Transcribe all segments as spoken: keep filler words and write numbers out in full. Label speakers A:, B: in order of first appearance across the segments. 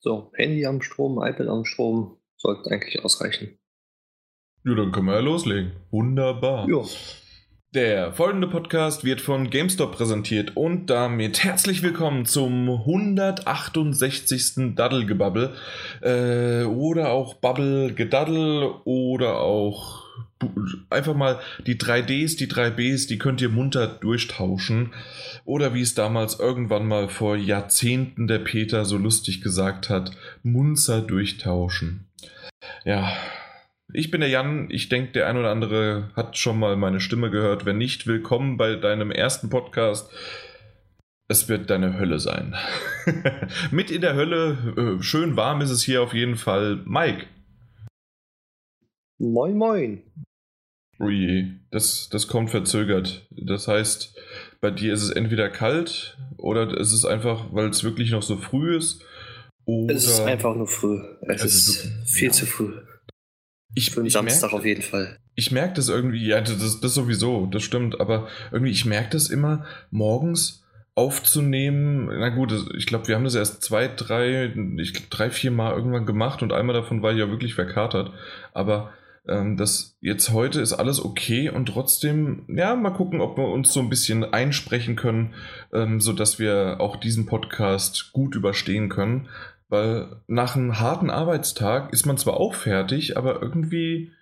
A: So, Handy am Strom, iPad am Strom, sollte eigentlich ausreichen.
B: Ja, dann können wir ja loslegen. Wunderbar.
A: Ja.
B: Der folgende Podcast wird von GameStop präsentiert und damit herzlich willkommen zum hundertachtundsechzigsten Daddelgebabbel äh, oder auch Babbelgedaddel oder auch einfach mal die drei Ds, die drei Bs, die könnt ihr munter durchtauschen oder wie es damals irgendwann mal vor Jahrzehnten der Peter so lustig gesagt hat, munzer durchtauschen. Ja. Ich bin der Jan, ich denke, der ein oder andere hat schon mal meine Stimme gehört. Wenn nicht, willkommen bei deinem ersten Podcast. Es wird deine Hölle sein. Mit in der Hölle, äh, schön warm ist es hier auf jeden Fall. Mike.
A: Moin, moin.
B: Ui, das, das kommt verzögert. Das heißt, bei dir ist es entweder kalt oder ist es einfach, weil es wirklich noch so früh ist. Oder
A: es ist einfach nur früh. Es, es ist, ist viel ja. zu früh.
B: Ich,
A: Für den
B: ich
A: Samstag
B: merke,
A: auf jeden Fall.
B: Ich merke das irgendwie, ja, das, das sowieso, das stimmt, aber irgendwie, ich merke das immer, morgens aufzunehmen, na gut, ich glaube, wir haben das erst zwei, drei, ich glaub, drei, vier Mal irgendwann gemacht und einmal davon war ich ja wirklich verkatert, aber ähm, das jetzt heute ist alles okay und trotzdem, ja, mal gucken, ob wir uns so ein bisschen einsprechen können, ähm, sodass wir auch diesen Podcast gut überstehen können. Weil nach einem harten Arbeitstag ist man zwar auch fertig, aber irgendwie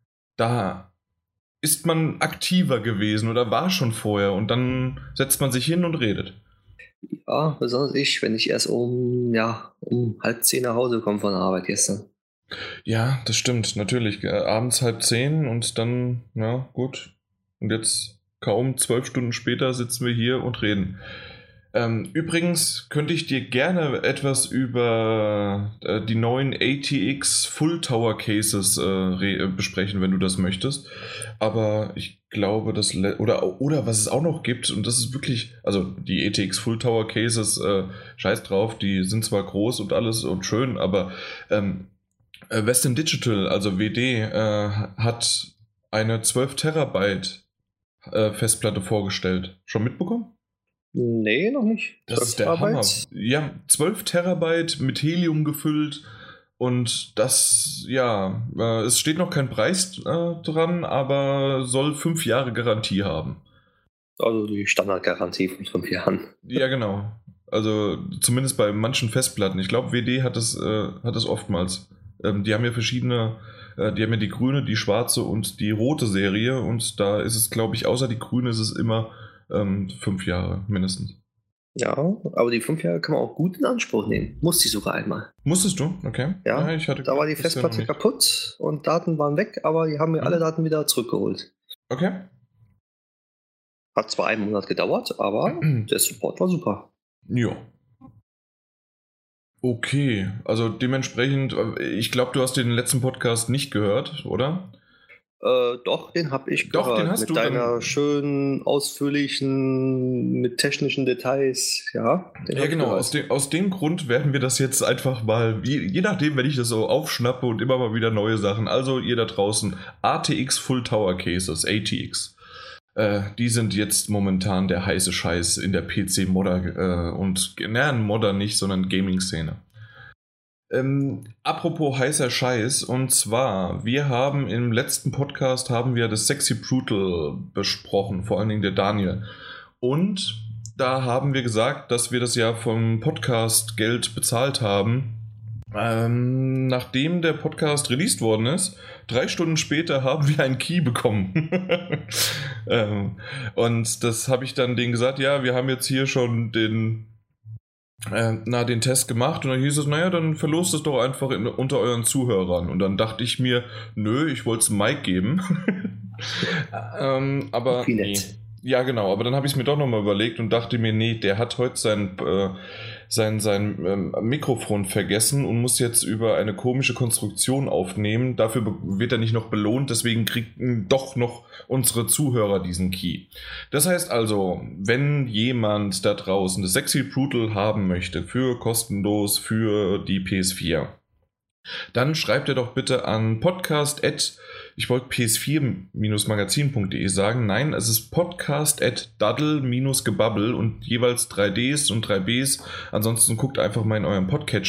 B: da ist man aktiver gewesen oder war schon vorher und dann setzt man sich hin und redet.
A: Ja, besonders ich, wenn ich erst um, ja, um halb zehn nach Hause komme von der Arbeit gestern.
B: Ja, das stimmt, natürlich. Abends halb zehn und dann, ja, gut. Und jetzt kaum zwölf Stunden später sitzen wir hier und reden. Ähm, übrigens könnte ich dir gerne etwas über äh, die neuen A T X Full Tower Cases äh, re- besprechen, wenn du das möchtest. Aber ich glaube, dass le- oder oder was es auch noch gibt und das ist wirklich, also die A T X Full Tower Cases, äh, scheiß drauf, die sind zwar groß und alles und schön, aber ähm, äh, Western Digital, also W D, äh, hat eine zwölf Terabyte äh, Festplatte vorgestellt. Schon mitbekommen?
A: Nee, noch nicht.
B: Das ist der Hammer. Ja, zwölf Terabyte mit Helium gefüllt und das, ja, äh, es steht noch kein Preis äh, dran, aber soll fünf Jahre Garantie haben.
A: Also die Standardgarantie von fünf Jahren.
B: Ja, genau. Also zumindest bei manchen Festplatten. Ich glaube, W D hat das, äh, hat das oftmals. Ähm, die haben ja verschiedene, äh, die haben ja die grüne, die schwarze und die rote Serie und da ist es, glaube ich, außer die grüne ist es immer Ähm, fünf Jahre mindestens.
A: Ja, aber die fünf Jahre kann man auch gut in Anspruch nehmen. Musste ich sogar einmal.
B: Musstest du? Okay.
A: Ja,
B: ja ich hatte
A: da war die Festplatte kaputt und Daten waren weg, aber die haben mir mhm. alle Daten wieder zurückgeholt.
B: Okay.
A: Hat zwar einen Monat gedauert, aber mhm. der Support war super.
B: Ja. Okay, also dementsprechend, ich glaube, du hast den letzten Podcast nicht gehört, oder?
A: Äh, doch, den habe ich
B: doch,
A: gehört.
B: Den hast
A: mit
B: du
A: deiner
B: dann...
A: schönen, ausführlichen, mit technischen Details, ja.
B: Ja, genau, aus, de- aus dem Grund werden wir das jetzt einfach mal, je, je nachdem, wenn ich das so aufschnappe und immer mal wieder neue Sachen, also ihr da draußen, A T X Full Tower Cases, A T X, äh, die sind jetzt momentan der heiße Scheiß in der P C-Modder äh, und, naja, Modder nicht, sondern Gaming-Szene. Ähm, apropos heißer Scheiß, und zwar, wir haben im letzten Podcast haben wir das Sexy Brutal besprochen, vor allen Dingen der Daniel. Und da haben wir gesagt, dass wir das ja vom Podcast Geld bezahlt haben. Ähm, nachdem der Podcast released worden ist, drei Stunden später haben wir einen Key bekommen. ähm, und das habe ich dann denen gesagt, ja, wir haben jetzt hier schon den Äh, na, den Test gemacht und dann hieß es, naja, dann verlost es doch einfach in, unter euren Zuhörern. Und dann dachte ich mir, nö, ich wollte es Mike geben. ähm, aber nee. Ja, genau, aber dann habe ich es mir doch nochmal überlegt und dachte mir, nee, der hat heute sein, äh, sein, sein ähm, Mikrofon vergessen und muss jetzt über eine komische Konstruktion aufnehmen. Dafür be- wird er nicht noch belohnt, deswegen kriegen doch noch unsere Zuhörer diesen Key. Das heißt also, wenn jemand da draußen das Sexy Brutal haben möchte, für kostenlos für die P S vier, dann schreibt er doch bitte an podcast at ich wollte p s vier magazin punkt de sagen, nein, es ist podcast at daddel-gebabbel und jeweils drei Ds und drei Bs, ansonsten guckt einfach mal in eurem Podcatcher,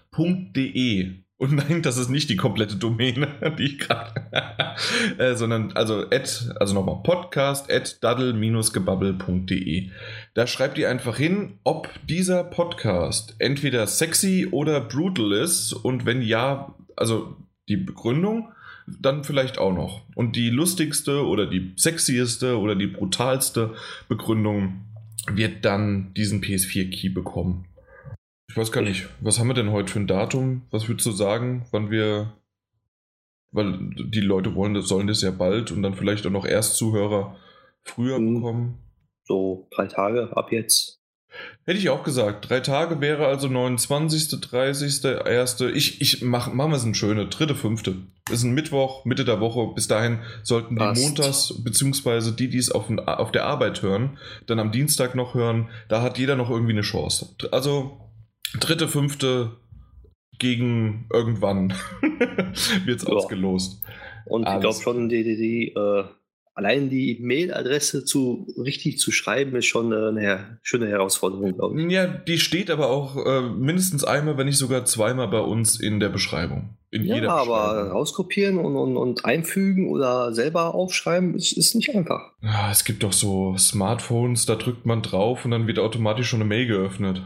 B: .de. Und nein, das ist nicht die komplette Domäne, die ich gerade, äh, sondern also at, also nochmal podcast at daddel-gebabbel punkt de. Da schreibt ihr einfach hin, ob dieser Podcast entweder sexy oder brutal ist und wenn ja, also die Begründung, dann vielleicht auch noch. Und die lustigste oder die sexieste oder die brutalste Begründung wird dann diesen P S vier Key bekommen. Ich weiß gar nicht, was haben wir denn heute für ein Datum? Was würdest du sagen, wann wir, weil die Leute wollen, das sollen das ja bald und dann vielleicht auch noch Erstzuhörer früher
A: Mhm.
B: bekommen?
A: So drei Tage ab jetzt.
B: Hätte ich auch gesagt. Drei Tage wäre also neunundzwanzigster, dreißigster, erster Ich, ich mach, machen wir es ein schöne, dritte, fünfte Ist ein Mittwoch, Mitte der Woche. Bis dahin sollten die
A: Passt.
B: montags, beziehungsweise die, die es auf, auf der Arbeit hören, dann am Dienstag noch hören. Da hat jeder noch irgendwie eine Chance. Also dritte, fünfte gegen irgendwann wird es
A: Ja.
B: ausgelost.
A: Und ich
B: Alles.
A: glaube schon, die, die, die äh, allein die Mailadresse zu richtig zu schreiben, ist schon äh, eine her- schöne Herausforderung, glaube ich.
B: Ja, die steht aber auch äh, mindestens einmal, wenn nicht sogar zweimal bei uns in der Beschreibung. In
A: Ja,
B: jeder
A: aber
B: Beschreibung.
A: rauskopieren und, und, und einfügen oder selber aufschreiben, ist, ist nicht einfach.
B: Ja, es gibt doch so Smartphones, da drückt man drauf und dann wird automatisch schon eine Mail geöffnet.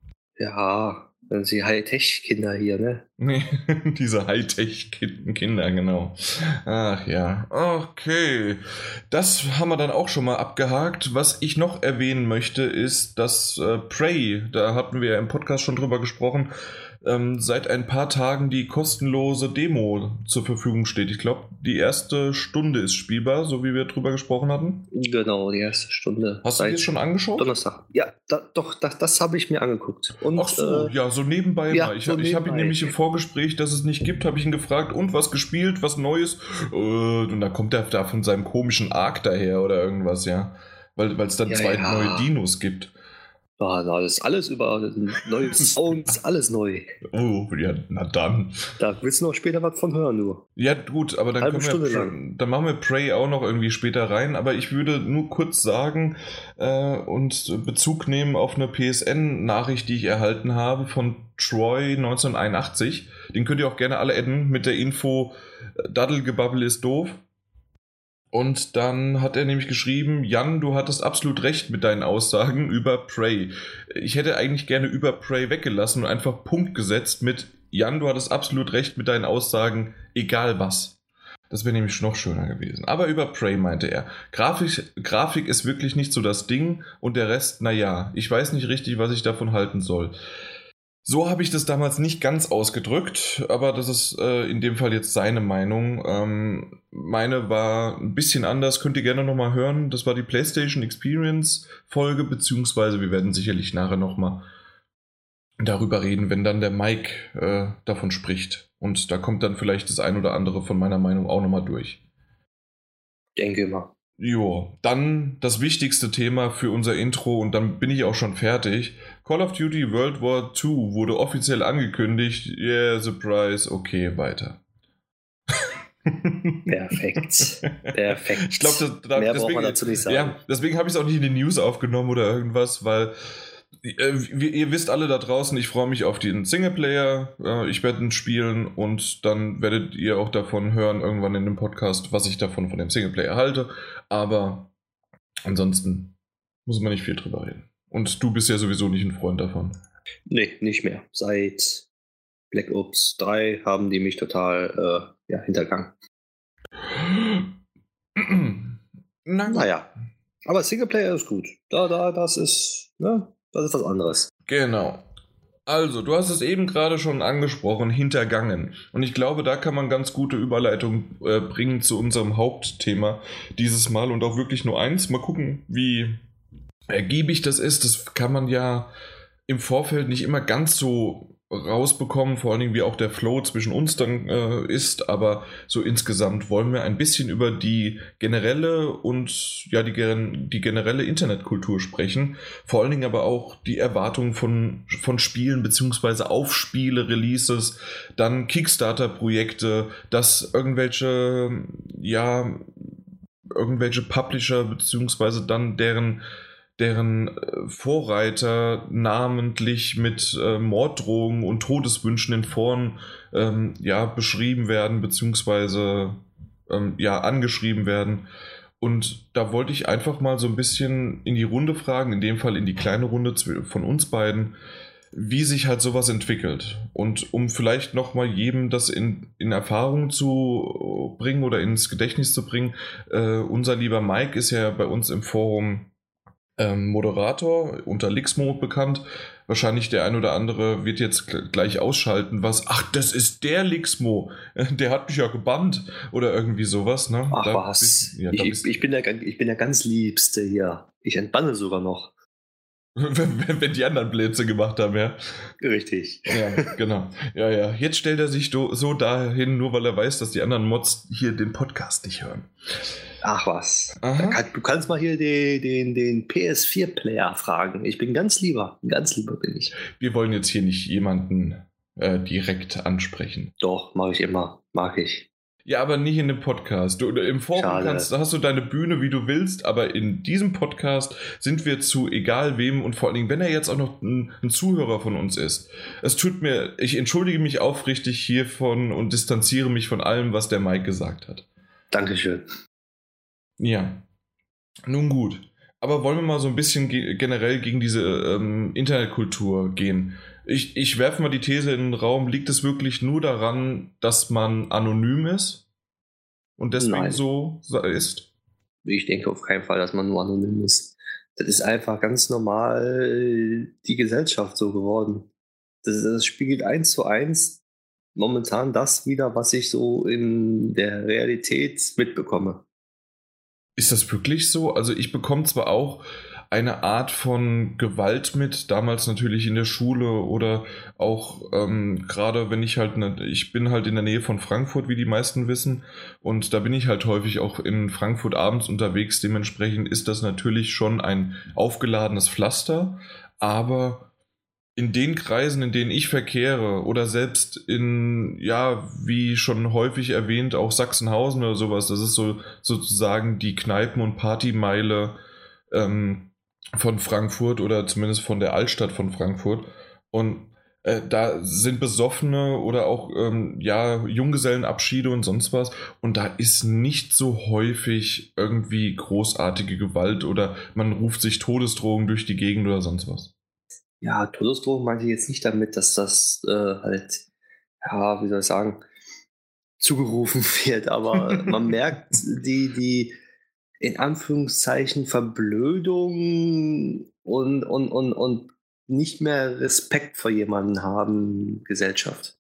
A: Ja, dann sind die Hightech-Kinder hier, ne?
B: Nee, diese Hightech-Kinder, genau. Ach ja, okay. Das haben wir dann auch schon mal abgehakt. Was ich noch erwähnen möchte, ist, dass äh, Prey, da hatten wir ja im Podcast schon drüber gesprochen, ähm, seit ein paar Tagen die kostenlose Demo zur Verfügung steht. Ich glaube, die erste Stunde ist spielbar, so wie wir drüber gesprochen hatten.
A: Genau, die erste Stunde.
B: Hast du
A: Seit
B: dir das schon angeschaut?
A: Donnerstag. Ja, da, doch, das, das habe ich mir angeguckt. Und,
B: Ach so,
A: äh,
B: ja, so nebenbei
A: ja,
B: mal. Ich,
A: so
B: ich habe ihn
A: nebenbei.
B: nämlich im Vorgespräch, dass es nicht gibt, habe ich ihn gefragt, und was gespielt, was Neues? Äh, und dann kommt er da von seinem komischen Arc daher oder irgendwas, ja. Weil es dann
A: Ja,
B: zwei
A: ja.
B: neue Dinos gibt.
A: Ah, na, das ist alles über neue Sounds, alles neu.
B: Oh, ja, na dann.
A: Da willst du noch später was von hören, du.
B: Ja, gut, aber dann,
A: Halbe
B: können wir,
A: Stunde
B: dann machen wir Prey auch noch irgendwie später rein. Aber ich würde nur kurz sagen äh, und Bezug nehmen auf eine P S N-Nachricht, die ich erhalten habe von Troy neunzehnhunderteinundachtzig. Den könnt ihr auch gerne alle adden mit der Info, Daddelgebabbel ist doof. Und dann hat er nämlich geschrieben, Jan, du hattest absolut recht mit deinen Aussagen über Prey. Ich hätte eigentlich gerne über Prey weggelassen und einfach Punkt gesetzt mit, Jan, du hattest absolut recht mit deinen Aussagen, egal was. Das wäre nämlich noch schöner gewesen. Aber über Prey meinte er, Grafik, Grafik ist wirklich nicht so das Ding und der Rest, naja, ich weiß nicht richtig, was ich davon halten soll. So habe ich das damals nicht ganz ausgedrückt, aber das ist äh, in dem Fall jetzt seine Meinung. Ähm, meine war ein bisschen anders, könnt ihr gerne nochmal hören. Das war die PlayStation Experience Folge, beziehungsweise wir werden sicherlich nachher nochmal darüber reden, wenn dann der Mike äh, davon spricht. Und da kommt dann vielleicht das ein oder andere von meiner Meinung auch nochmal durch.
A: Denke mal.
B: Jo, dann das wichtigste Thema für unser Intro und dann bin ich auch schon fertig. Call of Duty World War zwei wurde offiziell angekündigt. Yeah, surprise. Okay, weiter.
A: Perfekt. Perfekt.
B: Ich glaube, da,
A: Mehr
B: deswegen,
A: braucht man dazu nicht sagen.
B: Ja, deswegen habe ich es auch nicht in die News aufgenommen oder irgendwas, weil äh, ihr, ihr wisst alle da draußen, ich freue mich auf den Singleplayer. Äh, ich werde ihn spielen und dann werdet ihr auch davon hören, irgendwann in dem Podcast, was ich davon von dem Singleplayer halte. Aber ansonsten muss man nicht viel drüber reden. Und du bist ja sowieso nicht ein Freund davon.
A: Nee, nicht mehr. Seit Black Ops drei haben die mich total äh, ja, hintergangen.
B: Na gut.
A: Naja. Aber Singleplayer ist gut. Da, da, das ist, ne, das ist was anderes.
B: Genau. Also, du hast es eben gerade schon angesprochen, hintergangen. Und ich glaube, da kann man ganz gute Überleitung äh, bringen zu unserem Hauptthema dieses Mal und auch wirklich nur eins. Mal gucken, wie ergiebig das ist. Das kann man ja im Vorfeld nicht immer ganz so rausbekommen, vor allen Dingen wie auch der Flow zwischen uns dann äh, ist, aber so insgesamt wollen wir ein bisschen über die generelle und ja die, die generelle Internetkultur sprechen, vor allen Dingen aber auch die Erwartungen von, von Spielen beziehungsweise auf Spiele, Releases, dann Kickstarter-Projekte, dass irgendwelche ja irgendwelche Publisher beziehungsweise dann deren deren Vorreiter namentlich mit äh, Morddrohungen und Todeswünschen in Foren ähm, ja, beschrieben werden, beziehungsweise ähm, ja, angeschrieben werden. Und da wollte ich einfach mal so ein bisschen in die Runde fragen, in dem Fall in die kleine Runde von uns beiden, wie sich halt sowas entwickelt. Und um vielleicht nochmal jedem das in, in Erfahrung zu bringen oder ins Gedächtnis zu bringen, äh, unser lieber Mike ist ja bei uns im Forum ähm, Moderator, unter Lixmo bekannt. Wahrscheinlich der ein oder andere wird jetzt gleich ausschalten, was, ach, das ist der Lixmo, der hat mich ja gebannt oder irgendwie sowas. Ne?
A: Ach
B: da
A: was,
B: bist, ja,
A: ich, ich, bin der, ich bin der ganz Liebste hier. Ich entbanne sogar noch.
B: wenn, wenn die anderen Blödsinn gemacht haben, ja.
A: Richtig.
B: Ja, genau. Ja, ja. Jetzt stellt er sich do, so dahin, nur weil er weiß, dass die anderen Mods hier den Podcast nicht hören.
A: Ach was. Kann, du kannst mal hier den, den, den P S vier Player fragen. Ich bin ganz lieber. Ganz lieber bin ich.
B: Wir wollen jetzt hier nicht jemanden äh, direkt ansprechen.
A: Doch, mache ich immer. Mag ich.
B: Ja, aber nicht in dem Podcast. Du, im Forum kannst, hast du deine Bühne, wie du willst, aber in diesem Podcast sind wir zu egal wem und vor allen Dingen, wenn er jetzt auch noch ein, ein Zuhörer von uns ist. Es tut mir, ich entschuldige mich aufrichtig hiervon und distanziere mich von allem, was der Mike gesagt hat.
A: Dankeschön.
B: Ja, nun gut. Aber wollen wir mal so ein bisschen ge- generell gegen diese ähm, Internetkultur gehen? Ich, ich werfe mal die These in den Raum, liegt es wirklich nur daran, dass man anonym ist und deswegen Nein. so ist?
A: Ich denke auf keinen Fall, dass man nur anonym ist. Das ist einfach ganz normal die Gesellschaft so geworden. Das, das spiegelt eins zu eins momentan das wieder, was ich so in der Realität mitbekomme.
B: Ist das wirklich so? Also ich bekomme zwar auch eine Art von Gewalt mit, damals natürlich in der Schule oder auch ähm, gerade wenn ich halt, ne, ich bin halt in der Nähe von Frankfurt, wie die meisten wissen, und da bin ich halt häufig auch in Frankfurt abends unterwegs, dementsprechend ist das natürlich schon ein aufgeladenes Pflaster, aber in den Kreisen, in denen ich verkehre oder selbst in, ja, wie schon häufig erwähnt, auch Sachsenhausen oder sowas, das ist so sozusagen die Kneipen- und Partymeile ähm, von Frankfurt oder zumindest von der Altstadt von Frankfurt. Und äh, da sind Besoffene oder auch ähm, ja, Junggesellenabschiede und sonst was. Und da ist nicht so häufig irgendwie großartige Gewalt oder man ruft sich Todesdrohungen durch die Gegend oder sonst was.
A: Ja, Todesdrohung meinte ich jetzt nicht damit, dass das äh, halt, ja, wie soll ich sagen, zugerufen wird, aber man merkt die, die in Anführungszeichen Verblödung und, und, und, und nicht mehr Respekt vor jemandem haben, Gesellschaft.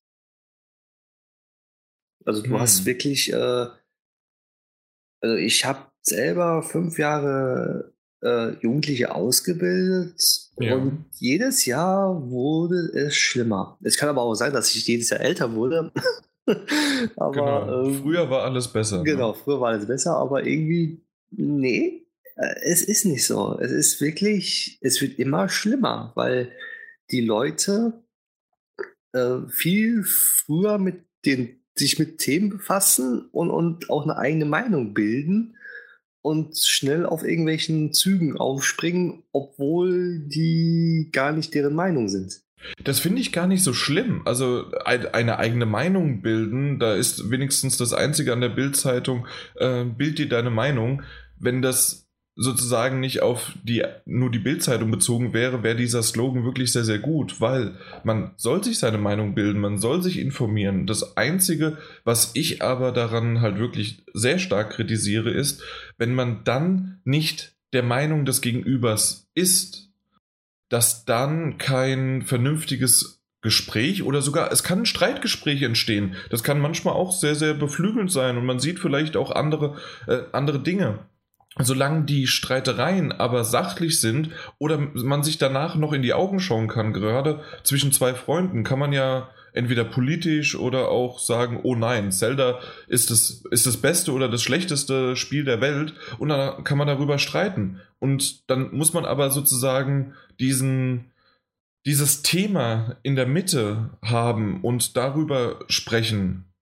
A: Also du hm. hast wirklich, äh, also ich habe selber fünf Jahre äh, Jugendliche ausgebildet ja. und jedes Jahr wurde es schlimmer. Es kann aber auch sein, dass ich jedes Jahr älter wurde. aber,
B: genau.
A: ähm,
B: Früher war alles besser.
A: Genau,
B: ne?
A: früher war alles besser, aber irgendwie, nee, äh, es ist nicht so. Es ist wirklich, es wird immer schlimmer, weil die Leute äh, viel früher mit den, sich mit Themen befassen und, und auch eine eigene Meinung bilden und schnell auf irgendwelchen Zügen aufspringen, obwohl die gar nicht deren Meinung sind.
B: Das finde ich gar nicht so schlimm. Also eine eigene Meinung bilden, da ist wenigstens das Einzige an der Bild-Zeitung, äh, bild dir deine Meinung. Wenn das sozusagen nicht auf die, nur die Bild-Zeitung bezogen wäre, wäre dieser Slogan wirklich sehr, sehr gut, weil man soll sich seine Meinung bilden, man soll sich informieren. Das Einzige, was ich aber daran halt wirklich sehr stark kritisiere, ist, wenn man dann nicht der Meinung des Gegenübers ist, dass dann kein vernünftiges Gespräch oder sogar, es kann ein Streitgespräch entstehen. Das kann manchmal auch sehr, sehr beflügelnd sein und man sieht vielleicht auch andere, äh, andere Dinge. Solange die Streitereien aber sachlich sind oder man sich danach noch in die Augen schauen kann, gerade zwischen zwei Freunden, kann man ja entweder politisch oder auch sagen, oh nein, Zelda ist das, ist das beste oder das schlechteste Spiel der Welt und dann kann man darüber streiten. Und dann muss man aber sozusagen diesen, dieses Thema in der Mitte haben und darüber sprechen.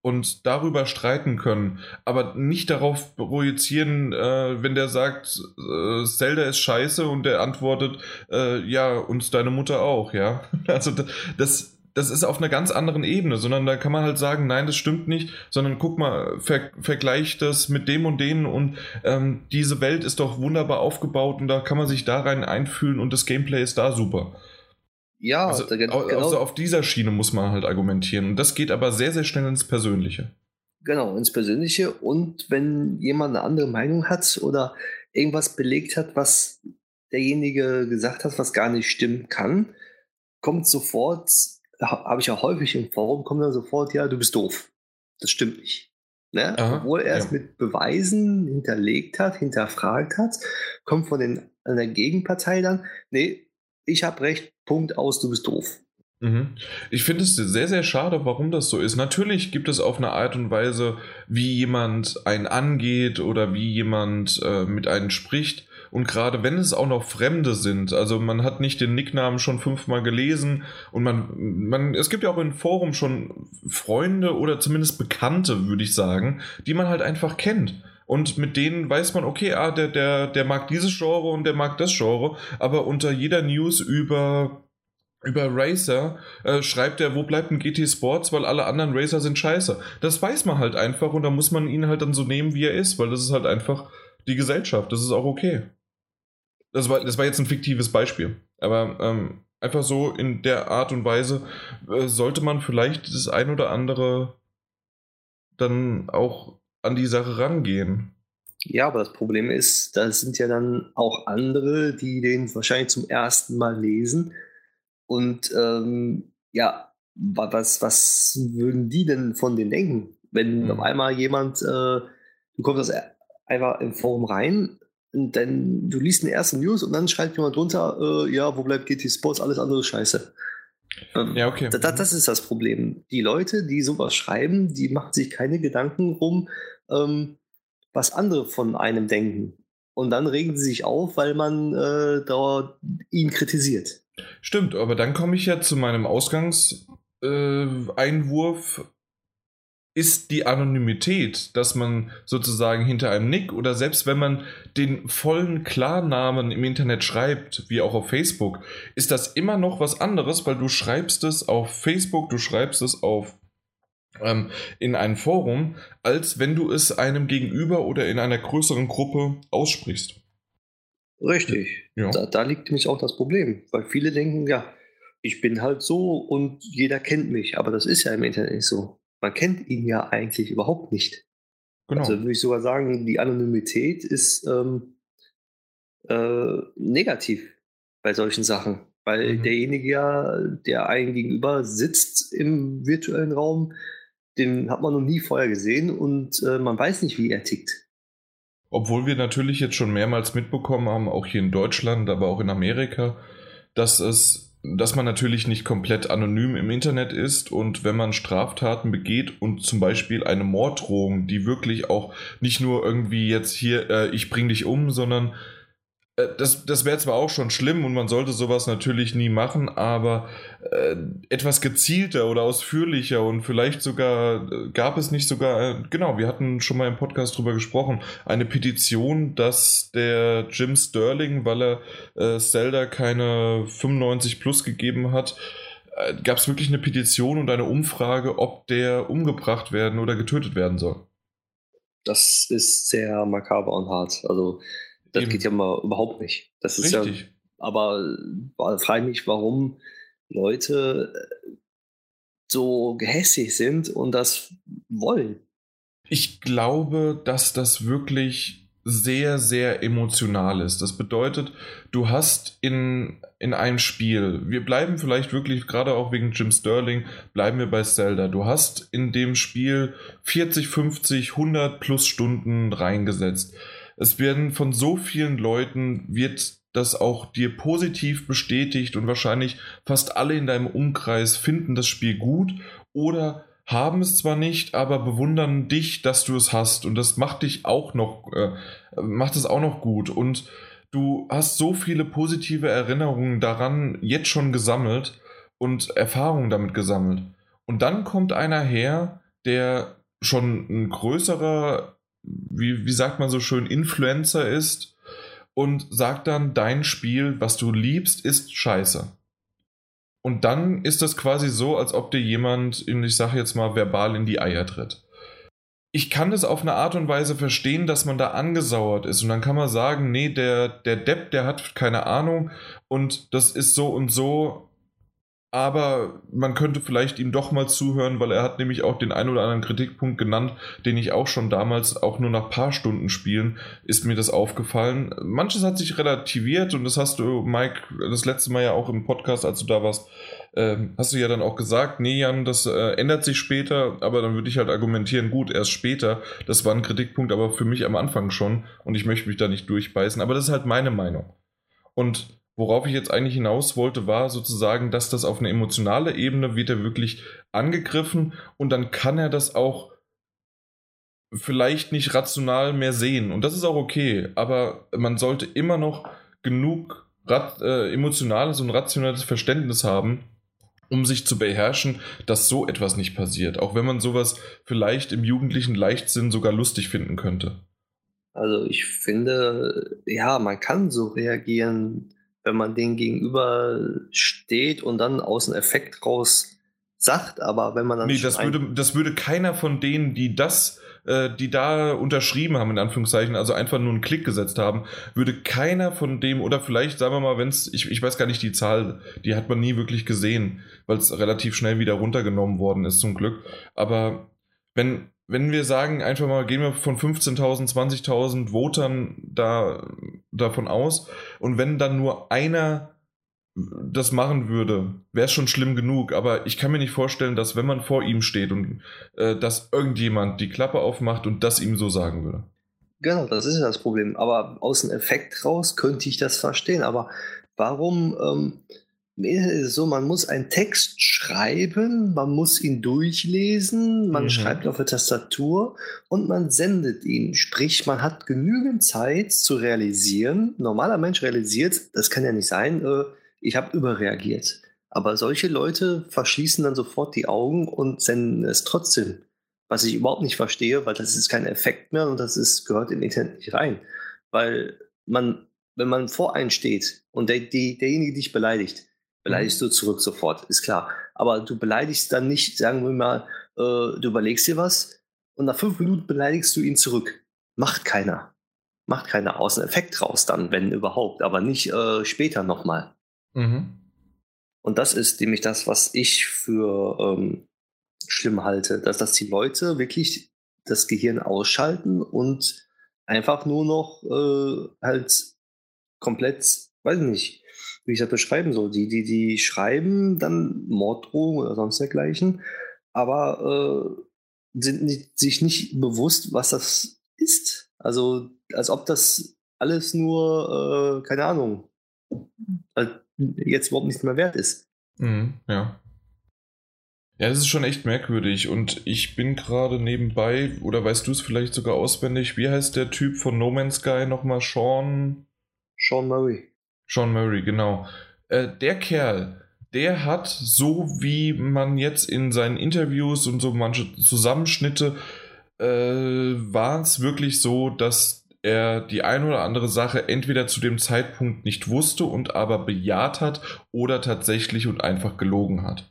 B: und darüber streiten können, aber nicht darauf projizieren, äh, wenn der sagt, äh, Zelda ist scheiße und der antwortet, äh, ja, und deine Mutter auch, ja. Also das, das ist auf einer ganz anderen Ebene, sondern da kann man halt sagen, nein, das stimmt nicht, sondern guck mal, ver vergleich das mit dem und denen und ähm, diese Welt ist doch wunderbar aufgebaut und da kann man sich da rein einfühlen und das Gameplay ist da super.
A: Ja,
B: Also,
A: da, genau.
B: also auf dieser Schiene muss man halt argumentieren und das geht aber sehr, sehr schnell ins Persönliche.
A: Genau, ins Persönliche und wenn jemand eine andere Meinung hat oder irgendwas belegt hat, was derjenige gesagt hat, was gar nicht stimmen kann, kommt sofort, habe ich auch häufig im Forum, kommt dann sofort, ja, du bist doof. Das stimmt nicht. Ne?
B: Aha,
A: Obwohl er es
B: ja.
A: mit Beweisen hinterlegt hat, hinterfragt hat, kommt von den, an der Gegenpartei dann, nee, ich habe recht, Punkt aus, du bist doof.
B: Mhm. Ich finde es sehr, sehr schade, warum das so ist. Natürlich gibt es auf eine Art und Weise, wie jemand einen angeht oder wie jemand äh, mit einem spricht. Und gerade wenn es auch noch Fremde sind, also man hat nicht den Nicknamen schon fünfmal gelesen und man, man, es gibt ja auch im Forum schon Freunde oder zumindest Bekannte, würde ich sagen, die man halt einfach kennt. Und mit denen weiß man, okay, ah, der, der, der mag dieses Genre und der mag das Genre, aber unter jeder News über Über Racer äh, schreibt er, wo bleibt ein G T Sports, weil alle anderen Racer sind scheiße. Das weiß man halt einfach und da muss man ihn halt dann so nehmen, wie er ist, weil das ist halt einfach die Gesellschaft. Das ist auch okay. Das war, das war jetzt ein fiktives Beispiel. Aber ähm, einfach so in der Art und Weise äh, sollte man vielleicht das ein oder andere dann auch an die Sache rangehen.
A: Ja, aber das Problem ist, da sind ja dann auch andere, die den wahrscheinlich zum ersten Mal lesen. Und ähm, ja, wa- was, was würden die denn von denen denken? Wenn
B: Mhm.
A: auf einmal jemand, äh, du kommst das einfach im Forum rein und dann du liest eine erste News und dann schreibt jemand drunter, äh, ja, wo bleibt G T Sports, alles andere ist scheiße. Ähm,
B: Ja, okay.
A: da, da, das ist das Problem. Die Leute, die sowas schreiben, die machen sich keine Gedanken rum, ähm, was andere von einem denken. Und dann regen sie sich auf, weil man äh, da ihn kritisiert.
B: Stimmt, aber dann komme ich ja zu meinem Ausgangseinwurf. Äh, Einwurf. Ist die Anonymität, dass man sozusagen hinter einem Nick oder selbst wenn man den vollen Klarnamen im Internet schreibt, wie auch auf Facebook, ist das immer noch was anderes, weil du schreibst es auf Facebook, du schreibst es auf ähm, in ein Forum, als wenn du es einem Gegenüber oder in einer größeren Gruppe aussprichst.
A: Richtig.
B: Ja.
A: Da, da liegt nämlich auch das Problem, weil viele denken, ja, ich bin halt so und jeder kennt mich, aber das ist ja im Internet nicht so. Man kennt ihn ja eigentlich überhaupt nicht.
B: Genau.
A: Also würde ich sogar sagen, die Anonymität ist ähm, äh, negativ bei solchen Sachen, weil
B: Mhm.
A: derjenige ja, der einen gegenüber sitzt im virtuellen Raum, den hat man noch nie vorher gesehen und äh, man weiß nicht, wie er tickt.
B: Obwohl wir natürlich jetzt schon mehrmals mitbekommen haben, auch hier in Deutschland, aber auch in Amerika, dass es, dass man natürlich nicht komplett anonym im Internet ist und wenn man Straftaten begeht und zum Beispiel eine Morddrohung, die wirklich auch nicht nur irgendwie jetzt hier, äh, ich bring dich um, sondern äh, das, das wäre zwar auch schon schlimm und man sollte sowas natürlich nie machen, aber äh, etwas gezielter oder ausführlicher und vielleicht sogar, äh, gab es nicht sogar, äh, genau, wir hatten schon mal im Podcast drüber gesprochen, eine Petition, dass der Jim Sterling, weil er äh, Zelda keine fünfundneunzig plus gegeben hat, äh, gab es wirklich eine Petition und eine Umfrage, ob der umgebracht werden oder getötet werden soll.
A: Das ist sehr makaber und hart. Also das
B: Eben.
A: geht ja mal überhaupt nicht. Das ist
B: Richtig.
A: ja, aber äh, frage mich, warum Leute äh, so gehässig sind und das wollen.
B: Ich glaube, dass das wirklich sehr, sehr emotional ist. Das bedeutet, du hast in, in einem Spiel, wir bleiben vielleicht wirklich, gerade auch wegen Jim Sterling, bleiben wir bei Zelda. Du hast in dem Spiel vierzig, fünfzig, hundert plus Stunden reingesetzt. Es werden von so vielen Leuten, wird das auch dir positiv bestätigt und wahrscheinlich fast alle in deinem Umkreis finden das Spiel gut oder haben es zwar nicht, aber bewundern dich, dass du es hast und das macht dich auch noch, äh, macht es auch noch gut und du hast so viele positive Erinnerungen daran jetzt schon gesammelt und Erfahrungen damit gesammelt und dann kommt einer her, der schon ein größerer, wie, wie sagt man so schön, Influencer ist und sagt dann, dein Spiel, was du liebst, ist scheiße. Und dann ist das quasi so, als ob dir jemand, in, ich sage jetzt mal, verbal in die Eier tritt. Ich kann das auf eine Art und Weise verstehen, dass man da angesauert ist. Und dann kann man sagen, nee, der, der Depp, der hat keine Ahnung und das ist so und so. Aber man könnte vielleicht ihm doch mal zuhören, weil er hat nämlich auch den einen oder anderen Kritikpunkt genannt, den ich auch schon damals, auch nur nach ein paar Stunden spielen, ist mir das aufgefallen. Manches hat sich relativiert und das hast du, Mike, das letzte Mal ja auch im Podcast, als du da warst, äh, hast du ja dann auch gesagt, nee Jan, das äh, ändert sich später, aber dann würde ich halt argumentieren, gut, erst später, das war ein Kritikpunkt, aber für mich am Anfang schon und ich möchte mich da nicht durchbeißen, aber das ist halt meine Meinung. Und worauf ich jetzt eigentlich hinaus wollte, war sozusagen, dass das auf eine emotionale Ebene wird er wirklich angegriffen und dann kann er das auch vielleicht nicht rational mehr sehen. Und das ist auch okay, aber man sollte immer noch genug rat, äh, emotionales und rationales Verständnis haben, um sich zu beherrschen, dass so etwas nicht passiert. Auch wenn man sowas vielleicht im jugendlichen Leichtsinn sogar lustig finden könnte.
A: Also ich finde, ja, man kann so reagieren, wenn man denen gegenüber steht und dann aus dem Effekt raus sagt, aber wenn man dann
B: nee, das würde, das würde keiner von denen, die das, äh, die da unterschrieben haben, in Anführungszeichen, also einfach nur einen Klick gesetzt haben, würde keiner von dem, oder vielleicht, sagen wir mal, wenn es, ich, ich weiß gar nicht die Zahl, die hat man nie wirklich gesehen, weil es relativ schnell wieder runtergenommen worden ist, zum Glück, aber wenn Wenn wir sagen, einfach mal, gehen wir von fünfzehntausend, zwanzigtausend Votern da, davon aus und wenn dann nur einer das machen würde, wäre es schon schlimm genug, aber ich kann mir nicht vorstellen, dass wenn man vor ihm steht und äh, dass irgendjemand die Klappe aufmacht und das ihm so sagen würde.
A: Genau, das ist ja das Problem, aber aus dem Effekt raus könnte ich das verstehen, aber warum... Ähm Mir ist es so, man muss einen Text schreiben, man muss ihn durchlesen, man mhm. schreibt auf der Tastatur und man sendet ihn. Sprich, man hat genügend Zeit zu realisieren. Ein normaler Mensch realisiert, das kann ja nicht sein, äh, ich habe überreagiert. Aber solche Leute verschließen dann sofort die Augen und senden es trotzdem. Was ich überhaupt nicht verstehe, weil das ist kein Effekt mehr und das ist, gehört im Internet nicht rein. Weil man, wenn man vor einem steht und der, die, derjenige dich beleidigt, beleidigst du zurück sofort, ist klar. Aber du beleidigst dann nicht, sagen wir mal, äh, du überlegst dir was und nach fünf Minuten beleidigst du ihn zurück. Macht keiner. Macht keiner aus dem Effekt raus dann, wenn überhaupt, aber nicht äh, später nochmal.
B: Mhm.
A: Und das ist nämlich das, was ich für ähm, schlimm halte, dass, dass die Leute wirklich das Gehirn ausschalten und einfach nur noch äh, halt komplett, weiß ich nicht, wie ich das beschreiben soll. Die, die, die schreiben dann Morddrohungen oder sonst dergleichen, aber äh, sind nicht, sich nicht bewusst, was das ist. Also, als ob das alles nur, äh, keine Ahnung, jetzt überhaupt nichts mehr wert ist.
B: Mhm, ja. Ja, das ist schon echt merkwürdig und ich bin gerade nebenbei, oder weißt du es vielleicht sogar auswendig, wie heißt der Typ von No Man's Sky nochmal? Sean?
A: Sean Murray.
B: Sean Murray, genau. Äh, der Kerl, der hat, so wie man jetzt in seinen Interviews und so manche Zusammenschnitte, äh, war es wirklich so, dass er die ein oder andere Sache entweder zu dem Zeitpunkt nicht wusste und aber bejaht hat oder tatsächlich und einfach gelogen hat.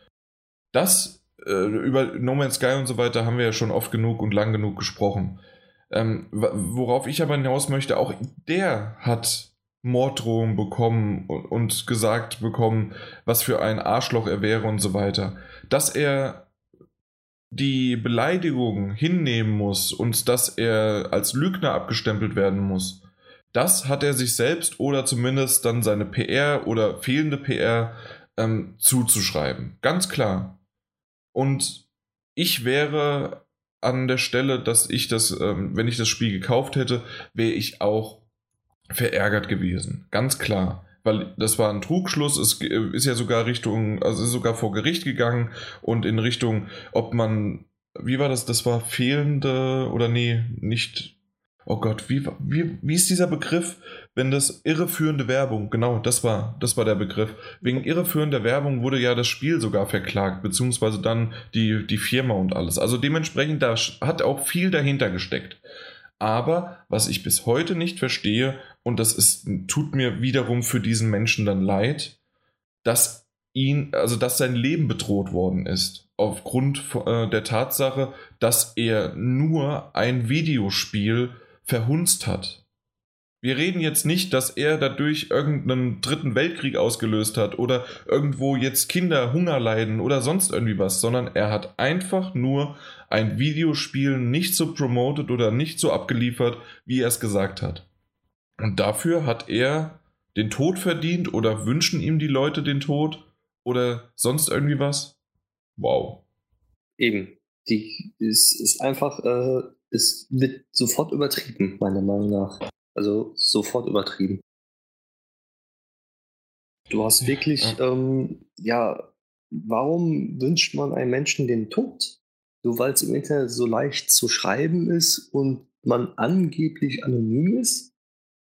B: Das, äh, über No Man's Sky und so weiter haben wir ja schon oft genug und lang genug gesprochen. Ähm, worauf ich aber hinaus möchte, auch der hat Morddrohungen bekommen und, und gesagt bekommen, was für ein Arschloch er wäre und so weiter. Dass er die Beleidigung hinnehmen muss und dass er als Lügner abgestempelt werden muss, das hat er sich selbst oder zumindest dann seine P R oder fehlende P R ähm, zuzuschreiben. Ganz klar. Und ich wäre an der Stelle, dass ich das, ähm, wenn ich das Spiel gekauft hätte, wäre ich auch verärgert gewesen. Ganz klar. Weil das war ein Trugschluss, es ist ja sogar Richtung, also ist sogar vor Gericht gegangen und in Richtung, ob man, wie war das, das war fehlende, oder nee, nicht, Oh Gott, wie, wie, wie ist dieser Begriff, wenn das irreführende Werbung, genau, das war, das war der Begriff. Wegen irreführender Werbung wurde ja das Spiel sogar verklagt, beziehungsweise dann die, die Firma und alles. Also dementsprechend, da hat auch viel dahinter gesteckt. Aber was ich bis heute nicht verstehe, und das ist, tut mir wiederum für diesen Menschen dann leid, dass ihn, also dass sein Leben bedroht worden ist, aufgrund äh, der Tatsache, dass er nur ein Videospiel verhunzt hat. Wir reden jetzt nicht, dass er dadurch irgendeinen dritten Weltkrieg ausgelöst hat oder irgendwo jetzt Kinder Hunger leiden oder sonst irgendwie was, sondern er hat einfach nur ein Videospiel nicht so promotet oder nicht so abgeliefert, wie er es gesagt hat. Und dafür hat er den Tod verdient oder wünschen ihm die Leute den Tod oder sonst irgendwie was? Wow.
A: Eben. Die ist, ist einfach, äh, es wird sofort übertrieben, meiner Meinung nach. Also sofort übertrieben. Du hast wirklich, ja, ähm, ja, warum wünscht man einem Menschen den Tod? Nur weil es im Internet so leicht zu schreiben ist und man angeblich anonym ist?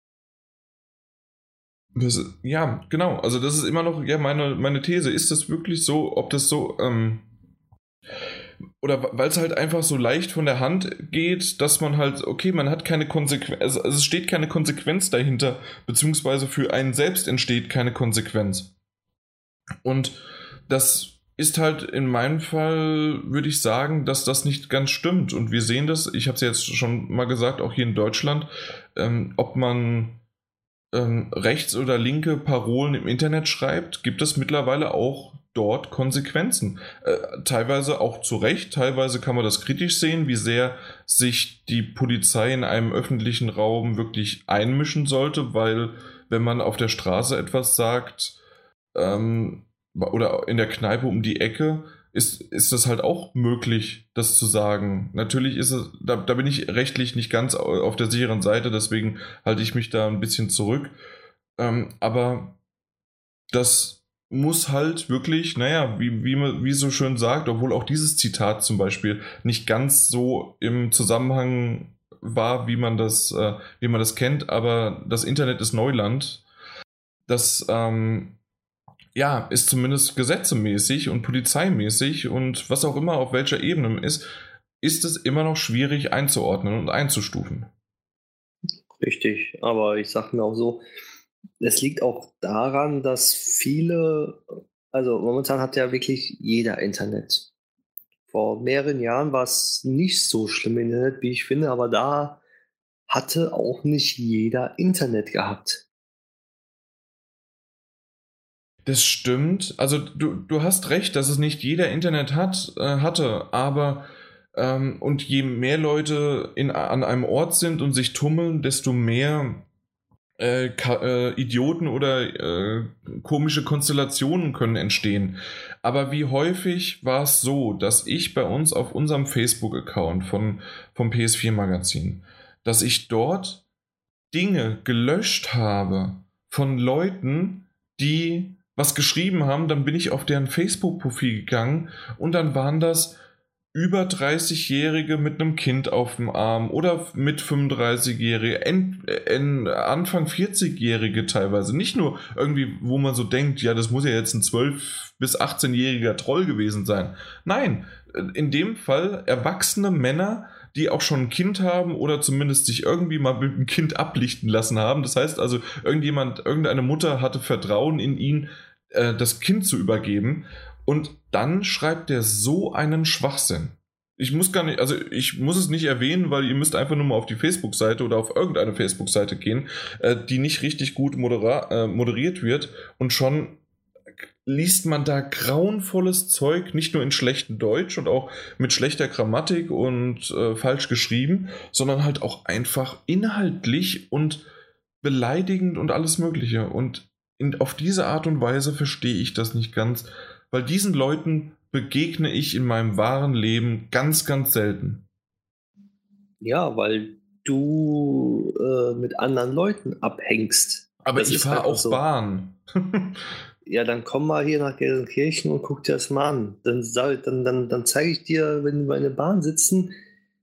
B: Das, ja, genau. Also das ist immer noch ja, meine, meine These. Ist das wirklich so, ob das so... Ähm Oder weil es halt einfach so leicht von der Hand geht, dass man halt, okay, man hat keine Konsequenz, also es steht keine Konsequenz dahinter, beziehungsweise für einen selbst entsteht keine Konsequenz. Und das ist halt in meinem Fall, würde ich sagen, dass das nicht ganz stimmt. Und wir sehen das, ich habe es jetzt schon mal gesagt, auch hier in Deutschland, ähm, ob man ähm, rechts oder linke Parolen im Internet schreibt, gibt es mittlerweile auch dort Konsequenzen. Äh, teilweise auch zu Recht, teilweise kann man das kritisch sehen, wie sehr sich die Polizei in einem öffentlichen Raum wirklich einmischen sollte, weil wenn man auf der Straße etwas sagt ähm, oder in der Kneipe um die Ecke, ist, ist das halt auch möglich, das zu sagen. Natürlich ist es, da, da bin ich rechtlich nicht ganz auf der sicheren Seite, deswegen halte ich mich da ein bisschen zurück. Ähm, aber das muss halt wirklich, naja, wie, wie man wie so schön sagt, obwohl auch dieses Zitat zum Beispiel nicht ganz so im Zusammenhang war, wie man das, äh, wie man das kennt, aber das Internet ist Neuland. Das ähm, ja, ist zumindest gesetzmäßig und polizeimäßig und was auch immer auf welcher Ebene ist, ist es immer noch schwierig einzuordnen und einzustufen.
A: Richtig, aber ich sage mir auch so, es liegt auch daran, dass viele, also momentan hat ja wirklich jeder Internet. Vor mehreren Jahren war es nicht so schlimm im Internet, wie ich finde, aber da hatte auch nicht jeder Internet gehabt.
B: Das stimmt. Also du, du hast recht, dass es nicht jeder Internet hat, äh, hatte, aber ähm, und je mehr Leute in, an einem Ort sind und sich tummeln, desto mehr äh, Ka- äh, Idioten oder äh, komische Konstellationen können entstehen. Aber wie häufig war es so, dass ich bei uns auf unserem Facebook-Account von, vom P S vier Magazin, dass ich dort Dinge gelöscht habe von Leuten, die was geschrieben haben, dann bin ich auf deren Facebook-Profil gegangen und dann waren das über dreißig-Jährige mit einem Kind auf dem Arm oder mit fünfunddreißig-Jährige, en, en, Anfang vierzig-Jährige teilweise. Nicht nur irgendwie, wo man so denkt, ja, das muss ja jetzt ein zwölf- bis achtzehn-jähriger Troll gewesen sein. Nein, in dem Fall erwachsene Männer, die auch schon ein Kind haben oder zumindest sich irgendwie mal mit dem Kind ablichten lassen haben. Das heißt also, irgendjemand, irgendeine Mutter hatte Vertrauen in ihn, äh, das Kind zu übergeben. Und dann schreibt der so einen Schwachsinn. Ich muss gar nicht, also ich muss es nicht erwähnen, weil ihr müsst einfach nur mal auf die Facebook-Seite oder auf irgendeine Facebook-Seite gehen, äh, die nicht richtig gut modera- äh, moderiert wird und schon liest man da grauenvolles Zeug, nicht nur in schlechtem Deutsch und auch mit schlechter Grammatik und äh, falsch geschrieben, sondern halt auch einfach inhaltlich und beleidigend und alles Mögliche. Und in, auf diese Art und Weise verstehe ich das nicht ganz, weil diesen Leuten begegne ich in meinem wahren Leben ganz, ganz selten.
A: Ja, weil du äh, mit anderen Leuten abhängst.
B: Aber
A: Das
B: ich
A: ist
B: fahre
A: einfach
B: auch
A: so.
B: Bahn.
A: Ja, dann komm mal hier nach Gelsenkirchen und guck dir das mal an. Dann, sag- dann, dann, dann zeige ich dir, wenn wir in der Bahn sitzen,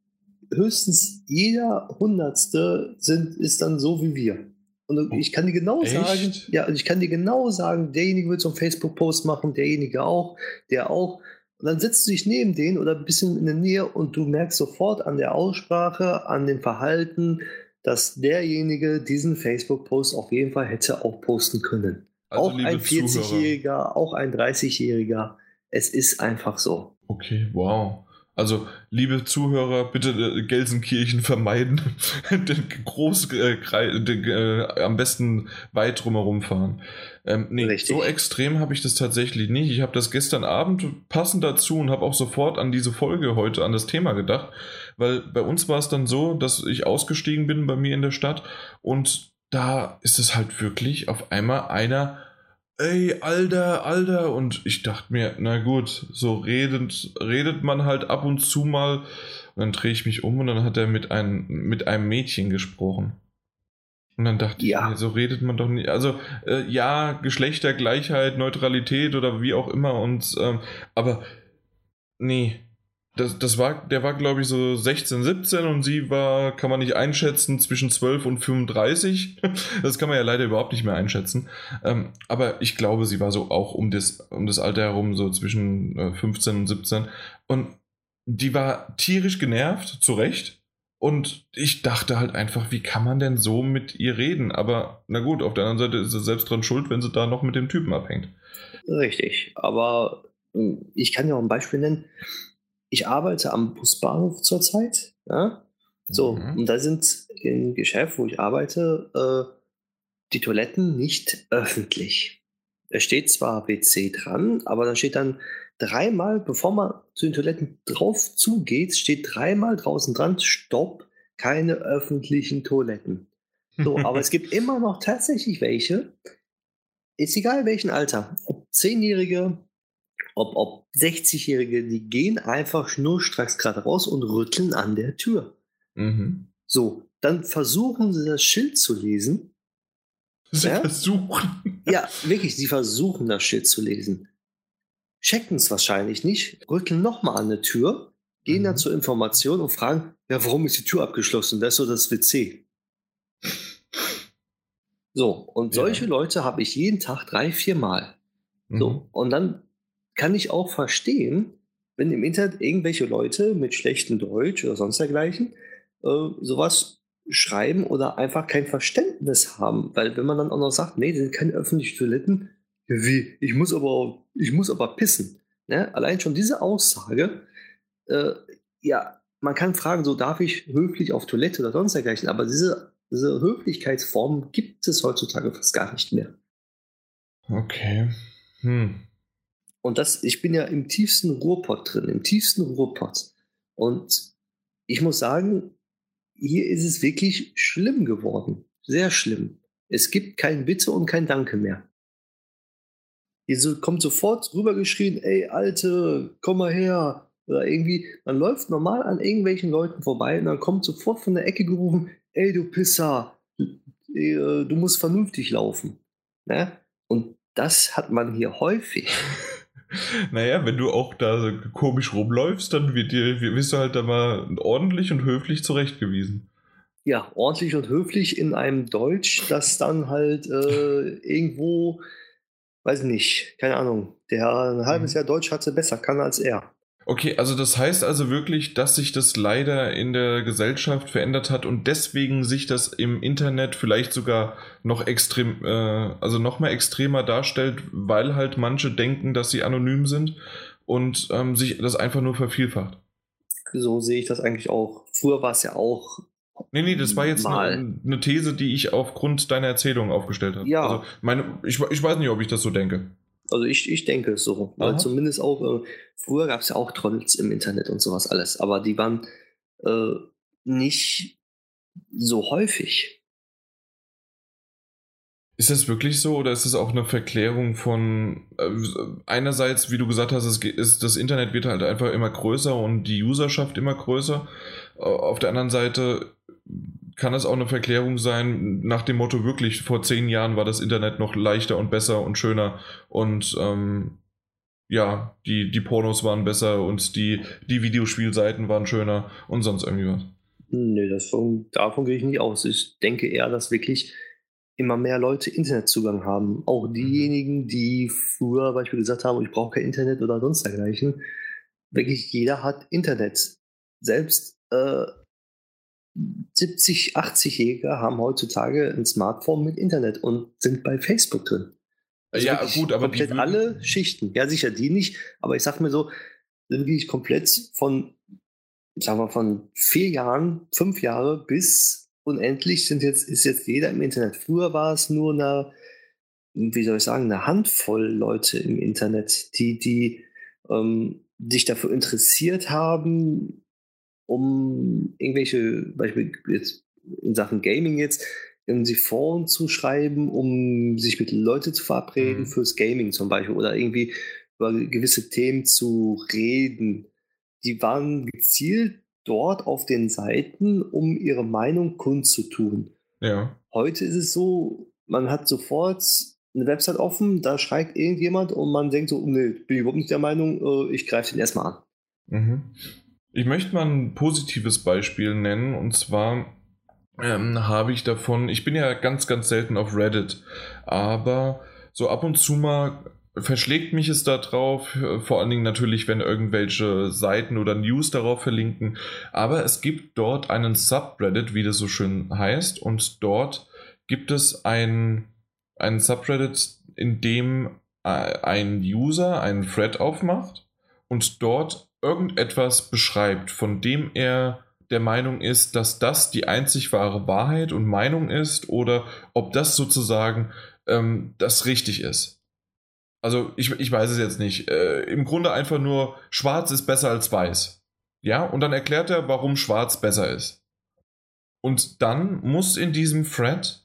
A: höchstens jeder Hundertste sind, ist dann so wie wir. Und ich kann dir genau
B: Echt?
A: sagen, ja, und ich kann dir genau sagen, derjenige wird so einen Facebook-Post machen, derjenige auch, der auch. Und dann setzt du dich neben den oder ein bisschen in der Nähe und du merkst sofort an der Aussprache, an dem Verhalten, dass derjenige diesen Facebook-Post auf jeden Fall hätte auch posten können.
B: Also,
A: auch ein
B: liebe Zuhörer.
A: vierzigjähriger, auch ein dreißigjähriger. Es ist einfach so.
B: Okay, wow. Also, liebe Zuhörer, bitte äh, Gelsenkirchen vermeiden. den groß, äh, Krei- den, äh, am besten weit drumherum fahren. Ähm, nee,
A: Richtig.
B: so extrem habe ich das tatsächlich nicht. Ich habe das gestern Abend passend dazu und habe auch sofort an diese Folge heute, an das Thema gedacht. Weil bei uns war es dann so, dass ich ausgestiegen bin bei mir in der Stadt und da ist es halt wirklich auf einmal einer... Ey, Alter, Alter. Und ich dachte mir, na gut, so redet, redet man halt ab und zu mal. Und dann drehe ich mich um und dann hat er mit, ein, mit einem Mädchen gesprochen. Und dann dachte
A: Ja.
B: ich mir, so redet man doch nicht. Also, äh, ja, Geschlechtergleichheit, Neutralität oder wie auch immer. Und, ähm, aber, nee. Das, das war, der war, glaube ich, so sechzehn, siebzehn und sie war, kann man nicht einschätzen, zwischen zwölf und fünfunddreißig. Das kann man ja leider überhaupt nicht mehr einschätzen. Ähm, aber ich glaube, sie war so auch um das, um das Alter herum, so zwischen äh, fünfzehn und siebzehn. Und die war tierisch genervt, zu Recht. Und ich dachte halt einfach, wie kann man denn so mit ihr reden? Aber na gut, auf der anderen Seite ist sie selbst dran schuld, wenn sie da noch mit dem Typen abhängt.
A: Richtig. Aber mh, ich kann ja auch ein Beispiel nennen. Ich arbeite am Busbahnhof zurzeit. Ja? So,
B: Mhm.
A: und da sind im Geschäft, wo ich arbeite, äh, die Toiletten nicht öffentlich. Da steht zwar W C dran, aber da steht dann dreimal, bevor man zu den Toiletten drauf zugeht, steht dreimal draußen dran, Stopp, keine öffentlichen Toiletten. So, aber es gibt immer noch tatsächlich welche, ist egal welchen Alter, ob Zehnjährige, ob, ob sechzigjährige, die gehen einfach schnurstracks gerade raus und rütteln an der Tür.
B: Mhm.
A: So, dann versuchen sie das Schild zu lesen.
B: Sie
A: Ja?
B: versuchen.
A: Ja, wirklich, sie versuchen das Schild zu lesen. Checken es wahrscheinlich nicht, rütteln nochmal an der Tür, gehen
B: Mhm.
A: dann zur Information und fragen, ja, warum ist die Tür abgeschlossen? Das ist so das W C. So, und solche
B: Ja.
A: Leute habe ich jeden Tag drei, vier Mal.
B: Mhm.
A: So, und dann kann ich auch verstehen, wenn im Internet irgendwelche Leute mit schlechtem Deutsch oder sonst dergleichen äh, sowas schreiben oder einfach kein Verständnis haben. Weil wenn man dann auch noch sagt, nee, das sind keine öffentlichen Toiletten, ja, wie, ich muss aber, ich muss aber pissen. Ne? Allein schon diese Aussage, äh, ja, man kann fragen, so darf ich höflich auf Toilette oder sonst dergleichen, aber diese, diese Höflichkeitsform gibt es heutzutage fast gar nicht mehr.
B: Okay. Hm.
A: Und das, ich bin ja im tiefsten Ruhrpott drin, im tiefsten Ruhrpott. Und ich muss sagen, hier ist es wirklich schlimm geworden. Sehr schlimm. Es gibt kein Bitte und kein Danke mehr. Hier so, kommt sofort rübergeschrien, ey, Alte, komm mal her. Oder irgendwie, man läuft normal an irgendwelchen Leuten vorbei und dann kommt sofort von der Ecke gerufen, ey, du Pisser, äh, du musst vernünftig laufen. Ne? Und das hat man hier häufig.
B: Naja, wenn du auch da komisch rumläufst, dann wird dir, wirst du halt da mal ordentlich und höflich zurechtgewiesen.
A: Ja, ordentlich und höflich in einem Deutsch, das dann halt äh, irgendwo, weiß nicht, keine Ahnung, der ein halbes
B: Mhm.
A: Jahr Deutsch hatte, besser kann als er.
B: Okay, also das heißt also wirklich, dass sich das leider in der Gesellschaft verändert hat und deswegen sich das im Internet vielleicht sogar noch extrem, äh, also noch mal extremer darstellt, weil halt manche denken, dass sie anonym sind und ähm, sich das einfach nur vervielfacht.
A: So sehe ich das eigentlich auch. Früher war es ja auch
B: Nee, nee, das war jetzt
A: mal.
B: eine, eine These, die ich aufgrund deiner Erzählung aufgestellt habe.
A: Ja.
B: Also meine, ich, ich weiß nicht, ob ich das so denke.
A: Also ich, ich denke es so. Weil
B: Aha.
A: zumindest auch, äh, früher gab es ja auch Trolls im Internet und sowas alles, aber die waren äh, nicht so häufig.
B: Ist das wirklich so oder ist das auch eine Verklärung von äh, einerseits, wie du gesagt hast, es geht, ist, das Internet wird halt einfach immer größer und die Userschaft immer größer. Äh, auf der anderen Seite kann es auch eine Verklärung sein, nach dem Motto wirklich, vor zehn Jahren war das Internet noch leichter und besser und schöner und ähm, ja, die, die Pornos waren besser und die, die Videospielseiten waren schöner und sonst irgendwie was.
A: Nö, das von, davon gehe ich nicht aus. Ich denke eher, dass wirklich immer mehr Leute Internetzugang haben. Auch
B: Mhm.
A: diejenigen, die früher zum Beispiel gesagt haben, ich brauche kein Internet oder sonst dergleichen. Wirklich jeder hat Internet. Selbst äh, siebzig, achtzig-Jährige haben heutzutage ein Smartphone mit Internet und sind bei Facebook drin. Also
B: Ja, gut,
A: wirklich
B: aber die
A: komplett alle
B: würden.
A: Schichten. Ja, sicher die nicht, aber ich sag mir so, wirklich komplett von, sagen wir, von vier Jahren, fünf Jahre bis unendlich sind jetzt, ist jetzt jeder im Internet. Früher war es nur eine, wie soll ich sagen, eine Handvoll Leute im Internet, die, die ähm, sich dafür interessiert haben, um irgendwelche, Beispiel jetzt in Sachen Gaming jetzt, irgendwie Foren zu schreiben, um sich mit Leuten zu verabreden
B: Mhm.
A: fürs Gaming zum Beispiel oder irgendwie über gewisse Themen zu reden. Die waren gezielt dort auf den Seiten, um ihre Meinung kundzutun.
B: Ja.
A: Heute ist es so, man hat sofort eine Website offen, da schreibt irgendjemand und man denkt so, nee, bin ich überhaupt nicht der Meinung, äh, ich greife den erstmal an.
B: Mhm. Ich möchte mal ein positives Beispiel nennen, und zwar ähm, habe ich davon, ich bin ja ganz, ganz selten auf Reddit, aber so ab und zu mal verschlägt mich es da drauf, äh, vor allen Dingen natürlich, wenn irgendwelche Seiten oder News darauf verlinken, aber es gibt dort einen Subreddit, wie das so schön heißt, und dort gibt es ein, ein Subreddit, in dem äh, ein User einen Thread aufmacht und dort irgendetwas beschreibt, von dem er der Meinung ist, dass das die einzig wahre Wahrheit und Meinung ist oder ob das sozusagen ähm, das richtig ist. Also ich, ich weiß es jetzt nicht. Äh, Im Grunde einfach nur, schwarz ist besser als weiß. Ja, und dann erklärt er, warum schwarz besser ist. Und dann muss in diesem Thread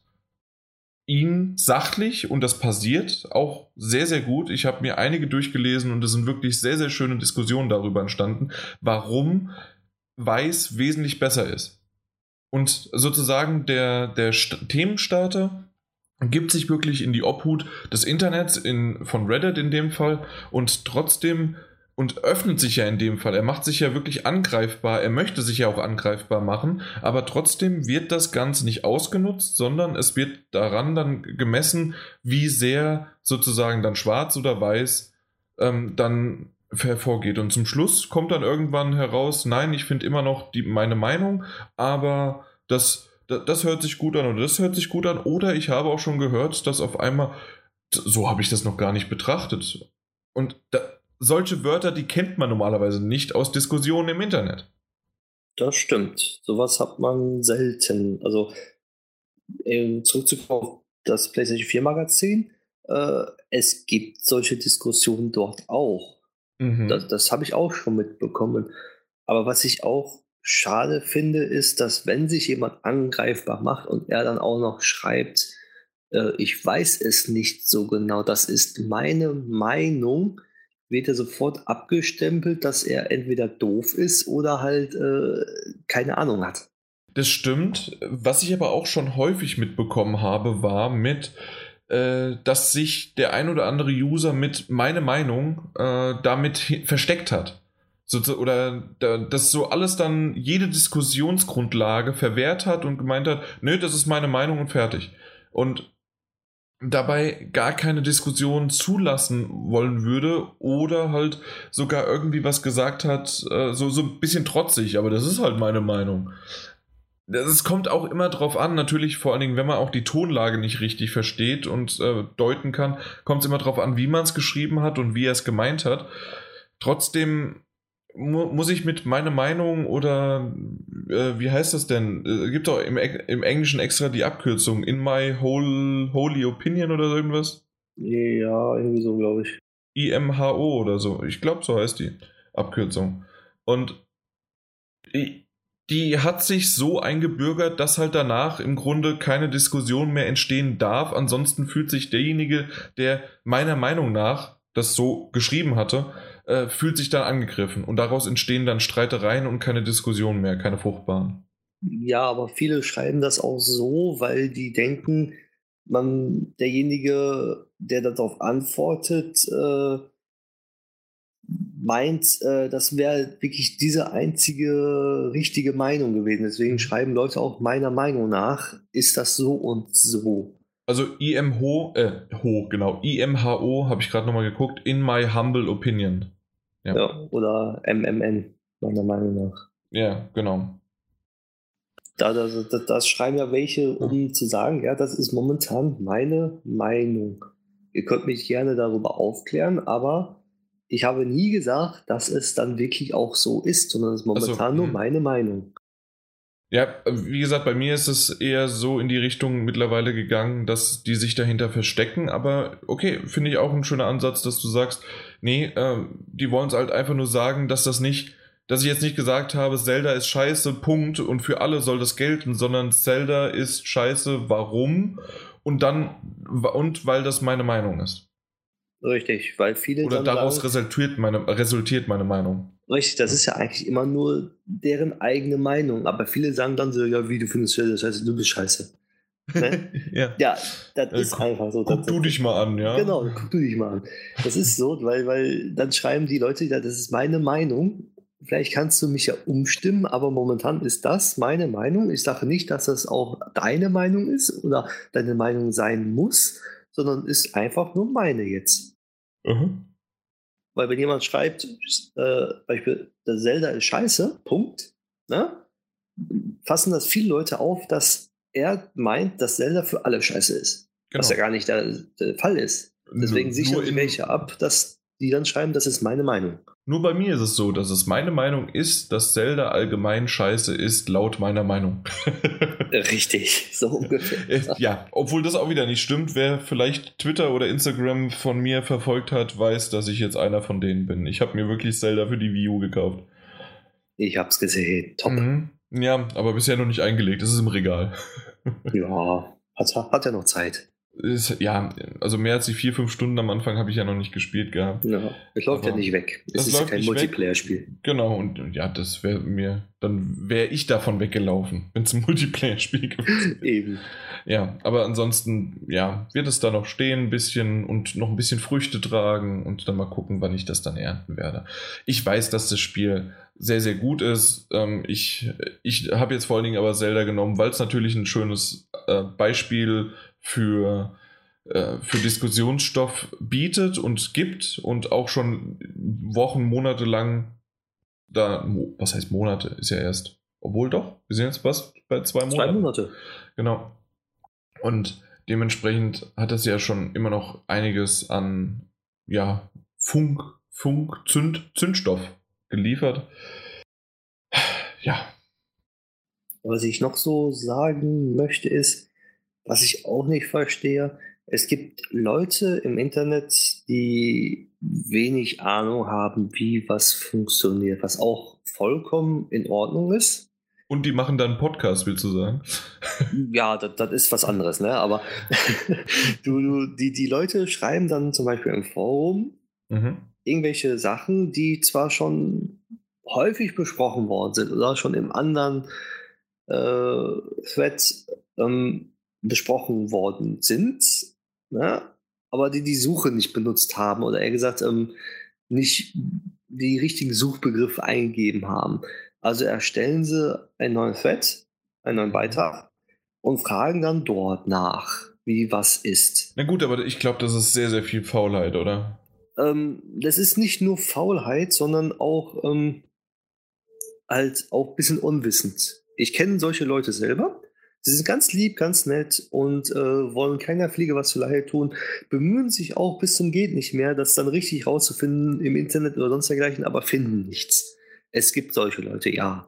B: ihn sachlich, und das passiert auch sehr, sehr gut. Ich habe mir einige durchgelesen und es sind wirklich sehr, sehr schöne Diskussionen darüber entstanden, warum weiß wesentlich besser ist. Und sozusagen der, der St- Themenstarter gibt sich wirklich in die Obhut des Internets, in, von Reddit in dem Fall, und trotzdem und öffnet sich ja in dem Fall. Er macht sich ja wirklich angreifbar, er möchte sich ja auch angreifbar machen, aber trotzdem wird das Ganze nicht ausgenutzt, sondern es wird daran dann gemessen, wie sehr sozusagen dann schwarz oder weiß ähm, dann hervorgeht. Und zum Schluss kommt dann irgendwann heraus, nein, ich finde immer noch die, meine Meinung, aber das, das, das hört sich gut an oder das hört sich gut an. Oder ich habe auch schon gehört, dass auf einmal, so habe ich das noch gar nicht betrachtet. Und da, solche Wörter, die kennt man normalerweise nicht aus Diskussionen im Internet.
A: Das stimmt. Sowas hat man selten. Also äh, zurückzukommen auf das PlayStation vier Magazin, äh, es gibt solche Diskussionen dort auch. Das,
B: Mhm.
A: das habe ich auch schon mitbekommen. Aber was ich auch schade finde, ist, dass wenn sich jemand angreifbar macht und er dann auch noch schreibt, äh, ich weiß es nicht so genau, das ist meine Meinung, wird er sofort abgestempelt, dass er entweder doof ist oder halt äh, keine Ahnung hat.
B: Das stimmt. Was ich aber auch schon häufig mitbekommen habe, war mit, äh, dass sich der ein oder andere User mit meine Meinung äh, damit hi- versteckt hat. So, so- oder da, das so alles dann jede Diskussionsgrundlage verwehrt hat und gemeint hat, nö, das ist meine Meinung und fertig. Und dabei gar keine Diskussion zulassen wollen würde oder halt sogar irgendwie was gesagt hat, äh, so, so ein bisschen trotzig, aber das ist halt meine Meinung. Es kommt auch immer drauf an, natürlich vor allen Dingen, wenn man auch die Tonlage nicht richtig versteht und äh, deuten kann, kommt es immer drauf an, wie man es geschrieben hat und wie er es gemeint hat. Trotzdem mu muss ich mit meiner Meinung oder äh, wie heißt das denn? Äh, gibt doch im, im Englischen extra die Abkürzung in my whole holy opinion oder so irgendwas?
A: Ja, irgendwie so, glaube ich.
B: I M H O oder so. Ich glaube, so heißt die Abkürzung. Und die die hat sich so eingebürgert, dass halt danach im Grunde keine Diskussion mehr entstehen darf. Ansonsten fühlt sich derjenige, der meiner Meinung nach das so geschrieben hatte, äh, fühlt sich dann angegriffen. Und daraus entstehen dann Streitereien und keine Diskussionen mehr, keine fruchtbaren.
A: Ja, aber viele schreiben das auch so, weil die denken, man, derjenige, der darauf antwortet, äh, meint, äh, das wäre wirklich diese einzige richtige Meinung gewesen. Deswegen schreiben Leute auch meiner Meinung nach, ist das so und so.
B: Also I M H O, äh, Ho, genau, I M H O habe ich gerade nochmal geguckt, in my humble opinion.
A: Ja. ja, oder M M N, meiner Meinung nach.
B: Ja, genau.
A: Da, das, das, das schreiben ja welche, um zu sagen, ja, das ist momentan meine Meinung. Ihr könnt mich gerne darüber aufklären, aber ich habe nie gesagt, dass es dann wirklich auch so ist, sondern es ist momentan also, nur meine Meinung.
B: Ja, wie gesagt, bei mir ist es eher so in die Richtung mittlerweile gegangen, dass die sich dahinter verstecken, aber okay, finde ich auch ein schöner Ansatz, dass du sagst, nee, äh, die wollen es halt einfach nur sagen, dass das nicht, dass ich jetzt nicht gesagt habe, Zelda ist scheiße, Punkt, und für alle soll das gelten, sondern Zelda ist scheiße, warum? Und dann, und weil das meine Meinung ist.
A: Richtig, weil viele
B: Oder
A: dann
B: daraus
A: sagen,
B: resultiert meine, resultiert meine Meinung.
A: Richtig, das ist ja eigentlich immer nur deren eigene Meinung, aber viele sagen dann so, ja, wie, du findest Zelda scheiße, du bist scheiße. Ne?
B: ja.
A: ja, das
B: äh,
A: ist
B: guck,
A: einfach so.
B: Guck
A: das,
B: du
A: das,
B: dich mal an, ja?
A: Genau, guck du dich mal an. Das ist so, weil, weil dann schreiben die Leute, ja, das ist meine Meinung. Vielleicht kannst du mich ja umstimmen, aber momentan ist das meine Meinung. Ich sage nicht, dass das auch deine Meinung ist oder deine Meinung sein muss, sondern ist einfach nur meine jetzt.
B: Mhm.
A: Weil wenn jemand schreibt, äh, Beispiel, der Zelda ist scheiße, Punkt, ne? Fassen das viele Leute auf, dass er meint, dass Zelda für alle scheiße ist. Genau. Was ja gar nicht der, der Fall ist. Deswegen
B: nur,
A: sichern
B: nur
A: sich welche ab, dass die dann schreiben, das ist meine Meinung.
B: Nur bei mir ist es so, dass es meine Meinung ist, dass Zelda allgemein scheiße ist, laut meiner Meinung.
A: Richtig, so ungefähr.
B: Ja, obwohl das auch wieder nicht stimmt. Wer vielleicht Twitter oder Instagram von mir verfolgt hat, weiß, dass ich jetzt einer von denen bin. Ich habe mir wirklich Zelda für die Wii U gekauft.
A: Ich hab's gesehen, top.
B: Mhm. Ja, aber bisher noch nicht eingelegt. Es ist im Regal.
A: Ja, hat, hat ja noch Zeit.
B: Ist, ja, also mehr als die vier, fünf Stunden am Anfang habe ich ja noch nicht gespielt gehabt.
A: Ja, es läuft ja nicht weg. Es ist ja kein Multiplayer-Spiel.
B: Genau, und ja, das wäre mir, dann wäre ich davon weggelaufen, wenn es ein Multiplayer-Spiel gewesen wäre.
A: Eben.
B: Ja, aber ansonsten, ja, wird es da noch stehen ein bisschen und noch ein bisschen Früchte tragen und dann mal gucken, wann ich das dann ernten werde. Ich weiß, dass das Spiel sehr, sehr gut ist. Ähm, ich ich habe jetzt vor allen Dingen aber Zelda genommen, weil es natürlich ein schönes äh, Beispiel für, äh, für Diskussionsstoff bietet und gibt und auch schon Wochen, Monate lang da, was heißt Monate, ist ja erst, obwohl doch, wir sind jetzt was bei zwei Monaten.
A: Zwei Monate.
B: Genau. Und dementsprechend hat es ja schon immer noch einiges an, ja, Funk, Funk, Zünd, Zündstoff geliefert. Ja.
A: Was ich noch so sagen möchte ist, was ich auch nicht verstehe, es gibt Leute im Internet, die wenig Ahnung haben, wie was funktioniert, was auch vollkommen in Ordnung ist.
B: Und die machen dann einen Podcast, willst du sagen?
A: Ja, das, das ist was anderes, ne? Aber du, du, die, die Leute schreiben dann zum Beispiel im Forum mhm. irgendwelche Sachen, die zwar schon häufig besprochen worden sind oder schon im anderen äh, Thread ähm, besprochen worden sind, ne? Aber die die Suche nicht benutzt haben oder eher gesagt ähm, nicht die richtigen Suchbegriffe eingegeben haben. Also erstellen sie einen neuen Thread, einen neuen Beitrag und fragen dann dort nach, wie was ist.
B: Na gut, aber ich glaube, das ist sehr, sehr viel Faulheit, oder?
A: Ähm, das ist nicht nur Faulheit, sondern auch ähm, halt auch ein bisschen unwissend. Ich kenne solche Leute selber. Sie sind ganz lieb, ganz nett und äh, wollen keiner Fliege was zu Leid tun, bemühen sich auch bis zum geht nicht mehr, das dann richtig rauszufinden im Internet oder sonst dergleichen, aber finden nichts. Es gibt solche Leute, ja.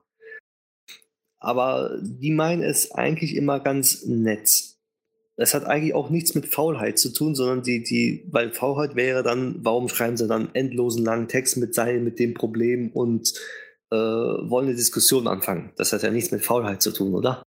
A: Aber die meinen es eigentlich immer ganz nett. Das hat eigentlich auch nichts mit Faulheit zu tun, sondern die, die, weil Faulheit wäre dann, warum schreiben sie dann endlosen langen Text mit sein, mit dem Problem und äh, wollen eine Diskussion anfangen. Das hat ja nichts mit Faulheit zu tun, oder?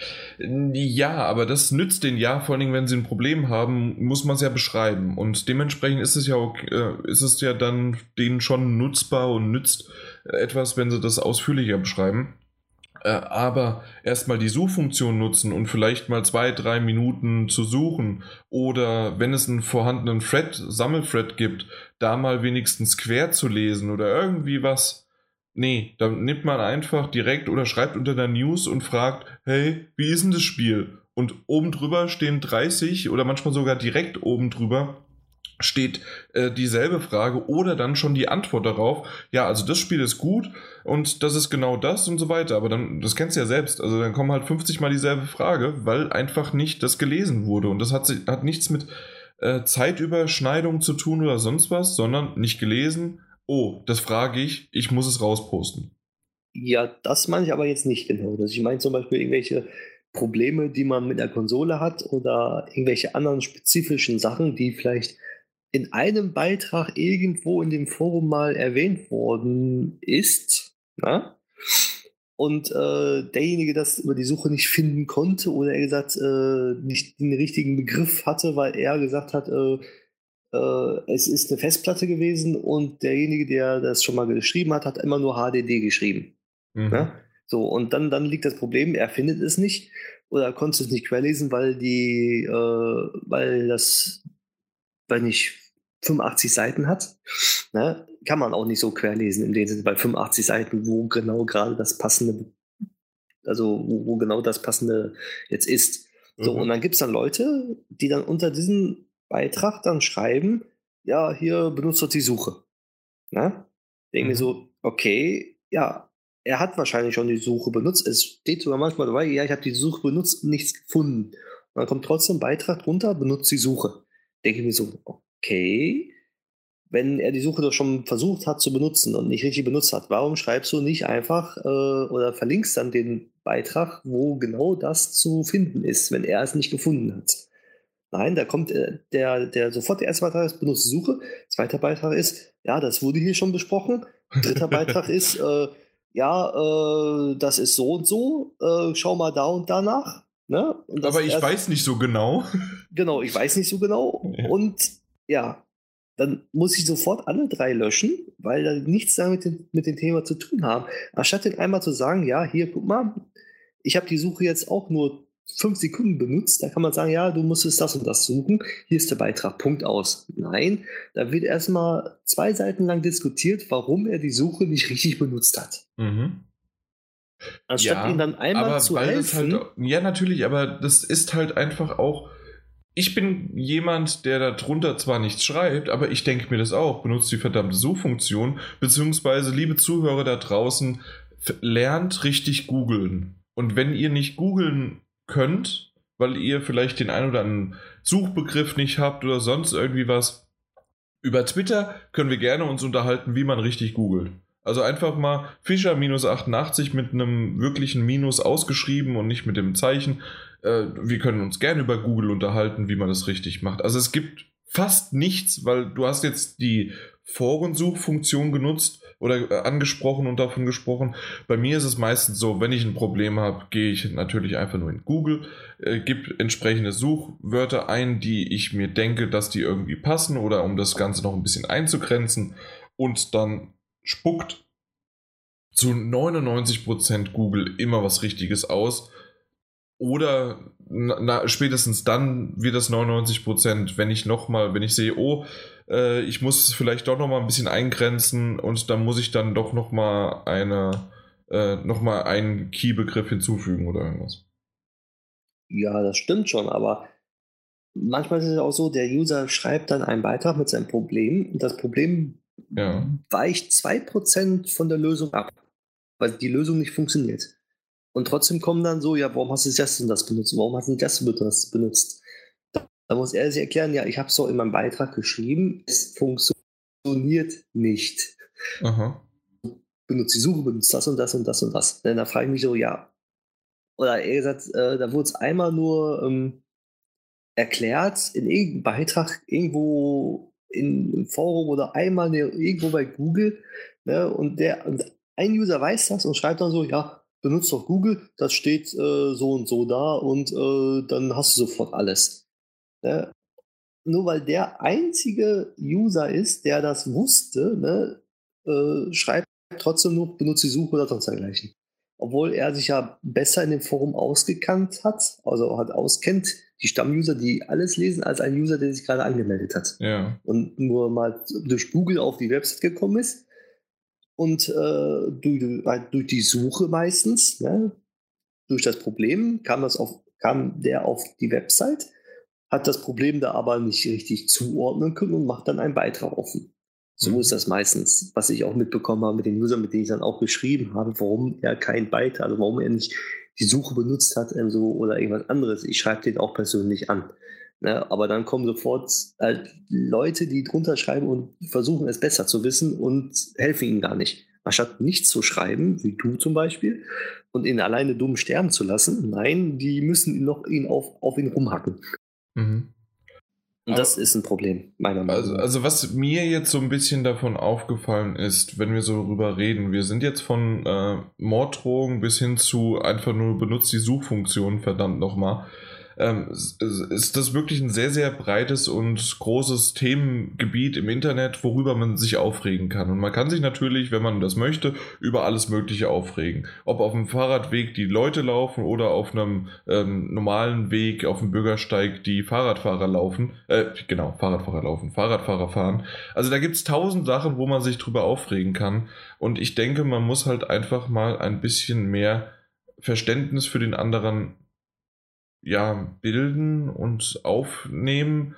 B: Ja, aber das nützt denen ja, vor allen Dingen, wenn sie ein Problem haben, muss man es ja beschreiben. Und dementsprechend ist es ja okay, äh, ist es ja dann denen schon nutzbar und nützt etwas, wenn sie das ausführlicher beschreiben. Äh, aber erstmal die Suchfunktion nutzen und vielleicht mal zwei, drei Minuten zu suchen oder wenn es einen vorhandenen Thread, Sammelthread gibt, da mal wenigstens quer zu lesen oder irgendwie was. Nee, dann nimmt man einfach direkt oder schreibt unter der News und fragt, hey, wie ist denn das Spiel? Und oben drüber stehen dreißig oder manchmal sogar direkt oben drüber steht äh, dieselbe Frage oder dann schon die Antwort darauf, ja, also das Spiel ist gut und das ist genau das und so weiter, aber dann, das kennst du ja selbst, also dann kommen halt fünfzig Mal dieselbe Frage, weil einfach nicht das gelesen wurde und das hat, hat nichts mit äh, Zeitüberschneidung zu tun oder sonst was, sondern nicht gelesen, oh, das frage ich, ich muss es rausposten.
A: Ja, das meine ich aber jetzt nicht genau. Also ich meine zum Beispiel irgendwelche Probleme, die man mit der Konsole hat oder irgendwelche anderen spezifischen Sachen, die vielleicht in einem Beitrag irgendwo in dem Forum mal erwähnt worden ist, na? Und äh, derjenige das über die Suche nicht finden konnte oder er gesagt äh, nicht den richtigen Begriff hatte, weil er gesagt hat, äh, äh, es ist eine Festplatte gewesen und derjenige, der das schon mal geschrieben hat, hat immer nur H D D geschrieben.
B: Mhm.
A: Ne? So, und dann, dann liegt das Problem, er findet es nicht oder konnte es nicht querlesen, weil die, äh, weil das, weil nicht fünfundachtzig Seiten hat. Ne? Kann man auch nicht so querlesen, in dem Sinne bei fünfundachtzig Seiten, wo genau gerade das passende, also wo, wo genau das passende jetzt ist. So, und
B: Mhm.
A: dann gibt es dann Leute, die dann unter diesem Beitrag dann schreiben, ja, hier benutzt doch die Suche. Ne? Denke mir
B: Mhm.
A: so, okay, ja, er hat wahrscheinlich schon die Suche benutzt. Es steht sogar manchmal dabei, ja, ich habe die Suche benutzt und nichts gefunden. Und dann kommt trotzdem ein Beitrag drunter, benutzt die Suche. Denke mir so, okay, wenn er die Suche doch schon versucht hat zu benutzen und nicht richtig benutzt hat, warum schreibst du nicht einfach äh, oder verlinkst dann den Beitrag, wo genau das zu finden ist, wenn er es nicht gefunden hat? Nein, da kommt äh, der, der sofort der erste Beitrag ist, benutzt Suche. Zweiter Beitrag ist, ja, das wurde hier schon besprochen. Dritter Beitrag ist, äh, ja, äh, das ist so und so. Äh, schau mal da und danach. Ne? Und das
B: Aber ich
A: erst,
B: weiß nicht so genau.
A: genau, ich weiß nicht so genau.
B: Ja.
A: Und ja, dann muss ich sofort alle drei löschen, weil da nichts damit mit, dem- mit dem Thema zu tun haben. Anstatt den einmal zu sagen, ja, hier, guck mal, ich habe die Suche jetzt auch nur fünf Sekunden benutzt, da kann man sagen, ja, du musstest das und das suchen, hier ist der Beitrag, Punkt aus. Nein, da wird erstmal zwei Seiten lang diskutiert, warum er die Suche nicht richtig benutzt hat.
B: Mhm.
A: Anstatt ihm
B: Ja,
A: dann einmal
B: aber
A: zu
B: weil das halt,
A: helfen,
B: ja natürlich, aber das ist halt einfach auch, ich bin jemand, der da drunter zwar nichts schreibt, aber ich denke mir das auch, benutzt die verdammte Suchfunktion, beziehungsweise liebe Zuhörer da draußen, f- lernt richtig googeln. Und wenn ihr nicht googeln könnt, weil ihr vielleicht den ein oder anderen Suchbegriff nicht habt oder sonst irgendwie was, über Twitter können wir gerne uns unterhalten, wie man richtig googelt. Also einfach mal Fischer achtundachtzig mit einem wirklichen Minus ausgeschrieben und nicht mit dem Zeichen. Äh, wir können uns gerne über Google unterhalten, wie man das richtig macht. Also es gibt fast nichts, weil du hast jetzt die Forensuchfunktion genutzt oder äh, angesprochen und davon gesprochen. Bei mir ist es meistens so, wenn ich ein Problem habe, gehe ich natürlich einfach nur in Google, äh, gebe entsprechende Suchwörter ein, die ich mir denke, dass die irgendwie passen oder um das Ganze noch ein bisschen einzugrenzen und dann spuckt zu neunundneunzig Prozent Google immer was Richtiges aus. Oder na, spätestens dann wird das neunundneunzig Prozent, wenn ich nochmal, wenn ich sehe, oh, äh, ich muss vielleicht doch nochmal ein bisschen eingrenzen und dann muss ich dann doch nochmal eine, äh, nochmal einen Keybegriff hinzufügen oder irgendwas.
A: ja, das stimmt schon, aber manchmal ist es auch so, der User schreibt dann einen Beitrag mit seinem Problem und das Problem
B: Ja.
A: weicht zwei Prozent von der Lösung ab, weil die Lösung nicht funktioniert. Und trotzdem kommen dann so, ja, warum hast du das und das benutzt? Warum hast du das und das benutzt? Da muss er sich erklären, ja, ich habe es doch in meinem Beitrag geschrieben, es funktioniert nicht.
B: Aha.
A: Benutzt die Suche, benutzt das und das und das und das. Denn da frage ich mich so, ja, oder eher gesagt, äh, da wurde es einmal nur ähm, erklärt in irgendeinem Beitrag irgendwo in, im Forum oder einmal ne, irgendwo bei Google. Ne, und, der, und ein User weiß das und schreibt dann so, ja, benutzt doch Google, das steht äh, so und so da und äh, dann hast du sofort alles. Ne? Nur weil der einzige User ist, der das wusste, ne, äh, schreibt trotzdem nur, benutzt die Suche oder sonst dergleichen. obwohl er sich ja besser in dem Forum ausgekannt hat, also hat auskennt, die Stammuser, die alles lesen, als ein User, der sich gerade angemeldet hat.
B: Ja.
A: Und nur mal durch Google auf die Website gekommen ist und äh, durch, halt durch die Suche meistens, ne, durch das Problem kam, das auf, kam der auf die Website, hat das Problem da aber nicht richtig zuordnen können und macht dann einen Beitrag offen. So
B: Mhm.
A: ist das meistens, was ich auch mitbekommen habe mit den Usern, mit denen ich dann auch geschrieben habe, warum er keinen Beitrag, also warum er nicht die Suche benutzt hat ähm, so, oder irgendwas anderes. Ich schreibe den auch persönlich an. Ne? Aber dann kommen sofort halt Leute, die drunter schreiben und versuchen es besser zu wissen und helfen ihm gar nicht. Anstatt nichts zu schreiben, wie du zum Beispiel, und ihn alleine dumm sterben zu lassen, nein, die müssen ihn noch ihn auf, auf ihn rumhacken.
B: Mhm.
A: Und
B: Aber,
A: das ist ein Problem, meiner Meinung
B: also,
A: nach.
B: also was mir jetzt so ein bisschen davon aufgefallen ist, wenn wir so drüber reden, wir sind jetzt von äh, Morddrohungen bis hin zu einfach nur benutzt die Suchfunktion, verdammt nochmal. Ähm, ist das wirklich ein sehr, sehr breites und großes Themengebiet im Internet, worüber man sich aufregen kann. Und man kann sich natürlich, wenn man das möchte, über alles Mögliche aufregen. Ob auf dem Fahrradweg die Leute laufen oder auf einem ähm, normalen Weg, auf dem Bürgersteig die Fahrradfahrer laufen. Äh, genau, Fahrradfahrer laufen, Fahrradfahrer fahren. Also da gibt es tausend Sachen, wo man sich drüber aufregen kann. Und ich denke, man muss halt einfach mal ein bisschen mehr Verständnis für den anderen ja, bilden und aufnehmen.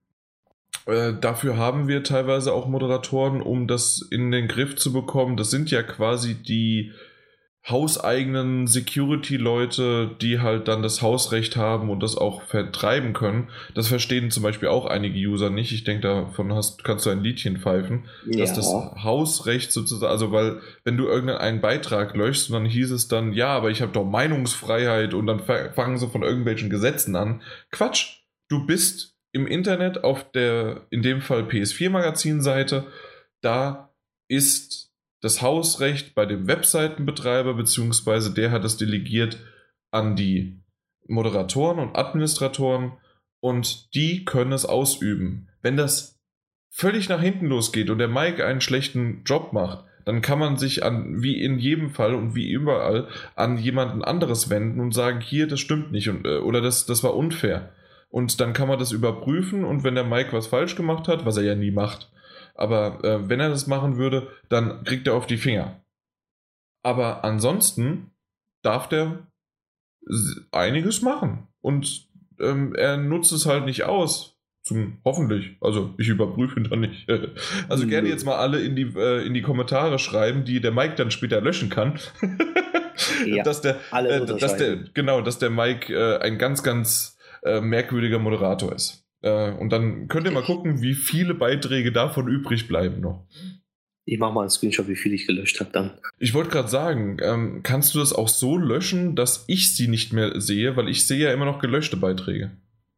B: Äh, dafür haben wir teilweise auch Moderatoren, um das in den Griff zu bekommen. Das sind ja quasi die hauseigenen Security-Leute, die halt dann das Hausrecht haben und das auch vertreiben können. Das verstehen zum Beispiel auch einige User nicht. Ich denke, davon hast, kannst du ein Liedchen pfeifen,
A: Ja.
B: dass das Hausrecht sozusagen, also weil, wenn du irgendeinen Beitrag löschst, dann hieß es dann, ja, aber ich habe doch Meinungsfreiheit und dann fangen sie von irgendwelchen Gesetzen an. Quatsch! Du bist im Internet auf der, in dem Fall P S vier Magazinseite, da ist das Hausrecht bei dem Webseitenbetreiber, beziehungsweise der hat es delegiert an die Moderatoren und Administratoren und die können es ausüben. Wenn das völlig nach hinten losgeht und der Mike einen schlechten Job macht, dann kann man sich an, wie in jedem Fall und wie überall, an jemanden anderes wenden und sagen, hier, das stimmt nicht und, oder das, das war unfair. Und dann kann man das überprüfen und wenn der Mike was falsch gemacht hat, was er ja nie macht, aber äh, wenn er das machen würde, dann kriegt er auf die Finger. Aber ansonsten darf der einiges machen. Und ähm, er nutzt es halt nicht aus. Zum, hoffentlich. Also ich überprüfe ihn dann nicht. Also gerne jetzt mal alle in die, äh, in die Kommentare schreiben, die der Mike dann später löschen kann.
A: Ja,
B: dass der,
A: alle
B: äh, dass der, genau, dass der Mike äh, ein ganz, ganz äh, merkwürdiger Moderator ist. Und dann könnt ihr mal gucken, wie viele Beiträge davon übrig bleiben noch.
A: Ich mache mal einen Screenshot, wie viel ich gelöscht habe dann.
B: Ich wollte gerade sagen, ähm, kannst du das auch so löschen, dass ich sie nicht mehr sehe, weil ich sehe ja immer noch gelöschte Beiträge.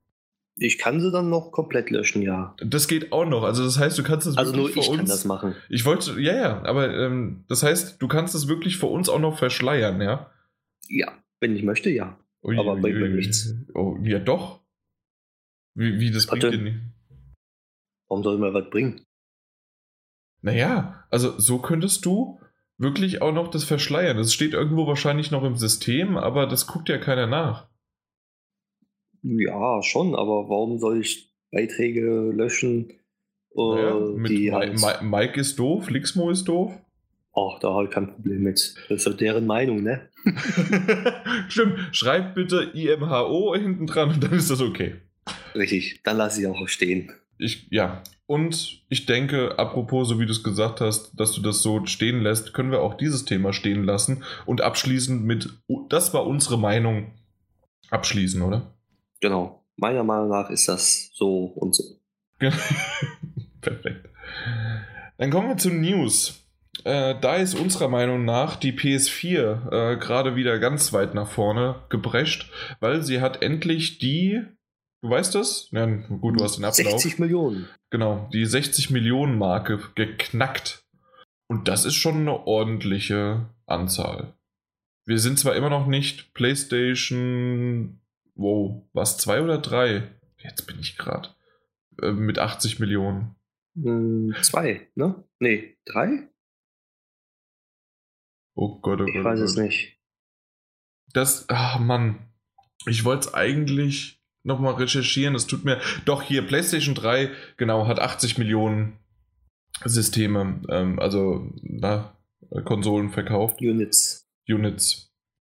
A: Ich kann sie dann noch komplett löschen, ja.
B: Das geht auch noch. Also das heißt, du kannst das
A: also
B: wirklich
A: nur
B: für
A: ich
B: uns...
A: kann das machen.
B: Ich wollte, ja, ja, aber ähm, das heißt, du kannst das wirklich für uns auch noch verschleiern, ja?
A: Ja, wenn ich möchte, ja.
B: Ui,
A: aber
B: ui,
A: bringt mir
B: ui.
A: nichts.
B: Oh, ja, doch. Wie, wie das
A: Warte.
B: bringt dir nicht?
A: Warum soll mir was bringen?
B: Naja, also so könntest du wirklich auch noch das verschleiern. Es steht irgendwo wahrscheinlich noch im System, aber das guckt ja keiner nach.
A: Ja, schon, aber warum soll ich Beiträge löschen, äh,
B: Naja, mit
A: die
B: Mi-
A: halt...
B: Mi- Mike ist doof, Lixmo ist doof.
A: Ach, da habe ich kein Problem mit. Das ist ja deren Meinung, ne?
B: Stimmt, schreibt bitte I M H O hinten dran und dann ist das okay.
A: Richtig, dann lasse ich auch stehen.
B: Ich, ja, und ich denke, apropos, so wie du es gesagt hast, dass du das so stehen lässt, können wir auch dieses Thema stehen lassen und abschließend mit, das war unsere Meinung, abschließen, oder?
A: Genau. Meiner Meinung nach ist das so und so.
B: Perfekt. Dann kommen wir zu News. Äh, da ist unserer Meinung nach die P S vier äh, gerade wieder ganz weit nach vorne geprescht, weil sie hat endlich die, du weißt das? Ja, gut, du hast den Ablauf.
A: sechzig Millionen.
B: Genau, die sechzig Millionen Marke geknackt. Und das ist schon eine ordentliche Anzahl. Wir sind zwar immer noch nicht PlayStation, wow, was, zwei oder drei? Jetzt bin ich gerade äh, mit achtzig Millionen.
A: Hm, zwei, ne? Nee, drei?
B: Oh Gott, oh Gott.
A: Ich weiß
B: oh
A: es
B: Gott.
A: nicht.
B: das, ach Mann, ich wollte es eigentlich nochmal recherchieren, das tut mir, doch hier, PlayStation drei, genau, hat achtzig Millionen Systeme, ähm, also na, Konsolen verkauft.
A: Units.
B: Units.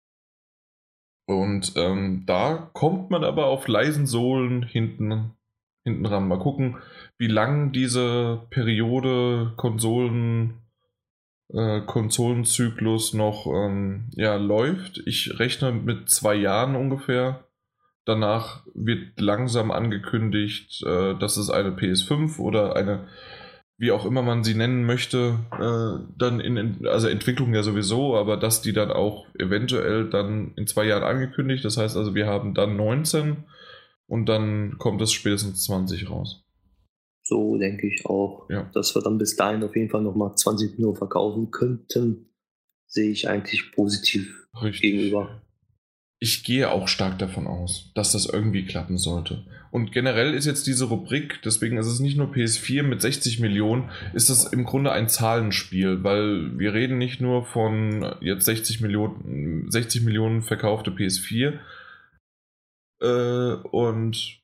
B: Und ähm, da kommt man aber auf leisen Sohlen hinten, hinten ran. Mal gucken, wie lang diese Periode Konsolen, äh, Konsolenzyklus noch ähm, ja, läuft. Ich rechne mit zwei Jahren ungefähr. Danach wird langsam angekündigt, äh, dass es eine P S fünf oder eine, wie auch immer man sie nennen möchte, äh, dann in, also Entwicklung ja sowieso, aber dass die dann auch eventuell dann in zwei Jahren angekündigt. Das heißt also, wir haben dann neunzehn und dann kommt es spätestens zwanzig raus.
A: So denke ich auch,
B: ja.
A: Dass wir dann bis dahin auf jeden Fall nochmal zwanzig Millionen verkaufen könnten, sehe ich eigentlich positiv
B: Richtig.
A: Gegenüber.
B: Ich gehe auch stark davon aus, dass das irgendwie klappen sollte. Und generell ist jetzt diese Rubrik, deswegen ist es nicht nur P S vier mit sechzig Millionen, ist es im Grunde ein Zahlenspiel, weil wir reden nicht nur von jetzt sechzig Millionen, sechzig Millionen verkaufte P S vier, äh, und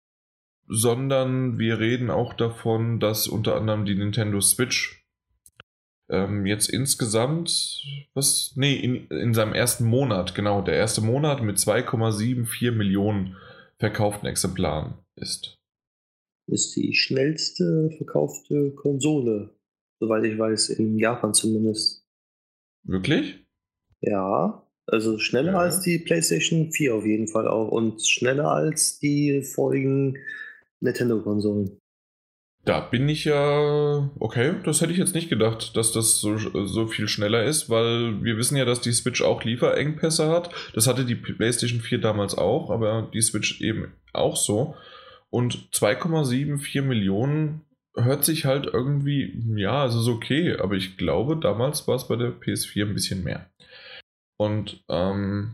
B: sondern wir reden auch davon, dass unter anderem die Nintendo Switch Ähm, jetzt insgesamt, was? Nee, in, in seinem ersten Monat, genau, der erste Monat mit zwei Komma vierundsiebzig Millionen verkauften Exemplaren ist.
A: Ist die schnellste verkaufte Konsole, soweit ich weiß, in Japan zumindest.
B: Wirklich?
A: Ja, also schneller
B: Ja.
A: als die PlayStation vier auf jeden Fall auch und schneller als die vorigen Nintendo-Konsolen.
B: Da bin ich ja, okay, das hätte ich jetzt nicht gedacht, dass das so, so viel schneller ist, weil wir wissen ja, dass die Switch auch Lieferengpässe hat. Das hatte die PlayStation vier damals auch, aber die Switch eben auch so. Und zwei Komma vierundsiebzig Millionen hört sich halt irgendwie, ja, es ist okay, aber ich glaube, damals war es bei der P S vier ein bisschen mehr. Und ähm,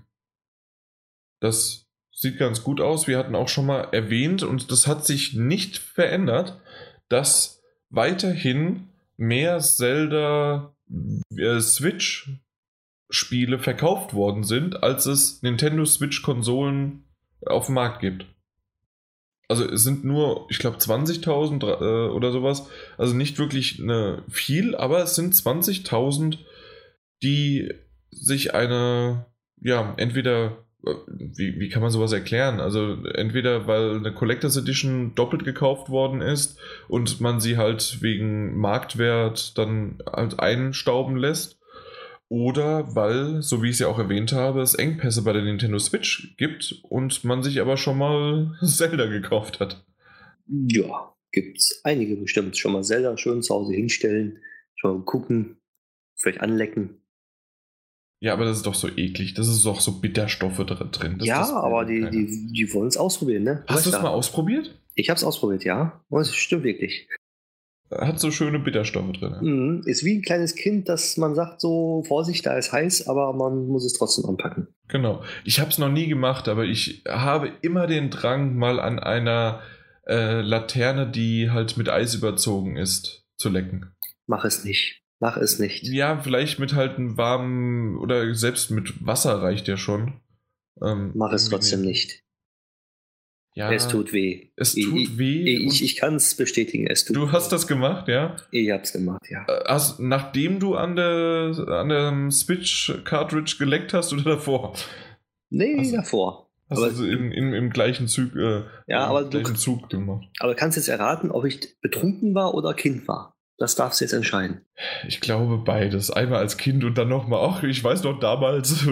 B: das sieht ganz gut aus. Wir hatten auch schon mal erwähnt, und das hat sich nicht verändert, dass weiterhin mehr Zelda äh, Switch-Spiele verkauft worden sind, als es Nintendo Switch-Konsolen auf dem Markt gibt. Also es sind nur, ich glaube, zwanzigtausend äh, oder sowas. Also nicht wirklich eine viel, aber es sind zwanzigtausend, die sich eine, ja, entweder, wie, wie kann man sowas erklären? Also entweder, weil eine Collectors Edition doppelt gekauft worden ist und man sie halt wegen Marktwert dann halt einstauben lässt, oder weil, so wie ich es ja auch erwähnt habe, es Engpässe bei der Nintendo Switch gibt und man sich aber schon mal Zelda gekauft hat.
A: Ja, gibt's einige bestimmt. Schon mal Zelda schön zu Hause hinstellen, schon mal gucken, vielleicht anlecken.
B: Ja, aber das ist doch so eklig. Das ist doch so Bitterstoffe drin. Das,
A: ja,
B: das
A: aber die, die, die wollen es ausprobieren, ne?
B: Hast du es
A: ja.
B: mal ausprobiert?
A: Ich habe es ausprobiert, ja. Und es stimmt wirklich.
B: Hat so schöne Bitterstoffe drin.
A: Mhm. Ist wie ein kleines Kind, dass man sagt, so Vorsicht, da ist heiß, aber man muss es trotzdem anpacken.
B: Genau. Ich habe es noch nie gemacht, aber ich habe immer den Drang, mal an einer äh, Laterne, die halt mit Eis überzogen ist, zu lecken.
A: Mach es nicht. Mach es nicht.
B: Ja, vielleicht mit halt einem warmen oder selbst mit Wasser reicht ja schon. Ähm,
A: Mach es trotzdem nicht. nicht.
B: Ja,
A: es tut weh.
B: Es tut
A: ich,
B: weh.
A: Ich, ich kann es bestätigen, es tut
B: Du
A: weh.
B: hast das gemacht, ja?
A: Ich hab's gemacht, ja.
B: Hast, nachdem du an der an dem Switch-Cartridge geleckt hast oder davor?
A: Nee, also, davor.
B: Hast aber du in, in, im gleichen Zug, äh,
A: ja,
B: im
A: aber
B: gleichen
A: du,
B: Zug gemacht?
A: Aber du kannst jetzt erraten, ob ich betrunken war oder Kind war. Das darfst du jetzt entscheiden.
B: Ich glaube beides. Einmal als Kind und dann nochmal, ach, ich weiß noch damals.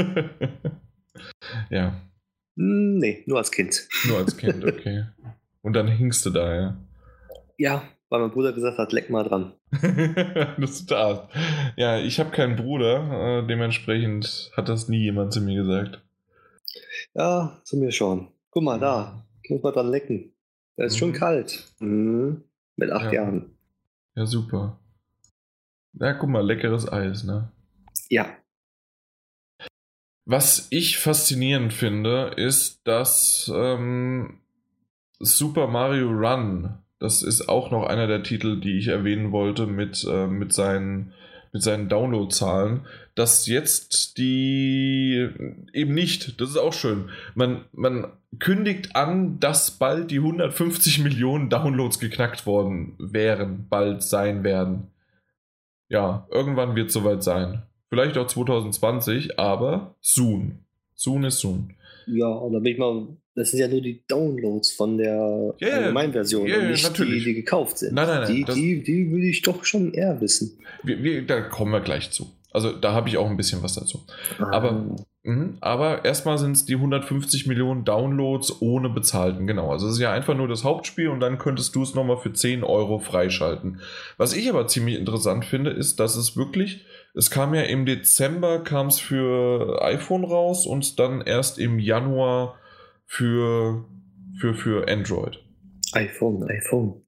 B: Ja.
A: Nee, nur als Kind.
B: Nur als Kind, okay. Und dann hingst du da, ja?
A: Ja, weil mein Bruder gesagt hat, leck mal dran.
B: Das ist da. Ja, ich habe keinen Bruder, äh, dementsprechend hat das nie jemand zu mir gesagt.
A: Ja, zu mir schon. Guck mal, da, ich muss mal dran lecken. Der ist mhm. schon kalt. Mhm. Mit acht
B: ja.
A: Jahren.
B: Ja, super. Ja, guck mal, leckeres Eis, ne?
A: Ja.
B: Was ich faszinierend finde, ist, dass ähm, Super Mario Run, das ist auch noch einer der Titel, die ich erwähnen wollte, mit, äh, mit seinen mit seinen Downloadzahlen, dass jetzt die eben nicht, das ist auch schön, man, man kündigt an, dass bald die hundertfünfzig Millionen Downloads geknackt worden wären, bald sein werden. Ja, irgendwann wird es soweit sein. Vielleicht auch zwanzig zwanzig, aber soon. Soon ist soon.
A: Ja, und da bin ich mal, das sind ja nur die Downloads von der
B: Ja, ja,
A: Allgemeinversion
B: ja, ja,
A: und nicht
B: natürlich.
A: die, die gekauft sind.
B: Nein, nein, nein,
A: Die,
B: das-
A: die, die würde ich doch schon eher wissen.
B: Wir, wir, da kommen wir gleich zu. Also da habe ich auch ein bisschen was dazu. Aber, mh, aber erstmal sind es die hundertfünfzig Millionen Downloads ohne bezahlten, genau. Also es ist ja einfach nur das Hauptspiel und dann könntest du es nochmal für zehn Euro freischalten. Was ich aber ziemlich interessant finde, ist, dass es wirklich, es kam ja im Dezember, kam es für iPhone raus und dann erst im Januar für, für, für Android.
A: iPhone, iPhone.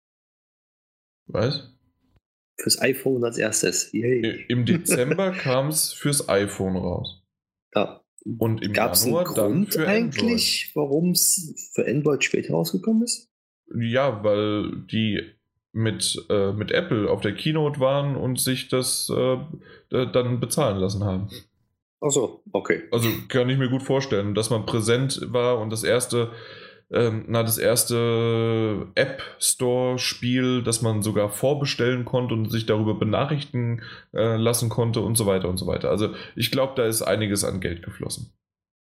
B: Weißt?
A: Fürs iPhone als erstes. Yay.
B: Im Dezember kam es fürs iPhone raus.
A: Ja.
B: Und im
A: Gab es einen
B: Januar dann
A: Grund
B: für
A: eigentlich, warum es für Android später rausgekommen ist?
B: Android. Ja, weil die mit, äh, mit Apple auf der Keynote waren und sich das äh, dann bezahlen lassen haben.
A: Ach so, okay.
B: Also kann ich mir gut vorstellen, dass man präsent war und das erste, ähm, na, das erste App-Store-Spiel, das man sogar vorbestellen konnte und sich darüber benachrichtigen äh, lassen konnte und so weiter und so weiter. Also ich glaube, da ist einiges an Geld geflossen.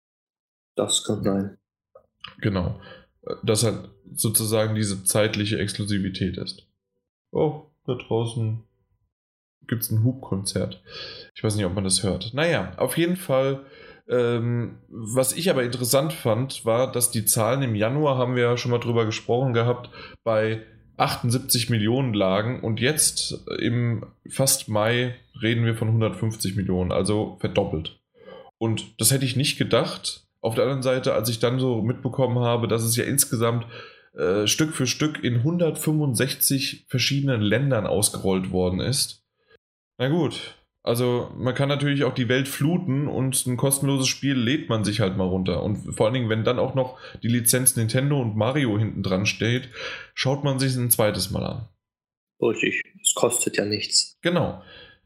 A: Das kann sein.
B: Genau. Dass halt sozusagen diese zeitliche Exklusivität ist. Oh, da draußen gibt es ein Hubkonzert. Ich weiß nicht, ob man das hört. Naja, auf jeden Fall, ähm, was ich aber interessant fand, war, dass die Zahlen im Januar, haben wir ja schon mal drüber gesprochen gehabt, bei achtundsiebzig Millionen lagen und jetzt im fast Mai reden wir von hundertfünfzig Millionen, also verdoppelt. Und das hätte ich nicht gedacht. Auf der anderen Seite, als ich dann so mitbekommen habe, dass es ja insgesamt äh, Stück für Stück in hundertfünfundsechzig verschiedenen Ländern ausgerollt worden ist. Na gut, also man kann natürlich auch die Welt fluten und ein kostenloses Spiel lädt man sich halt mal runter. Und vor allen Dingen, wenn dann auch noch die Lizenz Nintendo und Mario hinten dran steht, schaut man sich es ein zweites Mal an.
A: Richtig, es kostet ja nichts.
B: Genau.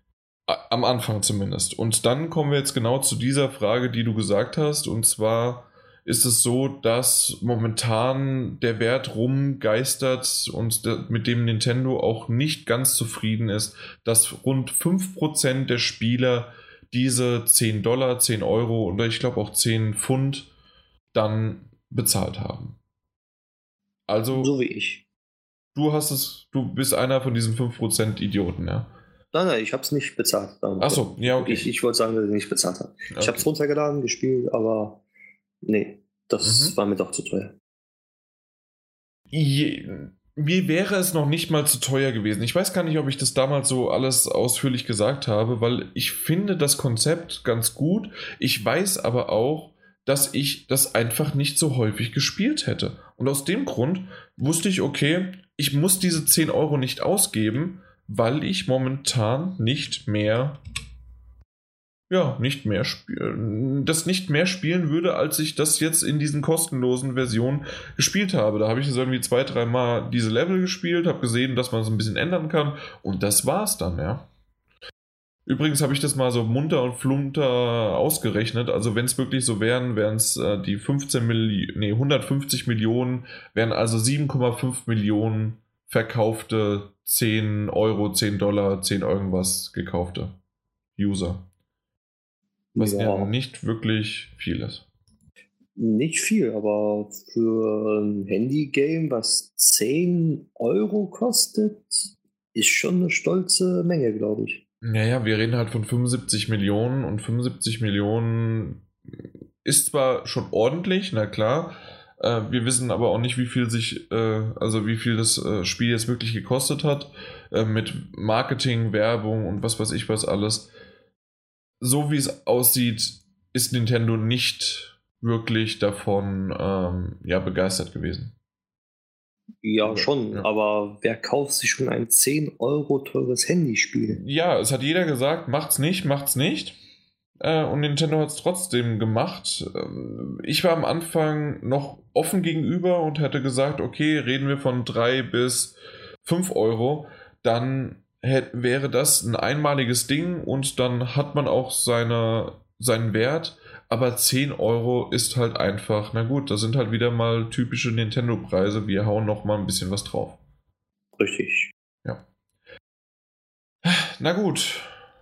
B: Am Anfang zumindest. Und dann kommen wir jetzt genau zu dieser Frage, die du gesagt hast. Und zwar ist es so, dass momentan der Wert rumgeistert und der, mit dem Nintendo auch nicht ganz zufrieden ist, dass rund fünf Prozent der Spieler diese zehn Dollar, zehn Euro oder ich glaube auch zehn Pfund dann bezahlt haben. Also,
A: So wie ich.
B: du hast es, du bist einer von diesen fünf Prozent Idioten, ja?
A: Nein, nein, ich habe es nicht bezahlt.
B: Achso, ja, okay.
A: Ich, ich wollte sagen, dass ich nicht bezahlt habe.
B: Okay.
A: Ich habe es runtergeladen, gespielt, aber nee, das
B: Mhm.
A: war mir doch zu teuer.
B: Je, mir wäre es noch nicht mal zu teuer gewesen. Ich weiß gar nicht, ob ich das damals so alles ausführlich gesagt habe, weil ich finde das Konzept ganz gut. Ich weiß aber auch, dass ich das einfach nicht so häufig gespielt hätte. Und aus dem Grund wusste ich, okay, ich muss diese zehn Euro nicht ausgeben, weil ich momentan nicht mehr ja, nicht mehr spielen, das nicht mehr spielen würde, als ich das jetzt in diesen kostenlosen Versionen gespielt habe. Da habe ich jetzt irgendwie zwei, drei Mal diese Level gespielt, habe gesehen, dass man es ein bisschen ändern kann und das war's dann, ja. Übrigens habe ich das mal so munter und flunter ausgerechnet, also wenn es wirklich so wären, wären es äh, die fünfzehn Millionen, nee, hundertfünfzig Millionen, wären also sieben Komma fünf Millionen verkaufte zehn Euro, zehn Dollar, zehn irgendwas gekaufte User. Was ja. ja nicht wirklich viel ist.
A: Nicht viel, aber für ein Handy-Game, was zehn Euro kostet, ist schon eine stolze Menge, glaube ich.
B: Naja, wir reden halt von fünfundsiebzig Millionen und fünfundsiebzig Millionen ist zwar schon ordentlich, na klar, äh, wir wissen aber auch nicht, wie viel sich, äh, also wie viel das äh, Spiel jetzt wirklich gekostet hat, äh, mit Marketing, Werbung und was weiß ich was alles. So wie es aussieht, ist Nintendo nicht wirklich davon ähm, ja, begeistert gewesen.
A: Ja,
B: ja
A: schon, ja. Aber wer kauft sich schon ein zehn Euro teures Handyspiel?
B: Ja, es hat jeder gesagt, macht's nicht, macht's nicht. Äh, und Nintendo hat es trotzdem gemacht. Ähm, ich war am Anfang noch offen gegenüber und hätte gesagt, okay, reden wir von drei bis fünf Euro, dann wäre das ein einmaliges Ding und dann hat man auch seine, seinen Wert, aber zehn Euro ist halt einfach, na gut, das sind halt wieder mal typische Nintendo-Preise, wir hauen noch mal ein bisschen was drauf.
A: Richtig.
B: Ja. Na gut.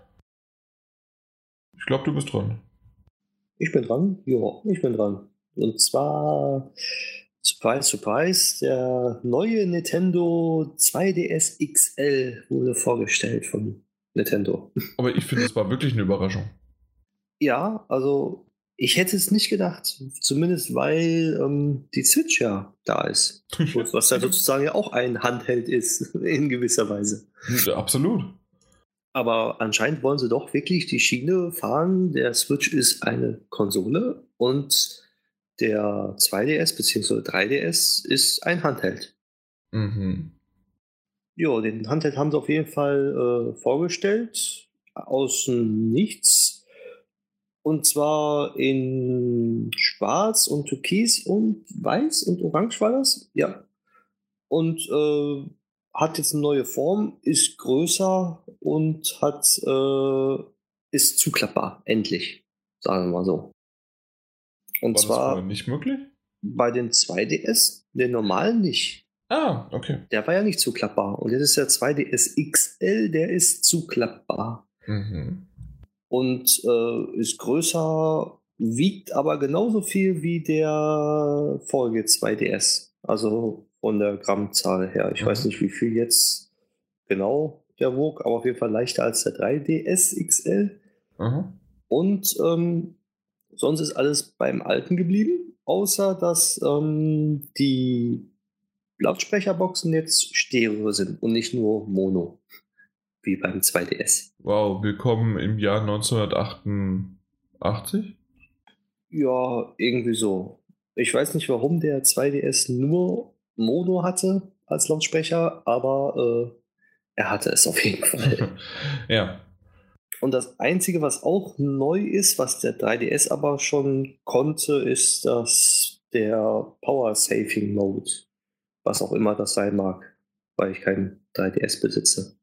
B: Ich glaube, du bist dran.
A: Ich bin dran? Ja, ich bin dran. Und zwar, surprise, surprise, der neue Nintendo zwei D S X L wurde vorgestellt von Nintendo.
B: Aber ich finde, es war wirklich eine Überraschung.
A: Ja, also ich hätte es nicht gedacht. Zumindest weil ähm, die Switch ja da ist. Was ja sozusagen ja auch ein Handheld ist, in gewisser Weise.
B: Ja, absolut.
A: Aber anscheinend wollen sie doch wirklich die Schiene fahren. Der Switch ist eine Konsole und der zwei D S bzw. drei D S ist ein Handheld.
B: Mhm.
A: Ja, den Handheld haben sie auf jeden Fall äh, vorgestellt. Aus dem Nichts. Und zwar in Schwarz und Türkis und Weiß und Orange war das. Ja. Und äh, hat jetzt eine neue Form, ist größer und hat äh, ist zuklappbar, endlich, sagen wir mal so. Und
B: War
A: zwar
B: das vorher nicht möglich?
A: bei den zwei D S, den normalen nicht.
B: Ah, okay.
A: Der war ja nicht zuklappbar. Und jetzt ist der zwei D S X L, der ist zuklappbar.
B: Mhm.
A: Und äh, ist größer, wiegt aber genauso viel wie der vorige zwei D S. Also von der Grammzahl her. Ich
B: Mhm.
A: weiß nicht, wie viel jetzt genau der wog, aber auf jeden Fall leichter als der drei D S X L.
B: Mhm.
A: Und ähm, sonst ist alles beim Alten geblieben, außer dass ähm, die Lautsprecherboxen jetzt Stereo sind und nicht nur Mono, wie beim zwei D S.
B: Wow, willkommen im Jahr neunzehnhundertachtundachtzig?
A: Ja, irgendwie so. Ich weiß nicht, warum der zwei D S nur Mono hatte als Lautsprecher, aber äh, er hatte es auf jeden Fall.
B: Ja.
A: Und das Einzige, was auch neu ist, was der drei D S aber schon konnte, ist das der Power Saving Mode. Was auch immer das sein mag, weil ich keinen drei D S besitze.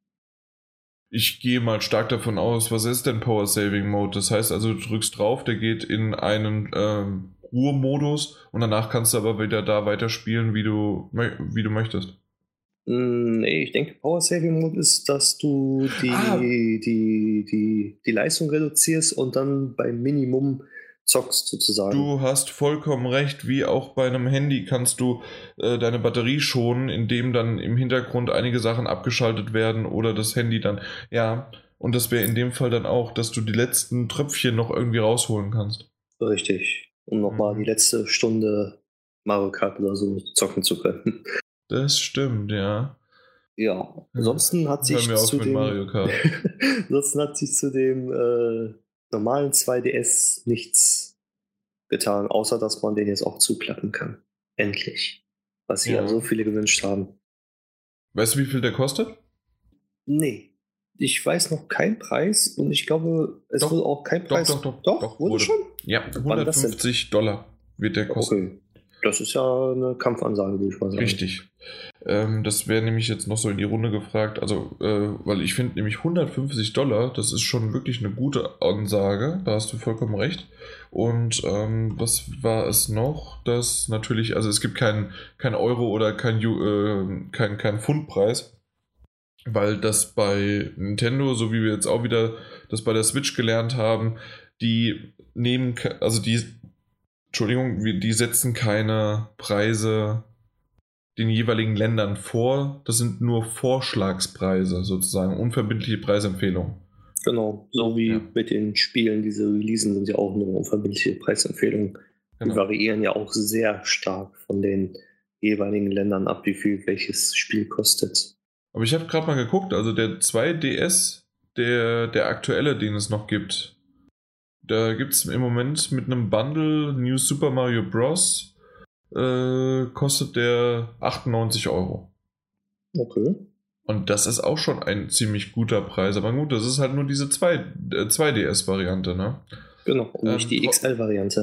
B: Ich gehe mal stark davon aus, was ist denn Power Saving Mode? Das heißt also, du drückst drauf, der geht in einen ähm, Ruhemodus und danach kannst du aber wieder da weiterspielen, wie du, wie du möchtest.
A: Mm, Nee, ich denke, Power Saving Mode ist, dass du die,
B: Ah.
A: die, die, die Leistung reduzierst und dann beim Minimum zockst sozusagen.
B: Du hast vollkommen recht, wie auch bei einem Handy kannst du äh, deine Batterie schonen, indem dann im Hintergrund einige Sachen abgeschaltet werden oder das Handy dann, ja, und das wäre in dem Fall dann auch, dass du die letzten Tröpfchen noch irgendwie rausholen kannst.
A: Richtig. Um nochmal
B: Mhm.
A: die letzte Stunde Mario Kart oder so zocken zu können.
B: Das stimmt, ja.
A: Ja, ansonsten hat
B: Hör
A: sich
B: mir auf
A: zu
B: mit
A: dem,
B: Mario Kart.
A: ansonsten hat sich zu dem äh, normalen zwei D S nichts getan, außer dass man den jetzt auch zuklappen kann. Endlich. Was sich ja
B: Ja.
A: so viele gewünscht haben.
B: Weißt du, wie viel der kostet?
A: Nee, ich weiß noch keinen Preis und ich glaube, es
B: Doch,
A: wurde auch kein
B: Doch,
A: Preis.
B: doch, doch.
A: Doch, wurde, schon?
B: Ja,
A: Wann das denn?
B: hundertfünfzig Dollar wird der kosten.
A: Okay, das ist ja eine Kampfansage, würde ich mal sagen.
B: Richtig. Ähm, das wäre nämlich jetzt noch so in die Runde gefragt, also, äh, weil ich finde nämlich hundertfünfzig Dollar, das ist schon wirklich eine gute Ansage, da hast du vollkommen recht. Und ähm, was war es noch? Das natürlich, also es gibt keinen kein Euro oder kein, Ju- äh, kein, kein Pfundpreis, weil das bei Nintendo, so wie wir jetzt auch wieder das bei der Switch gelernt haben, die nehmen, ke- also die, Entschuldigung, wir- die setzen keine Preise den jeweiligen Ländern vor. Das sind nur Vorschlagspreise sozusagen, unverbindliche Preisempfehlungen.
A: Genau, so wie
B: Ja.
A: mit den Spielen, diese Releasen sind ja auch nur unverbindliche Preisempfehlungen. Die
B: Genau.
A: variieren ja auch sehr stark von den jeweiligen Ländern ab, wie viel welches Spiel kostet.
B: Aber ich habe gerade mal geguckt, also der zwei D S, der, der aktuelle, den es noch gibt, da gibt es im Moment mit einem Bundle New Super Mario Bros. Äh, kostet der achtundneunzig Euro.
A: Okay.
B: Und das ist auch schon ein ziemlich guter Preis. Aber gut, das ist halt nur diese zwei D S-Variante, ne?
A: Genau, und nicht
B: Ähm,
A: die
B: tro-
A: X L-Variante.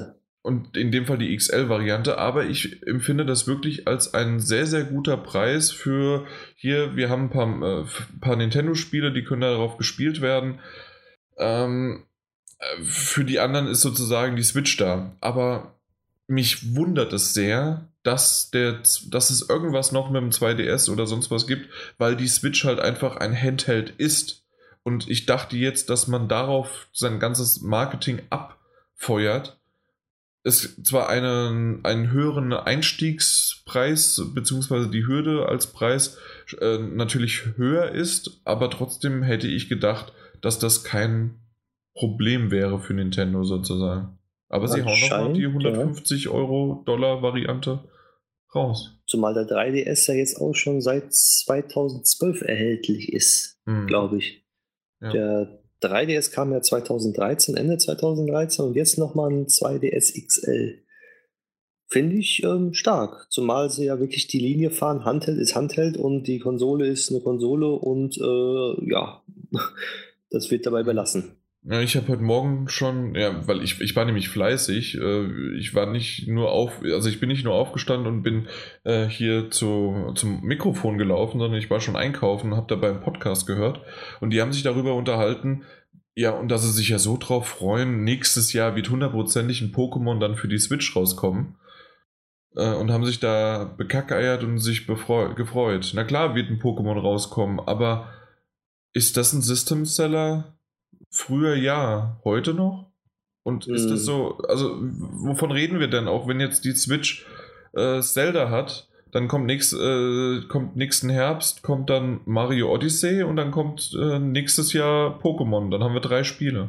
B: und in dem Fall die X L-Variante, aber ich empfinde das wirklich als ein sehr, sehr guter Preis für hier, wir haben ein paar, äh, paar Nintendo-Spiele, die können darauf gespielt werden. Ähm, für die anderen ist sozusagen die Switch da, aber mich wundert es sehr, dass, der, dass es irgendwas noch mit dem zwei D S oder sonst was gibt, weil die Switch halt einfach ein Handheld ist. Und ich dachte jetzt, dass man darauf sein ganzes Marketing abfeuert. Es zwar einen, einen höheren Einstiegspreis, beziehungsweise die Hürde als Preis äh, natürlich höher ist, aber trotzdem hätte ich gedacht, dass das kein Problem wäre für Nintendo sozusagen. Aber sie hauen nochmal die hundertfünfzig Euro Dollar Variante raus.
A: Zumal der drei D S ja jetzt auch schon seit zweitausendzwölf erhältlich ist, hm. glaube ich. Ja. Der drei D S kam ja zweitausenddreizehn, Ende zweitausenddreizehn und jetzt nochmal ein zwei D S X L. Finde ich ähm, stark, zumal sie ja wirklich die Linie fahren, Handheld ist Handheld und die Konsole ist eine Konsole und äh, ja, das wird dabei belassen.
B: Ja, ich habe heute Morgen schon, ja, weil ich, ich war nämlich fleißig, äh, ich war nicht nur auf, also ich bin nicht nur aufgestanden und bin äh, hier zu, zum Mikrofon gelaufen, sondern ich war schon einkaufen und habe dabei einen Podcast gehört und die haben sich darüber unterhalten, ja, und dass sie sich ja so drauf freuen, nächstes Jahr wird hundertprozentig ein Pokémon dann für die Switch rauskommen äh, und haben sich da bekackeiert und sich befreu- gefreut. Na klar wird ein Pokémon rauskommen, aber ist das ein System-Seller? Früher ja, heute noch? Und ist das so, also wovon reden wir denn auch, wenn jetzt die Switch äh, Zelda hat, dann kommt, nächst, äh, kommt nächsten Herbst, kommt dann Mario Odyssey und dann kommt äh, nächstes Jahr Pokémon, dann haben wir drei Spiele.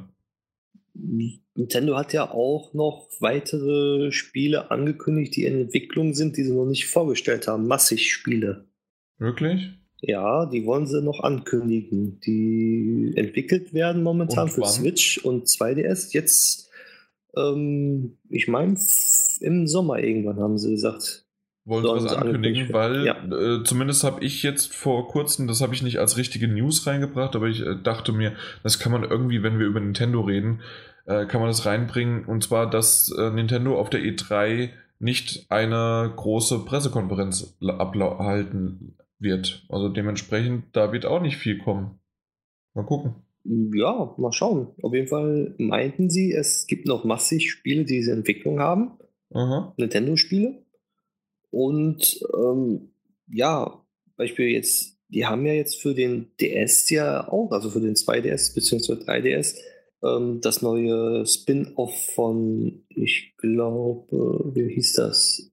A: Nintendo hat ja auch noch weitere Spiele angekündigt, die in Entwicklung sind, die sie noch nicht vorgestellt haben, massig Spiele.
B: Wirklich?
A: Ja, die wollen sie noch ankündigen. Die entwickelt werden momentan
B: und
A: für
B: wann?
A: Switch und zwei D S. Jetzt, ähm, ich meine, im Sommer irgendwann haben sie gesagt.
B: Wollen sie was ankündigen, weil ja. äh, zumindest habe ich jetzt vor kurzem, das habe ich nicht als richtige News reingebracht, aber ich äh, dachte mir, das kann man irgendwie, wenn wir über Nintendo reden, äh, kann man das reinbringen. Und zwar, dass äh, Nintendo auf der E drei nicht eine große Pressekonferenz abhalten wird. Also dementsprechend, da wird auch nicht viel kommen. Mal gucken.
A: Ja, mal schauen. Auf jeden Fall meinten sie, es gibt noch massig Spiele, die diese Entwicklung haben.
B: Aha.
A: Nintendo-Spiele. Und ähm, ja, Beispiel jetzt, die haben ja jetzt für den D S ja auch, also für den zwei D S bzw. drei D S, ähm, das neue Spin-Off von, ich glaube, wie hieß das?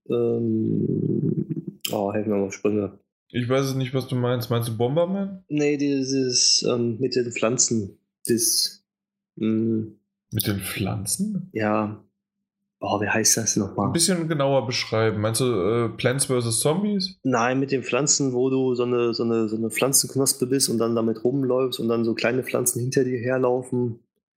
A: Ähm, oh, helfen wir mal Sprünge.
B: Ich weiß es nicht, was du meinst. Meinst du Bomberman?
A: Nee, dieses ähm, mit den Pflanzen. Das, mh,
B: mit den Pflanzen?
A: Ja. Oh, wie heißt das nochmal?
B: Ein bisschen genauer beschreiben. Meinst du äh, Plants versus. Zombies?
A: Nein, mit den Pflanzen, wo du so eine, so, eine, so eine Pflanzenknospe bist und dann damit rumläufst und dann so kleine Pflanzen hinter dir herlaufen.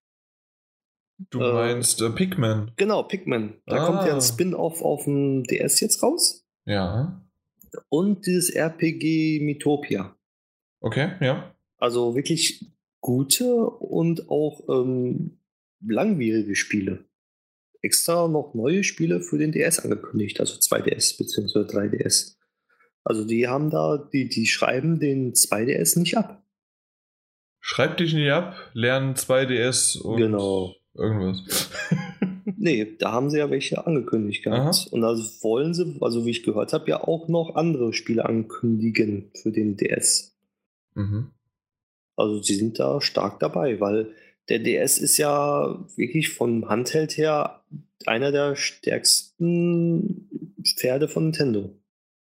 B: Du äh, meinst äh, Pikmin?
A: Genau, Pikmin. Da ah. kommt ja ein Spin-Off auf dem D S jetzt raus.
B: Ja.
A: Und dieses R P G Mythopia.
B: Okay, ja.
A: Also wirklich gute und auch ähm, langwierige Spiele. Extra noch neue Spiele für den D S angekündigt, also zwei D S bzw. drei D S. Also die haben da, die, die schreiben den zwei D S nicht ab.
B: Schreib dich nicht ab, lernen zwei D S und
A: genau.
B: irgendwas.
A: Nee, da haben sie ja welche angekündigt gehabt. Aha. Und da wollen sie, also wie ich gehört habe, ja auch noch andere Spiele ankündigen für den D S.
B: Mhm.
A: Also sie sind da stark dabei, weil der D S ist ja wirklich vom Handheld her einer der stärksten Pferde von Nintendo.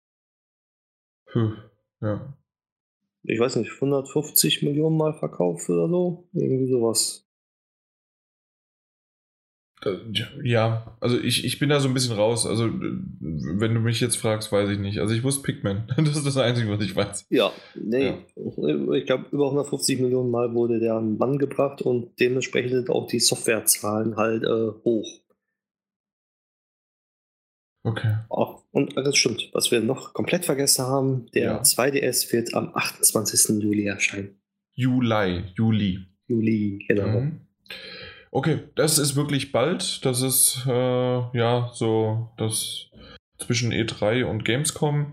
B: Hm, ja.
A: Ich weiß nicht, hundertfünfzig Millionen Mal verkauft oder so? Irgendwie sowas.
B: Ja, also ich, ich bin da so ein bisschen raus. Also, wenn du mich jetzt fragst, weiß ich nicht. Also, ich wusste Pikmin. Das ist das Einzige, was ich weiß.
A: Ja, nee. Ja. Ich glaube, über hundertfünfzig Millionen Mal wurde der an den Mann gebracht und dementsprechend sind auch die Softwarezahlen halt äh, hoch.
B: Okay.
A: Ach, und das stimmt. Was wir noch komplett vergessen haben, der ja. zwei D S wird am achtundzwanzigsten Juli erscheinen.
B: Juli. Juli.
A: Juli, genau. Mhm.
B: Okay, das ist wirklich bald. Das ist äh, ja so das zwischen E drei und Gamescom.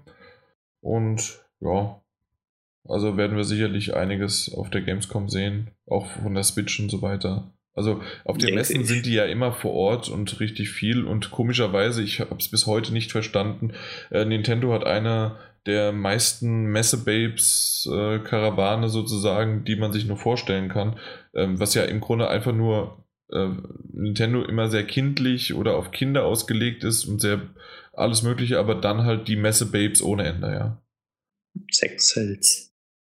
B: Und ja, also werden wir sicherlich einiges auf der Gamescom sehen, auch von der Switch und so weiter. Also auf den
A: Denke
B: Messen
A: ich.
B: sind die ja immer vor Ort und richtig viel und komischerweise, ich habe es bis heute nicht verstanden, äh, Nintendo hat eine der meisten Messe-Babes äh, Karawane sozusagen, die man sich nur vorstellen kann, ähm, was ja im Grunde einfach nur äh, Nintendo immer sehr kindlich oder auf Kinder ausgelegt ist und sehr alles Mögliche, aber dann halt die Messe-Babes ohne Ende, ja.
A: Sex Cells.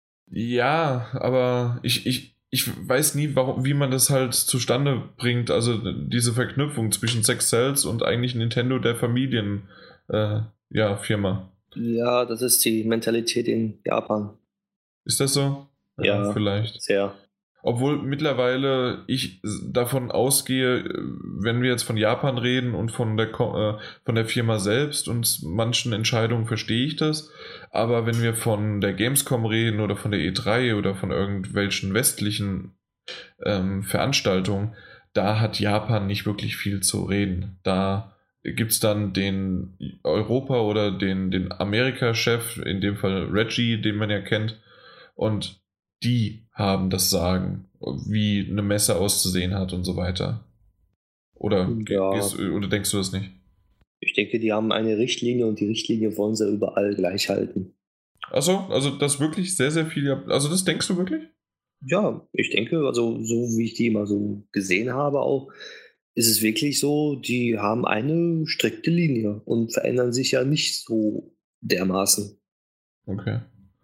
B: Ja, aber ich, ich, ich weiß nie, warum, wie man das halt zustande bringt. Also diese Verknüpfung zwischen Sex Cells und eigentlich Nintendo der Familien, äh, ja, Firma.
A: Ja, das ist die Mentalität in Japan.
B: Ist das so? Ja,
A: Ja,
B: vielleicht.
A: sehr.
B: Obwohl mittlerweile ich davon ausgehe, wenn wir jetzt von Japan reden und von der, Ko- äh, von der Firma selbst und manchen Entscheidungen verstehe ich das, aber wenn wir von der Gamescom reden oder von der E drei oder von irgendwelchen westlichen ähm, Veranstaltungen, da hat Japan nicht wirklich viel zu reden. Da gibt es dann den Europa- oder den, den Amerika-Chef, in dem Fall Reggie, den man ja kennt, und die haben das Sagen, wie eine Messe auszusehen hat und so weiter. Oder,
A: Ja,
B: gehst, oder denkst du das nicht?
A: ich denke, die haben eine Richtlinie und die Richtlinie wollen sie überall gleich halten.
B: Achso, also das wirklich sehr, sehr viel. Also das denkst du wirklich?
A: Ja, ich denke, also so wie ich die immer so gesehen habe auch, ist es wirklich so, die haben eine strikte Linie und verändern sich ja nicht so dermaßen.
B: Okay.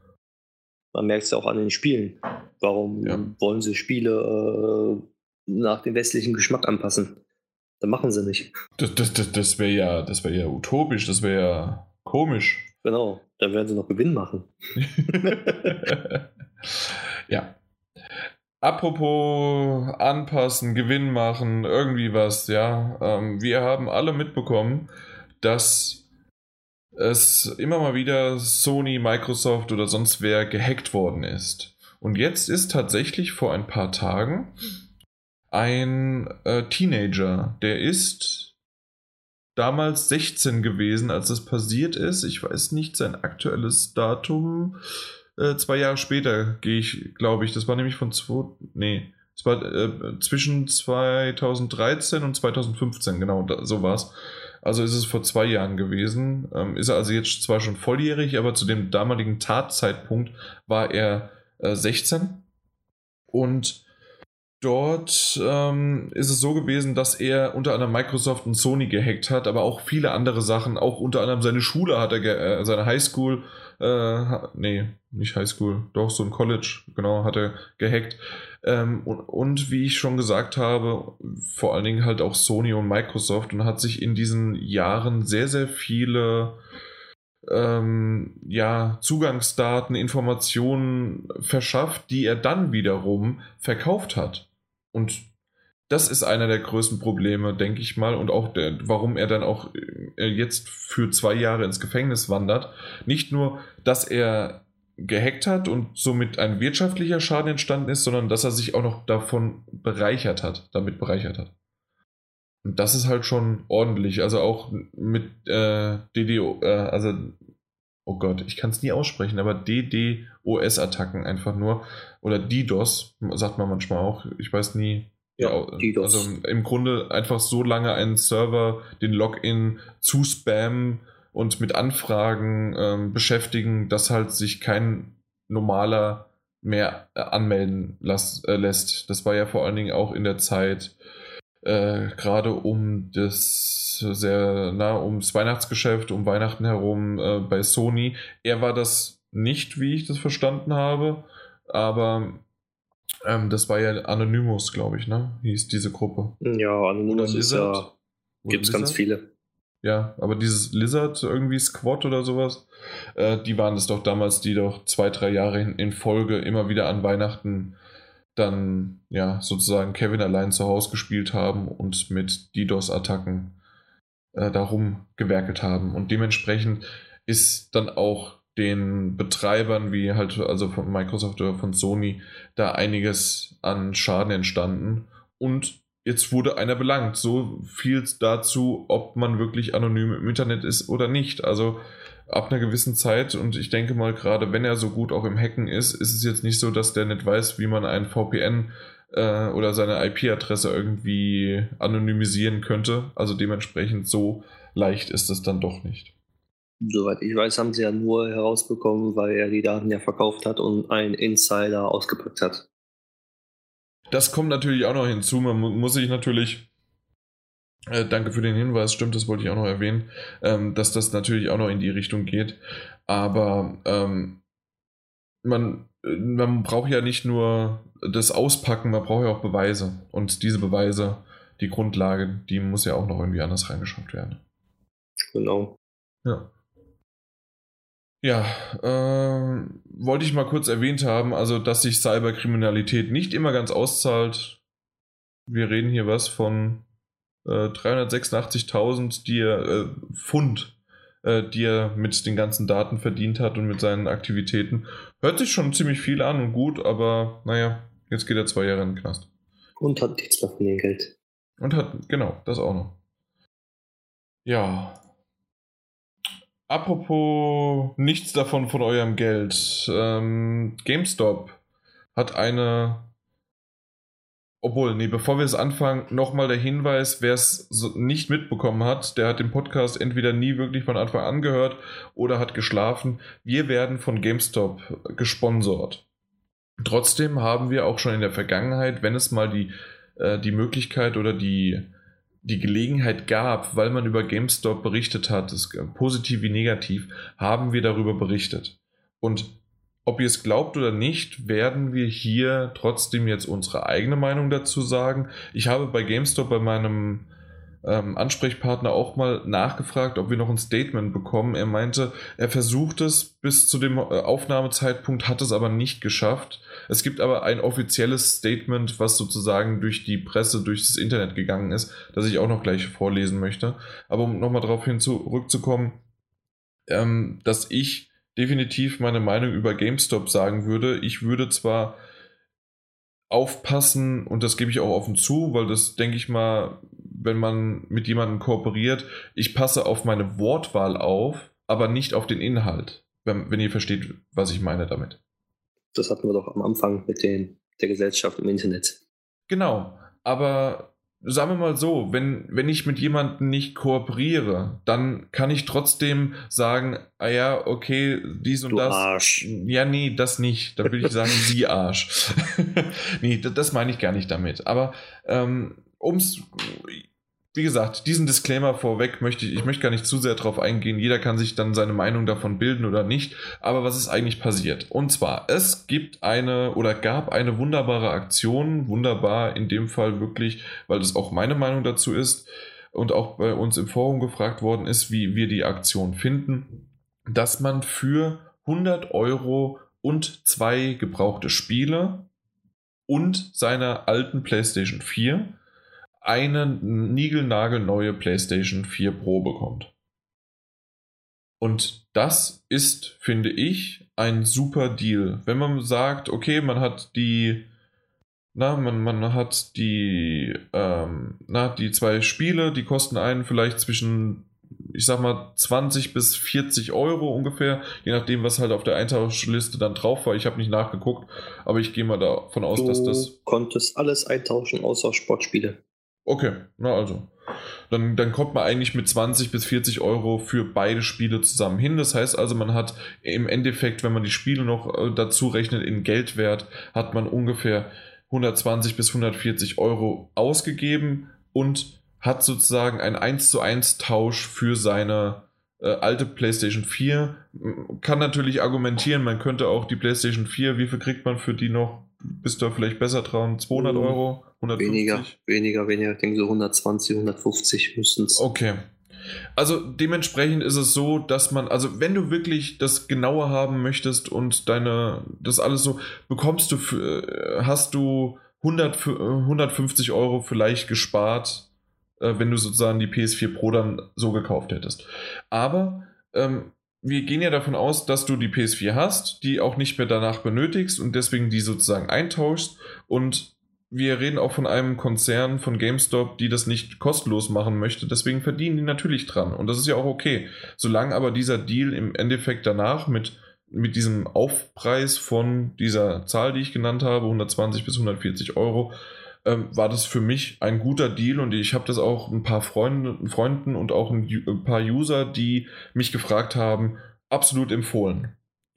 A: Man merkt es ja auch an den Spielen.
B: Ja.
A: Warum wollen sie Spiele äh, nach dem westlichen Geschmack anpassen? Das machen sie nicht.
B: Das, das, das, das wäre ja, das wäre ja utopisch, das wäre ja komisch.
A: Genau, dann werden sie noch Gewinn machen.
B: Ja. Apropos anpassen, Gewinn machen, irgendwie was, ja. Ähm, wir haben alle mitbekommen, dass es immer mal wieder Sony, Microsoft oder sonst wer gehackt worden ist. Und jetzt ist tatsächlich vor ein paar Tagen ein äh, Teenager, der ist damals sechzehn gewesen, als es passiert ist. Ich weiß nicht sein aktuelles Datum. Äh, zwei Jahre später gehe ich, glaube ich. Das war nämlich von zwei, nee, es war äh, zwischen zweitausenddreizehn und zweitausendfünfzehn, genau, da, so war es. Also ist es vor zwei Jahren gewesen. Ähm, ist er also jetzt zwar schon volljährig, aber zu dem damaligen Tatzeitpunkt war er äh, sechzehn. Und dort ähm, ist es so gewesen, dass er unter anderem Microsoft und Sony gehackt hat, aber auch viele andere Sachen, auch unter anderem seine Schule hat er, ge- äh, seine Highschool, äh, ha- nee, nicht Highschool, doch so ein College, genau, hat er gehackt. Ähm, und, und wie ich schon gesagt habe, vor allen Dingen halt auch Sony und Microsoft und hat sich in diesen Jahren sehr, sehr viele ähm, ja, Zugangsdaten, Informationen verschafft, die er dann wiederum verkauft hat. Und das ist einer der größten Probleme, denke ich mal, und auch der, warum er dann auch äh, jetzt für zwei Jahre ins Gefängnis wandert. Nicht nur, dass er gehackt hat und somit ein wirtschaftlicher Schaden entstanden ist, sondern dass er sich auch noch davon bereichert hat, damit bereichert hat. Und das ist halt schon ordentlich. Also auch mit äh, D D O, äh, also oh Gott, ich kann es nie aussprechen, aber D DDoS-Attacken einfach nur. Oder DDoS, sagt man manchmal auch. Ich weiß nie.
A: Ja,
B: Ja,
A: DDoS.
B: also im Grunde einfach so lange einen Server, den Login zu spammen und mit Anfragen ähm, beschäftigen, dass halt sich kein normaler mehr äh, anmelden las, äh, lässt. Das war ja vor allen Dingen auch in der Zeit äh, gerade um das sehr nah ums Weihnachtsgeschäft, um Weihnachten herum äh, bei Sony. Er war das nicht, wie ich das verstanden habe, aber ähm, das war ja Anonymous, glaube ich, ne? Hieß diese Gruppe.
A: Ja,
B: Oder
A: Anonymous ist ja,
B: Lizard. Oder
A: gibt es ganz
B: Lizard?
A: viele.
B: Ja, aber dieses Lizard, irgendwie Squad oder sowas, äh, die waren es doch damals, die doch zwei, drei Jahre in, in Folge immer wieder an Weihnachten dann ja sozusagen Kevin allein zu Hause gespielt haben und mit DDoS-Attacken äh, darum gewerkelt haben. Und dementsprechend ist dann auch den Betreibern wie halt also von Microsoft oder von Sony da einiges an Schaden entstanden. Und jetzt wurde einer belangt. So viel dazu, ob man wirklich anonym im Internet ist oder nicht. Also ab einer gewissen Zeit, und ich denke mal, gerade wenn er so gut auch im Hacken ist, ist es jetzt nicht so, dass der nicht weiß, wie man ein V P N äh, oder seine I P-Adresse irgendwie anonymisieren könnte. Also dementsprechend so leicht ist es dann doch nicht.
A: Soweit ich weiß, haben sie ja nur herausbekommen, weil er die Daten ja verkauft hat und ein Insider ausgepackt hat.
B: Das kommt natürlich auch noch hinzu. Man mu- muss sich natürlich, äh, danke für den Hinweis, stimmt, das wollte ich auch noch erwähnen, ähm, dass das natürlich auch noch in die Richtung geht. Aber ähm, man, äh, man braucht ja nicht nur das Auspacken, man braucht ja auch Beweise. Und diese Beweise, die Grundlage, die muss ja auch noch irgendwie anders reingeschafft werden.
A: Genau.
B: Ja. Ja, äh, wollte ich mal kurz erwähnt haben, also dass sich Cyberkriminalität nicht immer ganz auszahlt. Wir reden hier was von äh, dreihundertsechsundachtzigtausend die er, äh, Pfund, äh, die er mit den ganzen Daten verdient hat und mit seinen Aktivitäten. Hört sich schon ziemlich viel an und gut, aber naja, jetzt geht er zwei Jahre in den Knast.
A: Und hat nichts mehr von dem Geld.
B: Und hat, genau, das auch noch. Ja. Apropos nichts davon von eurem Geld. Ähm, GameStop hat eine. Obwohl, nee, bevor wir es anfangen, nochmal der Hinweis, wer es so nicht mitbekommen hat, der hat den Podcast entweder nie wirklich von Anfang an gehört oder hat geschlafen. Wir werden von GameStop gesponsert. Trotzdem haben wir auch schon in der Vergangenheit, wenn es mal die, äh, die Möglichkeit oder die, die Gelegenheit gab, weil man über GameStop berichtet hat, das, positiv wie negativ, haben wir darüber berichtet. Und ob ihr es glaubt oder nicht, werden wir hier trotzdem jetzt unsere eigene Meinung dazu sagen. Ich habe bei GameStop bei meinem ähm, Ansprechpartner auch mal nachgefragt, ob wir noch ein Statement bekommen. Er meinte, er versucht es bis zu dem äh, Aufnahmezeitpunkt, hat es aber nicht geschafft. Es gibt aber ein offizielles Statement, was sozusagen durch die Presse, durch das Internet gegangen ist, das ich auch noch gleich vorlesen möchte. Aber um nochmal darauf hin zurückzukommen, ähm, dass ich definitiv meine Meinung über GameStop sagen würde. Ich würde zwar aufpassen, und das gebe ich auch offen zu, weil das, denke ich mal, wenn man mit jemandem kooperiert, ich passe auf meine Wortwahl auf, aber nicht auf den Inhalt, wenn, wenn ihr versteht, was ich meine damit.
A: Das hatten wir doch am Anfang mit den, der Gesellschaft im Internet.
B: Genau, aber sagen wir mal so, wenn, wenn ich mit jemandem nicht kooperiere, dann kann ich trotzdem sagen, ah ja, okay, dies und
A: Du
B: das.
A: Arsch.
B: Ja, nee, das nicht. Da will ich sagen, sie Arsch. Nee, das, das meine ich gar nicht damit. Aber ähm, ums, wie gesagt, diesen Disclaimer vorweg möchte ich, ich möchte gar nicht zu sehr drauf eingehen. Jeder kann sich dann seine Meinung davon bilden oder nicht. Aber was ist eigentlich passiert? Und zwar, es gibt eine oder gab eine wunderbare Aktion, wunderbar in dem Fall wirklich, weil das auch meine Meinung dazu ist und auch bei uns im Forum gefragt worden ist, wie wir die Aktion finden, dass man für hundert Euro und zwei gebrauchte Spiele und seiner alten PlayStation vier eine niegelnagelneue PlayStation vier Pro bekommt. Und das ist, finde ich, ein super Deal. Wenn man sagt, okay, man hat die, na, man, man hat die, ähm, na, die zwei Spiele, die kosten einen vielleicht zwischen, ich sag mal, zwanzig bis vierzig Euro ungefähr, je nachdem, was halt auf der Eintauschliste dann drauf war. Ich habe nicht nachgeguckt, aber ich gehe mal davon aus,
A: Du
B: dass das...
A: konntest alles eintauschen, außer Sportspiele.
B: Okay, na also. Dann, dann kommt man eigentlich mit zwanzig bis vierzig Euro für beide Spiele zusammen hin. Das heißt also, man hat im Endeffekt, wenn man die Spiele noch äh, dazu rechnet in Geldwert, hat man ungefähr hundertzwanzig bis hundertvierzig Euro ausgegeben und hat sozusagen einen eins zu eins Tausch für seine äh, alte PlayStation vier. Kann natürlich argumentieren, man könnte auch die PlayStation vier, wie viel kriegt man für die noch? Bist du vielleicht besser dran? zweihundert Euro? hundertfünfzig?
A: Weniger, weniger, weniger. Ich denke so hundertzwanzig, hundertfünfzig müssten es.
B: Okay. Also dementsprechend ist es so, dass man, also wenn du wirklich das Genaue haben möchtest und deine, das alles so, bekommst du, für, hast du hundert, hundertfünfzig Euro vielleicht gespart, wenn du sozusagen die P S vier Pro dann so gekauft hättest. Aber ähm, wir gehen ja davon aus, dass du die P S vier hast, die auch nicht mehr danach benötigst und deswegen die sozusagen eintauschst und wir reden auch von einem Konzern von GameStop, die das nicht kostenlos machen möchte. Deswegen verdienen die natürlich dran. Und das ist ja auch okay. Solange aber dieser Deal im Endeffekt danach mit, mit diesem Aufpreis von dieser Zahl, die ich genannt habe, hundertzwanzig bis hundertvierzig Euro, ähm, war das für mich ein guter Deal. Und ich habe das auch ein paar Freunden, Freunden und auch ein, ein paar User, die mich gefragt haben, absolut empfohlen.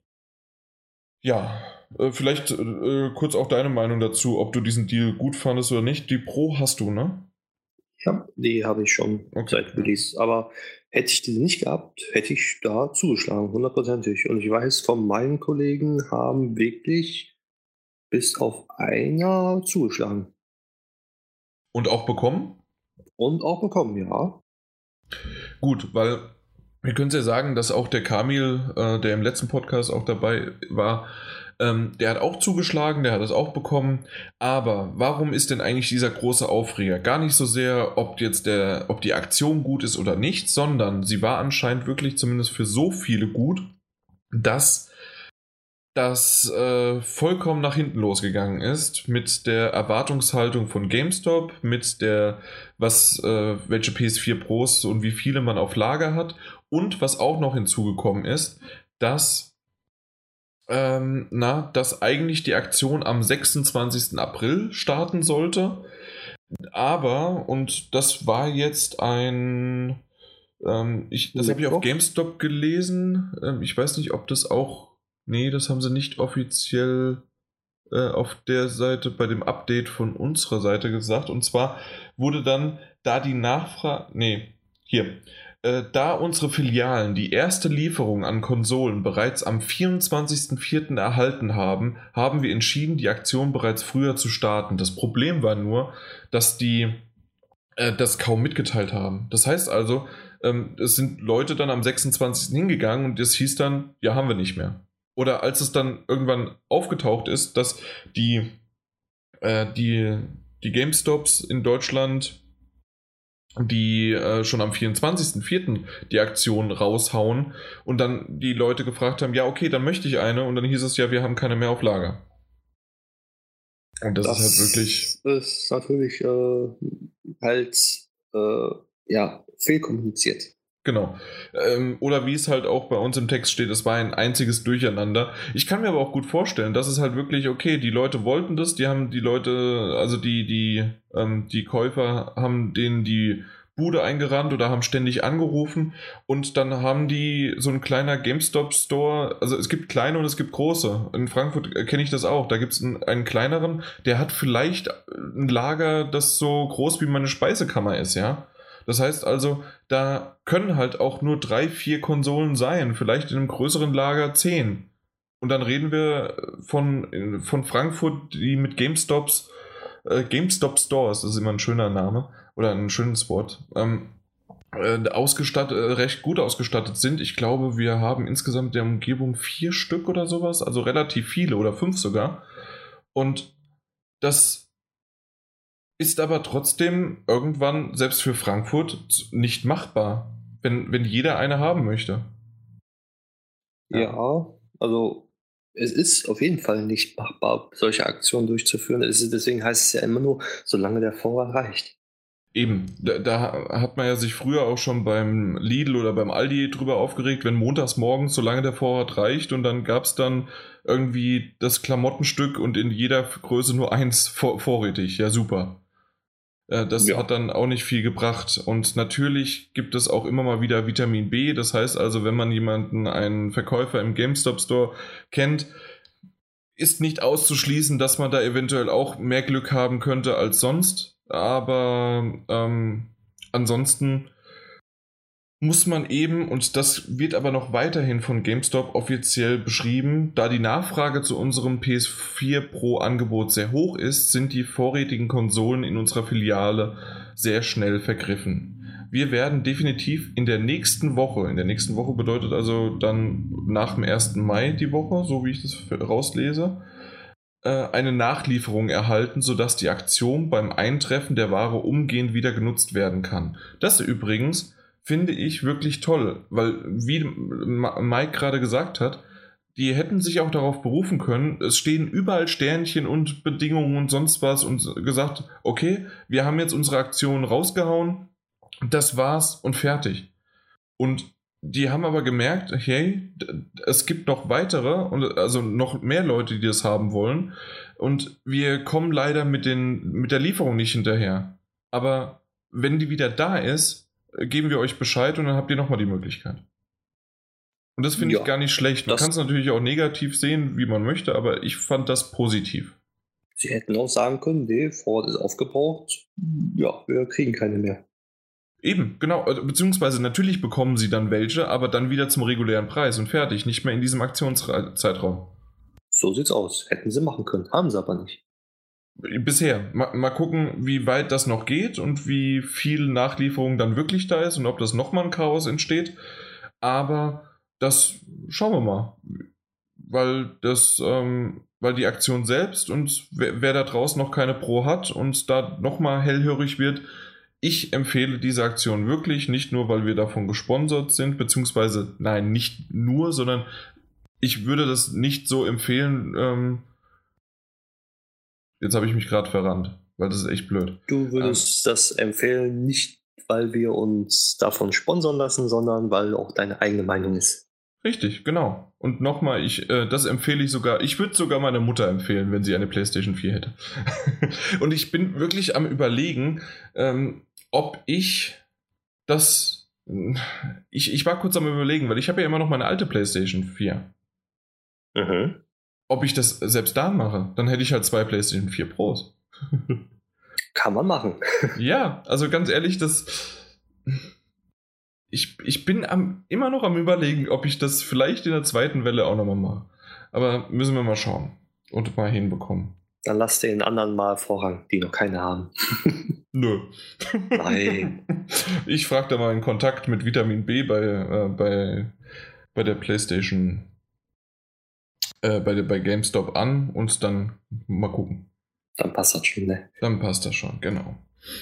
B: Ja, äh, vielleicht äh, kurz auch deine Meinung dazu, ob du diesen Deal gut fandest oder nicht. Die Pro hast du, ne?
A: Ja, die habe ich schon
B: Okay.
A: seit Release. Aber hätte ich die nicht gehabt, hätte ich da zugeschlagen, hundertprozentig. Und ich weiß, von meinen Kollegen haben wirklich bis auf einer zugeschlagen.
B: Und auch bekommen?
A: Und auch bekommen, ja.
B: Gut, weil wir können es ja sagen, dass auch der Kamil, äh, der im letzten Podcast auch dabei war, ähm, der hat auch zugeschlagen, der hat es auch bekommen. Aber warum ist denn eigentlich dieser große Aufreger? Gar nicht so sehr, ob jetzt der, ob die Aktion gut ist oder nicht, sondern sie war anscheinend wirklich zumindest für so viele gut, dass das äh, vollkommen nach hinten losgegangen ist mit der Erwartungshaltung von GameStop, mit der, was, äh, welche P S vier Pros und wie viele man auf Lager hat, und was auch noch hinzugekommen ist, dass, ähm, na, dass eigentlich die Aktion am sechsundzwanzigsten April starten sollte, aber, und das war jetzt ein, ähm, ich, das habe ich auf GameStop gelesen, ähm, ich weiß nicht, ob das auch. Nee, das haben sie nicht offiziell äh, auf der Seite bei dem Update von unserer Seite gesagt. Und zwar wurde dann, da die Nachfrage, nee, hier, äh, da unsere Filialen die erste Lieferung an Konsolen bereits am vierundzwanzigsten vierten erhalten haben, haben wir entschieden, die Aktion bereits früher zu starten. Das Problem war nur, dass die äh, das kaum mitgeteilt haben. Das heißt also, ähm, es sind Leute dann am sechsundzwanzigsten hingegangen und das hieß dann, ja, haben wir nicht mehr. Oder als es dann irgendwann aufgetaucht ist, dass die, äh, die, die GameStops in Deutschland, die äh, schon am vierundzwanzigsten vierten die Aktion raushauen und dann die Leute gefragt haben, ja okay, dann möchte ich eine, und dann hieß es ja, wir haben keine mehr auf Lager. Und das, das ist halt wirklich...
A: Das ist natürlich äh, halt äh, ja, fehlkommuniziert.
B: Genau. Ähm, oder wie es halt auch bei uns im Text steht, es war ein einziges Durcheinander. Ich kann mir aber auch gut vorstellen, dass es halt wirklich, okay, die Leute wollten das, die haben die Leute, also die, die, ähm, die Käufer haben denen die Bude eingerannt oder haben ständig angerufen, und dann haben die so ein kleiner GameStop-Store, also es gibt kleine und es gibt große. In Frankfurt kenne ich das auch, da gibt es einen, einen kleineren, der hat vielleicht ein Lager, das so groß wie meine Speisekammer ist, ja. Das heißt also, da können halt auch nur drei, vier Konsolen sein, vielleicht in einem größeren Lager zehn. Und dann reden wir von, von Frankfurt, die mit GameStops, äh, GameStop Stores, das ist immer ein schöner Name oder ein schönes Wort, ähm, äh, ausgestattet, äh, recht gut ausgestattet sind. Ich glaube, wir haben insgesamt der Umgebung vier Stück oder sowas, also relativ viele oder fünf sogar. Und das ist aber trotzdem irgendwann, selbst für Frankfurt, nicht machbar, wenn, wenn jeder eine haben möchte.
A: Ja. ja, also es ist auf jeden Fall nicht machbar, solche Aktionen durchzuführen. Es ist, deswegen heißt es ja immer nur, solange der Vorrat reicht.
B: Eben, da, da hat man ja sich früher auch schon beim Lidl oder beim Aldi drüber aufgeregt, wenn montags morgens, solange der Vorrat reicht, und dann gab es dann irgendwie das Klamottenstück und in jeder Größe nur eins vor, vorrätig. Ja, super. Das ja. hat dann auch nicht viel gebracht. Und natürlich gibt es auch immer mal wieder Vitamin B. Das heißt also, wenn man jemanden, einen Verkäufer im GameStop Store kennt, ist nicht auszuschließen, dass man da eventuell auch mehr Glück haben könnte als sonst. Aber ähm, ansonsten muss man eben, und das wird aber noch weiterhin von GameStop offiziell beschrieben, da die Nachfrage zu unserem P S vier Pro Angebot sehr hoch ist, sind die vorrätigen Konsolen in unserer Filiale sehr schnell vergriffen. Wir werden definitiv in der nächsten Woche, in der nächsten Woche bedeutet also dann nach dem ersten Mai die Woche, so wie ich das rauslese, eine Nachlieferung erhalten, sodass die Aktion beim Eintreffen der Ware umgehend wieder genutzt werden kann. Das übrigens finde ich wirklich toll, weil, wie Mike gerade gesagt hat, die hätten sich auch darauf berufen können, es stehen überall Sternchen und Bedingungen und sonst was und gesagt, okay, wir haben jetzt unsere Aktion rausgehauen, das war's und fertig. Und die haben aber gemerkt, hey, es gibt noch weitere, und also noch mehr Leute, die das haben wollen, und wir kommen leider mit, den, mit der Lieferung nicht hinterher. Aber wenn die wieder da ist, geben wir euch Bescheid und dann habt ihr nochmal die Möglichkeit. Und das finde
A: Ja,
B: ich gar nicht schlecht. Man
A: das-
B: kann es natürlich auch negativ sehen, wie man möchte, aber ich fand das positiv.
A: Sie hätten auch sagen können, nee, Vorrat ist aufgebraucht, ja, wir kriegen keine mehr.
B: Eben, genau. Also, beziehungsweise natürlich bekommen sie dann welche, aber dann wieder zum regulären Preis und fertig. Nicht mehr in diesem Aktionszeitraum.
A: So sieht's aus. Hätten sie machen können, haben sie aber nicht.
B: Bisher. Mal, mal gucken, wie weit das noch geht und wie viel Nachlieferung dann wirklich da ist und ob das nochmal ein Chaos entsteht. Aber das schauen wir mal. Weil das, ähm, weil die Aktion selbst und wer, wer da draußen noch keine Pro hat und da nochmal hellhörig wird, ich empfehle diese Aktion wirklich, nicht nur, weil wir davon gesponsert sind, beziehungsweise, nein, nicht nur, sondern ich würde das nicht so empfehlen. Ähm, jetzt habe ich mich gerade verrannt, weil das ist echt blöd.
A: Du würdest ähm, das empfehlen, nicht weil wir uns davon sponsern lassen, sondern weil auch deine eigene Meinung ist.
B: Richtig, genau. Und nochmal, ich, äh, das empfehle ich sogar, ich würde sogar meiner Mutter empfehlen, wenn sie eine PlayStation vier hätte. Und ich bin wirklich am Überlegen, ähm, ob ich das, ich, ich war kurz am Überlegen, weil ich habe ja immer noch meine alte PlayStation vier.
A: Mhm.
B: Ob ich das selbst da mache, dann hätte ich halt zwei PlayStation vier Pros.
A: Kann man machen.
B: Ja, also ganz ehrlich, das... Ich, ich bin am, immer noch am Überlegen, ob ich das vielleicht in der zweiten Welle auch nochmal mache. Aber müssen wir mal schauen und mal hinbekommen.
A: Dann lass den anderen mal Vorrang, die noch keine haben.
B: Nö.
A: Nein.
B: Ich frage da mal in Kontakt mit Vitamin B bei, äh, bei, bei der PlayStation, äh, bei, der, bei GameStop an und dann mal gucken.
A: Dann passt das schon, ne?
B: Dann passt das schon, genau.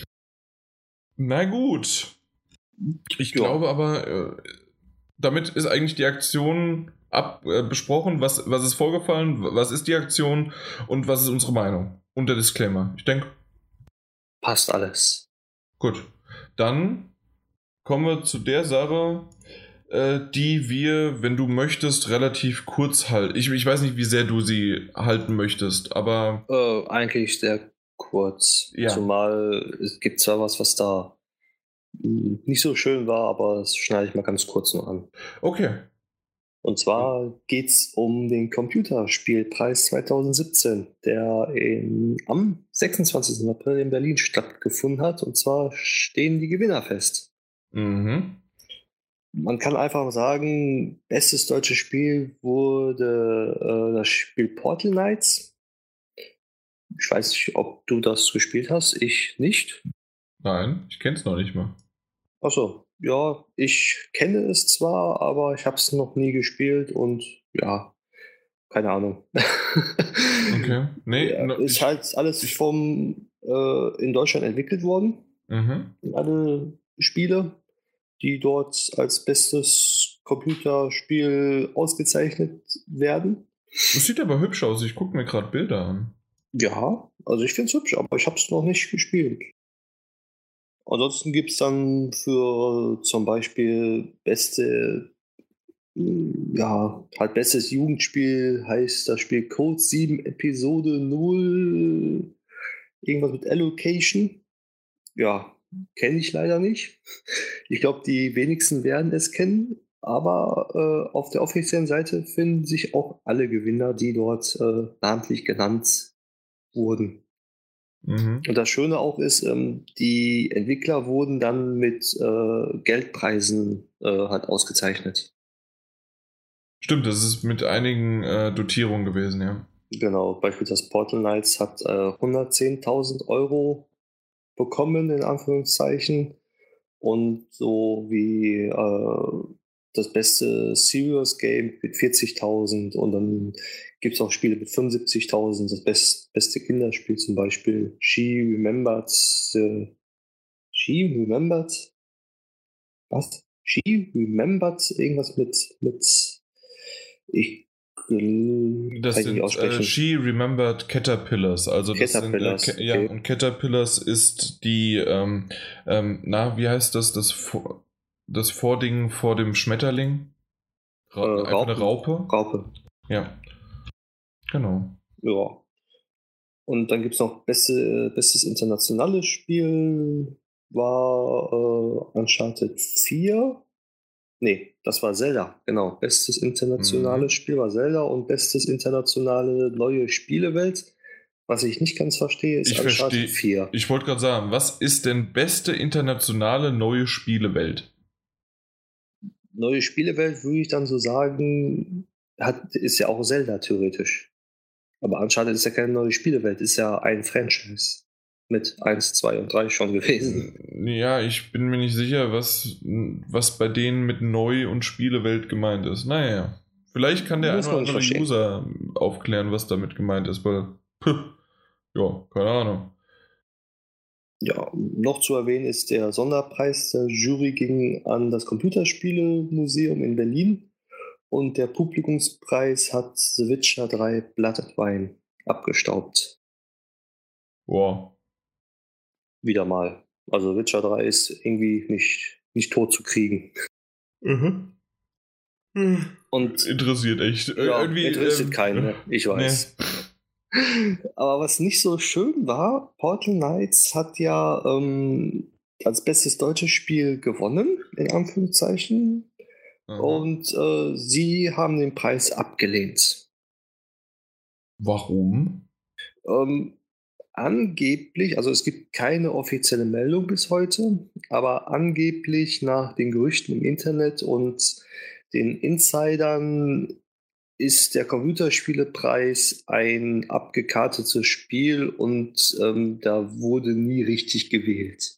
B: Na gut. Ich
A: Ja.
B: glaube aber, äh, damit ist eigentlich die Aktion ab, äh, besprochen. Was, was ist vorgefallen? Was ist die Aktion? Und was ist unsere Meinung? Und der Disclaimer. Ich denke.
A: Passt alles.
B: Gut. Dann kommen wir zu der Sache, äh, die wir, wenn du möchtest, relativ kurz halten. Ich, ich weiß nicht, wie sehr du sie halten möchtest, aber.
A: Äh, eigentlich sehr kurz.
B: Ja.
A: Zumal es gibt zwar was, was da nicht so schön war, aber das schneide ich mal ganz kurz noch an.
B: Okay.
A: Und zwar geht es um den Computerspielpreis zwanzig siebzehn, der in, am sechsundzwanzigsten April in Berlin stattgefunden hat. Und zwar stehen die Gewinner fest.
B: Mhm.
A: Man kann einfach sagen, bestes deutsches Spiel wurde äh, das Spiel Portal Knights. Ich weiß nicht, ob du das gespielt hast. Ich nicht.
B: Nein, ich kenne es noch nicht mal.
A: Achso, ja, ich kenne es zwar, aber ich habe es noch nie gespielt und ja, keine Ahnung.
B: Okay. Nee,
A: ja,
B: no,
A: ist
B: ich,
A: halt alles
B: ich,
A: vom äh, in Deutschland entwickelt worden.
B: Mhm.
A: Alle Spiele, die dort als bestes Computerspiel ausgezeichnet werden.
B: Das sieht aber hübsch aus. Ich gucke mir gerade Bilder an.
A: Ja, also ich finde es hübsch, aber ich habe es noch nicht gespielt. Ansonsten gibt es dann für zum Beispiel beste, ja, halt bestes Jugendspiel heißt das Spiel Code sieben Episode null, irgendwas mit Allocation. Ja, kenne ich leider nicht. Ich glaube, die wenigsten werden es kennen, aber äh, auf der offiziellen Seite finden sich auch alle Gewinner, die dort äh, namentlich genannt wurden.
B: Mhm.
A: Und das Schöne auch ist, ähm, die Entwickler wurden dann mit äh, Geldpreisen äh, halt ausgezeichnet.
B: Stimmt, das ist mit einigen äh, Dotierungen gewesen, ja.
A: Genau, beispielsweise Portal Knights hat äh, hundertzehntausend Euro bekommen, in Anführungszeichen. Und so wie äh, das beste Serious Game mit vierzigtausend und dann gibt es auch Spiele mit fünfundsiebzigtausend. Das best, beste Kinderspiel zum Beispiel She Remembered. Äh, She Remembered? Was? She Remembered? Irgendwas mit, mit ich Kann
B: Das
A: ich nicht
B: sind
A: aussprechen.
B: äh, She Remembered Caterpillars. Also das
A: Caterpillars,
B: sind, äh, ja,
A: okay.
B: und Caterpillars ist die, ähm, ähm, na, wie heißt das, das, Vor- das Vording vor dem Schmetterling?
A: Äh,
B: Ra einfach eine
A: Raupen,
B: Raupe?
A: Raupe,
B: Ja, genau.
A: ja. Und dann gibt es noch beste, bestes internationales Spiel war äh, Uncharted vier. Nee, das war Zelda, genau. Bestes internationales
B: Mhm.
A: Spiel war Zelda und bestes internationale neue Spielewelt. Was ich nicht ganz verstehe, ist
B: Ich
A: Uncharted
B: verstehe,
A: vier.
B: ich wollte gerade sagen, was ist denn beste internationale neue Spielewelt?
A: Neue Spielewelt würde ich dann so sagen, hat, ist ja auch Zelda theoretisch. Aber Uncharted ist ja keine neue Spielewelt, ist ja ein Franchise. Mit eins, zwei und drei schon gewesen.
B: Ja, ich bin mir nicht sicher, was, was bei denen mit Neu- und Spielewelt gemeint ist. Naja, vielleicht kann der ein
A: Muss
B: oder
A: man nicht
B: andere
A: verstehen.
B: User aufklären, was damit gemeint ist, weil, puh, ja, keine Ahnung.
A: Ja, noch zu erwähnen ist der Sonderpreis der Jury ging an das Computerspiele-Museum in Berlin und der Publikumspreis hat The Witcher drei Blood and Wine abgestaubt.
B: Wow.
A: Wieder mal. Also Witcher drei ist irgendwie nicht, nicht tot zu kriegen.
B: Mhm.
A: Und
B: Interessiert echt. Ir-
A: ja,
B: Irgendwie,
A: interessiert
B: ähm,
A: keinen, ne? Ich
B: nee.
A: weiß. Aber was nicht so schön war, Portal Knights hat ja ähm, als bestes deutsches Spiel gewonnen, in Anführungszeichen.
B: Aha.
A: Und äh, sie haben den Preis abgelehnt.
B: Warum?
A: Ähm, angeblich, also es gibt keine offizielle Meldung bis heute, aber angeblich nach den Gerüchten im Internet und den Insidern ist der Computerspielepreis ein abgekartetes Spiel und ähm, da wurde nie richtig gewählt.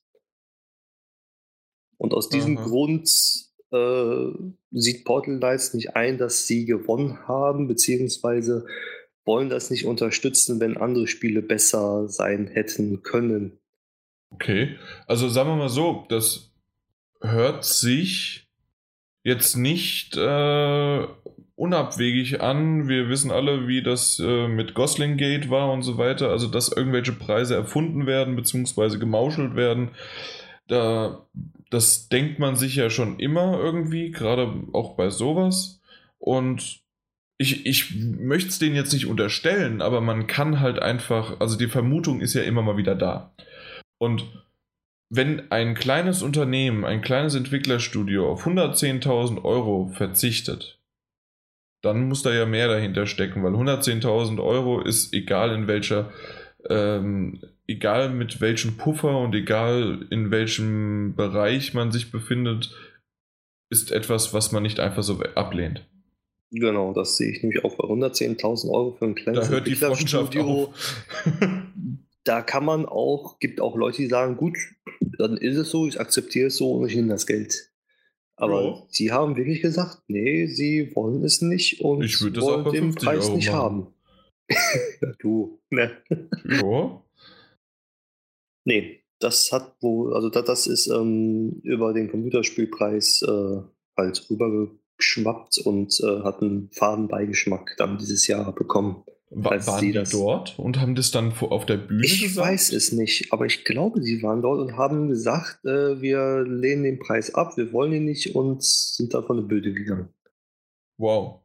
A: Und aus diesem
B: Aha.
A: Grund äh, sieht Portal Knights nicht ein, dass sie gewonnen haben, beziehungsweise wollen das nicht unterstützen, wenn andere Spiele besser sein hätten können.
B: Okay. Also sagen wir mal so, das hört sich jetzt nicht äh, unabwegig an. Wir wissen alle, wie das äh, mit Gosling Gate war und so weiter. Also, dass irgendwelche Preise erfunden werden, beziehungsweise gemauschelt werden. Da, das denkt man sich ja schon immer irgendwie, gerade auch bei sowas. Und ich, ich möchte es denen jetzt nicht unterstellen, aber man kann halt einfach, also die Vermutung ist ja immer mal wieder da. Und wenn ein kleines Unternehmen, ein kleines Entwicklerstudio auf hundertzehntausend Euro verzichtet, dann muss da ja mehr dahinter stecken, weil hundertzehntausend Euro ist egal in welcher, ähm, egal mit welchem Puffer und egal in welchem Bereich man sich befindet, ist etwas, was man nicht einfach so ablehnt.
A: Genau, das sehe ich nämlich auch bei hundertzehntausend Euro für ein kleines
B: Da hört die Freundschaft
A: Entwicklerstudio.
B: auf.
A: Da kann man auch, gibt auch Leute, die sagen, gut, dann ist es so, ich akzeptiere es so und ich nehme das Geld. Aber
B: Ja.
A: sie haben wirklich gesagt, nee, sie wollen es nicht und
B: Ich würde das auch
A: wollen
B: bei
A: den
B: fünfzig
A: Preis
B: Euro
A: nicht
B: machen.
A: haben. Ja, du, ne?
B: Ja.
A: Nee, das hat wohl, also das, das ist ähm, über den Computerspielpreis äh, halt rübergeschwappt und äh, hat einen Farbenbeigeschmack dann dieses Jahr bekommen.
B: Wa-
A: Als
B: waren
A: sie
B: die
A: das,
B: dort und haben das dann vor- auf der Bühne
A: ich
B: gesagt?
A: weiß es nicht, aber ich glaube, sie waren dort und haben gesagt, äh, wir lehnen den Preis ab, wir wollen ihn nicht und sind dann von der Bühne gegangen.
B: Wow.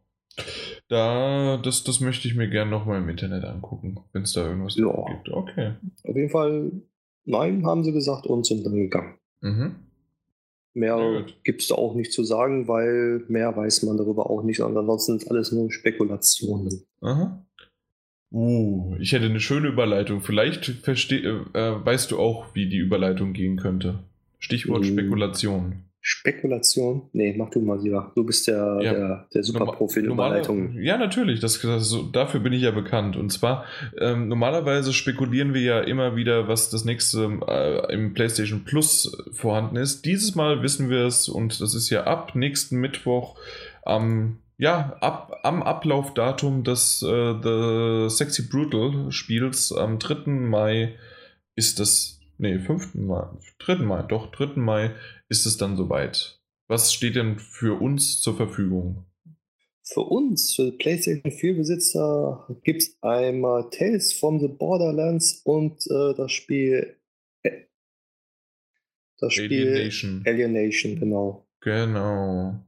B: Da, das, das möchte ich mir gerne nochmal im Internet angucken, wenn es da irgendwas
A: Ja.
B: dazu gibt. Okay.
A: Auf jeden Fall, nein, haben sie gesagt und sind dann gegangen.
B: Mhm.
A: Mehr
B: Na gut.
A: gibt es da auch nicht zu sagen, weil mehr weiß man darüber auch nicht. Und ansonsten ist alles nur Spekulationen.
B: Aha. Uh, ich hätte eine schöne Überleitung. Vielleicht versteh, äh, äh, weißt du auch, wie die Überleitung gehen könnte. Stichwort
A: Hm.
B: Spekulation.
A: Spekulation? Nee, mach du mal lieber. Du bist der,
B: Ja,
A: der, der Superprofi in
B: Normaler-
A: Überleitungen.
B: Ja, natürlich. Das, das, so- dafür bin ich ja bekannt. Und zwar, ähm, normalerweise spekulieren wir ja immer wieder, was das nächste äh, im PlayStation Plus vorhanden ist. Dieses Mal wissen wir es und das ist ja ab nächsten Mittwoch am, ja, ab, am Ablaufdatum des äh, The Sexy Brutal Spiels am dritten Mai ist das, nee, fünften Mai, dritten Mai, doch, dritten Mai ist es dann soweit. Was steht denn für uns zur Verfügung?
A: für uns, für PlayStation vier Besitzer, gibt es einmal Tales from the Borderlands und äh, das Spiel äh, das Spiel
B: Alienation.
A: Alienation, genau.
B: Genau.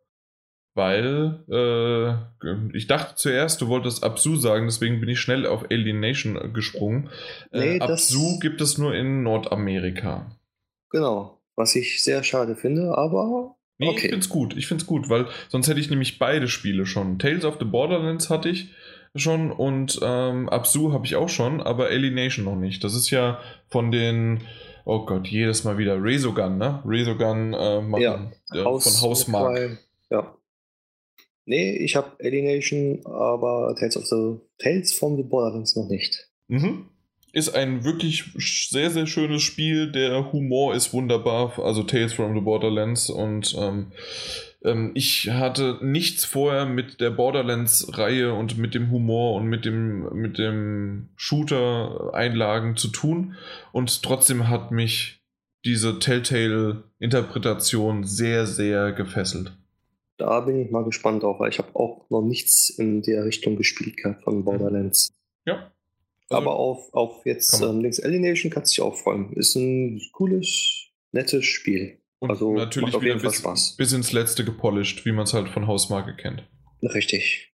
B: Weil, äh, ich dachte zuerst, du wolltest Absu sagen, deswegen bin ich schnell auf Alienation gesprungen.
A: Nee,
B: äh, Absu
A: das,
B: gibt es nur in Nordamerika.
A: genau, was ich sehr schade finde, aber
B: Nee, ich
A: okay.
B: find's gut. Ich find's gut, weil sonst hätte ich nämlich beide Spiele schon. Tales of the Borderlands hatte ich schon und ähm, Absu habe ich auch schon, aber Alienation noch nicht. Das ist ja von den, oh Gott, jedes Mal wieder Resogun, ne? Resogun äh, machen
A: Ja,
B: äh,
A: Haus
B: von Hausmark.
A: McCoy, ja. Nee, ich habe Alienation, aber Tales of the Tales from the Borderlands noch nicht.
B: Mhm. Ist ein wirklich sehr, sehr schönes Spiel. Der Humor ist wunderbar, also Tales from the Borderlands. Und ähm, ähm, ich hatte nichts vorher mit der Borderlands-Reihe und mit dem Humor und mit dem, mit dem Shooter-Einlagen zu tun. Und trotzdem hat mich diese Telltale-Interpretation sehr, sehr gefesselt.
A: Da bin ich mal gespannt drauf, weil ich habe auch noch nichts in der Richtung gespielt gehabt von Borderlands.
B: Ja. Also
A: aber auf, auf jetzt ähm, links Alienation kannst du dich auch freuen. Ist ein cooles, nettes Spiel.
B: Und
A: also
B: natürlich
A: macht auf
B: wieder
A: jeden Fall
B: bis,
A: Spaß.
B: bis ins Letzte gepolished, wie man es halt von Hausmarke kennt.
A: Richtig.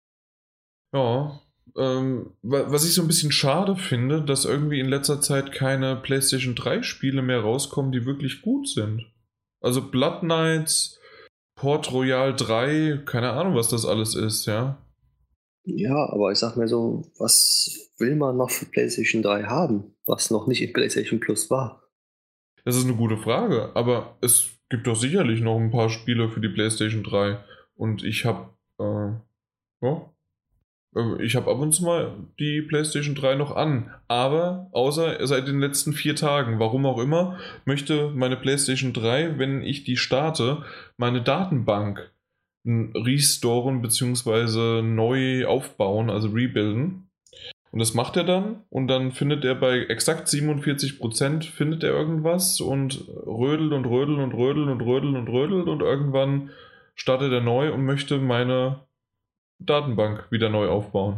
B: Ja, ähm, was ich so ein bisschen schade finde, dass irgendwie in letzter Zeit keine PlayStation drei Spiele mehr rauskommen, die wirklich gut sind. Also Blood Knights, Port Royal drei, keine Ahnung, was das alles ist, ja.
A: Ja, aber ich sag mir so, was will man noch für PlayStation drei haben, was noch nicht in PlayStation Plus war?
B: Das ist eine gute Frage, aber es gibt doch sicherlich noch ein paar Spiele für die PlayStation drei und ich habe, äh, ja, ich habe ab und zu mal die PlayStation drei noch an, aber außer seit den letzten vier Tagen, warum auch immer, möchte meine PlayStation drei, wenn ich die starte, meine Datenbank restoren bzw. neu aufbauen, also rebuilden. Und das macht er dann und dann findet er bei exakt siebenundvierzig Prozent findet er irgendwas und rödelt und rödelt und rödelt und rödelt und rödelt und irgendwann startet er neu und möchte meine Datenbank wieder neu aufbauen.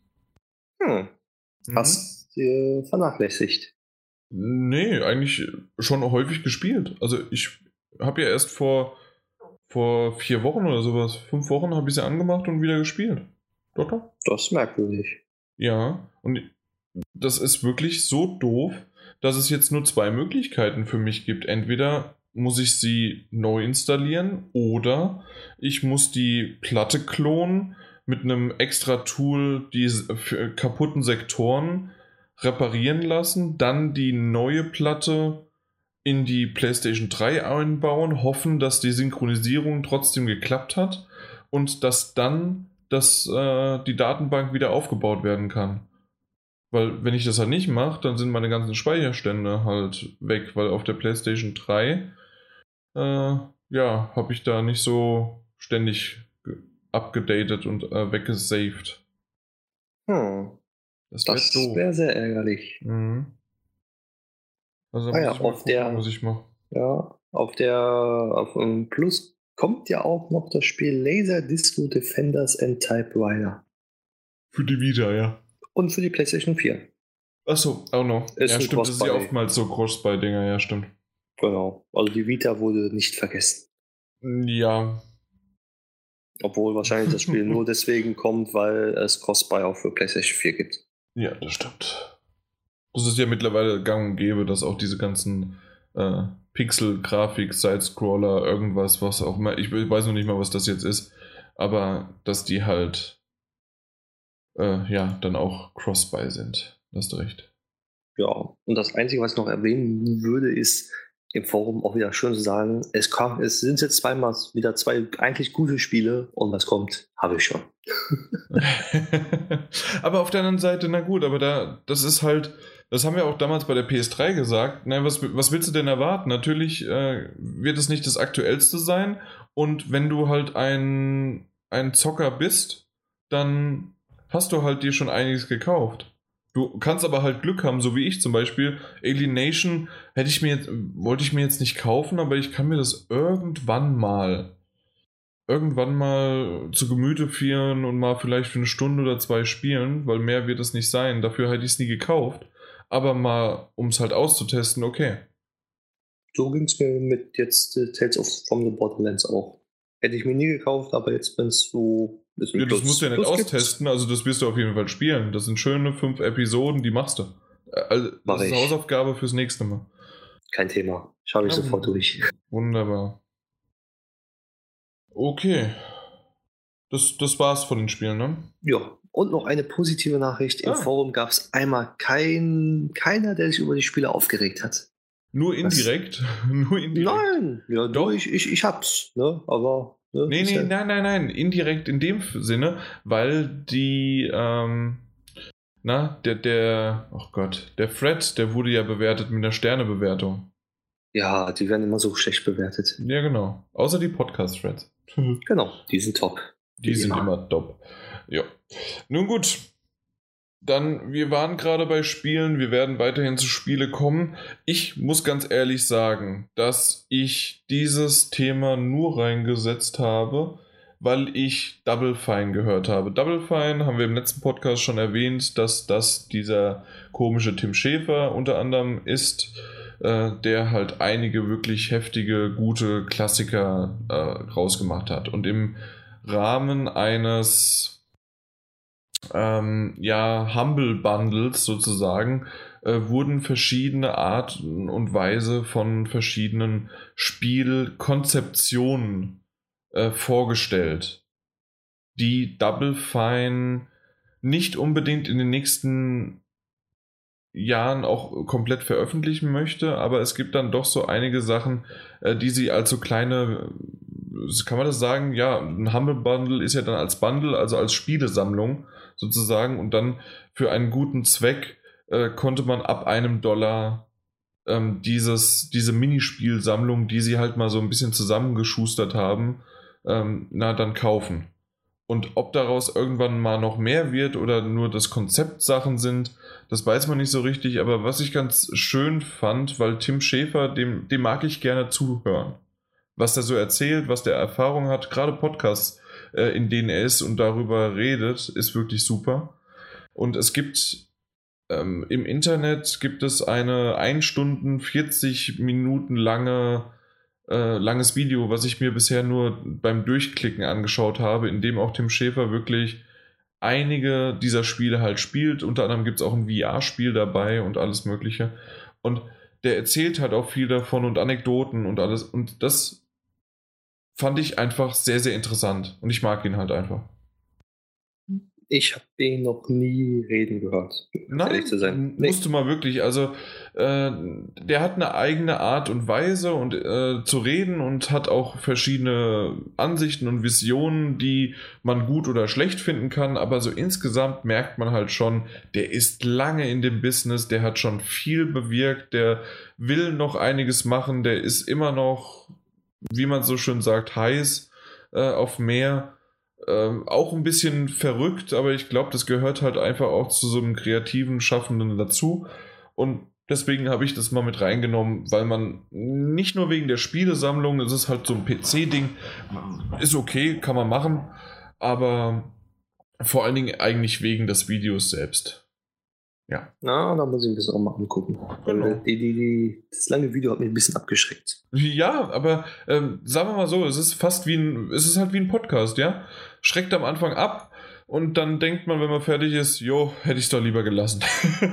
A: Hm. Hast du mhm. vernachlässigt?
B: Nee, eigentlich schon häufig gespielt. Also ich habe ja erst vor, vor vier Wochen oder sowas, fünf Wochen habe ich sie angemacht und wieder gespielt. Doch, doch.
A: Das ist merkwürdig.
B: Ja, und das ist wirklich so doof, dass es jetzt nur zwei Möglichkeiten für mich gibt. Entweder muss ich sie neu installieren oder ich muss die Platte klonen, mit einem extra Tool die kaputten Sektoren reparieren lassen, dann die neue Platte in die PlayStation drei einbauen, hoffen, dass die Synchronisierung trotzdem geklappt hat und dass dann dass, äh, die Datenbank wieder aufgebaut werden kann. Weil wenn ich das halt nicht mache, dann sind meine ganzen Speicherstände halt weg, weil auf der PlayStation drei äh, ja, habe ich da nicht so ständig abgedatet und äh, weggesaved.
A: Hm.
B: Das wäre
A: wär sehr ärgerlich.
B: Mhm. Also
A: ah,
B: muss
A: ja,
B: ich mal
A: auf
B: gucken,
A: der,
B: was ich mache.
A: Ja, auf der auf dem Plus kommt ja auch noch das Spiel Laser Disco Defenders and Typewriter.
B: Für die Vita, ja.
A: Und für die PlayStation vier.
B: Achso, auch noch.
A: Ist
B: ja, stimmt, das ist ja oftmals so Cross-Buy-Dinger, ja, stimmt.
A: Genau, also die Vita wurde nicht vergessen.
B: Ja.
A: Obwohl wahrscheinlich das Spiel nur deswegen kommt, weil es Cross-Buy auch für PlayStation vier gibt.
B: Ja, das stimmt. Das ist ja mittlerweile gang und gäbe, dass auch diese ganzen äh, Pixel-Grafik, Side-Scroller, irgendwas, was auch immer, ich weiß noch nicht mal, was das jetzt ist, aber dass die halt äh, ja, dann auch Cross-Buy sind. Hast du recht.
A: Ja, und das Einzige, was ich noch erwähnen würde, ist im Forum auch wieder schön zu sagen, es, kam, es sind jetzt zweimal wieder zwei eigentlich gute Spiele und was kommt, habe ich schon.
B: Aber auf der anderen Seite, na gut, aber da, das ist halt, das haben wir auch damals bei der P S drei gesagt, na, was, was willst du denn erwarten? Natürlich äh, wird es nicht das Aktuellste sein und wenn du halt ein, ein Zocker bist, dann hast du halt dir schon einiges gekauft. Du kannst aber halt Glück haben, so wie ich zum Beispiel. Alienation hätte ich mir jetzt, wollte ich mir jetzt nicht kaufen, aber ich kann mir das irgendwann mal, irgendwann mal zu Gemüte führen und mal vielleicht für eine Stunde oder zwei spielen, weil mehr wird es nicht sein. Dafür hätte ich es nie gekauft. Aber mal, um es halt auszutesten, okay.
A: So ging es mir mit jetzt äh, Tales of from the Borderlands auch. Hätte ich mir nie gekauft, aber jetzt bin es so...
B: Ja, das musst du ja nicht austesten, also das wirst du auf jeden Fall spielen. Das sind schöne fünf Episoden, die machst du. Also, das ist Hausaufgabe fürs nächste Mal.
A: Kein Thema. Schau ich ja, sofort durch.
B: Wunderbar. Okay. Das, das war's von den Spielen, ne?
A: Ja. Und noch eine positive Nachricht. Im ah. Forum gab es einmal kein, keiner, der sich über die Spiele aufgeregt hat.
B: Nur indirekt? Nur indirekt?
A: Nein. Ja, doch. Ich, ich, ich hab's. Ne? Aber... Ne,
B: nee, nee, ja nein, nein, nein. Indirekt in dem Sinne, weil die... Ähm, na, der, der... Oh Gott. Der Fred, der wurde ja bewertet mit einer Sternebewertung.
A: Ja, die werden immer so schlecht bewertet.
B: Ja, genau. Außer die Podcast-Threads.
A: Genau, die sind top.
B: Die, die sind immer. immer top. Ja. Nun gut. Dann, wir waren gerade bei Spielen, wir werden weiterhin zu Spiele kommen. Ich muss ganz ehrlich sagen, dass ich dieses Thema nur reingesetzt habe, weil ich Double Fine gehört habe. Double Fine haben wir im letzten Podcast schon erwähnt, dass das dieser komische Tim Schäfer unter anderem ist, äh, der halt einige wirklich heftige, gute Klassiker äh, rausgemacht hat. Und im Rahmen eines ähm, ja, Humble Bundles sozusagen äh, wurden verschiedene Arten und Weise von verschiedenen Spielkonzeptionen äh, vorgestellt, die Double Fine nicht unbedingt in den nächsten Jahren auch komplett veröffentlichen möchte, aber es gibt dann doch so einige Sachen, äh, die sie als so kleine, kann man das sagen, ja, ein Humble Bundle ist ja dann als Bundle, also als Spielesammlung sozusagen, und dann für einen guten Zweck äh, konnte man ab einem Dollar ähm, dieses, diese Minispielsammlung, die sie halt mal so ein bisschen zusammengeschustert haben, ähm, na, dann kaufen. Und ob daraus irgendwann mal noch mehr wird oder nur das Konzeptsachen sind, das weiß man nicht so richtig, aber was ich ganz schön fand, weil Tim Schäfer, dem, dem mag ich gerne zuhören. Was der so erzählt, was der Erfahrung hat, gerade Podcasts, äh, in denen er ist und darüber redet, ist wirklich super. Und es gibt ähm, im Internet gibt es eine ein Stunden vierzig Minuten lange äh, langes Video, was ich mir bisher nur beim Durchklicken angeschaut habe, in dem auch Tim Schäfer wirklich einige dieser Spiele halt spielt. Unter anderem gibt es auch ein V R-Spiel dabei und alles Mögliche. Und der erzählt halt auch viel davon und Anekdoten und alles. Und das fand ich einfach sehr, sehr interessant. Und ich mag ihn halt einfach.
A: Ich habe ihn noch nie reden gehört.
B: Nein, ehrlich zu sein. Nee. Musst du mal wirklich. Also, äh, der hat eine eigene Art und Weise und äh, zu reden und hat auch verschiedene Ansichten und Visionen, die man gut oder schlecht finden kann. Aber so insgesamt merkt man halt schon, der ist lange in dem Business, der hat schon viel bewirkt, der will noch einiges machen, der ist immer noch, wie man so schön sagt, heiß äh, auf mehr. Ähm, auch ein bisschen verrückt, aber ich glaube, das gehört halt einfach auch zu so einem kreativen Schaffenden dazu. Und deswegen habe ich das mal mit reingenommen, weil man nicht nur wegen der Spielesammlung, es ist halt so ein P C-Ding, ist okay, kann man machen, aber vor allen Dingen eigentlich wegen des Videos selbst. Ja.
A: Na, da muss ich das auch mal angucken. Genau. Die, die, die, das lange Video hat mich ein bisschen abgeschreckt.
B: Ja, aber ähm, sagen wir mal so, es ist fast wie ein, es ist halt wie ein Podcast, ja? Schreckt am Anfang ab und dann denkt man, wenn man fertig ist, jo, hätte ich es doch lieber gelassen.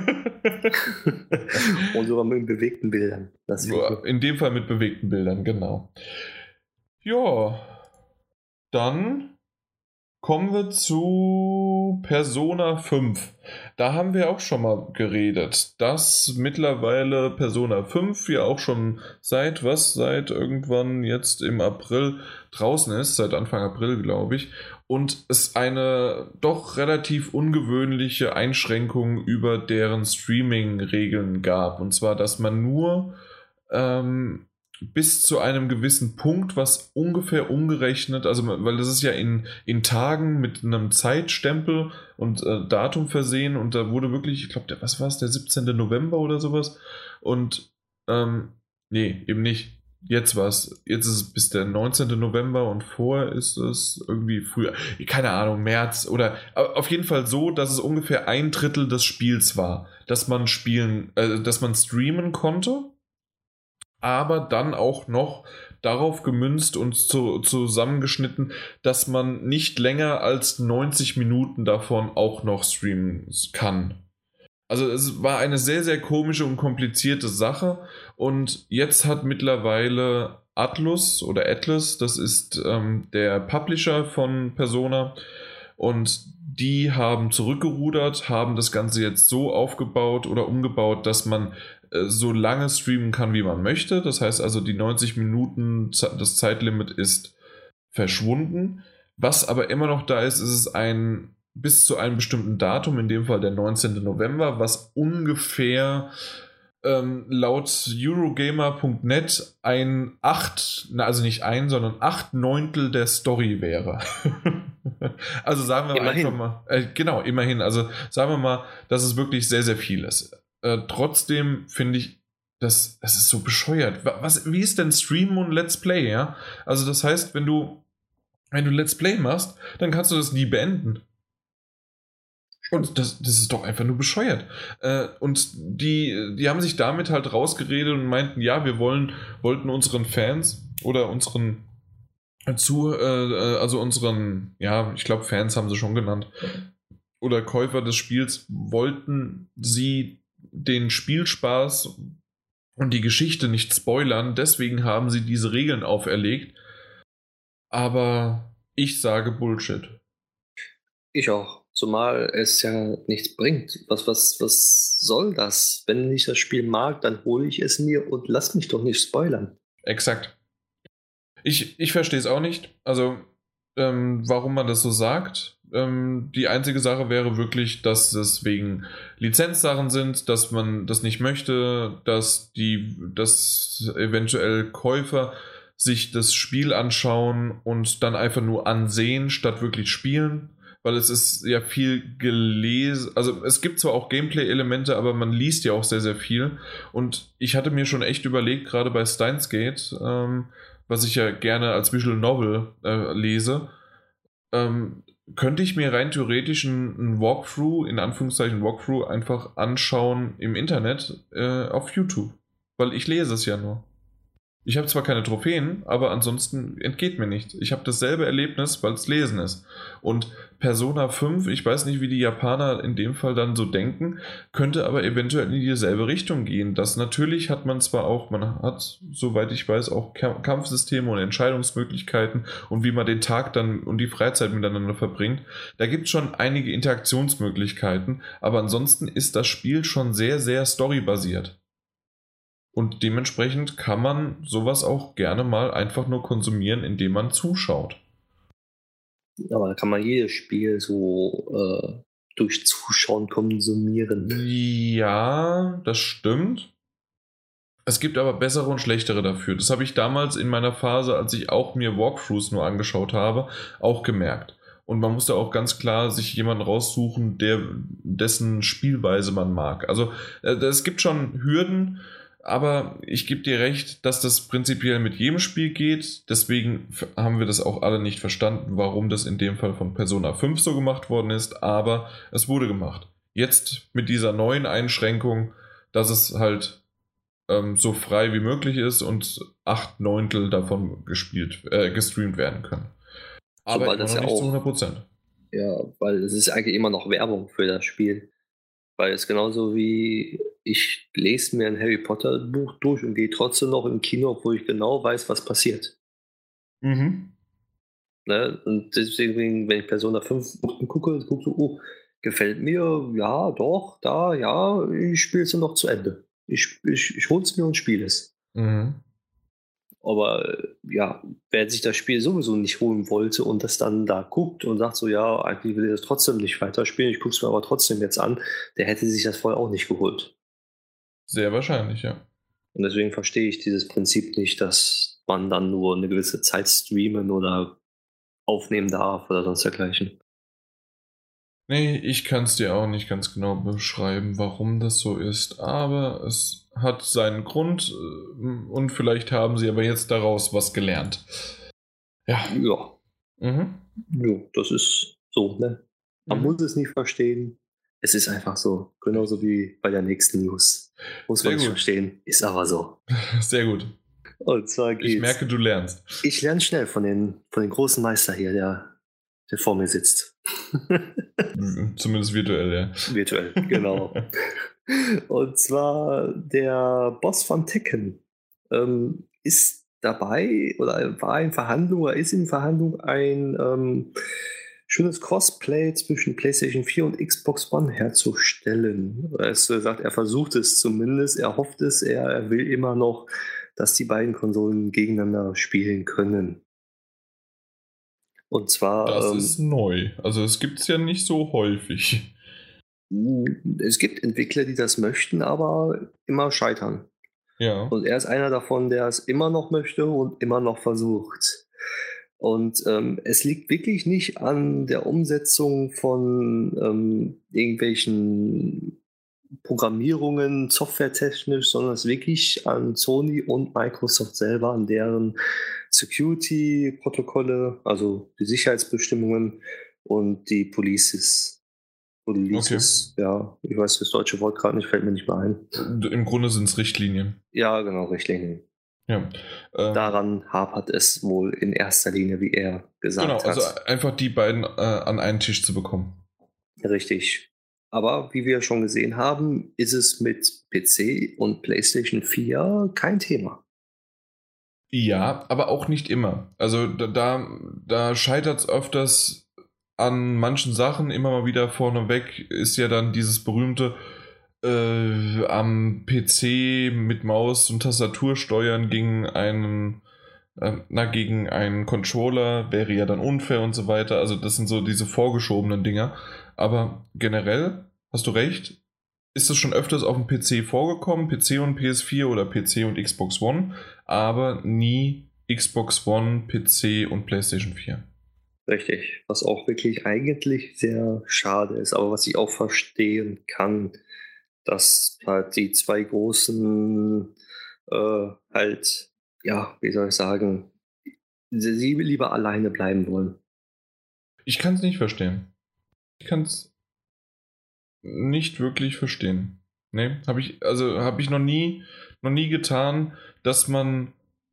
A: Und sogar mit bewegten Bildern. Das
B: In dem Fall mit bewegten Bildern, genau. Ja, dann kommen wir zu Persona fünf. Da haben wir auch schon mal geredet, dass mittlerweile Persona fünf ja auch schon seit was, seit irgendwann jetzt im April draußen ist, seit Anfang April glaube ich, und es eine doch relativ ungewöhnliche Einschränkung über deren Streaming-Regeln gab. Und zwar, dass man nur ähm, bis zu einem gewissen Punkt, was ungefähr umgerechnet, also weil das ist ja in, in Tagen mit einem Zeitstempel und äh, Datum versehen und da wurde wirklich, ich glaube, was war es, der siebzehnten November oder sowas und ähm, nee, eben nicht. Jetzt war's. Jetzt ist es bis der neunzehnten November und vorher ist es irgendwie früher. Keine Ahnung, März oder auf jeden Fall so, dass es ungefähr ein Drittel des Spiels war, dass man spielen, äh, dass man streamen konnte, aber dann auch noch darauf gemünzt und zu, zusammengeschnitten, dass man nicht länger als neunzig Minuten davon auch noch streamen kann. Also es war eine sehr, sehr komische und komplizierte Sache und jetzt hat mittlerweile Atlus oder Atlus, das ist ähm, der Publisher von Persona, und die haben zurückgerudert, haben das Ganze jetzt so aufgebaut oder umgebaut, dass man äh, so lange streamen kann, wie man möchte. Das heißt also, die neunzig Minuten, das Zeitlimit ist verschwunden. Was aber immer noch da ist, ist es ein bis zu einem bestimmten Datum, in dem Fall der neunzehnten November, was ungefähr ähm, laut Eurogamer Punkt net ein acht, also nicht ein, sondern acht Neuntel der Story wäre. Also sagen wir immerhin. einfach mal, äh, genau, immerhin, also sagen wir mal, dass es wirklich sehr, sehr viel ist. Äh, trotzdem finde ich, das, das ist so bescheuert. Was, wie ist denn Stream und Let's Play, ja? Also das heißt, wenn du wenn du Let's Play machst, dann kannst du das nie beenden. Und das, das ist doch einfach nur bescheuert. Äh, und die, die haben sich damit halt rausgeredet und meinten, ja, wir wollen, wollten unseren Fans oder unseren zu, äh, also unseren, ja, ich glaube Fans haben sie schon genannt, oder Käufer des Spiels, wollten sie den Spielspaß und die Geschichte nicht spoilern, deswegen haben sie diese Regeln auferlegt. Aber ich sage Bullshit.
A: Ich auch. Zumal es ja nichts bringt. Was, was, was soll das? Wenn ich das Spiel mag, dann hole ich es mir und lass mich doch nicht spoilern.
B: Exakt. Ich, ich verstehe es auch nicht. Also, ähm, warum man das so sagt. Ähm, die einzige Sache wäre wirklich, dass es wegen Lizenzsachen sind, dass man das nicht möchte, dass die, dass eventuell Käufer sich das Spiel anschauen und dann einfach nur ansehen, statt wirklich spielen. Weil es ist ja viel gelesen, also es gibt zwar auch Gameplay-Elemente, aber man liest ja auch sehr, sehr viel. Und ich hatte mir schon echt überlegt, gerade bei Steins Gate, ähm, was ich ja gerne als Visual Novel äh, lese, ähm, könnte ich mir rein theoretisch ein, ein Walkthrough, in Anführungszeichen Walkthrough, einfach anschauen im Internet äh, auf YouTube. Weil ich lese es ja nur. Ich habe zwar keine Trophäen, aber ansonsten entgeht mir nichts. Ich habe dasselbe Erlebnis, weil es Lesen ist. Und Persona fünf, ich weiß nicht, wie die Japaner in dem Fall dann so denken, könnte aber eventuell in dieselbe Richtung gehen. Das natürlich hat man zwar auch, man hat, soweit ich weiß, auch Kampfsysteme und Entscheidungsmöglichkeiten und wie man den Tag dann und die Freizeit miteinander verbringt. Da gibt es schon einige Interaktionsmöglichkeiten, aber ansonsten ist das Spiel schon sehr, sehr storybasiert. Und dementsprechend kann man sowas auch gerne mal einfach nur konsumieren, indem man zuschaut.
A: Aber da kann man jedes Spiel so äh, durch Zuschauen konsumieren.
B: Ja, das stimmt. Es gibt aber bessere und schlechtere dafür. Das habe ich damals in meiner Phase, als ich auch mir Walkthroughs nur angeschaut habe, auch gemerkt. Und man muss da auch ganz klar sich jemanden raussuchen, der, dessen Spielweise man mag. Also äh, es gibt schon Hürden, aber ich gebe dir recht, dass das prinzipiell mit jedem Spiel geht. Deswegen haben wir das auch alle nicht verstanden, warum das in dem Fall von Persona fünf so gemacht worden ist. Aber es wurde gemacht. Jetzt mit dieser neuen Einschränkung, dass es halt ähm, so frei wie möglich ist und acht Neuntel davon gespielt, äh, gestreamt werden können. Aber
A: so,
B: immer
A: das
B: noch
A: ja
B: nicht
A: auch,
B: zu hundert Prozent.
A: Ja, weil es ist eigentlich immer noch Werbung für das Spiel. Weil es genauso wie ich lese mir ein Harry Potter Buch durch und gehe trotzdem noch im Kino, obwohl ich genau weiß, was passiert.
B: Mhm.
A: Ne? Und deswegen, wenn ich Persona fünf gucke, gucke so, oh, gefällt mir, ja, doch, da, ja, ich spiele es noch zu Ende. Ich, ich, ich hole es mir und spiele es.
B: Mhm.
A: Aber ja, wer sich das Spiel sowieso nicht holen wollte und das dann da guckt und sagt so, ja, eigentlich will ich das trotzdem nicht weiterspielen, ich gucke es mir aber trotzdem jetzt an, der hätte sich das vorher auch nicht geholt.
B: Sehr wahrscheinlich, ja.
A: Und deswegen verstehe ich dieses Prinzip nicht, dass man dann nur eine gewisse Zeit streamen oder aufnehmen darf oder sonst dergleichen.
B: Nee, ich kann es dir auch nicht ganz genau beschreiben, warum das so ist, aber es hat seinen Grund äh, und vielleicht haben sie aber jetzt daraus was gelernt. Ja.
A: Ja.
B: Mhm.
A: Ja, das ist so, ne? Man
B: Mhm.
A: muss es nicht verstehen. Es ist einfach so. Genauso wie bei der nächsten News. Muss
B: Sehr
A: man nicht
B: gut.
A: verstehen. Ist aber so.
B: Sehr gut.
A: Und zwar geht's.
B: Ich merke, du lernst.
A: Ich lerne schnell von den, von den großen Meister hier, der, der vor mir sitzt.
B: Zumindest virtuell, ja.
A: Virtuell, genau. Und zwar der Boss von Tekken ähm, ist dabei oder war in Verhandlung oder ist in Verhandlung ein ähm, schönes Crossplay zwischen PlayStation vier und Xbox One herzustellen. Er hat gesagt, er versucht es zumindest, er hofft es, er, er will immer noch, dass die beiden Konsolen gegeneinander spielen können. Und zwar.
B: Das
A: ähm,
B: ist neu. Also es gibt es ja nicht so häufig.
A: Es gibt Entwickler, die das möchten, aber immer scheitern.
B: Ja.
A: Und er ist einer davon, der es immer noch möchte und immer noch versucht. Und ähm, es liegt wirklich nicht an der Umsetzung von ähm, irgendwelchen Programmierungen, softwaretechnisch, sondern es ist wirklich an Sony und Microsoft selber, an deren Security-Protokolle, also die Sicherheitsbestimmungen und die Policies. Policies, okay. Ja, ich weiß das deutsche Wort gerade nicht, fällt mir nicht mehr ein.
B: Im Grunde sind es Richtlinien.
A: Ja, genau, Richtlinien.
B: Ja, ähm,
A: Daran hapert es wohl in erster Linie, wie er gesagt
B: genau,
A: hat.
B: also einfach die beiden äh, an einen Tisch zu bekommen.
A: Richtig. Aber wie wir schon gesehen haben, ist es mit P C und PlayStation vier kein Thema.
B: Ja, aber auch nicht immer. Also da, da, da scheitert es öfters an manchen Sachen. Immer mal wieder vorneweg ist ja dann dieses berühmte äh, am P C mit Maus und Tastatur steuern gegen einen, äh, na, gegen einen Controller wäre ja dann unfair und so weiter. Also das sind so diese vorgeschobenen Dinger. Aber generell hast du recht. Ist das schon öfters auf dem P C vorgekommen, P C und P S vier oder P C und Xbox One, aber nie Xbox One, P C und PlayStation vier.
A: Richtig, was auch wirklich eigentlich sehr schade ist, aber was ich auch verstehen kann, dass halt die zwei großen äh, halt, ja, wie soll ich sagen, sie lieber alleine bleiben wollen.
B: Ich kann es nicht verstehen. Ich kann es nicht wirklich verstehen. Nee, habe ich, also habe ich noch nie, noch nie getan, dass man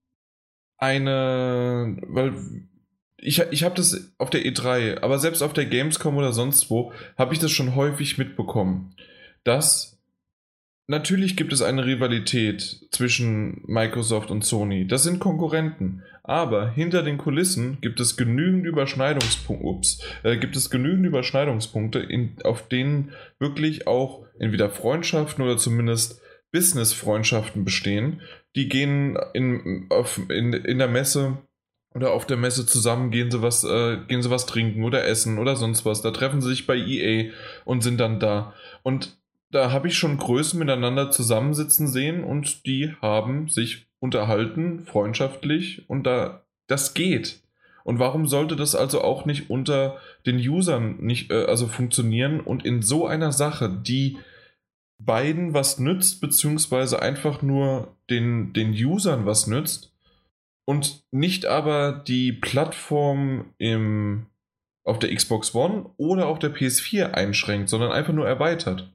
B: eine, weil ich, ich habe das auf der E drei, aber selbst auf der Gamescom oder sonst wo, habe ich das schon häufig mitbekommen, dass natürlich gibt es eine Rivalität zwischen Microsoft und Sony. Das sind Konkurrenten. Aber hinter den Kulissen gibt es genügend Überschneidungspunkte, ups, äh, gibt es genügend Überschneidungspunkte, in, auf denen wirklich auch entweder Freundschaften oder zumindest Business-Freundschaften bestehen. Die gehen in, auf, in, in der Messe oder auf der Messe zusammen, gehen sie was, äh, gehen sie was trinken oder essen oder sonst was. Da treffen sie sich bei E A und sind dann da. Und da habe ich schon Größen miteinander zusammensitzen sehen und die haben sich unterhalten, freundschaftlich, und da das geht. Und warum sollte das also auch nicht unter den Usern nicht äh, also funktionieren und in so einer Sache, die beiden was nützt, beziehungsweise einfach nur den, den Usern was nützt und nicht aber die Plattform im, auf der Xbox One oder auf der P S vier einschränkt, sondern einfach nur erweitert.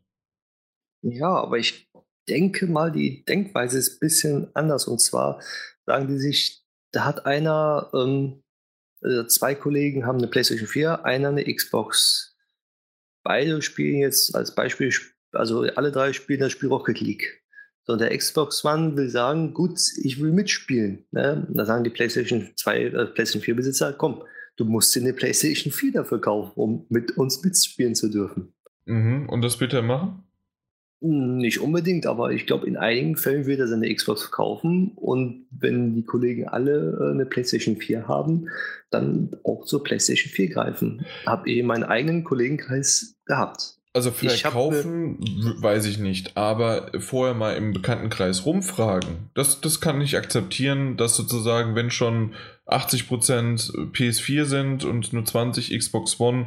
A: Ja, aber ich denke mal, die Denkweise ist ein bisschen anders. Und zwar sagen die sich, da hat einer, ähm, also zwei Kollegen haben eine PlayStation vier, einer eine Xbox. Beide spielen jetzt als Beispiel, also alle drei spielen das Spiel Rocket League. So, der Xbox One will sagen, gut, ich will mitspielen. Ne? Da sagen die PlayStation zwei, äh, PlayStation vier Besitzer, komm, du musst dir eine PlayStation vier dafür kaufen, um mit uns mitspielen zu dürfen.
B: Mhm. Und das bitte machen?
A: Nicht unbedingt, aber ich glaube, in einigen Fällen wird er seine Xbox kaufen und wenn die Kollegen alle äh, eine PlayStation vier haben, dann auch zur PlayStation vier greifen. Habe ich in meinen eigenen Kollegenkreis gehabt.
B: Also vielleicht kaufen, ne, weiß ich nicht, aber vorher mal im Bekanntenkreis rumfragen. Das, das kann ich akzeptieren, dass sozusagen, wenn schon achtzig Prozent P S vier sind und nur zwanzig Xbox One,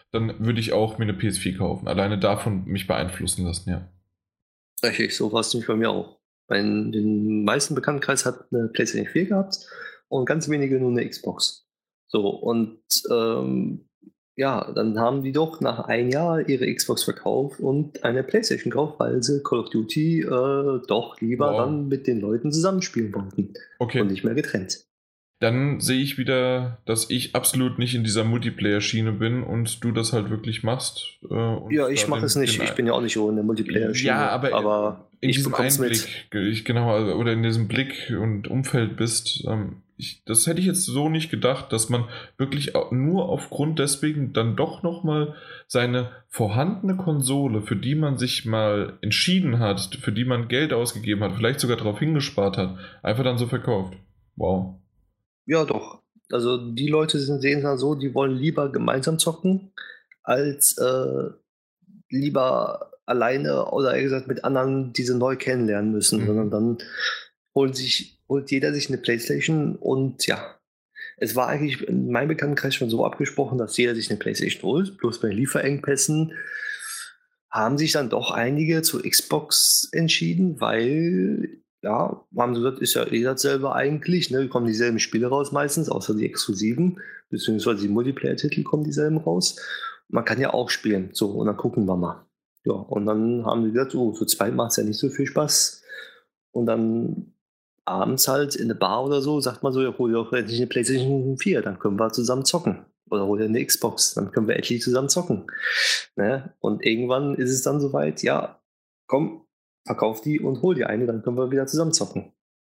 B: dann würde ich auch mir eine P S vier kaufen. Alleine davon mich beeinflussen lassen, ja.
A: Richtig, so war es nämlich bei mir auch. Mein, den meisten Bekanntenkreis hat eine PlayStation vier gehabt und ganz wenige nur eine Xbox. So, und ähm, ja, dann haben die doch nach einem Jahr ihre Xbox verkauft und eine PlayStation gekauft, weil sie Call of Duty äh, doch lieber
B: Wow.
A: dann mit den Leuten zusammenspielen wollten
B: Okay.
A: und nicht mehr getrennt.
B: Dann sehe ich wieder, dass ich absolut nicht in dieser Multiplayer-Schiene bin und du das halt wirklich machst. Äh, und
A: Ja, ich
B: da
A: mache
B: den-
A: es nicht.
B: den-
A: Ich bin ja auch nicht so in der Multiplayer-Schiene.
B: Ja, aber,
A: aber
B: in
A: ich
B: diesem
A: bekomm's
B: Einblick,
A: mit.
B: ich, genau, also, oder in diesem Blick und Umfeld bist, ähm, ich, das hätte ich jetzt so nicht gedacht, dass man wirklich au- nur aufgrund deswegen dann doch nochmal seine vorhandene Konsole, für die man sich mal entschieden hat, für die man Geld ausgegeben hat, vielleicht sogar darauf hingespart hat, einfach dann so verkauft. Wow.
A: Ja, doch. Also die Leute sind, sehen es dann so, die wollen lieber gemeinsam zocken, als äh, lieber alleine oder eher gesagt mit anderen diese neu kennenlernen müssen,
B: Mhm.
A: sondern dann holen sich, holt jeder sich eine Playstation und ja, es war eigentlich in meinem Bekanntenkreis schon so abgesprochen, dass jeder sich eine Playstation holt, bloß bei Lieferengpässen haben sich dann doch einige zu Xbox entschieden, weil, ja, haben sie gesagt, ist ja eh dasselbe eigentlich, ne? Kommen dieselben Spiele raus meistens, außer die Exklusiven, beziehungsweise die Multiplayer-Titel kommen dieselben raus. Man kann ja auch spielen, so, und dann gucken wir mal. Ja, und dann haben die gesagt, oh, zu zweit macht es ja nicht so viel Spaß. Und dann abends halt in eine Bar oder so, sagt man so, ja, hol dir doch endlich eine PlayStation vier, dann können wir zusammen zocken. Oder hol dir eine Xbox, dann können wir endlich zusammen zocken. Ne? Und irgendwann ist es dann soweit, ja, komm, verkauf die und hol dir eine, dann können wir wieder zusammen zocken.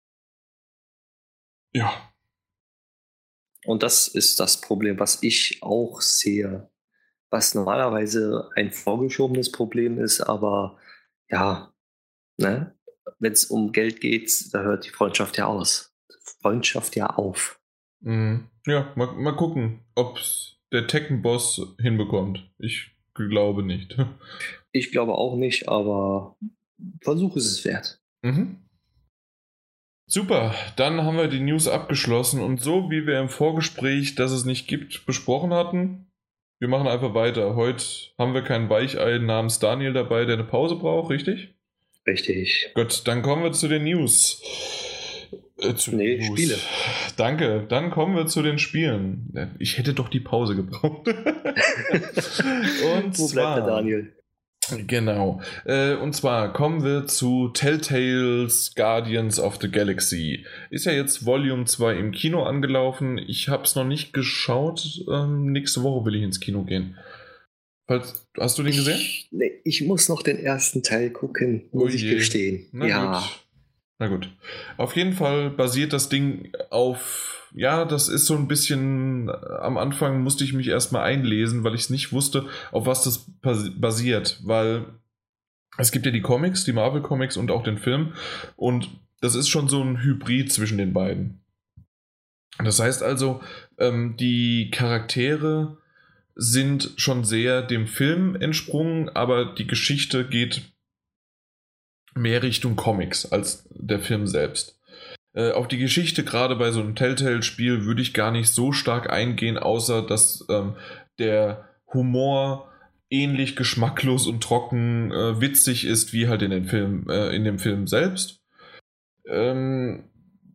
B: Ja.
A: Und das ist das Problem, was ich auch sehe, was normalerweise ein vorgeschobenes Problem ist, aber ja, ne? Wenn es um Geld geht, da hört die Freundschaft ja aus. Freundschaft ja auf.
B: Mhm. Ja, mal, mal gucken, ob der Tekken-Boss hinbekommt. Ich glaube nicht.
A: Ich glaube auch nicht, aber Versuch ist es wert.
B: Mhm. Super, dann haben wir die News abgeschlossen und so wie wir im Vorgespräch, dass es nicht gibt, besprochen hatten, wir machen einfach weiter. Heute haben wir kein Weichei namens Daniel dabei, der eine Pause braucht, richtig?
A: Richtig.
B: Gut, dann kommen wir zu den News. Äh, zu
A: Nee,
B: News.
A: Spiele.
B: Danke, dann kommen wir zu den Spielen. Ich hätte doch die Pause gebraucht. Und
A: Wo
B: zwar,
A: bleibt der Daniel?
B: Genau. Äh, und zwar kommen wir zu Telltales Guardians of the Galaxy. Ist ja jetzt Volume zwei im Kino angelaufen. Ich habe es noch nicht geschaut. Ähm, nächste Woche will ich ins Kino gehen. Falls, hast du den gesehen?
A: Ich, nee, ich muss noch den ersten Teil gucken, muss
B: Oh
A: ich
B: je.
A: gestehen.
B: Na
A: ja.
B: gut. Na gut. Auf jeden Fall basiert das Ding auf, ja, das ist so ein bisschen, am Anfang musste ich mich erstmal einlesen, weil ich es nicht wusste, auf was das basiert, weil es gibt ja die Comics, die Marvel-Comics und auch den Film und das ist schon so ein Hybrid zwischen den beiden. Das heißt also, ähm, die Charaktere sind schon sehr dem Film entsprungen, aber die Geschichte geht mehr Richtung Comics als der Film selbst. Äh, auf die Geschichte, gerade bei so einem Telltale-Spiel, würde ich gar nicht so stark eingehen, außer dass ähm, der Humor ähnlich geschmacklos und trocken äh, witzig ist, wie halt in, den Film, äh, in dem Film selbst. Ähm,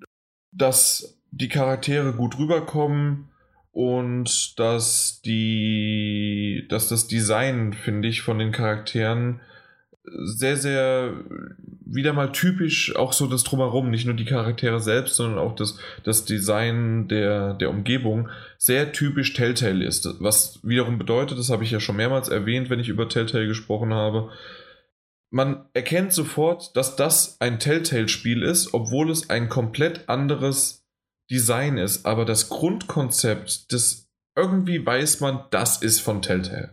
B: dass die Charaktere gut rüberkommen und dass, die, dass das Design, finde ich, von den Charakteren sehr, sehr wieder mal typisch auch so das Drumherum, nicht nur die Charaktere selbst, sondern auch das, das Design der, der Umgebung sehr typisch Telltale ist. Was wiederum bedeutet, das habe ich ja schon mehrmals erwähnt, wenn ich über Telltale gesprochen habe, man erkennt sofort, dass das ein Telltale-Spiel ist, obwohl es ein komplett anderes Design ist. Aber das Grundkonzept, das irgendwie weiß man, das ist von Telltale.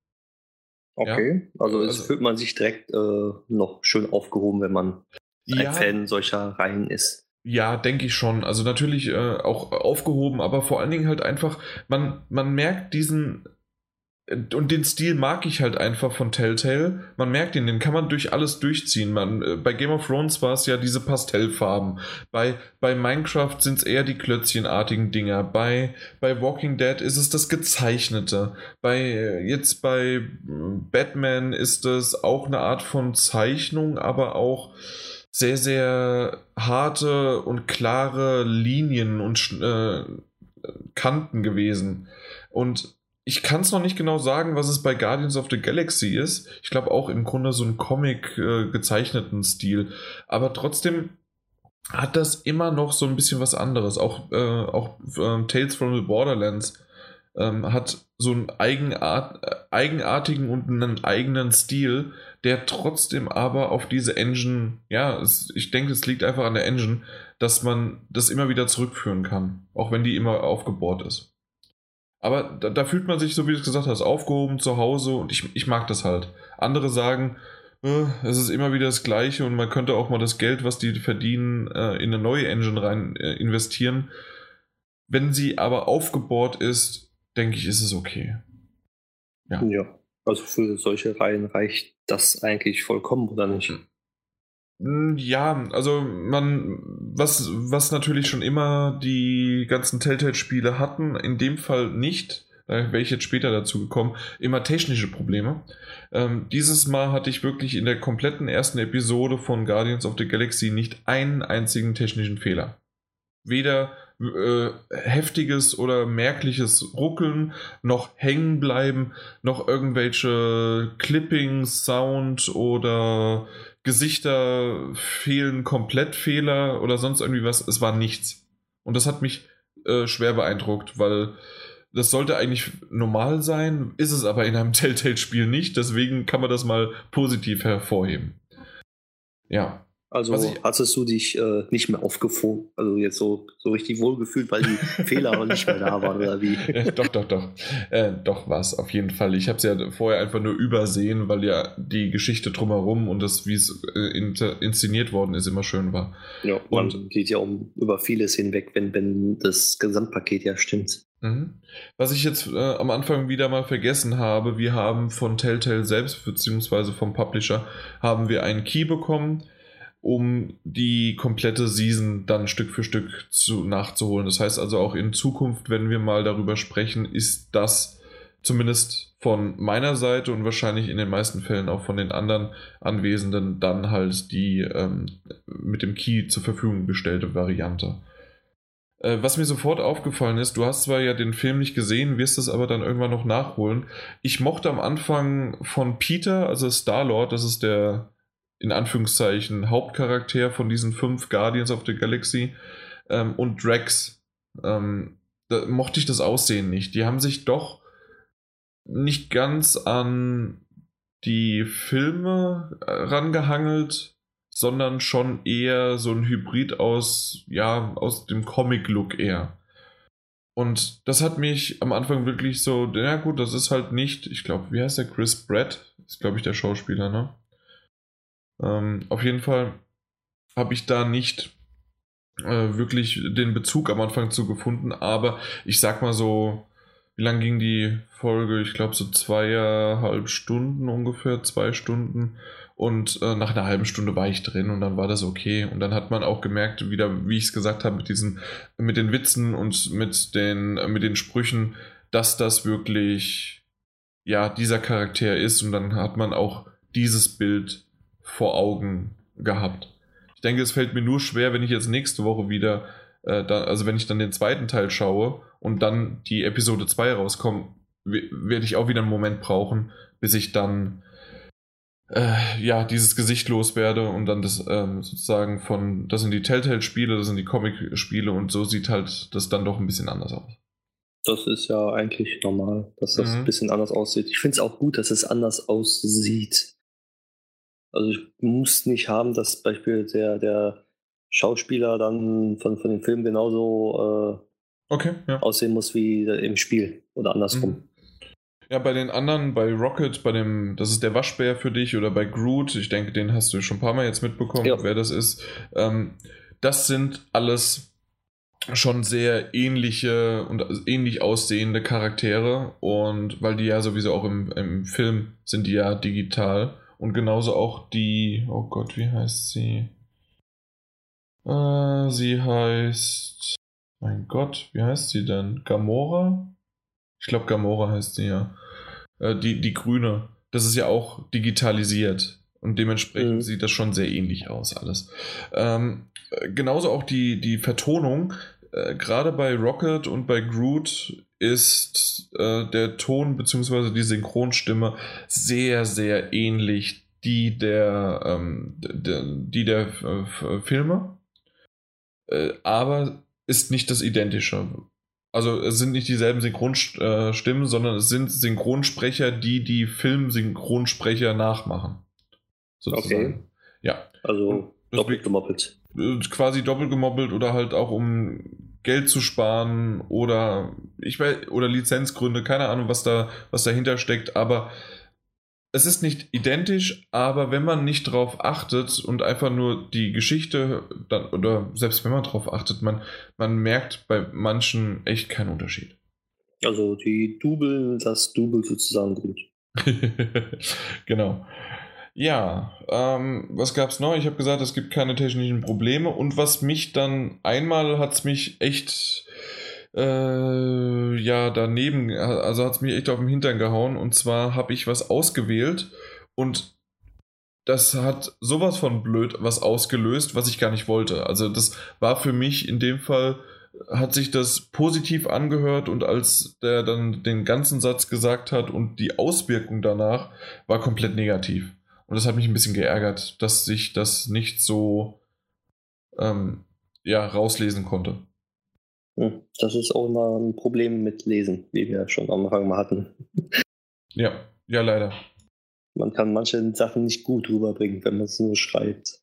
A: Okay,
B: ja?
A: also,
B: also
A: es fühlt man sich direkt äh, noch schön aufgehoben, wenn man
B: ja,
A: ein Fan solcher Reihen ist.
B: Ja, denke ich schon. Also natürlich äh, auch aufgehoben, aber vor allen Dingen halt einfach, man, man merkt diesen Und den Stil mag ich halt einfach von Telltale. Man merkt ihn, den kann man durch alles durchziehen. Man, bei Game of Thrones war es ja diese Pastellfarben. Bei, bei Minecraft sind es eher die klötzchenartigen Dinger. Bei, bei Walking Dead ist es das Gezeichnete. Bei, jetzt bei Batman ist es auch eine Art von Zeichnung, aber auch sehr, sehr harte und klare Linien und äh, Kanten gewesen. Und ich kann es noch nicht genau sagen, was es bei Guardians of the Galaxy ist. Ich glaube auch im Grunde so einen Comic äh, gezeichneten Stil. Aber trotzdem hat das immer noch so ein bisschen was anderes. Auch, äh, auch äh, Tales from the Borderlands ähm, hat so einen Eigenart, äh, eigenartigen und einen eigenen Stil, der trotzdem aber auf diese Engine, ja, es, ich denke, es liegt einfach an der Engine, dass man das immer wieder zurückführen kann. Auch wenn die immer aufgebohrt ist. Aber da, da fühlt man sich, so wie du es gesagt hast, aufgehoben zu Hause und ich, ich mag das halt. Andere sagen, äh, es ist immer wieder das Gleiche und man könnte auch mal das Geld, was die verdienen, äh, in eine neue Engine rein äh, investieren. Wenn sie aber aufgebohrt ist, denke ich, ist es okay.
A: Ja. ja, also für solche Reihen reicht das eigentlich vollkommen, oder nicht?
B: Ja, also man, was, was natürlich schon immer die ganzen Telltale-Spiele hatten, in dem Fall nicht, da wäre ich jetzt später dazu gekommen, immer technische Probleme. Ähm, dieses Mal hatte ich wirklich in der kompletten ersten Episode von Guardians of the Galaxy nicht einen einzigen technischen Fehler. Weder äh, heftiges oder merkliches Ruckeln, noch hängen bleiben, noch irgendwelche Clippings, Sound oder Gesichter fehlen, Komplettfehler oder sonst irgendwie was. Es war nichts. Und das hat mich äh, schwer beeindruckt, weil das sollte eigentlich normal sein, ist es aber in einem Telltale-Spiel nicht. Deswegen kann man das mal positiv hervorheben. Ja.
A: Also ich, hattest du dich äh, nicht mehr aufgefunden, also jetzt so, so richtig wohlgefühlt, weil die Fehler aber nicht mehr da waren, oder wie?
B: Ja, doch, doch, doch. Äh, doch was, auf jeden Fall. Ich habe es ja vorher einfach nur übersehen, weil ja die Geschichte drumherum und das, wie es äh, inszeniert worden ist, immer schön war.
A: Ja, man und, geht ja um über vieles hinweg, wenn, wenn das Gesamtpaket ja stimmt.
B: Mhm. Was ich jetzt äh, am Anfang wieder mal vergessen habe, wir haben von Telltale selbst, beziehungsweise vom Publisher, haben wir einen Key bekommen, um die komplette Season dann Stück für Stück zu, nachzuholen. Das heißt also auch in Zukunft, wenn wir mal darüber sprechen, ist das zumindest von meiner Seite und wahrscheinlich in den meisten Fällen auch von den anderen Anwesenden dann halt die ähm, mit dem Key zur Verfügung gestellte Variante. Äh, was mir sofort aufgefallen ist, du hast zwar ja den Film nicht gesehen, wirst es aber dann irgendwann noch nachholen. Ich mochte am Anfang von Peter, also Star-Lord, das ist der in Anführungszeichen Hauptcharakter von diesen fünf Guardians of the Galaxy, ähm, und Drax, ähm, da mochte ich das Aussehen nicht. Die haben sich doch nicht ganz an die Filme rangehangelt, sondern schon eher so ein Hybrid aus, ja, aus dem Comic-Look eher. Und das hat mich am Anfang wirklich so, na gut, das ist halt nicht, ich glaube, wie heißt der, Chris Pratt? Ist, glaube ich, der Schauspieler, ne? Ähm, auf jeden Fall habe ich da nicht äh, wirklich den Bezug am Anfang zu gefunden, aber ich sag mal so, wie lang ging die Folge? Ich glaube so zweieinhalb Stunden ungefähr, zwei Stunden und äh, nach einer halben Stunde war ich drin und dann war das okay und dann hat man auch gemerkt, wieder, wie ich es gesagt habe, mit diesen, mit den Witzen und mit den, mit den Sprüchen, dass das wirklich, ja, dieser Charakter ist und dann hat man auch dieses Bild vor Augen gehabt. Ich denke, es fällt mir nur schwer, wenn ich jetzt nächste Woche wieder, äh, da, also wenn ich dann den zweiten Teil schaue und dann die Episode zwei rauskommt, w- werde ich auch wieder einen Moment brauchen, bis ich dann äh, ja, dieses Gesicht loswerde und dann das ähm, sozusagen von, das sind die Telltale-Spiele, das sind die Comic-Spiele und so sieht halt das dann doch ein bisschen anders aus.
A: Das ist ja eigentlich normal, dass das mhm. ein bisschen anders aussieht. Ich finde es auch gut, dass es anders aussieht. Also ich muss nicht haben, dass zum Beispiel der, der Schauspieler dann von, von dem Film genauso äh,
B: okay, ja.
A: aussehen muss wie im Spiel oder andersrum.
B: Mhm. Ja, bei den anderen, bei Rocket, bei dem, das ist der Waschbär für dich, oder bei Groot, ich denke, den hast du schon ein paar Mal jetzt mitbekommen, ja. wer das ist. Ähm, das sind alles schon sehr ähnliche und ähnlich aussehende Charaktere, und weil die ja sowieso auch im, im Film sind die ja digital, und genauso auch die, oh Gott, wie heißt sie? Äh, sie heißt, mein Gott, wie heißt sie denn? Gamora? Ich glaube, Gamora heißt sie ja. Äh, die, die Grüne. Das ist ja auch digitalisiert. Und dementsprechend mhm. sieht das schon sehr ähnlich aus, alles. Ähm, genauso auch die, die Vertonung. Äh, gerade bei Rocket und bei Groot ist äh, der Ton bzw. die Synchronstimme sehr, sehr ähnlich die der, ähm, der, die der äh, Filme. Äh, aber ist nicht das Identische. Also es sind nicht dieselben Synchronstimmen, sondern es sind Synchronsprecher, die die Filmsynchronsprecher nachmachen. Sozusagen.
A: Okay.
B: Ja.
A: Also doppelt gemoppelt.
B: Quasi doppelt gemoppelt, oder halt auch um Geld zu sparen oder ich weiß, oder Lizenzgründe, keine Ahnung, was da, was dahinter steckt, aber es ist nicht identisch, aber wenn man nicht drauf achtet und einfach nur die Geschichte, dann, oder selbst wenn man drauf achtet, man, man merkt bei manchen echt keinen Unterschied.
A: Also die dubeln das Double sozusagen gut.
B: Genau. Ja, ähm, was gab's noch? Ich habe gesagt, es gibt keine technischen Probleme, und was mich dann, einmal hat's mich echt äh, ja, daneben, also hat's mich echt auf den Hintern gehauen, und zwar habe ich was ausgewählt und das hat sowas von blöd was ausgelöst, was ich gar nicht wollte. Also das war für mich in dem Fall, hat sich das positiv angehört, und als der dann den ganzen Satz gesagt hat und die Auswirkung danach war komplett negativ. Und das hat mich ein bisschen geärgert, dass ich das nicht so ähm, ja, rauslesen konnte.
A: Das ist auch immer ein Problem mit Lesen, wie wir schon am Anfang mal hatten.
B: Ja, ja, leider.
A: Man kann manche Sachen nicht gut rüberbringen, wenn man es nur schreibt.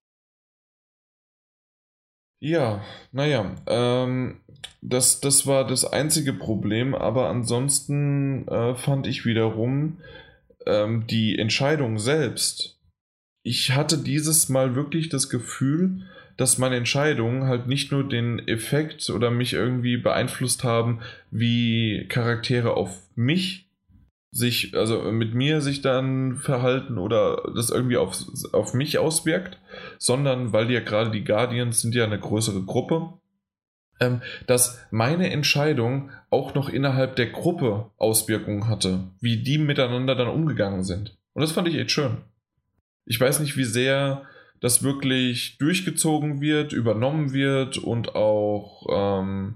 B: Ja, naja, ähm, das, das war das einzige Problem, aber ansonsten äh, fand ich wiederum ähm, die Entscheidung selbst. Ich hatte dieses Mal wirklich das Gefühl, dass meine Entscheidungen halt nicht nur den Effekt oder mich irgendwie beeinflusst haben, wie Charaktere auf mich sich, also mit mir sich dann verhalten oder das irgendwie auf, auf mich auswirkt, sondern weil ja gerade die Guardians sind ja eine größere Gruppe, ähm, dass meine Entscheidung auch noch innerhalb der Gruppe Auswirkungen hatte, wie die miteinander dann umgegangen sind. Und das fand ich echt schön. Ich weiß nicht, wie sehr das wirklich durchgezogen wird, übernommen wird und auch ähm,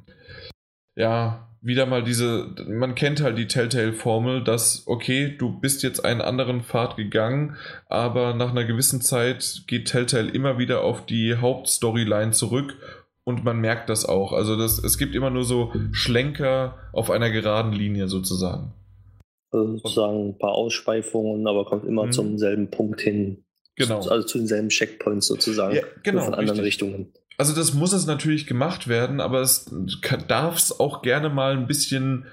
B: ja, wieder mal diese, man kennt halt die Telltale-Formel, dass, okay, du bist jetzt einen anderen Pfad gegangen, aber nach einer gewissen Zeit geht Telltale immer wieder auf die Hauptstoryline zurück, und man merkt das auch. Also das, es gibt immer nur so Schlenker auf einer geraden Linie sozusagen.
A: Also sozusagen ein paar Ausschweifungen, aber kommt immer mhm. zum selben Punkt hin.
B: Genau.
A: Also zu denselben Checkpoints sozusagen.
B: Ja, genau,
A: nur von anderen
B: richtig.
A: Richtungen.
B: Also das muss es natürlich gemacht werden, aber es darf es auch gerne mal ein bisschen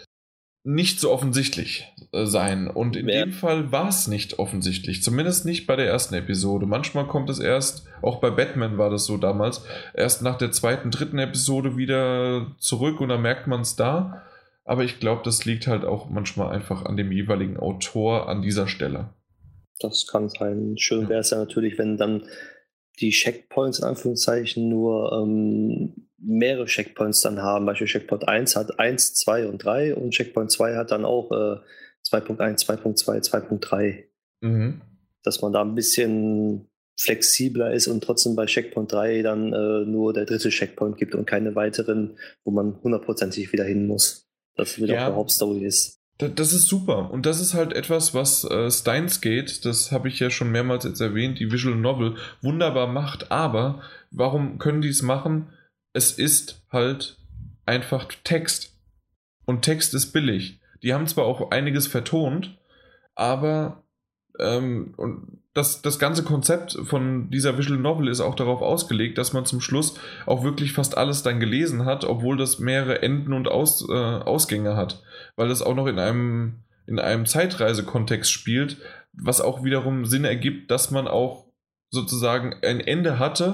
B: nicht so offensichtlich sein. Und in ja. dem Fall war es nicht offensichtlich. Zumindest nicht bei der ersten Episode. Manchmal kommt es erst, auch bei Batman war das so damals, erst nach der zweiten, dritten Episode wieder zurück, und dann merkt man es da. Aber ich glaube, das liegt halt auch manchmal einfach an dem jeweiligen Autor an dieser Stelle.
A: Das kann sein. Schön wäre es ja natürlich, wenn dann die Checkpoints in Anführungszeichen nur ähm, mehrere Checkpoints dann haben. Beispielsweise Checkpoint eins hat eins, zwei und drei, und Checkpoint zwei hat dann auch äh, zwei Punkt eins, zwei Punkt zwei, zwei Punkt drei.
B: Mhm.
A: Dass man da ein bisschen flexibler ist und trotzdem bei Checkpoint drei dann äh, nur der dritte Checkpoint gibt und keine weiteren, wo man hundertprozentig wieder hin muss. Das wieder ja. auch der Hauptstory ist.
B: Das ist super, und das ist halt etwas, was äh, Steins Gate, das habe ich ja schon mehrmals jetzt erwähnt, die Visual Novel, wunderbar macht. Aber warum können die es machen? Es ist halt einfach Text, und Text ist billig. Die haben zwar auch einiges vertont, aber ähm, und das, das ganze Konzept von dieser Visual Novel ist auch darauf ausgelegt, dass man zum Schluss auch wirklich fast alles dann gelesen hat, obwohl das mehrere Enden und Aus, äh, Ausgänge hat, weil es auch noch in einem, in einem Zeitreisekontext spielt, was auch wiederum Sinn ergibt, dass man auch sozusagen ein Ende hatte,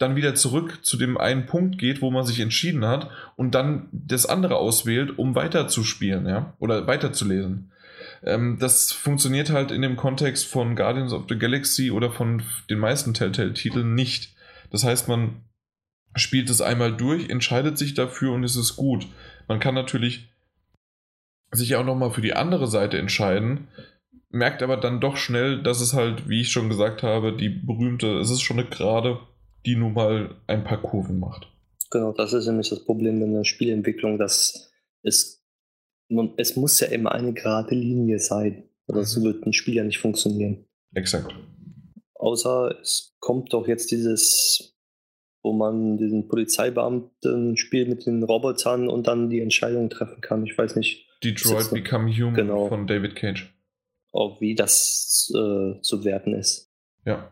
B: dann wieder zurück zu dem einen Punkt geht, wo man sich entschieden hat und dann das andere auswählt, um weiterzuspielen, ja, oder weiterzulesen. Ähm, das funktioniert halt in dem Kontext von Guardians of the Galaxy oder von den meisten Telltale-Titeln nicht. Das heißt, man spielt es einmal durch, entscheidet sich dafür und es ist gut. Man kann natürlich sich auch nochmal für die andere Seite entscheiden, merkt aber dann doch schnell, dass es halt, wie ich schon gesagt habe, die berühmte, es ist schon eine Gerade, die nun mal ein paar Kurven macht.
A: Genau, das ist nämlich das Problem in der Spielentwicklung, dass es, es muss ja immer eine gerade Linie sein, sonst mhm. wird ein Spiel ja nicht funktionieren.
B: Exakt.
A: Außer es kommt doch jetzt dieses, wo man diesen Polizeibeamten spielt mit den Robotern und dann die Entscheidung treffen kann. Ich weiß nicht.
B: Detroit Become Human genau. von David Cage.
A: Auch wie das äh, zu werten ist.
B: Ja.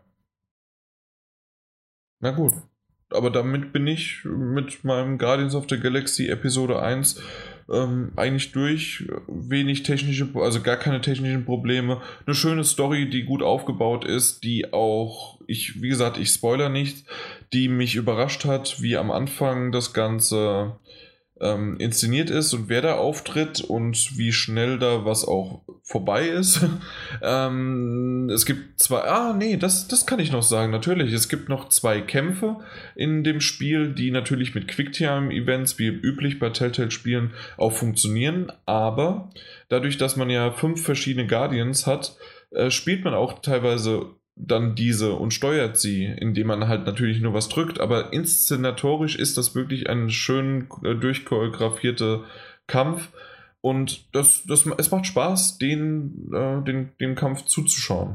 B: Na gut. Aber damit bin ich mit meinem Guardians of the Galaxy Episode eins ähm, eigentlich durch. Wenig technische, also gar keine technischen Probleme. Eine schöne Story, die gut aufgebaut ist, die auch, ich, wie gesagt, ich spoiler nicht, die mich überrascht hat, wie am Anfang das Ganze ähm, inszeniert ist und wer da auftritt und wie schnell da was auch vorbei ist. ähm, es gibt zwei, ah nee, das, das kann ich noch sagen, natürlich, es gibt noch zwei Kämpfe in dem Spiel, die natürlich mit Quicktime-Events wie üblich bei Telltale-Spielen auch funktionieren, aber dadurch, dass man ja fünf verschiedene Guardians hat, äh, spielt man auch teilweise dann diese und steuert sie, indem man halt natürlich nur was drückt, aber inszenatorisch ist das wirklich ein schön äh, durchchoreografierter Kampf und das, das, es macht Spaß, den, äh, den, dem Kampf zuzuschauen.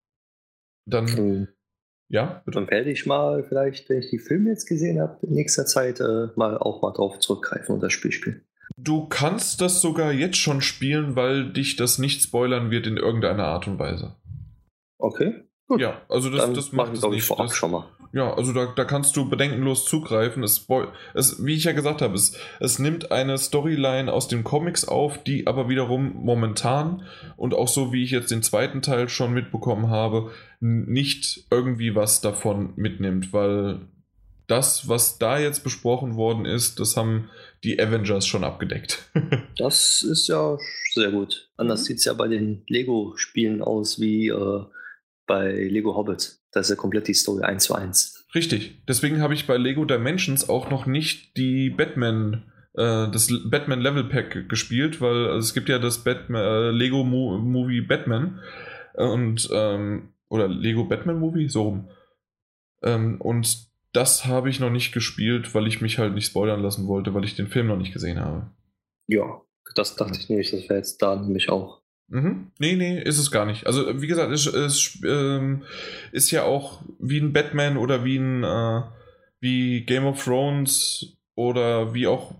B: Dann,
A: hm.
B: ja,
A: bitte. Dann werde ich mal vielleicht, wenn ich die Filme jetzt gesehen habe, in nächster Zeit äh, mal auch mal drauf zurückgreifen und das Spiel spielen.
B: Du kannst das sogar jetzt schon spielen, weil dich das nicht spoilern wird in irgendeiner Art und Weise.
A: Okay. Gut.
B: Ja, also das, das macht es nicht.
A: Vorab
B: das,
A: schon mal.
B: Ja, also da, da kannst du bedenkenlos zugreifen. Es, es, wie ich ja gesagt habe, es, es nimmt eine Storyline aus den Comics auf, die aber wiederum momentan und auch so wie ich jetzt den zweiten Teil schon mitbekommen habe, nicht irgendwie was davon mitnimmt, weil das, was da jetzt besprochen worden ist, das haben die Avengers schon abgedeckt.
A: Das ist ja sehr gut. Anders mhm. sieht es ja bei den Lego-Spielen aus wie äh, bei Lego Hobbit. Das ist ja komplett die Story eins zu eins.
B: Richtig. Deswegen habe ich bei Lego Dimensions auch noch nicht die Batman, äh, das Batman Level Pack gespielt, weil also es gibt ja das Batman, äh, Lego Mo- Movie Batman und ähm, oder Lego Batman Movie, so rum. Ähm, und das habe ich noch nicht gespielt, weil ich mich halt nicht spoilern lassen wollte, weil ich den Film noch nicht gesehen habe.
A: Ja, das dachte ich nämlich, das wäre jetzt da nämlich auch.
B: Mhm. Nee, nee, ist es gar nicht. Also, wie gesagt, es, es ähm, ist ja auch wie ein Batman oder wie ein äh, wie Game of Thrones oder wie auch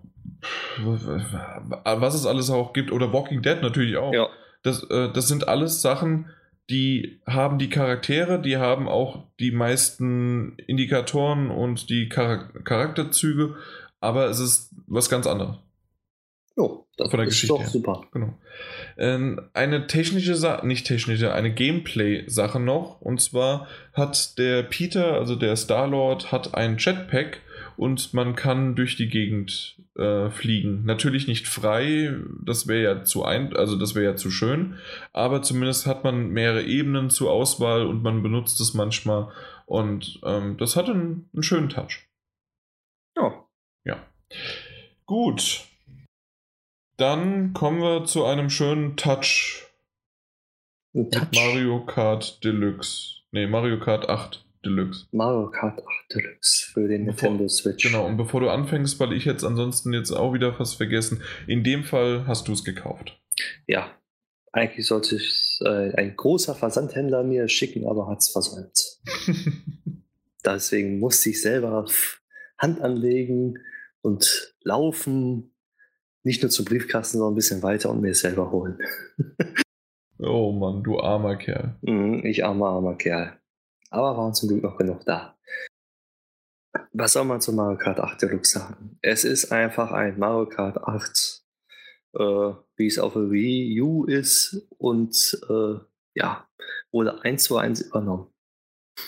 B: was es alles auch gibt oder Walking Dead natürlich auch.
A: Ja.
B: Das, äh, das sind alles Sachen, die haben die Charaktere, die haben auch die meisten Indikatoren und die Char- Charakterzüge, aber es ist was ganz anderes.
A: Oh, das
B: von der
A: ist
B: Geschichte
A: doch
B: her.
A: super.
B: Genau. Ähm, eine technische Sache, nicht technische, eine Gameplay-Sache noch. Und zwar hat der Peter, also der Star-Lord, hat ein Jetpack und man kann durch die Gegend äh, fliegen. Natürlich nicht frei, das wäre ja zu ein, also das wäre ja zu schön, aber zumindest hat man mehrere Ebenen zur Auswahl und man benutzt es manchmal und ähm, das hat einen, einen schönen Touch.
A: Ja.
B: Ja. Gut. Dann kommen wir zu einem schönen Touch.
A: Ein Touch.
B: Mit Mario Kart Deluxe. Ne, Mario Kart acht Deluxe.
A: Mario Kart acht Deluxe für den
B: bevor,
A: Nintendo Switch.
B: Genau, und bevor du anfängst, weil ich jetzt ansonsten jetzt auch wieder fast vergessen, in dem Fall hast du es gekauft.
A: Ja, eigentlich sollte es äh, ein großer Versandhändler mir schicken, aber hat es versäumt. Deswegen musste ich selber Hand anlegen und laufen. Nicht nur zum Briefkasten, sondern ein bisschen weiter und mir es selber holen.
B: Oh Mann, du armer Kerl.
A: Ich armer, armer Kerl. Aber waren zum Glück noch genug da. Was soll man zu Mario Kart acht Deluxe sagen? Es ist einfach ein Mario Kart acht, äh, wie es auf der Wii U ist und äh, ja, wurde eins zu eins übernommen.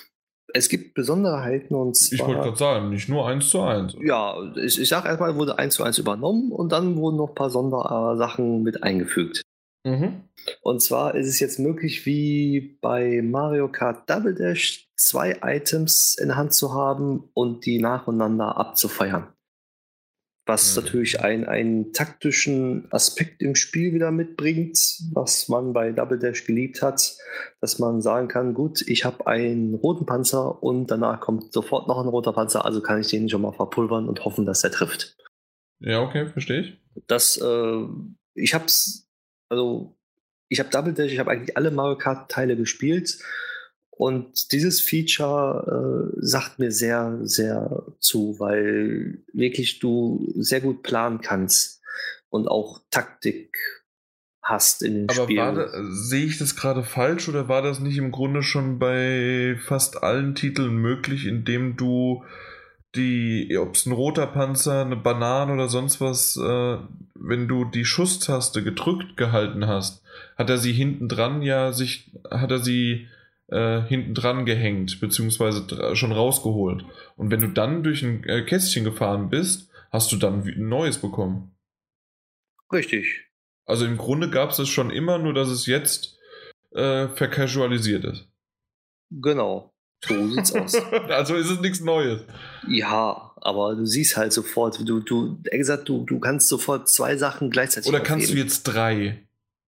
A: Es gibt Besonderheiten und zwar...
B: Ich wollte gerade sagen, nicht nur eins zu eins.
A: Ja, ich, ich sag erstmal, wurde eins zu eins übernommen und dann wurden noch ein paar Sondersachen mit eingefügt.
B: Mhm.
A: Und zwar ist es jetzt möglich, wie bei Mario Kart Double Dash, zwei Items in der Hand zu haben und die nacheinander abzufeiern. Was
B: Mhm.
A: natürlich ein, einen taktischen Aspekt im Spiel wieder mitbringt, was man bei Double Dash geliebt hat, dass man sagen kann, gut, ich habe einen roten Panzer und danach kommt sofort noch ein roter Panzer, also kann ich den schon mal verpulvern und hoffen, dass er trifft.
B: Ja, okay, verstehe ich.
A: Das, äh, ich hab's, also ich habe Double Dash, ich habe eigentlich alle Mario Kart Teile gespielt und dieses Feature äh, sagt mir sehr, sehr zu, weil wirklich du sehr gut planen kannst und auch Taktik hast in den
B: Aber
A: Spielen.
B: war da, sehe ich das gerade falsch oder war das nicht im Grunde schon bei fast allen Titeln möglich, indem du die, ob es ein roter Panzer, eine Banane oder sonst was, äh, wenn du die Schusstaste gedrückt gehalten hast, hat er sie hinten dran ja sich, hat er sie äh, hinten dran gehängt, beziehungsweise dra- schon rausgeholt. Und wenn du dann durch ein äh, Kästchen gefahren bist, hast du dann ein neues bekommen.
A: Richtig,
B: Also im Grunde gab es das schon immer, nur dass es jetzt äh, vercasualisiert ist.
A: genau. So sieht's aus.
B: Also ist es nichts Neues.
A: Ja, aber du siehst halt sofort, du, du, wie gesagt, du, du kannst sofort zwei Sachen gleichzeitig
B: Oder kannst du
A: aufheben.
B: jetzt drei?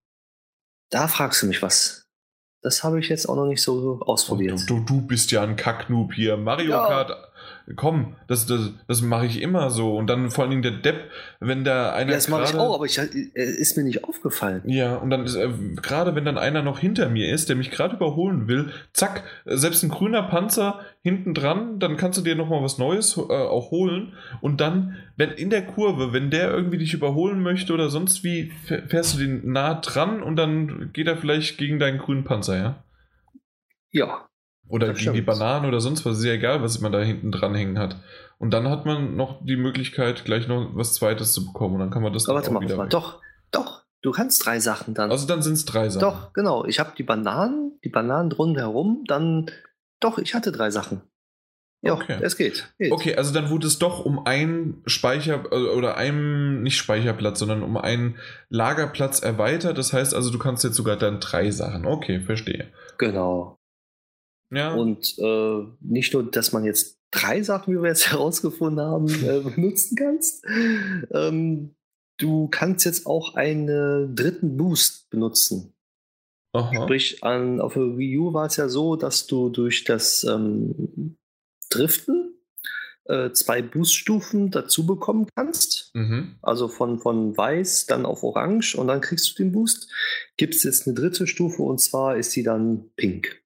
A: Da fragst du mich was. Das habe ich jetzt auch noch nicht so ausprobiert.
B: Du, du, du bist ja ein Kacknoob hier. Mario
A: Ja.
B: Kart, komm, das, das, das mache ich immer so. Und dann vor allen Dingen der Depp, wenn da einer
A: Ja, das mache ich
B: gerade-
A: auch, aber ich, äh, ist mir nicht aufgefallen.
B: Ja, und dann ist äh, gerade wenn dann einer noch hinter mir ist, der mich gerade überholen will, zack, äh, selbst ein grüner Panzer hinten dran, dann kannst du dir nochmal was Neues äh, auch holen. Und dann, wenn in der Kurve, wenn der irgendwie dich überholen möchte oder sonst wie, fäh- fährst du den nah dran und dann geht er vielleicht gegen deinen grünen Panzer, ja?
A: Ja,
B: Oder
A: das
B: gegen die
A: stimmt.
B: Bananen oder sonst was, ist ja egal, was man da hinten dran hängen hat. Und dann hat man noch die Möglichkeit, gleich noch was Zweites zu bekommen. Und dann kann man das
A: Aber
B: dann
A: warte
B: auch
A: mal,
B: wieder
A: warte mal.
B: weg.
A: Doch, doch, du kannst drei Sachen dann.
B: Also dann sind es drei Sachen.
A: Doch, genau. Ich habe die Bananen, die Bananen drumherum, dann. Doch, ich hatte drei Sachen. Ja,
B: Okay.
A: es geht. geht.
B: Okay, also dann wurde es doch um einen Speicher äh, oder einen, nicht Speicherplatz, sondern um einen Lagerplatz erweitert. Das heißt also, du kannst jetzt sogar dann drei Sachen. Okay, verstehe.
A: Genau.
B: Ja.
A: Und äh, nicht nur, dass man jetzt drei Sachen, wie wir jetzt herausgefunden haben, äh, benutzen kannst. Ähm, du kannst jetzt auch einen dritten Boost benutzen.
B: Aha.
A: Sprich, an, auf der Wii U war es ja so, dass du durch das ähm, Driften äh, zwei Booststufen dazu bekommen kannst.
B: Mhm.
A: Also von, von weiß dann auf orange und dann kriegst du den Boost. Gibt es jetzt eine dritte Stufe und zwar ist die dann pink.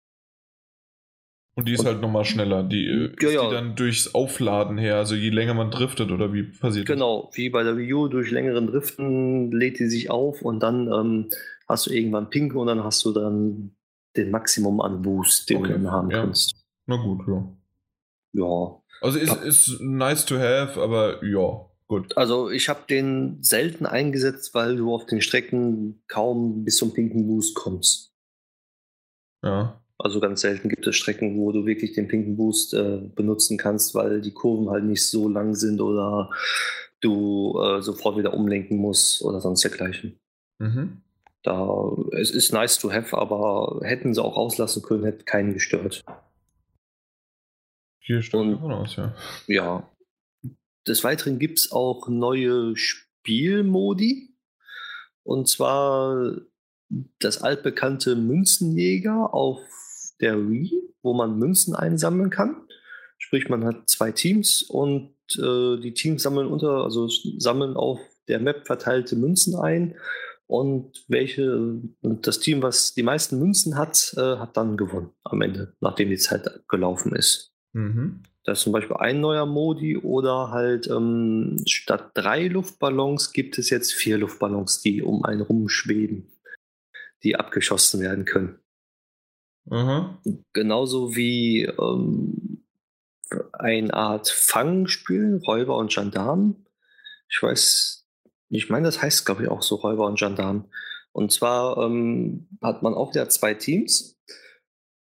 B: Und die ist
A: Und-
B: halt nochmal schneller. Die äh,
A: Ja,
B: ist
A: ja.
B: die dann durchs Aufladen her, also je länger man driftet oder wie passiert das?
A: Genau, wie bei der Wii U, durch längeren Driften lädt die sich auf und dann ähm, hast du irgendwann pink und dann hast du dann den Maximum an Boost, den
B: Okay,
A: du dann haben
B: ja.
A: kannst.
B: Na gut, ja.
A: Ja,
B: Also ist,
A: Ja.
B: ist nice to have, aber ja, gut.
A: also ich habe den selten eingesetzt, weil du auf den Strecken kaum bis zum pinken Boost kommst.
B: Ja.
A: Also ganz selten gibt es Strecken, wo du wirklich den pinken Boost äh, benutzen kannst, weil die Kurven halt nicht so lang sind oder du äh, sofort wieder umlenken musst oder sonst dergleichen.
B: Mhm.
A: Da, es ist nice to have, aber hätten sie auch auslassen können, hätte keinen gestört.
B: Hier steht
A: Und-
B: davon aus, ja.
A: Ja. Des Weiteren gibt es auch neue Spielmodi. Und zwar das altbekannte Münzenjäger auf der Wii, wo man Münzen einsammeln kann. Sprich, man hat zwei Teams und äh, die Teams sammeln unter, also sammeln auf der Map verteilte Münzen ein. Und welche, und das Team, was die meisten Münzen hat, äh, hat dann gewonnen am Ende, nachdem die Zeit gelaufen ist.
B: Mhm.
A: Das ist zum Beispiel ein neuer Modi oder halt ähm, statt drei Luftballons gibt es jetzt vier Luftballons, die um einen rumschweben, die abgeschossen werden können.
B: Aha.
A: Genauso wie ähm, eine Art Fangspiel, Räuber und Gendarmen. Ich weiß, ich meine, das heißt, glaube ich, auch so Räuber und Gendarmen. Und zwar ähm, hat man auch wieder zwei Teams.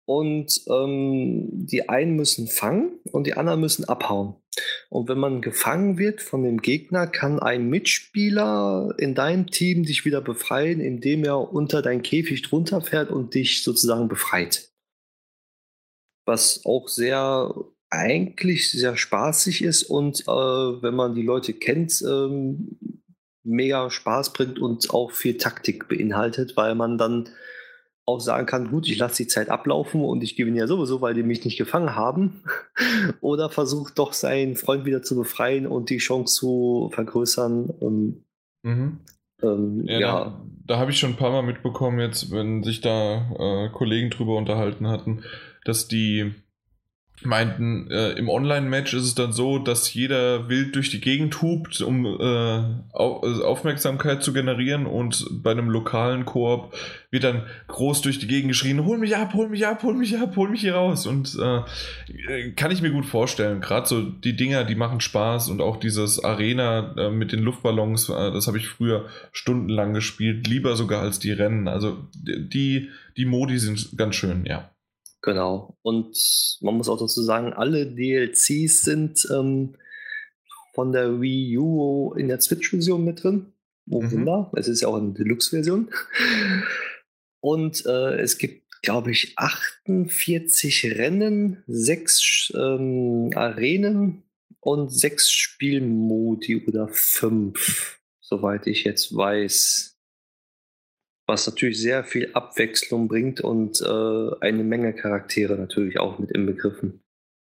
A: Und ähm, die einen müssen fangen und die anderen müssen abhauen. Und wenn man gefangen wird von dem Gegner, kann ein Mitspieler in deinem Team dich wieder befreien, indem er unter dein Käfig drunter fährt und dich sozusagen befreit. Was auch sehr, eigentlich sehr spaßig ist und äh, wenn man die Leute kennt, ähm, mega Spaß bringt und auch viel Taktik beinhaltet, weil man dann auch sagen kann, gut, ich lasse die Zeit ablaufen und ich gewinne ja sowieso, weil die mich nicht gefangen haben. Oder versucht doch seinen Freund wieder zu befreien und die Chance zu vergrößern. Und,
B: Mhm.
A: ähm,
B: Ja,
A: ja.
B: da, da habe ich schon ein paar Mal mitbekommen, jetzt, wenn sich da äh, Kollegen drüber unterhalten hatten, dass die meinten, äh, im Online-Match ist es dann so, dass jeder wild durch die Gegend hupt, um äh, Au- also Aufmerksamkeit zu generieren, und bei einem lokalen Koop wird dann groß durch die Gegend geschrien, hol mich ab, hol mich ab, hol mich ab, hol mich hier raus. Und äh, kann ich mir gut vorstellen. Gerade so die Dinger, die machen Spaß, und auch dieses Arena äh, mit den Luftballons, äh, das habe ich früher stundenlang gespielt, lieber sogar als die Rennen. Also die, die Modi sind ganz schön, ja.
A: Genau. Und man muss auch dazu sagen, alle D L Cs sind ähm, von der Wii U in der Switch-Version mit drin. Oh
B: Mhm.
A: Wunder, es ist ja auch eine Deluxe-Version. Und äh, es gibt, glaube ich, achtundvierzig Rennen, sechs ähm, Arenen und sechs Spielmodi oder fünf, soweit ich jetzt weiß. Was natürlich sehr viel Abwechslung bringt und äh, eine Menge Charaktere natürlich auch mit inbegriffen.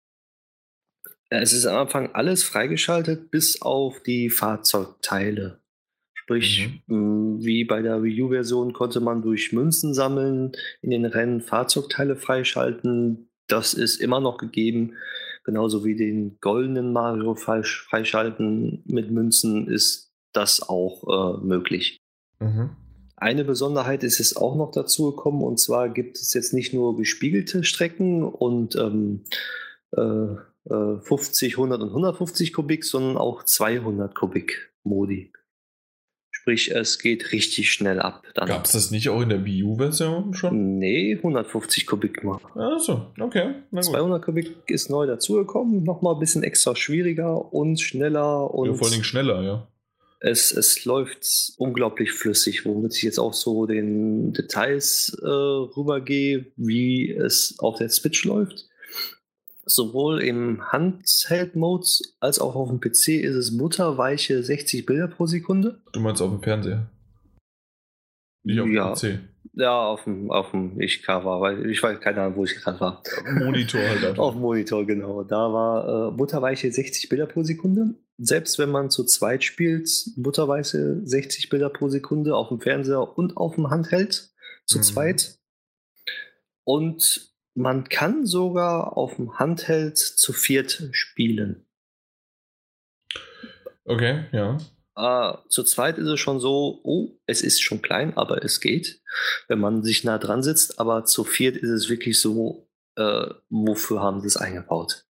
A: Es ist am Anfang alles freigeschaltet, bis auf die Fahrzeugteile. Sprich,
B: Mhm.
A: mh, wie bei der Wii U-Version konnte man durch Münzen sammeln in den Rennen Fahrzeugteile freischalten. Das ist immer noch gegeben. Genauso wie den goldenen Mario freischalten mit Münzen ist das auch äh, möglich.
B: Mhm.
A: Eine Besonderheit ist es auch noch dazu gekommen, und zwar gibt es jetzt nicht nur gespiegelte Strecken und ähm, äh, äh, fünfzig, hundert und hundertfünfzig Kubik, sondern auch zweihundert Kubik Modi. Sprich, es geht richtig schnell ab.
B: Gab es das nicht auch in der Wii U-Version schon?
A: Nee, hundertfünfzig Kubik nur.
B: Achso, okay, na gut.
A: zweihundert Kubik ist neu dazugekommen, nochmal ein bisschen extra schwieriger und schneller und
B: Ja, vor allen Dingen schneller, ja.
A: Es, es läuft unglaublich flüssig, womit ich jetzt auch so den Details äh, rübergehe, wie es auf der Switch läuft. Sowohl im Handheld-Mode als auch auf dem P C ist es butterweiche sechzig Bilder pro Sekunde.
B: Du meinst auf dem Fernseher? Nicht auf dem
A: Ja.
B: P C?
A: Ja, auf dem, auf dem ich war, weil ich weiß keine Ahnung, wo ich gerade war.
B: Monitor halt einfach.
A: Auf dem Monitor, genau. Da war äh, butterweiche sechzig Bilder pro Sekunde. Selbst wenn man zu zweit spielt, butterweiche sechzig Bilder pro Sekunde auf dem Fernseher und auf dem Handheld zu
B: Mhm.
A: zweit. Und man kann sogar auf dem Handheld zu viert spielen.
B: Okay, ja.
A: Uh, zu zweit ist es schon so, oh, es ist schon klein, aber es geht, wenn man sich nah dran sitzt. Aber zu viert ist es wirklich so, äh, wofür haben sie es eingebaut?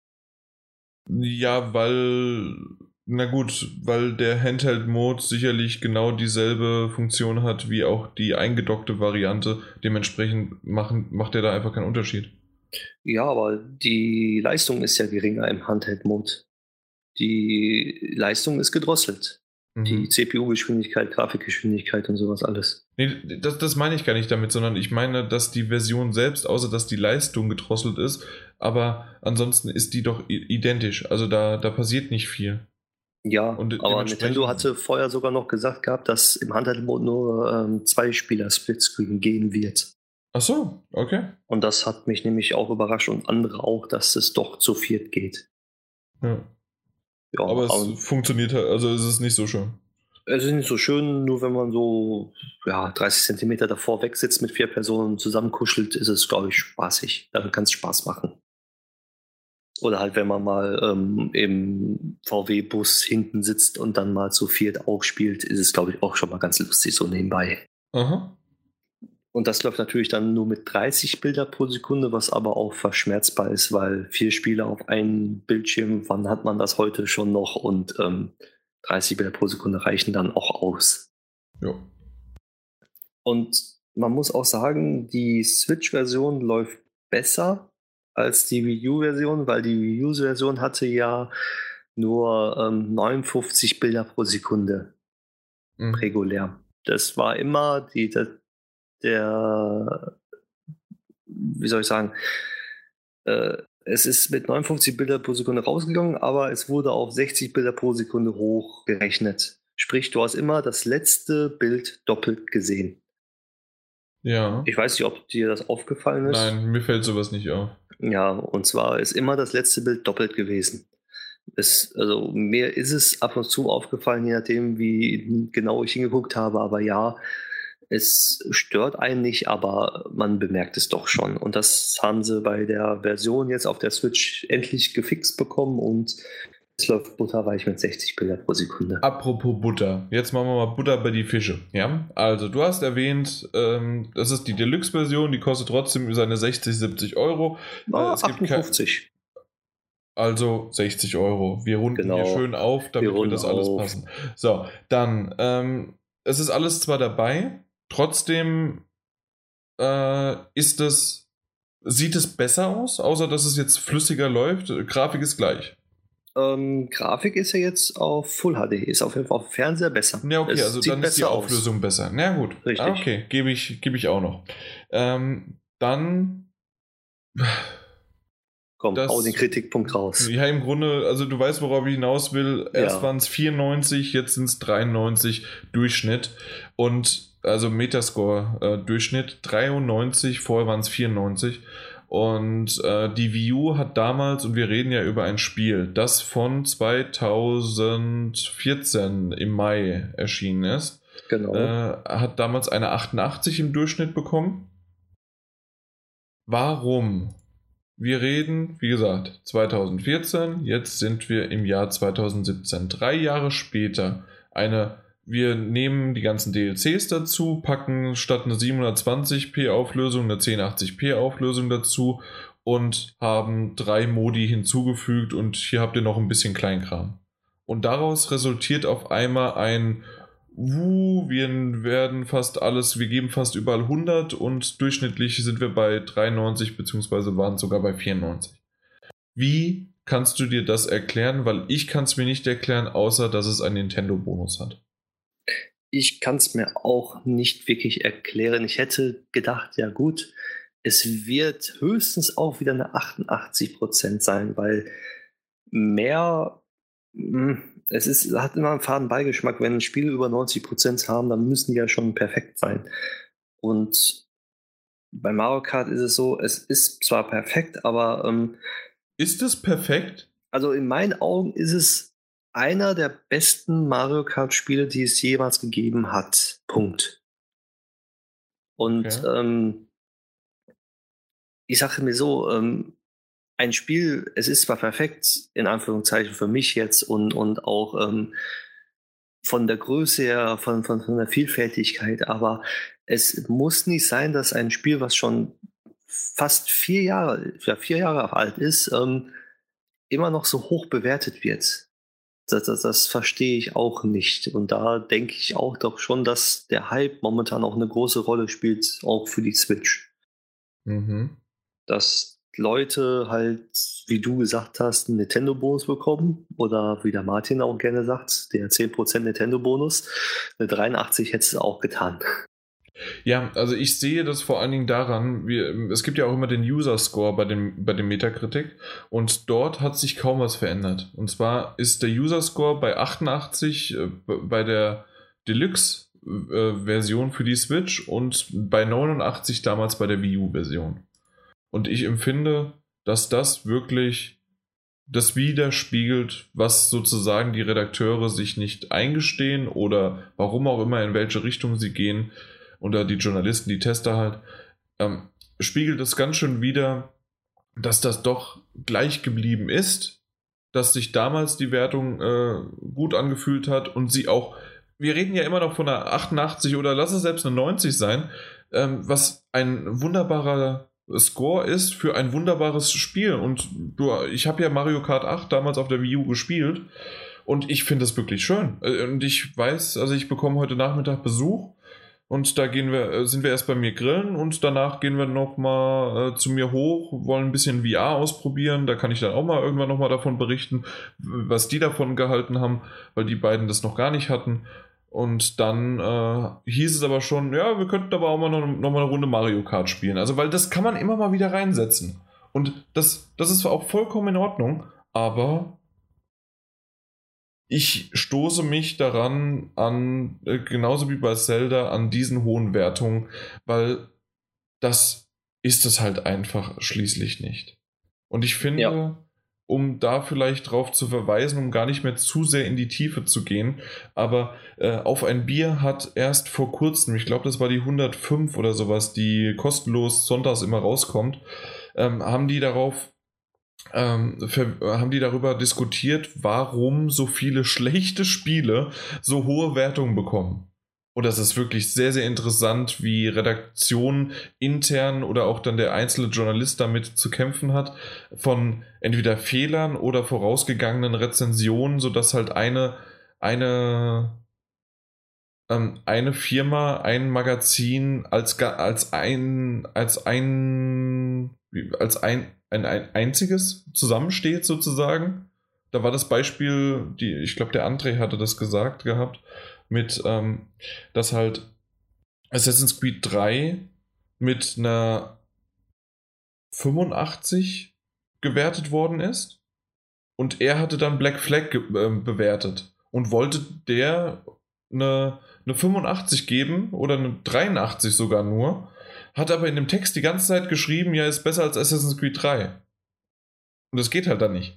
B: Ja, weil, na gut, weil der Handheld-Mode sicherlich genau dieselbe Funktion hat wie auch die eingedockte Variante. Dementsprechend machen, macht er da einfach keinen Unterschied.
A: Ja, aber die Leistung ist ja geringer im Handheld-Mode. Die Leistung ist gedrosselt.
B: Mhm.
A: Die C P U-Geschwindigkeit, Grafikgeschwindigkeit und sowas alles.
B: Nee, das, das meine ich gar nicht damit, sondern ich meine, dass die Version selbst, außer dass die Leistung gedrosselt ist, aber ansonsten ist die doch identisch. Also da, da passiert nicht viel.
A: Ja,
B: Und
A: aber Nintendo hatte vorher sogar noch gesagt gehabt, dass im Handheld-Mode nur ähm, zwei Spieler Splitscreen gehen wird.
B: Ach so, okay.
A: Und das hat mich nämlich auch überrascht und andere auch, dass es doch zu viert geht.
B: Ja.
A: Ja,
B: aber es
A: aber
B: funktioniert halt, also es ist nicht so schön.
A: Es ist nicht so schön, nur wenn man so ja, dreißig Zentimeter davor weg sitzt mit vier Personen zusammenkuschelt, ist es, glaube ich, spaßig. Dann kann es Spaß machen. Oder halt, wenn man mal ähm, im V W-Bus hinten sitzt und dann mal zu viert auch spielt, ist es, glaube ich, auch schon mal ganz lustig so nebenbei.
B: Aha.
A: Und das läuft natürlich dann nur mit dreißig Bilder pro Sekunde, was aber auch verschmerzbar ist, weil vier Spieler auf einem Bildschirm, wann hat man das heute schon noch? Und ähm, dreißig Bilder pro Sekunde reichen dann auch aus.
B: Ja.
A: Und man muss auch sagen, die Switch-Version läuft besser als die Wii U-Version, weil die Wii U-Version hatte ja nur ähm, neunundfünfzig Bilder pro Sekunde mhm. regulär. Das war immer die, der, der wie soll ich sagen, äh, es ist mit neunundfünfzig Bilder pro Sekunde rausgegangen, aber es wurde auf sechzig Bilder pro Sekunde hochgerechnet. Sprich, du hast immer das letzte Bild doppelt gesehen.
B: Ja.
A: Ich weiß nicht, ob dir das aufgefallen ist.
B: Nein, mir fällt sowas nicht auf.
A: Ja, und zwar ist immer das letzte Bild doppelt gewesen. Es, also mir ist es ab und zu aufgefallen, je nachdem, wie genau ich hingeguckt habe, aber ja, es stört einen nicht, aber man bemerkt es doch schon. Und das haben sie bei der Version jetzt auf der Switch endlich gefixt bekommen und es läuft butterweich mit sechzig Bilder pro Sekunde.
B: Apropos Butter, jetzt machen wir mal Butter bei die Fische. Ja? Also du hast erwähnt, ähm, das ist die Deluxe-Version, die kostet trotzdem seine sechzig, siebzig Euro.
A: Oh, es achtundfünfzig.
B: Gibt also sechzig Euro. Wir runden
A: genau.
B: hier schön auf, damit wir, wir das alles auf. passen. So, dann, ähm, es ist alles zwar dabei, trotzdem äh, ist es, sieht es besser aus, außer dass es jetzt flüssiger läuft. Grafik ist gleich.
A: Ähm, Grafik ist ja jetzt auf Full H D, ist auf jeden Fall auf dem Fernseher besser.
B: Ja, okay,
A: es
B: also dann ist die Auflösung aus. besser. Na gut,
A: richtig.
B: Ah, okay, gebe ich, gebe ich auch noch. Ähm, dann...
A: Komm, das, hau den Kritikpunkt raus.
B: Ja, im Grunde, also du weißt, worauf ich hinaus will. Erst ja. waren es vierundneunzig, jetzt sind es dreiundneunzig Durchschnitt. Und, also Metascore äh, Durchschnitt dreiundneunzig, vorher waren es vierundneunzig. Und äh, die Wii U hat damals, und wir reden ja über ein Spiel, das von zweitausendvierzehn im Mai erschienen ist,
A: genau.
B: äh, hat damals eine achtundachtzig im Durchschnitt bekommen. Warum? Wir reden, wie gesagt, zweitausendvierzehn, jetzt sind wir im Jahr zweitausendsiebzehn. Drei Jahre später eine, wir nehmen die ganzen D L Cs dazu, packen statt einer siebenhundertzwanzig p Auflösung eine zehn achtzig p Auflösung dazu und haben drei Modi hinzugefügt und hier habt ihr noch ein bisschen Kleinkram. Und daraus resultiert auf einmal ein Uh, wir werden fast alles, wir geben fast überall hundert und durchschnittlich sind wir bei dreiundneunzig beziehungsweise waren sogar bei vierundneunzig. Wie kannst du dir das erklären? Weil ich kann es mir nicht erklären, außer dass es einen Nintendo-Bonus hat.
A: Ich kann es mir auch nicht wirklich erklären. Ich hätte gedacht, ja gut, es wird höchstens auch wieder eine achtundachtzig Prozent sein, weil mehr... Mh, Es ist, hat immer einen faden Beigeschmack, wenn Spiele über neunzig Prozent haben, dann müssen die ja schon perfekt sein. Und bei Mario Kart ist es so, es ist zwar perfekt, aber... Ähm,
B: ist es perfekt?
A: Also in meinen Augen ist es einer der besten Mario Kart Spiele, die es jemals gegeben hat. Punkt. Und okay. ähm, ich sage mir so, ähm, ein Spiel, es ist zwar perfekt, in Anführungszeichen für mich jetzt und, und auch ähm, von der Größe her, von, von, von der Vielfältigkeit, aber es muss nicht sein, dass ein Spiel, was schon fast vier Jahre, ja, vier Jahre alt ist, ähm, immer noch so hoch bewertet wird. Das, das, das verstehe ich auch nicht. Und da denke ich auch doch schon, dass der Hype momentan auch eine große Rolle spielt, auch für die Switch.
B: Mhm.
A: Dass Leute halt, wie du gesagt hast, einen Nintendo-Bonus bekommen oder wie der Martin auch gerne sagt, der zehn Prozent Nintendo-Bonus. Eine dreiundachtzig hätte es auch getan.
B: Ja, also ich sehe das vor allen Dingen daran, wir, es gibt ja auch immer den User-Score bei dem, bei dem Metacritic und dort hat sich kaum was verändert. Und zwar ist der User-Score bei achtundachtzig äh, bei der Deluxe-Version äh, für die Switch und bei neunundachtzig damals bei der Wii U-Version. Und ich empfinde, dass das wirklich das widerspiegelt, was sozusagen die Redakteure sich nicht eingestehen oder warum auch immer, in welche Richtung sie gehen, oder die Journalisten, die Tester halt, ähm, spiegelt es ganz schön wider, dass das doch gleich geblieben ist, dass sich damals die Wertung äh, gut angefühlt hat und sie auch, wir reden ja immer noch von einer achtundachtzig oder lass es selbst eine neunzig sein, ähm, was ein wunderbarer Score ist für ein wunderbares Spiel. Und du, ich habe ja Mario Kart acht damals auf der Wii U gespielt und ich finde das wirklich schön. Und ich weiß, also ich bekomme heute Nachmittag Besuch Und da gehen wir, sind wir erst bei mir grillen und danach gehen wir nochmal äh, zu mir hoch, wollen ein bisschen V R ausprobieren. Da kann ich dann auch mal irgendwann nochmal davon berichten, was die davon gehalten haben, weil die beiden das noch gar nicht hatten. Und dann äh, hieß es aber schon, ja, wir könnten aber auch mal noch, noch mal eine Runde Mario Kart spielen. Also, weil das kann man immer mal wieder reinsetzen. Und das, das ist auch vollkommen in Ordnung, aber ich stoße mich daran an, äh, genauso wie bei Zelda, an diesen hohen Wertungen, weil das ist es halt einfach schließlich nicht. Und ich finde, ja. um da vielleicht drauf zu verweisen, um gar nicht mehr zu sehr in die Tiefe zu gehen, aber äh, Auf ein Bier hat erst vor kurzem, ich glaube, das war die hundertfünf oder sowas, die kostenlos sonntags immer rauskommt, ähm, haben die darauf Ähm, für, haben die darüber diskutiert, warum so viele schlechte Spiele so hohe Wertungen bekommen. Und das ist wirklich sehr, sehr interessant, wie Redaktion intern oder auch dann der einzelne Journalist damit zu kämpfen hat, von entweder Fehlern oder vorausgegangenen Rezensionen, sodass halt eine, eine, ähm, eine Firma, ein Magazin als, als ein, als ein, als ein Ein, ein einziges zusammensteht sozusagen. Da war das Beispiel, die, ich glaube der André hatte das gesagt gehabt, mit, ähm, dass halt Assassin's Creed drei mit einer fünfundachtzig gewertet worden ist und er hatte dann Black Flag ge- äh, bewertet und wollte der eine, eine fünfundachtzig geben oder eine dreiundachtzig sogar nur. Hat aber in dem Text die ganze Zeit geschrieben, ja, ist besser als Assassin's Creed drei. Und das geht halt dann nicht.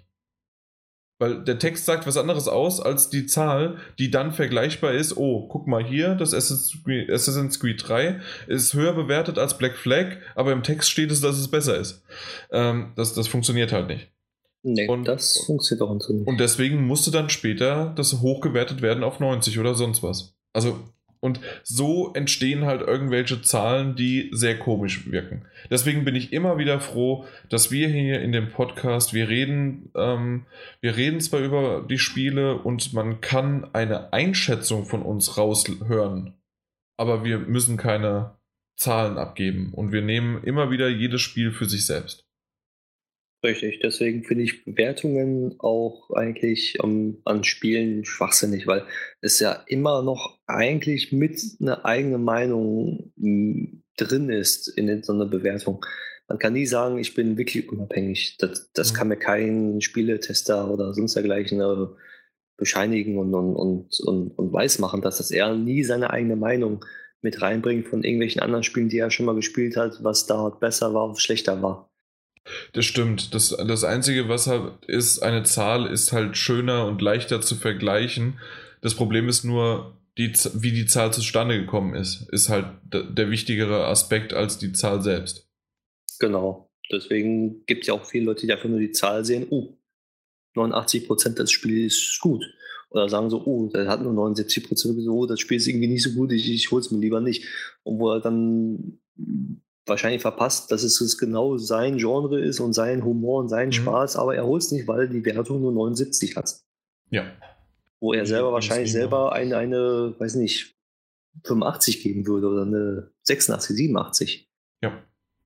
B: Weil der Text sagt was anderes aus als die Zahl, die dann vergleichbar ist. Oh, guck mal hier, das Assassin's Creed drei ist höher bewertet als Black Flag, aber im Text steht es, dass es besser ist. Ähm, das, das funktioniert halt nicht.
A: Nee,
B: und,
A: das funktioniert auch nicht.
B: Und deswegen musste dann später das hochgewertet werden auf neunzig oder sonst was. Also... Und so entstehen halt irgendwelche Zahlen, die sehr komisch wirken. Deswegen bin ich immer wieder froh, dass wir hier in dem Podcast, wir reden, ähm, wir reden zwar über die Spiele und man kann eine Einschätzung von uns raushören, aber wir müssen keine Zahlen abgeben und wir nehmen immer wieder jedes Spiel für sich selbst.
A: Richtig, deswegen finde ich Bewertungen auch eigentlich um, an Spielen schwachsinnig, weil es ja immer noch eigentlich mit einer eigenen Meinung m, drin ist in so einer Bewertung. Man kann nie sagen, ich bin wirklich unabhängig. Das, das mhm. kann mir kein Spieletester oder sonst dergleichen äh, bescheinigen und, und, und, und, und weismachen, dass das er nie seine eigene Meinung mit reinbringt von irgendwelchen anderen Spielen, die er schon mal gespielt hat, was da besser war, was schlechter war.
B: Das stimmt. Das, das Einzige, was halt ist, eine Zahl ist halt schöner und leichter zu vergleichen. Das Problem ist nur, die, wie die Zahl zustande gekommen ist, ist halt d- der wichtigere Aspekt als die Zahl selbst.
A: Genau. Deswegen gibt es ja auch viele Leute, die einfach nur die Zahl sehen, oh, neunundachtzig Prozent des Spiels ist gut. Oder sagen so, oh, der hat nur neunundsiebzig Prozent, oh, das Spiel ist irgendwie nicht so gut, ich, ich hole es mir lieber nicht. Und wo er dann wahrscheinlich verpasst, dass es genau sein Genre ist und sein Humor und sein mhm. Spaß, aber er holt es nicht, weil die Wertung nur neunundsiebzig hat.
B: Ja.
A: Wo er selber wahrscheinlich selber eine, eine, weiß nicht, fünfundachtzig geben würde oder eine sechsundachtzig, siebenundachtzig.
B: Ja.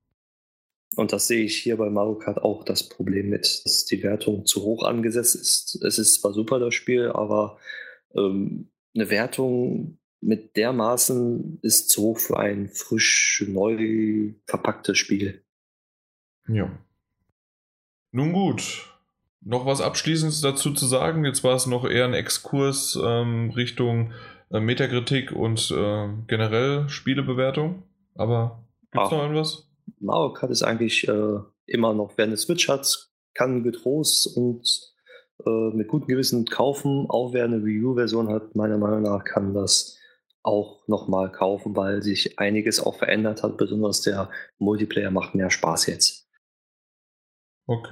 A: Und das sehe ich hier bei Mario Kart auch das Problem mit, dass die Wertung zu hoch angesetzt ist. Es ist zwar super, das Spiel, aber ähm, eine Wertung mit dermaßen ist zu hoch für ein frisch, neu verpacktes Spiel.
B: Ja. Nun gut. Noch was Abschließendes dazu zu sagen? Jetzt war es noch eher ein Exkurs ähm, Richtung äh, Metakritik und äh, generell Spielebewertung. Aber gibt es noch irgendwas?
A: Mario Kart ist eigentlich äh, immer noch, wer eine Switch hat, kann getrost und äh, mit gutem Gewissen kaufen. Auch wer eine Wii U-Version hat, meiner Meinung nach, kann das auch nochmal kaufen, weil sich einiges auch verändert hat. Besonders der Multiplayer macht mehr Spaß jetzt.
B: Okay.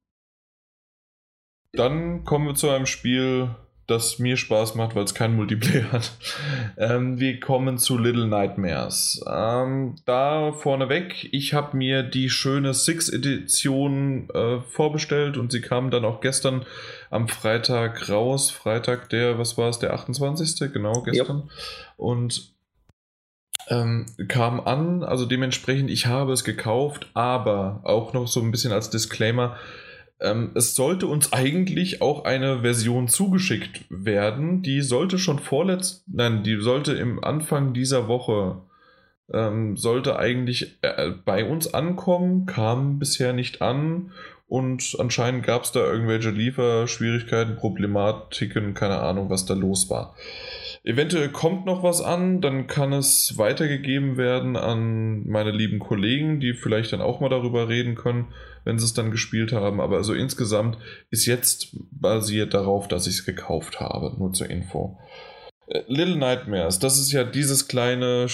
B: Dann kommen wir zu einem Spiel, das mir Spaß macht, weil es keinen Multiplayer hat. Ähm, wir kommen zu Little Nightmares. Ähm, da vorneweg, ich habe mir die schöne Six-Edition äh, vorbestellt und sie kam dann auch gestern am Freitag raus. Freitag der, was war es, der achtundzwanzigste? Genau, gestern. Ja. Und Ähm, kam an, also dementsprechend, ich habe es gekauft, aber auch noch so ein bisschen als Disclaimer, ähm, es sollte uns eigentlich auch eine Version zugeschickt werden, die sollte schon vorletzt, nein, die sollte im Anfang dieser Woche, ähm, sollte eigentlich äh, bei uns ankommen, kam bisher nicht an und anscheinend gab es da irgendwelche Lieferschwierigkeiten, Problematiken, keine Ahnung, was da los war. Eventuell kommt noch was an, dann kann es weitergegeben werden an meine lieben Kollegen, die vielleicht dann auch mal darüber reden können, wenn sie es dann gespielt haben. Aber also insgesamt ist jetzt basiert darauf, dass ich es gekauft habe, nur zur Info. Little Nightmares, das ist ja dieses kleine,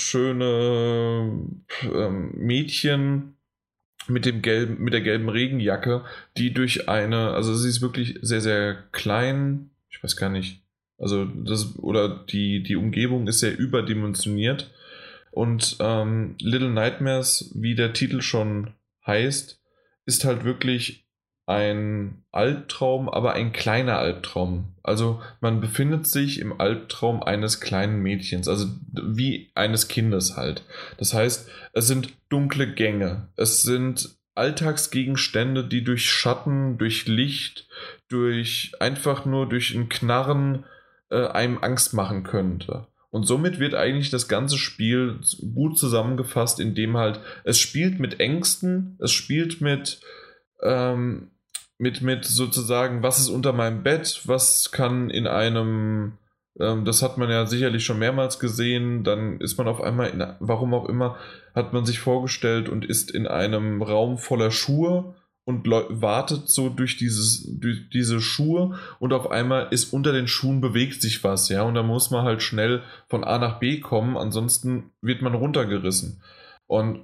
B: schöne ähm, Mädchen mit dem gelben, mit der gelben Regenjacke, die durch eine, also sie ist wirklich sehr, sehr klein, ich weiß gar nicht, also das, oder die, die Umgebung ist sehr überdimensioniert und ähm, Little Nightmares, wie der Titel schon heißt, ist halt wirklich ein Albtraum, aber ein kleiner Albtraum. Also man befindet sich im Albtraum eines kleinen Mädchens, also wie eines Kindes halt. Das heißt, es sind dunkle Gänge, es sind Alltagsgegenstände, die durch Schatten, durch Licht, durch einfach nur durch ein Knarren äh, einem Angst machen könnte. Und somit wird eigentlich das ganze Spiel gut zusammengefasst, indem halt es spielt mit Ängsten, es spielt mit ähm, mit, mit sozusagen, was ist unter meinem Bett, was kann in einem, ähm, das hat man ja sicherlich schon mehrmals gesehen, dann ist man auf einmal, in, warum auch immer, hat man sich vorgestellt und ist in einem Raum voller Schuhe und wartet so durch, dieses, durch diese Schuhe und auf einmal ist unter den Schuhen bewegt sich was, ja, und da muss man halt schnell von A nach B kommen, ansonsten wird man runtergerissen. Und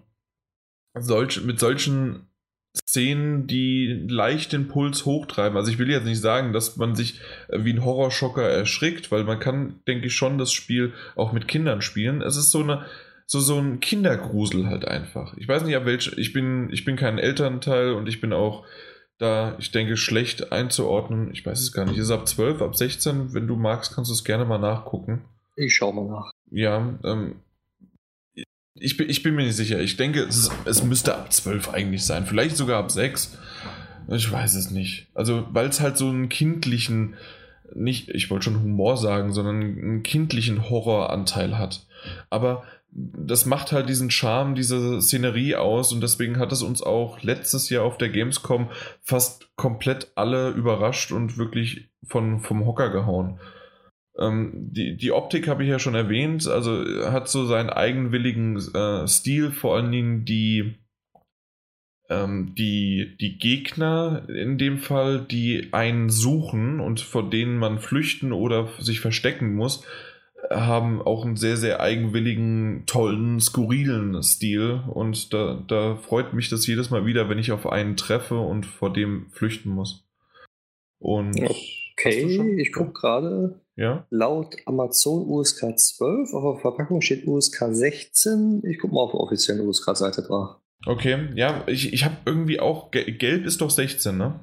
B: solch, mit solchen Szenen, die leicht den Puls hochtreiben. Also ich will jetzt nicht sagen, dass man sich wie ein Horrorschocker erschrickt, weil man kann, denke ich, schon das Spiel auch mit Kindern spielen. Es ist so eine so, so ein Kindergrusel halt einfach. Ich weiß nicht, ab welch, ich bin, ich bin kein Elternteil und ich bin auch da, ich denke, schlecht einzuordnen. Ich weiß es gar nicht. Ist es ab zwölf, ab sechzehn? Wenn du magst, kannst du es gerne mal nachgucken.
A: Ich schau mal nach.
B: Ja, ähm, Ich bin, ich bin mir nicht sicher. Ich denke, es, ist, es müsste ab zwölf eigentlich sein. Vielleicht sogar ab sechs. Ich weiß es nicht. Also, weil es halt so einen kindlichen, nicht, ich wollte schon Humor sagen, sondern einen kindlichen Horroranteil hat. Aber das macht halt diesen Charme, diese Szenerie aus und deswegen hat es uns auch letztes Jahr auf der Gamescom fast komplett alle überrascht und wirklich von, vom Hocker gehauen. Ähm, die, die Optik habe ich ja schon erwähnt, also hat so seinen eigenwilligen äh, Stil, vor allen Dingen die, ähm, die, die Gegner in dem Fall, die einen suchen und vor denen man flüchten oder sich verstecken muss, haben auch einen sehr, sehr eigenwilligen, tollen, skurrilen Stil und da, da freut mich das jedes Mal wieder, wenn ich auf einen treffe und vor dem flüchten muss. Und
A: okay, ich gucke gerade,
B: ja?
A: Laut Amazon U S K zwölf, auf der Verpackung steht U S K sechzehn. Ich gucke mal auf der offiziellen U S K-Seite drauf.
B: Okay, ja, ich, ich habe irgendwie auch, Gelb ist doch sechzehn, ne?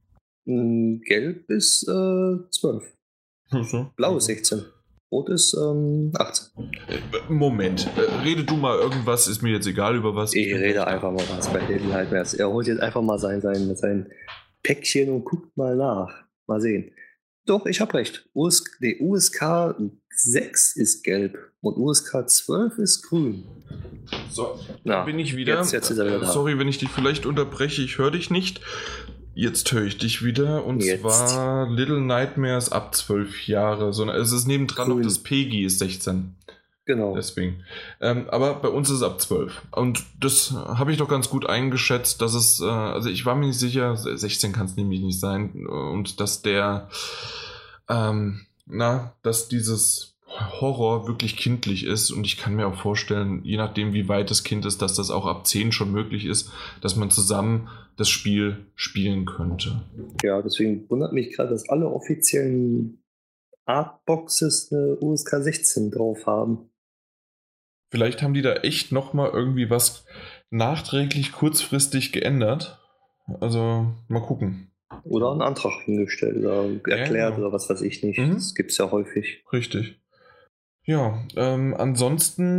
A: Gelb ist äh, zwölf.
B: So.
A: Blau ist sechzehn. Rot ist ähm, achtzehn.
B: Moment, rede du mal irgendwas, ist mir jetzt egal über was.
A: Ich, ich rede einfach mal was bei Little Nightmares. Er holt jetzt einfach mal sein, sein, sein Päckchen und guckt mal nach. Mal sehen. Doch, ich habe recht. U S K, nee, U S K sechs ist gelb und U S K zwölf ist grün.
B: So, da bin ich wieder.
A: Jetzt, jetzt ist er wieder da.
B: Sorry, wenn ich dich vielleicht unterbreche, ich höre dich nicht. Jetzt höre ich dich wieder und
A: jetzt.
B: zwar Little Nightmares ab zwölf Jahre. Es ist nebendran noch das P G I ist sechzehn.
A: Genau.
B: Deswegen. Ähm, aber bei uns ist es ab zwölf. Und das habe ich doch ganz gut eingeschätzt, dass es, äh, also ich war mir nicht sicher, sechzehn kann es nämlich nicht sein. Und dass der, ähm, na, dass dieses Horror wirklich kindlich ist. Und ich kann mir auch vorstellen, je nachdem wie weit das Kind ist, dass das auch ab zehn schon möglich ist, dass man zusammen das Spiel spielen könnte.
A: Ja, deswegen wundert mich gerade, dass alle offiziellen Artboxes eine U S K sechzehn drauf haben.
B: Vielleicht haben die da echt nochmal irgendwie was nachträglich kurzfristig geändert. Also mal gucken.
A: Oder einen Antrag hingestellt oder erklärt
B: ja, genau.
A: Oder was weiß ich nicht.
B: Mhm.
A: Das gibt es ja häufig.
B: Richtig. Ja, ähm, ansonsten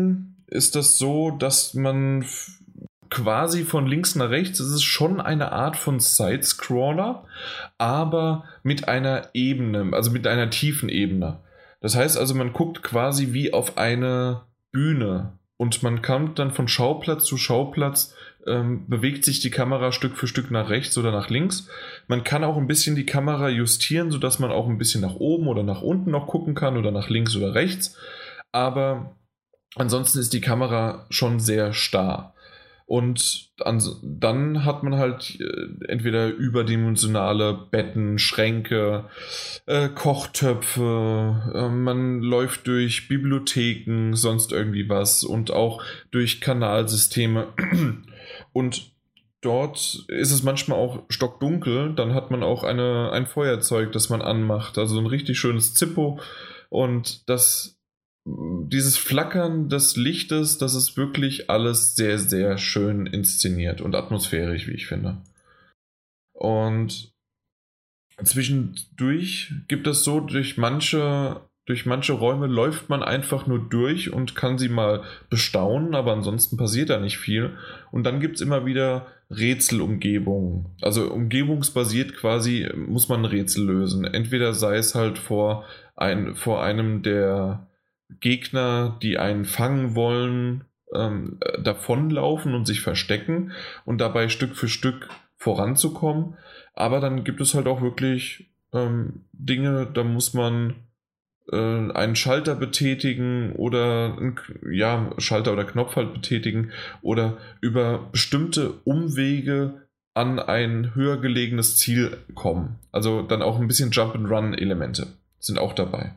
B: ist das so, dass man f- quasi von links nach rechts, es ist schon eine Art von Side-Scroller, aber mit einer Ebene, also mit einer tiefen Ebene. Das heißt also, man guckt quasi wie auf eine Bühne und man kommt dann von Schauplatz zu Schauplatz, ähm, bewegt sich die Kamera Stück für Stück nach rechts oder nach links. Man kann auch ein bisschen die Kamera justieren, sodass man auch ein bisschen nach oben oder nach unten noch gucken kann oder nach links oder rechts. Aber ansonsten ist die Kamera schon sehr starr. Und ans- dann hat man halt äh, entweder überdimensionale Betten, Schränke, äh, Kochtöpfe, äh, man läuft durch Bibliotheken, sonst irgendwie was und auch durch Kanalsysteme. Und dort ist es manchmal auch stockdunkel, dann hat man auch eine, ein Feuerzeug, das man anmacht, also ein richtig schönes Zippo und das dieses Flackern des Lichtes, das ist wirklich alles sehr, sehr schön inszeniert und atmosphärisch, wie ich finde. Und zwischendurch gibt es so, durch manche, durch manche Räume läuft man einfach nur durch und kann sie mal bestaunen, aber ansonsten passiert da nicht viel. Und dann gibt es immer wieder Rätselumgebungen. Also umgebungsbasiert quasi muss man ein Rätsel lösen. Entweder sei es halt vor, ein, vor einem der Gegner, die einen fangen wollen, ähm, davonlaufen und sich verstecken und dabei Stück für Stück voranzukommen. Aber dann gibt es halt auch wirklich ähm, Dinge, da muss man äh, einen Schalter betätigen oder ein, ja, Schalter oder Knopf halt betätigen oder über bestimmte Umwege an ein höher gelegenes Ziel kommen. Also dann auch ein bisschen Jump-and-Run-Elemente sind auch dabei.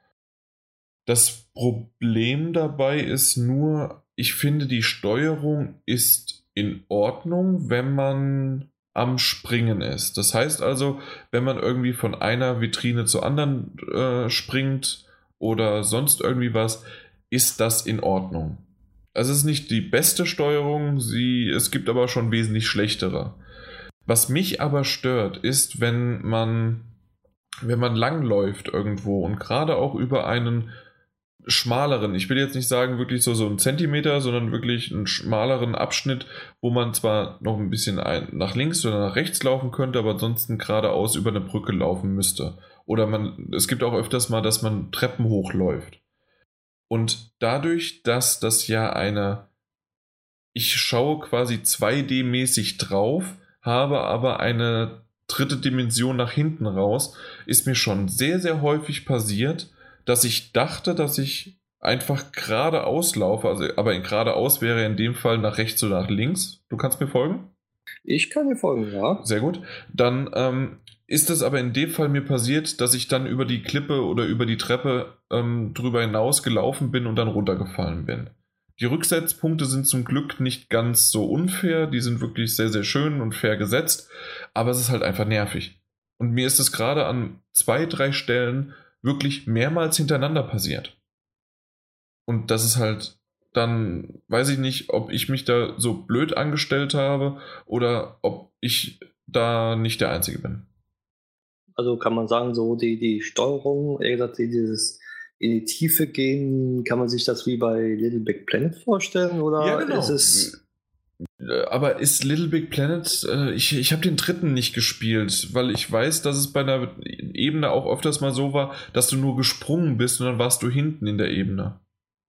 B: Das Problem dabei ist nur, ich finde, die Steuerung ist in Ordnung, wenn man am Springen ist. Das heißt also, wenn man irgendwie von einer Vitrine zur anderen äh, springt oder sonst irgendwie was, ist das in Ordnung. Also es ist nicht die beste Steuerung, sie, es gibt aber schon wesentlich schlechtere. Was mich aber stört, ist, wenn man, wenn man langläuft irgendwo und gerade auch über einen schmaleren, ich will jetzt nicht sagen wirklich so, so einen Zentimeter, sondern wirklich einen schmaleren Abschnitt, wo man zwar noch ein bisschen ein, nach links oder nach rechts laufen könnte, aber ansonsten geradeaus über eine Brücke laufen müsste. Oder man, es gibt auch öfters mal, dass man Treppen hochläuft. Und dadurch, dass das ja eine, ich schaue quasi zwei D-mäßig drauf, habe aber eine dritte Dimension nach hinten raus, ist mir schon sehr, sehr häufig passiert, dass ich dachte, dass ich einfach geradeaus laufe, also, aber in geradeaus wäre in dem Fall nach rechts oder nach links. Du kannst mir folgen?
A: Ich kann dir folgen, ja.
B: Sehr gut. Dann ähm, ist es aber in dem Fall mir passiert, dass ich dann über die Klippe oder über die Treppe ähm, drüber hinaus gelaufen bin und dann runtergefallen bin. Die Rücksetzpunkte sind zum Glück nicht ganz so unfair, die sind wirklich sehr, sehr schön und fair gesetzt, aber es ist halt einfach nervig. Und mir ist es gerade an zwei, drei Stellen wirklich mehrmals hintereinander passiert. Und das ist halt dann, weiß ich nicht, ob ich mich da so blöd angestellt habe oder ob ich da nicht der Einzige bin.
A: Also kann man sagen, so die, die Steuerung, eher gesagt, die- dieses in die Tiefe gehen, kann man sich das wie bei Little Big Planet vorstellen? Oder
B: Ja, genau.
A: ist es.
B: Äh, Aber ist Little Big Planet, äh, ich, ich habe den dritten nicht gespielt, weil ich weiß, dass es bei einer Ebene auch öfters mal so war, dass du nur gesprungen bist und dann warst du hinten in der Ebene.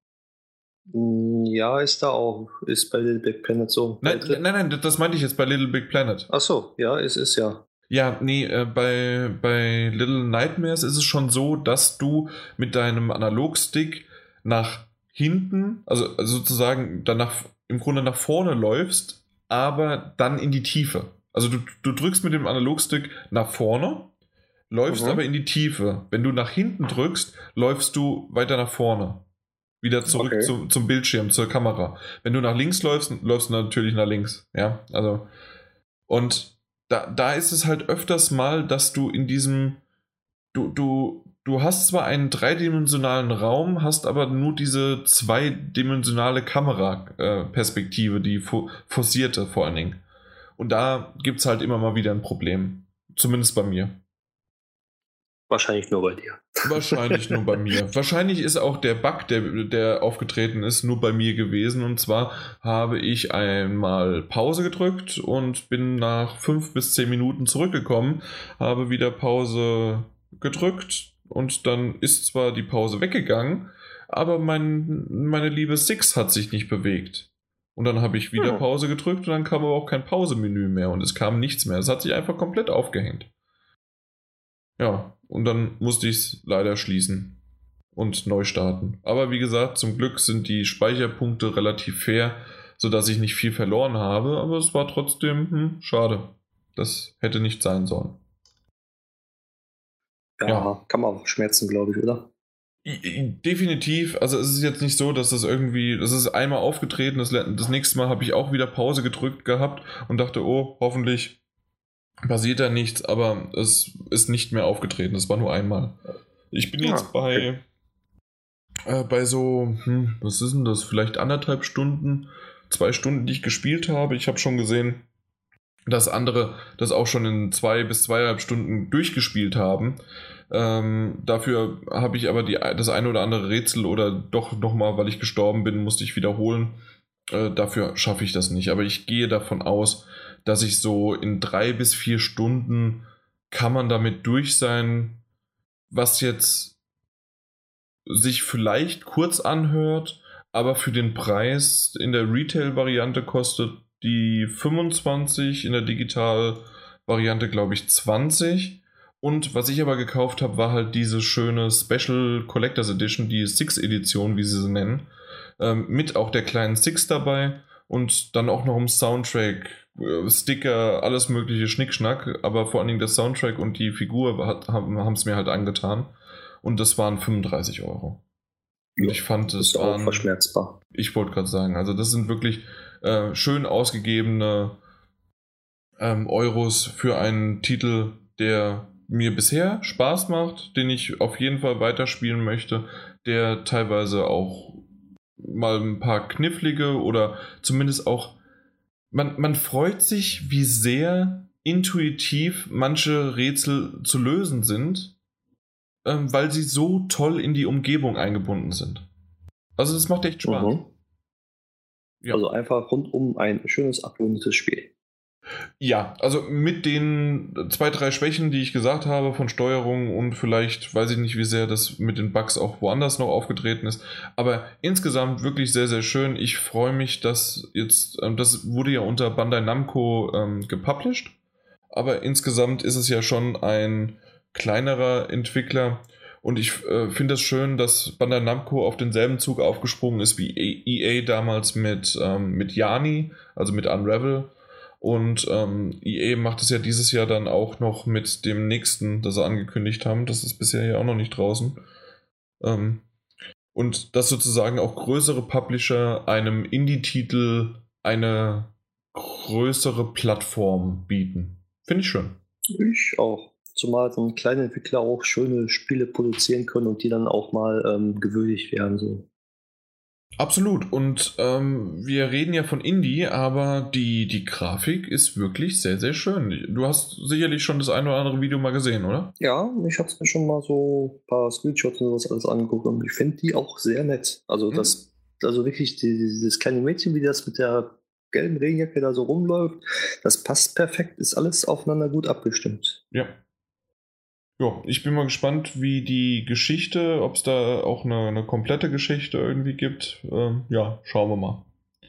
A: Mm, Ja, ist da auch. Ist bei Little Big Planet so.
B: Nein, nein, nein, das meinte ich jetzt bei Little Big Planet.
A: Ach so, ja, es ist ja.
B: Ja, nee, äh, bei, bei Little Nightmares ist es schon so, dass du mit deinem Analogstick nach hinten, also, also sozusagen danach im Grunde nach vorne läufst, aber dann in die Tiefe. Also du, du drückst mit dem Analogstick nach vorne, läufst
A: Mhm.
B: aber in die Tiefe. Wenn du nach hinten drückst, läufst du weiter nach vorne. Wieder zurück
A: Okay.
B: zum, zum Bildschirm, zur Kamera. Wenn du nach links läufst, läufst du natürlich nach links. Ja, also. Und da, da ist es halt öfters mal, dass du in diesem, du, du, du hast zwar einen dreidimensionalen Raum, hast aber nur diese zweidimensionale Kameraperspektive, die fo- forcierte vor allen Dingen. Und da gibt es halt immer mal wieder ein Problem. Zumindest bei mir.
A: Wahrscheinlich nur bei dir.
B: Wahrscheinlich nur bei mir. Wahrscheinlich ist auch der Bug, der, der aufgetreten ist, nur bei mir gewesen. Und zwar habe ich einmal Pause gedrückt und bin nach fünf bis zehn Minuten zurückgekommen, habe wieder Pause gedrückt und dann ist zwar die Pause weggegangen, aber mein, meine liebe Six hat sich nicht bewegt. Und dann habe ich wieder
A: Hm.
B: Pause gedrückt und dann kam aber auch kein Pausemenü mehr und es kam nichts mehr. Es hat sich einfach komplett aufgehängt. Ja, und dann musste ich es leider schließen und neu starten. Aber wie gesagt, zum Glück sind die Speicherpunkte relativ fair, sodass ich nicht viel verloren habe. Aber es war trotzdem hm, schade. Das hätte nicht sein sollen.
A: Ja,
B: Ja.
A: kann man auch schmerzen, glaube ich, oder?
B: I- i- Definitiv. Also es ist jetzt nicht so, dass das irgendwie, das ist einmal aufgetreten, das, le- das nächste Mal habe ich auch wieder Pause gedrückt gehabt und dachte, oh, hoffentlich passiert da nichts, aber es ist nicht mehr aufgetreten. Das war nur einmal. Ich bin jetzt
A: Ja,
B: bei, äh, bei so, hm, was ist denn das? Vielleicht anderthalb Stunden, zwei Stunden, die ich gespielt habe. Ich habe schon gesehen, dass andere das auch schon in zwei bis zweieinhalb Stunden durchgespielt haben. Ähm, dafür habe ich aber die, das eine oder andere Rätsel oder doch nochmal, weil ich gestorben bin, musste ich wiederholen. Äh, dafür schaffe ich das nicht. Aber ich gehe davon aus, dass ich so in drei bis vier Stunden kann man damit durch sein, was jetzt sich vielleicht kurz anhört, aber für den Preis in der Retail-Variante kostet die fünfundzwanzig, in der Digital-Variante glaube ich zwanzig. Und was ich aber gekauft habe, war halt diese schöne Special Collectors Edition, die Six-Edition, wie sie sie nennen, ähm, mit auch der kleinen Six dabei und dann auch noch im Soundtrack, äh, Sticker, alles mögliche Schnickschnack, aber vor allen Dingen der Soundtrack und die Figur hat, haben es mir halt angetan. Und das waren fünfunddreißig Euro. Und
A: Ja,
B: ich fand,
A: das
B: es
A: ist auch
B: waren,
A: verschmerzbar.
B: ich wollte gerade sagen, also das sind wirklich äh, schön ausgegebene ähm, Euros für einen Titel, der mir bisher Spaß macht, den ich auf jeden Fall weiterspielen möchte, der teilweise auch mal ein paar knifflige oder zumindest auch, man, man freut sich, wie sehr intuitiv manche Rätsel zu lösen sind, ähm, weil sie so toll in die Umgebung eingebunden sind. Also das macht echt Spaß.
A: Mhm.
B: Ja.
A: Also einfach rundum ein schönes, abgerundetes Spiel.
B: Ja, also mit den zwei, drei Schwächen, die ich gesagt habe von Steuerung und vielleicht, weiß ich nicht, wie sehr das mit den Bugs auch woanders noch aufgetreten ist, aber insgesamt wirklich sehr, sehr schön. Ich freue mich, dass jetzt, ähm, das wurde ja unter Bandai Namco ähm, gepublished, aber insgesamt ist es ja schon ein kleinerer Entwickler und ich äh, finde es schön, dass Bandai Namco auf denselben Zug aufgesprungen ist wie E A damals mit, ähm, mit Yani, also mit Unravel. Und ähm, E A macht es ja dieses Jahr dann auch noch mit dem nächsten, das sie angekündigt haben. Das ist bisher ja auch noch nicht draußen. Ähm, und dass sozusagen auch größere Publisher einem Indie-Titel eine größere Plattform bieten. Finde ich schön.
A: Ich auch. Zumal so ein kleiner Entwickler auch schöne Spiele produzieren können und die dann auch mal ähm, gewürdigt werden. So.
B: Absolut. Und ähm, wir reden ja von Indie, aber die, die Grafik ist wirklich sehr, sehr schön. Du hast sicherlich schon das ein oder andere Video mal gesehen, oder?
A: Ja, ich habe es mir schon mal so ein paar Screenshots und sowas alles angeguckt und ich finde die auch sehr nett. Also
B: Mhm.
A: das, also wirklich die, dieses kleine Mädchen, wie das mit der gelben Regenjacke da so rumläuft, das passt perfekt, ist alles aufeinander gut abgestimmt.
B: Ja. Ja, ich bin mal gespannt, wie die Geschichte, ob es da auch eine, eine komplette Geschichte irgendwie gibt. Ähm, ja, schauen wir mal.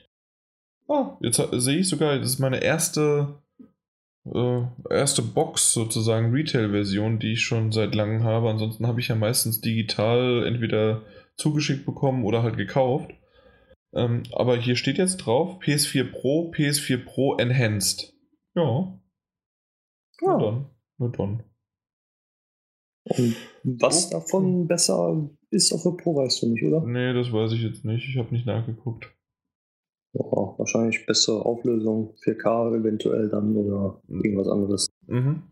B: Ah, jetzt ha- sehe ich sogar, das ist meine erste, äh, erste Box sozusagen, Retail-Version, die ich schon seit langem habe. Ansonsten habe ich ja meistens digital entweder zugeschickt bekommen oder halt gekauft. Ähm, aber hier steht jetzt drauf, P S vier Pro, P S vier Pro Enhanced. Ja, na
A: Ja.
B: dann, na dann.
A: Und was
B: Okay.
A: davon besser ist auf der Pro, weißt du nicht, oder?
B: Nee, das weiß ich jetzt nicht. Ich habe nicht nachgeguckt.
A: Ja, wahrscheinlich bessere Auflösung, vier K eventuell dann oder irgendwas anderes.
B: Mhm.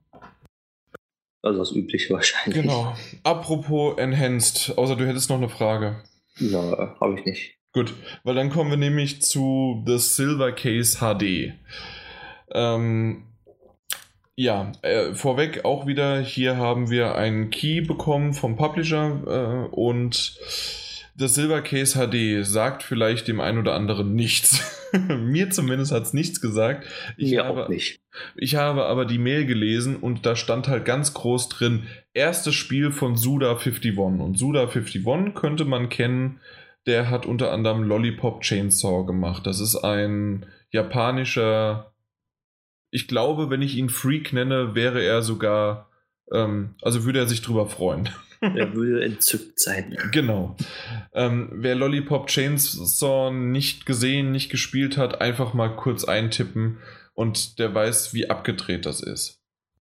A: Also das Übliche wahrscheinlich.
B: Genau. Apropos Enhanced, außer du hättest noch eine Frage.
A: Ja, habe ich nicht.
B: Gut, weil dann kommen wir nämlich zu The Silver Case H D. Ähm, Ja, äh, vorweg auch wieder, hier haben wir einen Key bekommen vom Publisher äh, und das Silver Case H D sagt vielleicht dem einen oder anderen nichts. Mir zumindest hat es nichts gesagt. Ich
A: Mir
B: habe,
A: auch nicht.
B: Ich habe aber die Mail gelesen und da stand halt ganz groß drin, erstes Spiel von Suda einundfünfzig. Und Suda einundfünfzig könnte man kennen, der hat unter anderem Lollipop Chainsaw gemacht. Das ist ein japanischer, ich glaube, wenn ich ihn Freak nenne, wäre er sogar, ähm, also würde er sich drüber freuen.
A: Er würde entzückt sein.
B: Genau. Ähm, wer Lollipop Chainsaw nicht gesehen, nicht gespielt hat, einfach mal kurz eintippen und der weiß, wie abgedreht das ist.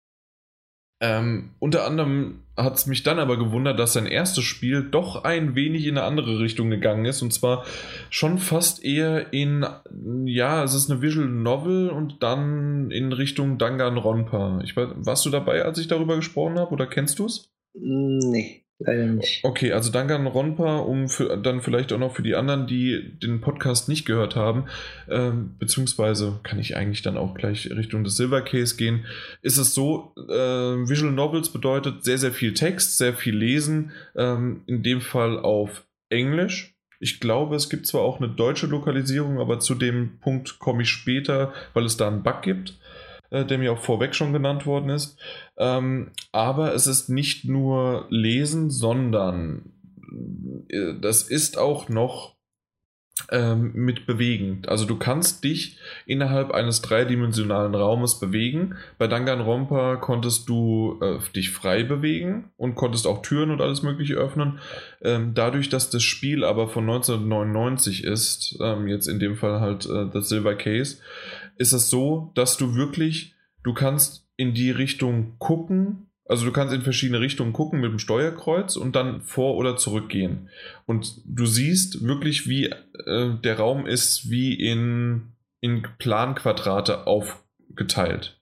B: Ähm, unter anderem hat es mich dann aber gewundert, dass sein erstes Spiel doch ein wenig in eine andere Richtung gegangen ist und zwar schon fast eher in, ja, es ist eine Visual Novel und dann in Richtung Danganronpa. Ich weiß, warst du dabei, als ich darüber gesprochen habe oder kennst du es?
A: Nee, leider nicht.
B: Okay, also Danganronpa, um für, dann vielleicht auch noch für die anderen, die den Podcast nicht gehört haben, ähm, beziehungsweise kann ich eigentlich dann auch gleich Richtung des Silver Case gehen, ist es so, äh, Visual Novels bedeutet sehr, sehr viel Text, sehr viel Lesen, ähm, in dem Fall auf Englisch. Ich glaube, es gibt zwar auch eine deutsche Lokalisierung, aber zu dem Punkt komme ich später, weil es da einen Bug gibt, der mir auch vorweg schon genannt worden ist. Ähm, aber es ist nicht nur Lesen, sondern äh, das ist auch noch ähm, mit Bewegen. Also du kannst dich innerhalb eines dreidimensionalen Raumes bewegen. Bei Danganronpa konntest du äh, dich frei bewegen und konntest auch Türen und alles mögliche öffnen. Ähm, dadurch, dass das Spiel aber von neunzehnhundertneunundneunzig ist, ähm, jetzt in dem Fall halt äh, das Silver Case, ist es so, dass du wirklich, du kannst in die Richtung gucken, also du kannst in verschiedene Richtungen gucken mit dem Steuerkreuz und dann vor- oder zurückgehen. Und du siehst wirklich, wie äh, der Raum ist, wie in, in Planquadrate aufgeteilt.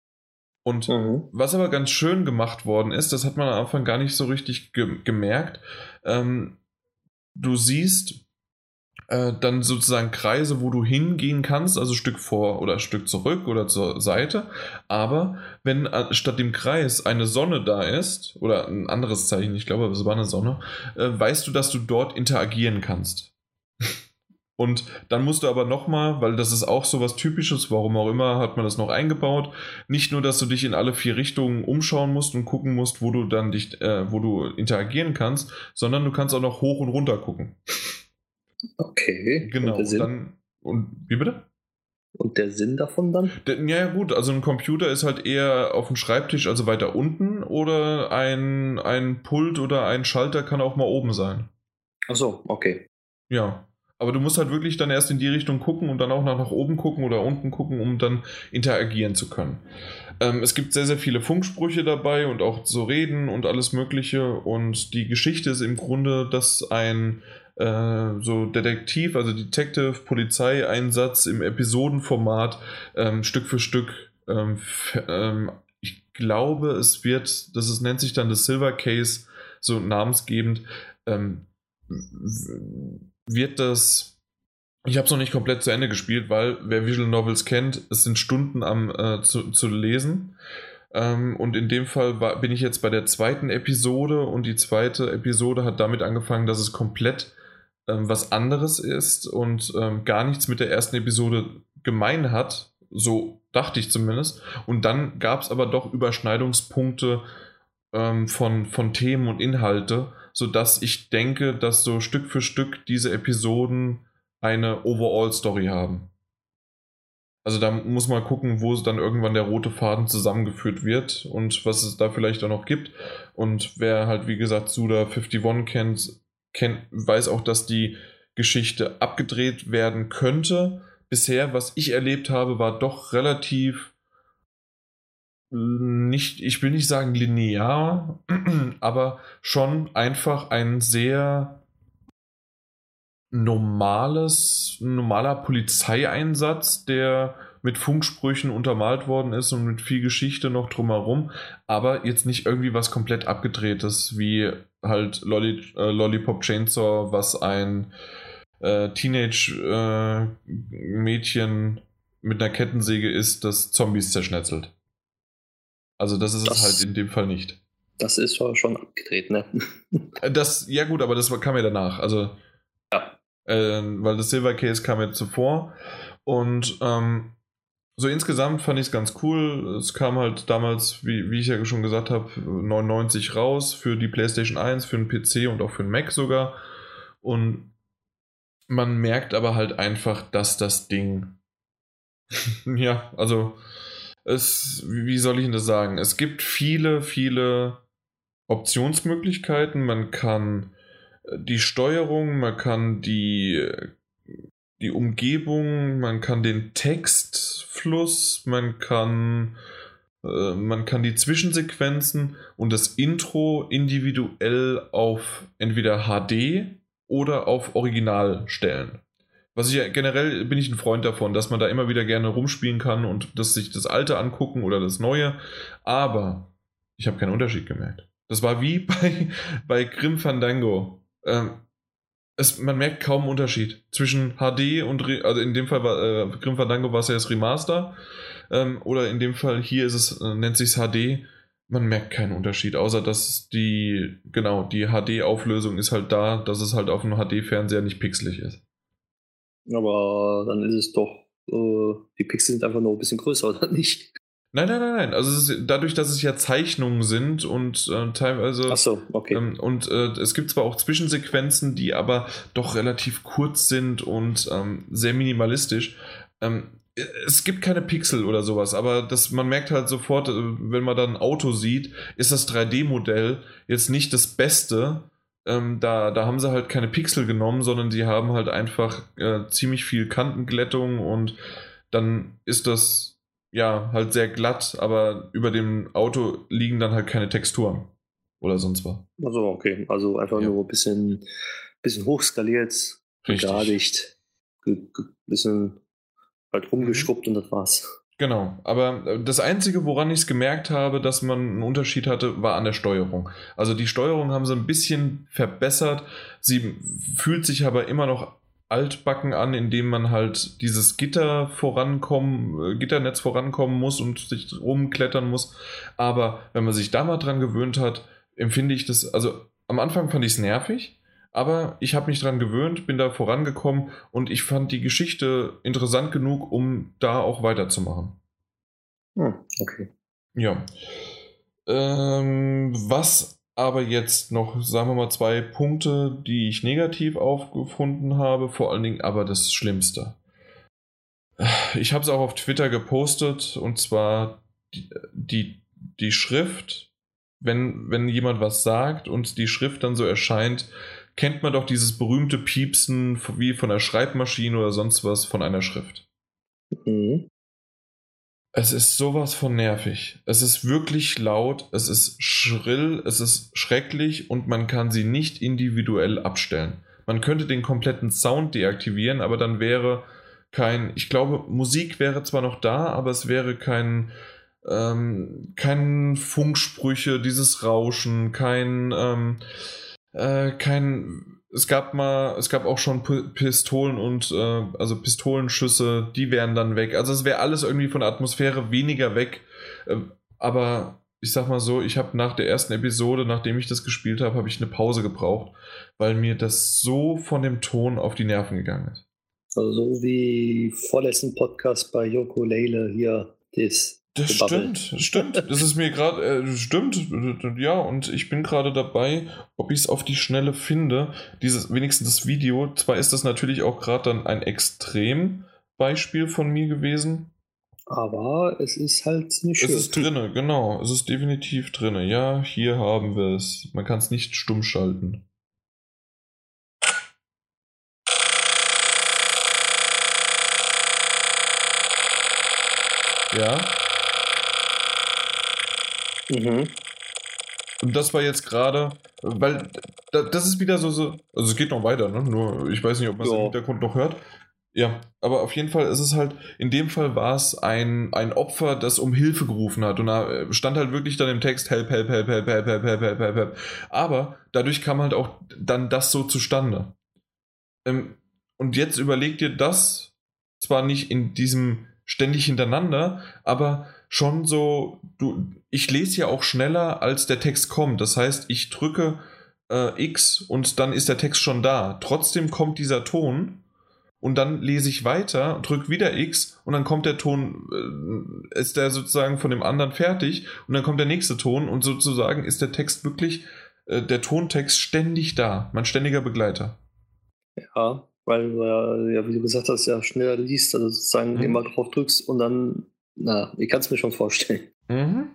B: Und mhm. was aber ganz schön gemacht worden ist, das hat man am Anfang gar nicht so richtig ge- gemerkt, ähm, du siehst Äh, dann sozusagen Kreise, wo du hingehen kannst, also Stück vor oder Stück zurück oder zur Seite. Aber wenn äh, statt dem Kreis eine Sonne da ist, oder ein anderes Zeichen, ich glaube, es war eine Sonne, äh, weißt du, dass du dort interagieren kannst. Und dann musst du aber nochmal, weil das ist auch so was Typisches, warum auch immer hat man das noch eingebaut, nicht nur, dass du dich in alle vier Richtungen umschauen musst und gucken musst, wo du dann dich, äh, wo du interagieren kannst, sondern du kannst auch noch hoch und runter gucken.
A: Okay.
B: Genau, und, und dann. Und wie bitte?
A: Und der Sinn davon dann?
B: Der, ja, gut, also ein Computer ist halt eher auf dem Schreibtisch, also weiter unten, oder ein, ein Pult oder ein Schalter kann auch mal oben sein.
A: Ach so, okay.
B: Ja, aber du musst halt wirklich dann erst in die Richtung gucken und dann auch nach, nach oben gucken oder unten gucken, um dann interagieren zu können. Ähm, es gibt sehr, sehr viele Funksprüche dabei und auch so Reden und alles Mögliche und die Geschichte ist im Grunde, dass ein so Detektiv, also Detective, Polizeieinsatz im Episodenformat ähm, Stück für Stück ähm, f- ähm, ich glaube, es wird, das ist, nennt sich dann das Silver Case, so namensgebend, ähm, wird das, ich habe es noch nicht komplett zu Ende gespielt, weil wer Visual Novels kennt, es sind Stunden am äh, zu, zu lesen. Um, und in dem Fall war, bin ich jetzt bei der zweiten Episode und die zweite Episode hat damit angefangen, dass es komplett ähm, was anderes ist und ähm, gar nichts mit der ersten Episode gemein hat, so dachte ich zumindest. Und dann gab es aber doch Überschneidungspunkte ähm, von, von Themen und Inhalte, sodass ich denke, dass so Stück für Stück diese Episoden eine Overall-Story haben. Also da muss man gucken, wo es dann irgendwann der rote Faden zusammengeführt wird und was es da vielleicht auch noch gibt. Und wer halt, wie gesagt, Suda einundfünfzig kennt, kennt, weiß auch, dass die Geschichte abgedreht werden könnte. Bisher, was ich erlebt habe, war doch relativ nicht, ich will nicht sagen linear, aber schon einfach ein sehr normales, normaler Polizeieinsatz, der mit Funksprüchen untermalt worden ist und mit viel Geschichte noch drumherum, aber jetzt nicht irgendwie was komplett abgedrehtes, wie halt Lolli, äh, Lollipop Chainsaw, was ein äh, Teenage-Mädchen äh, mit einer Kettensäge ist, das Zombies zerschnetzelt. Also das ist
A: Das-
B: es halt in dem Fall nicht.
A: Das ist ja schon abgedreht, ne?
B: Das, ja gut, aber das war- kam ja danach. Also,
A: Ja.
B: äh, weil das Silver Case kam ja zuvor. Und ähm, so insgesamt fand ich es ganz cool. Es kam halt damals, wie, wie ich ja schon gesagt habe, neunundneunzig raus für die PlayStation eins, für den P C und auch für den Mac sogar. Und man merkt aber halt einfach, dass das Ding, ja, also es, wie soll ich denn das sagen? Es gibt viele, viele Optionsmöglichkeiten. Man kann die Steuerung, man kann die, die Umgebung, man kann den Textfluss, man kann, äh, man kann die Zwischensequenzen und das Intro individuell auf entweder H D oder auf Original stellen. Was ich ja generell bin ich ein Freund davon, dass man da immer wieder gerne rumspielen kann und dass sich das Alte angucken oder das Neue. Aber ich habe keinen Unterschied gemerkt. Das war wie bei, bei Grim Fandango. Ähm, es, man merkt kaum einen Unterschied zwischen H D und, Re- also in dem Fall war äh, Grim Fandango war es ja das Remaster. Ähm, oder in dem Fall hier ist es, äh, nennt sich H D. Man merkt keinen Unterschied, außer dass die, genau, die H D-Auflösung ist halt da, dass es halt auf einem H D-Fernseher nicht pixelig ist.
A: Aber dann ist es doch, äh, die Pixel sind einfach nur ein bisschen größer, oder nicht?
B: Nein, nein, nein, nein. Also es ist, dadurch, dass es ja Zeichnungen sind und äh, teilweise
A: Ach so, okay.
B: ähm, und äh, es gibt zwar auch Zwischensequenzen, die aber doch relativ kurz sind und ähm, sehr minimalistisch. Ähm, es gibt keine Pixel oder sowas, aber das, man merkt halt sofort, äh, wenn man dann ein Auto sieht, ist das drei D-Modell jetzt nicht das Beste. Ähm, da, da haben sie halt keine Pixel genommen, sondern sie haben halt einfach äh, ziemlich viel Kantenglättung und dann ist das ja halt sehr glatt, aber über dem Auto liegen dann halt keine Texturen oder sonst was.
A: Also okay, also einfach
B: Ja.
A: nur ein bisschen, bisschen hochskaliert,
B: Richtig.
A: begradigt, ein bisschen halt rumgeschrubbt und das war's.
B: Genau, aber äh, das Einzige, woran ich es gemerkt habe, dass man einen Unterschied hatte, war an der Steuerung. Also die Steuerung haben sie ein bisschen verbessert. Sie fühlt sich aber immer noch altbacken an, indem man halt dieses Gitter vorankommen, äh, Gitternetz vorankommen muss und sich rumklettern muss. Aber wenn man sich da mal dran gewöhnt hat, empfinde ich das, also am Anfang fand ich es nervig. Aber ich habe mich dran gewöhnt, bin da vorangekommen und ich fand die Geschichte interessant genug, um da auch weiterzumachen.
A: Hm, okay.
B: Ja. Ähm, was aber jetzt noch, sagen wir mal, zwei Punkte, die ich negativ aufgefunden habe, vor allen Dingen aber das Schlimmste. Ich habe es auch auf Twitter gepostet und zwar die, die, die Schrift, wenn, wenn jemand was sagt und die Schrift dann so erscheint, kennt man doch dieses berühmte Piepsen wie von einer Schreibmaschine oder sonst was von einer Schrift.
A: Mhm.
B: Es ist sowas von nervig. Es ist wirklich laut, es ist schrill, es ist schrecklich und man kann sie nicht individuell abstellen. Man könnte den kompletten Sound deaktivieren, aber dann wäre kein, ich glaube, Musik wäre zwar noch da, aber es wäre kein, ähm, kein Funksprüche, dieses Rauschen, kein, ähm, äh, kein, es gab mal, es gab auch schon P- Pistolen und, äh, also Pistolenschüsse, die wären dann weg. Also es wäre alles irgendwie von der Atmosphäre weniger weg. Äh, aber ich sag mal so, ich habe nach der ersten Episode, nachdem ich das gespielt habe, habe ich eine Pause gebraucht, weil mir das so von dem Ton auf die Nerven gegangen ist.
A: Also so wie vorletzten Podcast bei Joko Leile hier, das.
B: Das
A: Gebabbel.
B: stimmt, stimmt. Das ist mir gerade, äh, stimmt, ja, und ich bin gerade dabei, ob ich es auf die Schnelle finde, dieses, wenigstens das Video. Zwar ist das natürlich auch gerade dann ein Extrembeispiel von mir gewesen.
A: Aber es ist halt nicht schön.
B: Es ist drinne, genau, es ist definitiv drinne. Ja, hier haben wir es. Man kann es nicht stumm schalten. Ja.
A: Mhm.
B: Und das war jetzt gerade, weil da- das ist wieder so, so, also es geht noch weiter, ne? Nur ich weiß nicht, ob man es
A: Ja.
B: im Hintergrund noch hört. Ja, aber auf jeden Fall ist es halt, in dem Fall war es ein, ein Opfer, das um Hilfe gerufen hat. Und da stand halt wirklich dann im Text, help, help, help, help, help, help, help, help, help, help. Aber dadurch kam halt auch dann das so zustande. Ähm, und jetzt überleg dir das, zwar nicht in diesem ständig hintereinander, aber schon so, du, ich lese ja auch schneller, als der Text kommt. Das heißt, ich drücke äh, X und dann ist der Text schon da. Trotzdem kommt dieser Ton und dann lese ich weiter, drücke wieder X und dann kommt der Ton, äh, ist der sozusagen von dem anderen fertig und dann kommt der nächste Ton und sozusagen ist der Text wirklich, äh, der Tontext ständig da, mein ständiger Begleiter.
A: Ja, weil du ja, ja, wie du gesagt hast, ja schneller liest, also sozusagen mhm. immer drauf drückst und dann, na, ich kann es mir schon vorstellen.
B: Mhm.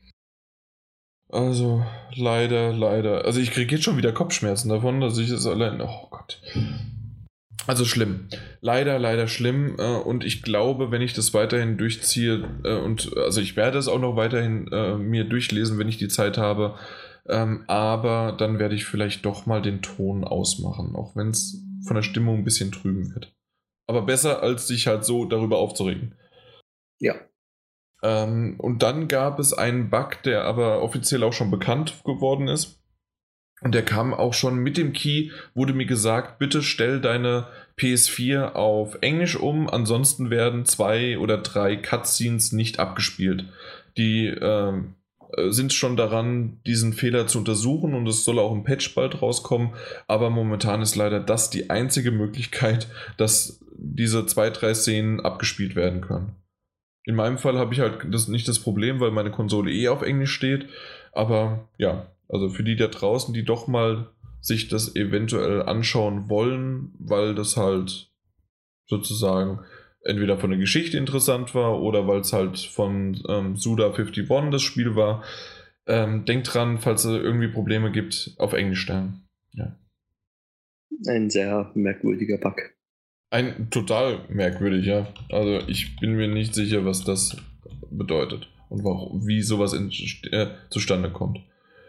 B: Also, leider, leider. Also ich kriege jetzt schon wieder Kopfschmerzen davon, dass ich es allein, oh Gott. Also schlimm. Leider, leider schlimm. Und ich glaube, wenn ich das weiterhin durchziehe, und also ich werde es auch noch weiterhin äh, mir durchlesen, wenn ich die Zeit habe, ähm, aber dann werde ich vielleicht doch mal den Ton ausmachen, auch wenn es von der Stimmung ein bisschen trüben wird. Aber besser, als sich halt so darüber aufzuregen.
A: Ja.
B: Ähm, und dann gab es einen Bug, der aber offiziell auch schon bekannt geworden ist. Und der kam auch schon mit dem Key, wurde mir gesagt, bitte stell deine P S vier auf Englisch um, ansonsten werden zwei oder drei Cutscenes nicht abgespielt. Die ähm, sind schon daran, diesen Fehler zu untersuchen und es soll auch ein Patch bald rauskommen, aber momentan ist leider das die einzige Möglichkeit, dass diese zwei, drei Szenen abgespielt werden können. In meinem Fall habe ich halt das nicht das Problem, weil meine Konsole eh auf Englisch steht, aber ja, also für die da draußen, die doch mal sich das eventuell anschauen wollen, weil das halt sozusagen entweder von der Geschichte interessant war oder weil es halt von ähm, Suda einundfünfzig das Spiel war, ähm, denkt dran, falls es irgendwie Probleme gibt, auf Englisch stellen. Ja.
A: Ein sehr merkwürdiger Bug.
B: Ein total merkwürdig, ja. Also ich bin mir nicht sicher, was das bedeutet und warum, wie sowas in, äh, zustande kommt.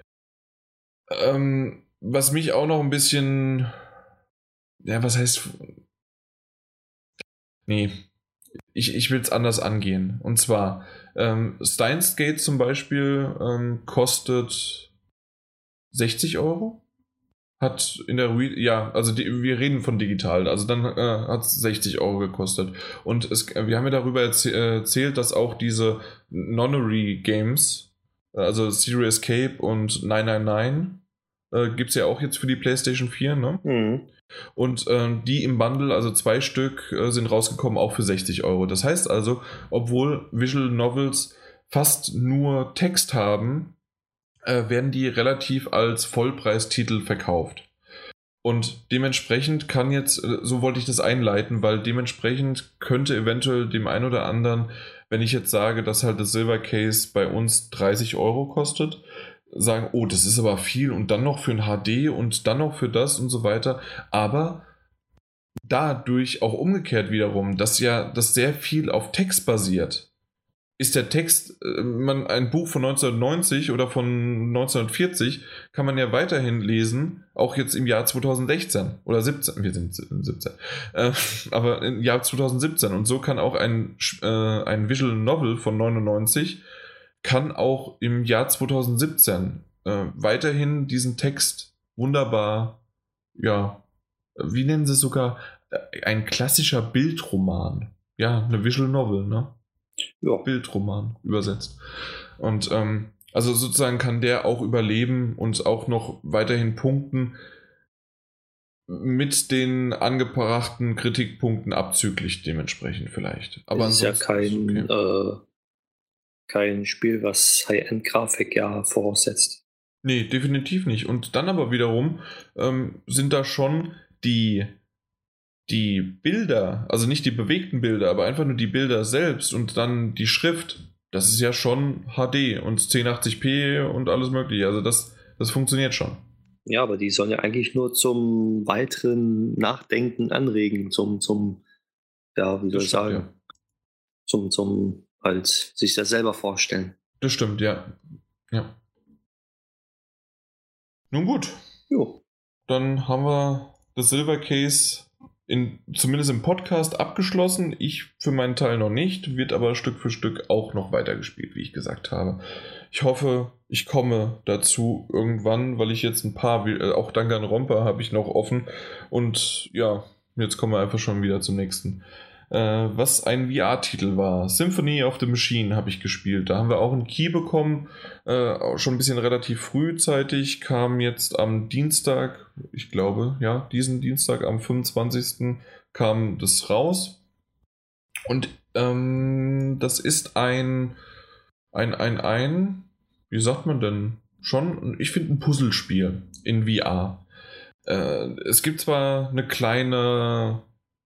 B: Ähm, was mich auch noch ein bisschen, ja, was heißt, nee, ich, ich will es anders angehen. Und zwar, ähm, Steins Gate zum Beispiel ähm, kostet sechzig Euro. Hat in der Re- ja, also die, wir reden von digital, also dann äh, hat es sechzig Euro gekostet. Und es, wir haben ja darüber erzäh- erzählt, dass auch diese Nonary-Games, also Zero Escape und neun neun neun, äh, gibt es ja auch jetzt für die PlayStation vier, ne?
A: Mhm.
B: Und äh, die im Bundle, also zwei Stück, äh, sind rausgekommen auch für sechzig Euro. Das heißt also, obwohl Visual Novels fast nur Text haben, äh, werden die relativ als Vollpreistitel verkauft. Und dementsprechend kann jetzt, so wollte ich das einleiten, weil dementsprechend könnte eventuell dem einen oder anderen, wenn ich jetzt sage, dass halt das Silver Case bei uns dreißig Euro kostet, sagen, oh, das ist aber viel und dann noch für ein H D und dann noch für das und so weiter. Aber dadurch auch umgekehrt wiederum, dass ja das sehr viel auf Text basiert, ist der Text, man, ein Buch von neunzehnhundertneunzig oder von neunzehnhundertvierzig kann man ja weiterhin lesen, auch jetzt im Jahr zweitausendsechzehn oder siebzehn, wir sind siebzehn, äh, aber im Jahr zweitausendsiebzehn, und so kann auch ein, äh, ein Visual Novel von neunundneunzig kann auch im Jahr zweitausendsiebzehn äh, weiterhin diesen Text wunderbar, ja, wie nennen sie es sogar, ein klassischer Bildroman, ja, eine Visual Novel, ne? Ja. Bildroman übersetzt. Und ähm, also sozusagen kann der auch überleben und auch noch weiterhin punkten mit den angebrachten Kritikpunkten abzüglich dementsprechend vielleicht. Aber
A: es ist ja kein, okay. äh, kein Spiel, was High-End-Grafik ja voraussetzt.
B: Nee, definitiv nicht. Und dann aber wiederum ähm, sind da schon die die Bilder, also nicht die bewegten Bilder, aber einfach nur die Bilder selbst und dann die Schrift, das ist ja schon H D und zehn achtzig p und alles mögliche. Also das, das funktioniert schon.
A: Ja, aber die sollen ja eigentlich nur zum weiteren Nachdenken anregen, zum, zum ja, wie soll ich sagen, ja. zum, zum halt sich das selber vorstellen.
B: Das stimmt, ja. Ja. Nun gut.
A: Jo.
B: Dann haben wir das Silver Case In, zumindest im Podcast abgeschlossen. Ich für meinen Teil noch nicht, wird aber Stück für Stück auch noch weitergespielt, wie ich gesagt habe. Ich hoffe, ich komme dazu irgendwann, weil ich jetzt ein paar, auch Danganronpa habe ich noch offen und ja, jetzt kommen wir einfach schon wieder zum nächsten. äh, was ein V R-Titel war. Symphony of the Machine habe ich gespielt. Da haben wir auch einen Key bekommen, äh, schon ein bisschen relativ frühzeitig, kam jetzt am Dienstag, ich glaube, ja, diesen Dienstag, am fünfundzwanzigsten kam das raus. Und ähm, das ist ein, ein, ein, ein, wie sagt man denn, schon, ich finde ein Puzzlespiel in V R. Äh, es gibt zwar eine kleine,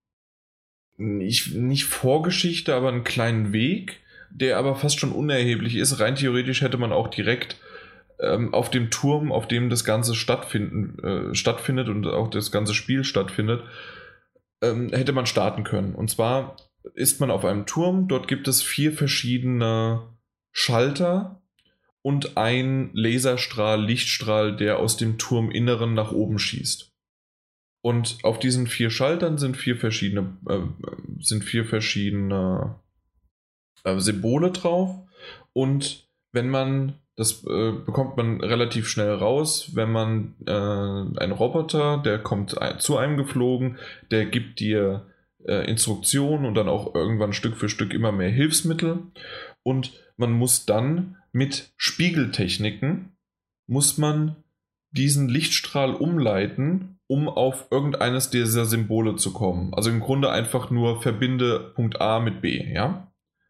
B: nicht, nicht Vorgeschichte, aber einen kleinen Weg, der aber fast schon unerheblich ist. Rein theoretisch hätte man auch direkt ähm, auf dem Turm, auf dem das Ganze stattfinden, äh, stattfindet und auch das ganze Spiel stattfindet, ähm, hätte man starten können. Und zwar ist man auf einem Turm, dort gibt es vier verschiedene Schalter und ein Laserstrahl, Lichtstrahl, der aus dem Turminneren nach oben schießt. Und auf diesen vier Schaltern sind vier verschiedene, äh, sind vier verschiedene äh, Symbole drauf. Und wenn man, das äh, bekommt man relativ schnell raus, wenn man äh, ein Roboter, der kommt ein, zu einem geflogen, der gibt dir äh, Instruktionen und dann auch irgendwann Stück für Stück immer mehr Hilfsmittel. Und man muss dann mit Spiegeltechniken, muss man diesen Lichtstrahl umleiten, um auf irgendeines dieser Symbole zu kommen. Also im Grunde einfach nur verbinde Punkt A mit B, ja?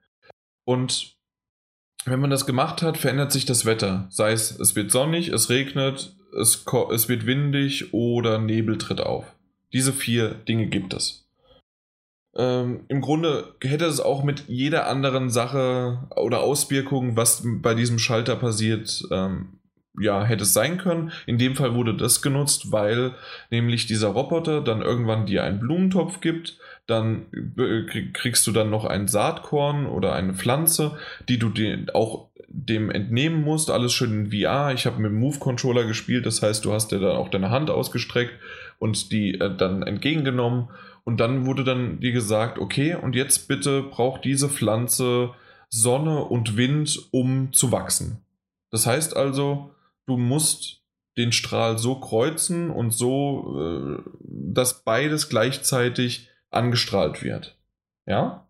B: Und wenn man das gemacht hat, verändert sich das Wetter. Sei es, es wird sonnig, es regnet, es, es wird windig oder Nebel tritt auf. Diese vier Dinge gibt es. Ähm, im Grunde hätte es auch mit jeder anderen Sache oder Auswirkung, was bei diesem Schalter passiert, ähm, ja, hätte es sein können. In dem Fall wurde das genutzt, weil nämlich dieser Roboter dann irgendwann dir einen Blumentopf gibt, dann kriegst du dann noch ein Saatkorn oder eine Pflanze, die du dir auch dem entnehmen musst. Alles schön in V R. Ich habe mit dem Move-Controller gespielt, das heißt, du hast dir dann auch deine Hand ausgestreckt und die äh, dann entgegengenommen. Und dann wurde dann dir gesagt, okay, und jetzt bitte braucht diese Pflanze Sonne und Wind, um zu wachsen. Das heißt also, du musst den Strahl so kreuzen und so, äh, dass beides gleichzeitig angestrahlt wird. Ja?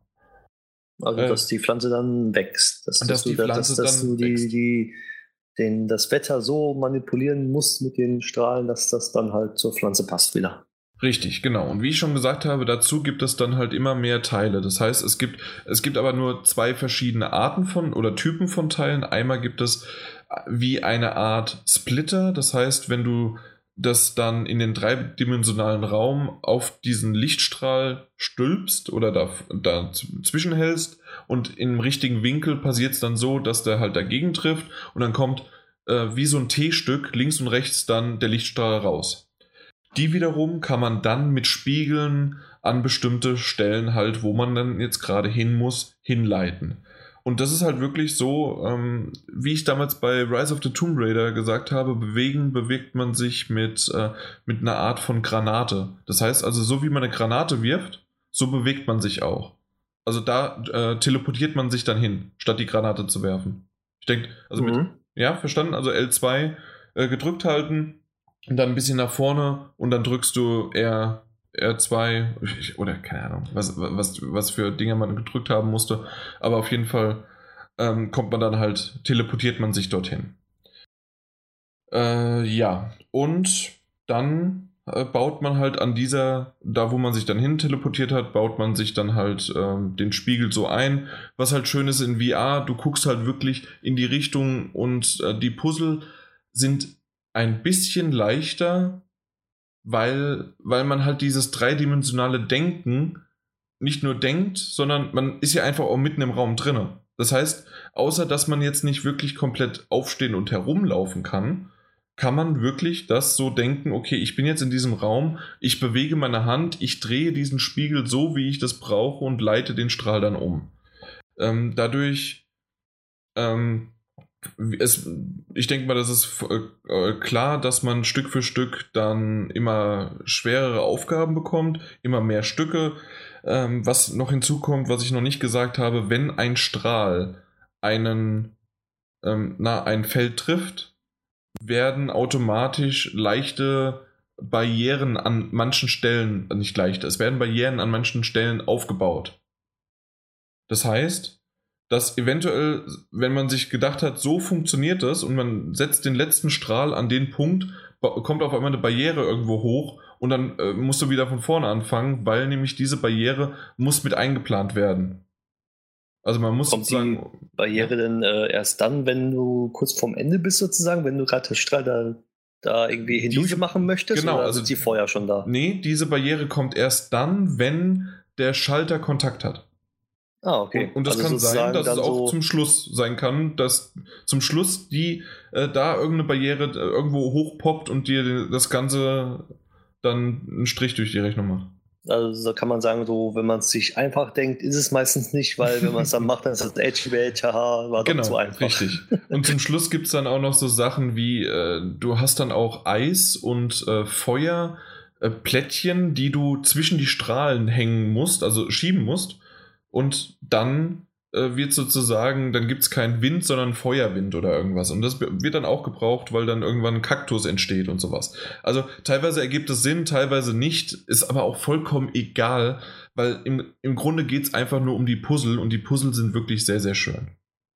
A: Also, dass äh, die Pflanze dann wächst. Dass,
B: dass,
A: dass
B: die
A: du,
B: Pflanze
A: dass, dass
B: dann
A: du die, die, den, das Wetter so manipulieren musst mit den Strahlen, dass das dann halt zur Pflanze passt wieder.
B: Richtig, genau. Und wie ich schon gesagt habe, dazu gibt es dann halt immer mehr Teile. Das heißt, es gibt, es gibt aber nur zwei verschiedene Arten von oder Typen von Teilen. Einmal gibt es wie eine Art Splitter. Das heißt, wenn du das dann in den dreidimensionalen Raum auf diesen Lichtstrahl stülpst oder da, da zwischenhältst und im richtigen Winkel passiert es dann so, dass der halt dagegen trifft und dann kommt äh, wie so ein T-Stück links und rechts dann der Lichtstrahl raus. Die wiederum kann man dann mit Spiegeln an bestimmte Stellen halt, wo man dann jetzt gerade hin muss, hinleiten. Und das ist halt wirklich so, ähm, wie ich damals bei Rise of the Tomb Raider gesagt habe, bewegen, bewegt man sich mit, äh, mit einer Art von Granate. Das heißt also, so wie man eine Granate wirft, so bewegt man sich auch. Also da äh, teleportiert man sich dann hin, statt die Granate zu werfen. Ich denke, also mhm. mit, ja, verstanden? Also L zwei äh, gedrückt halten, und dann ein bisschen nach vorne und dann drückst du R, R zwei oder keine Ahnung, was, was, was für Dinge man gedrückt haben musste. Aber auf jeden Fall ähm, kommt man dann halt, teleportiert man sich dorthin. Äh, ja, und dann äh, baut man halt an dieser, da wo man sich dann hin teleportiert hat, baut man sich dann halt ähm, den Spiegel so ein. Was halt schön ist in V R, du guckst halt wirklich in die Richtung und äh, die Puzzle sind ein bisschen leichter, weil, weil man halt dieses dreidimensionale Denken nicht nur denkt, sondern man ist ja einfach auch mitten im Raum drin. Das heißt, außer dass man jetzt nicht wirklich komplett aufstehen und herumlaufen kann, kann man wirklich das so denken, okay, ich bin jetzt in diesem Raum, ich bewege meine Hand, ich drehe diesen Spiegel so, wie ich das brauche und leite den Strahl dann um. Ähm, dadurch ähm, Es, ich denke mal, das ist äh, klar, dass man Stück für Stück dann immer schwerere Aufgaben bekommt, immer mehr Stücke. Ähm, was noch hinzukommt, was ich noch nicht gesagt habe, wenn ein Strahl einen, ähm, na, ein Feld trifft, werden automatisch leichte Barrieren an manchen Stellen, nicht leichter, es werden Barrieren an manchen Stellen aufgebaut. Das heißt, dass eventuell, wenn man sich gedacht hat, so funktioniert das und man setzt den letzten Strahl an den Punkt, kommt auf einmal eine Barriere irgendwo hoch und dann äh, musst du wieder von vorne anfangen, weil nämlich diese Barriere muss mit eingeplant werden. Also man muss
A: Kommt die Barriere ja. denn äh, erst dann, wenn du kurz vorm Ende bist sozusagen, wenn du gerade den Strahl da, da irgendwie hindurch diese, machen möchtest?
B: Genau,
A: oder
B: also
A: ist die vorher schon da?
B: Nee, diese Barriere kommt erst dann, wenn der Schalter Kontakt hat.
A: Ah, okay.
B: Und, und das also kann sein, dass es auch so zum Schluss sein kann, dass zum Schluss die äh, da irgendeine Barriere äh, irgendwo hochpoppt und dir das Ganze dann einen Strich durch die Rechnung macht.
A: Also da kann man sagen, so wenn man es sich einfach denkt, ist es meistens nicht, weil wenn man es dann macht, dann ist das Edge, Edge, haha, war
B: genau,
A: doch zu einfach.
B: Richtig. Und zum Schluss gibt es dann auch noch so Sachen wie, äh, du hast dann auch Eis und äh, Feuer, äh, Plättchen, die du zwischen die Strahlen hängen musst, also schieben musst. Und dann äh, wird sozusagen, dann gibt es keinen Wind, sondern Feuerwind oder irgendwas. Und das wird dann auch gebraucht, weil dann irgendwann ein Kaktus entsteht und sowas. Also teilweise ergibt es Sinn, teilweise nicht, ist aber auch vollkommen egal, weil im, im Grunde geht es einfach nur um die Puzzle und die Puzzle sind wirklich sehr, sehr schön.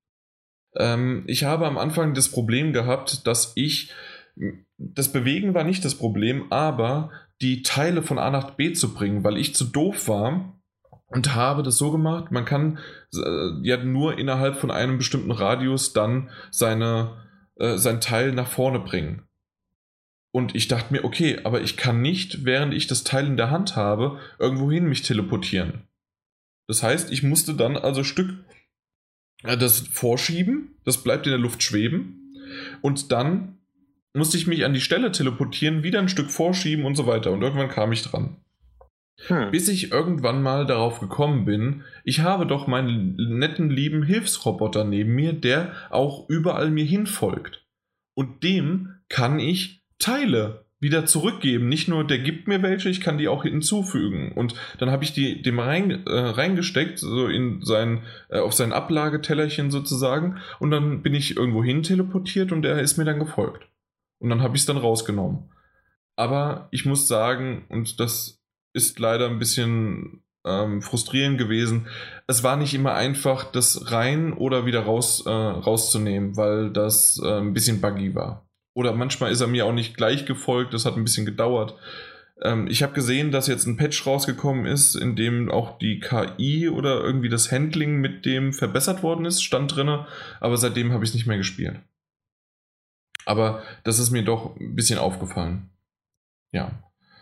B: Ähm, ich habe am Anfang das Problem gehabt, dass ich, das Bewegen war nicht das Problem, aber die Teile von A nach B zu bringen, weil ich zu doof war, und habe das so gemacht, man kann äh, ja nur innerhalb von einem bestimmten Radius dann seine, äh, sein Teil nach vorne bringen. Und ich dachte mir, okay, aber ich kann nicht, während ich das Teil in der Hand habe, irgendwohin mich teleportieren. Das heißt, ich musste dann also Stück äh, das vorschieben, das bleibt in der Luft schweben und dann musste ich mich an die Stelle teleportieren, wieder ein Stück vorschieben und so weiter. Und irgendwann kam ich dran. Hm. Bis ich irgendwann mal darauf gekommen bin, ich habe doch meinen netten, lieben Hilfsroboter neben mir, der auch überall mir hinfolgt. Und dem kann ich Teile wieder zurückgeben. Nicht nur, der gibt mir welche, ich kann die auch hinzufügen. Und dann habe ich die dem rein, äh, reingesteckt, so in sein, äh, auf sein Ablagetellerchen sozusagen. Und dann bin ich irgendwo hin teleportiert und der ist mir dann gefolgt. Und dann habe ich es dann rausgenommen. Aber ich muss sagen, und das ist leider ein bisschen ähm, frustrierend gewesen. Es war nicht immer einfach, das rein oder wieder raus, äh, rauszunehmen, weil das äh, ein bisschen buggy war. Oder manchmal ist er mir auch nicht gleich gefolgt, das hat ein bisschen gedauert. Ähm, ich habe gesehen, dass jetzt ein Patch rausgekommen ist, in dem auch die K I oder irgendwie das Handling mit dem verbessert worden ist, stand drin, aber seitdem habe ich es nicht mehr gespielt. Aber das ist mir doch ein bisschen aufgefallen. Ja.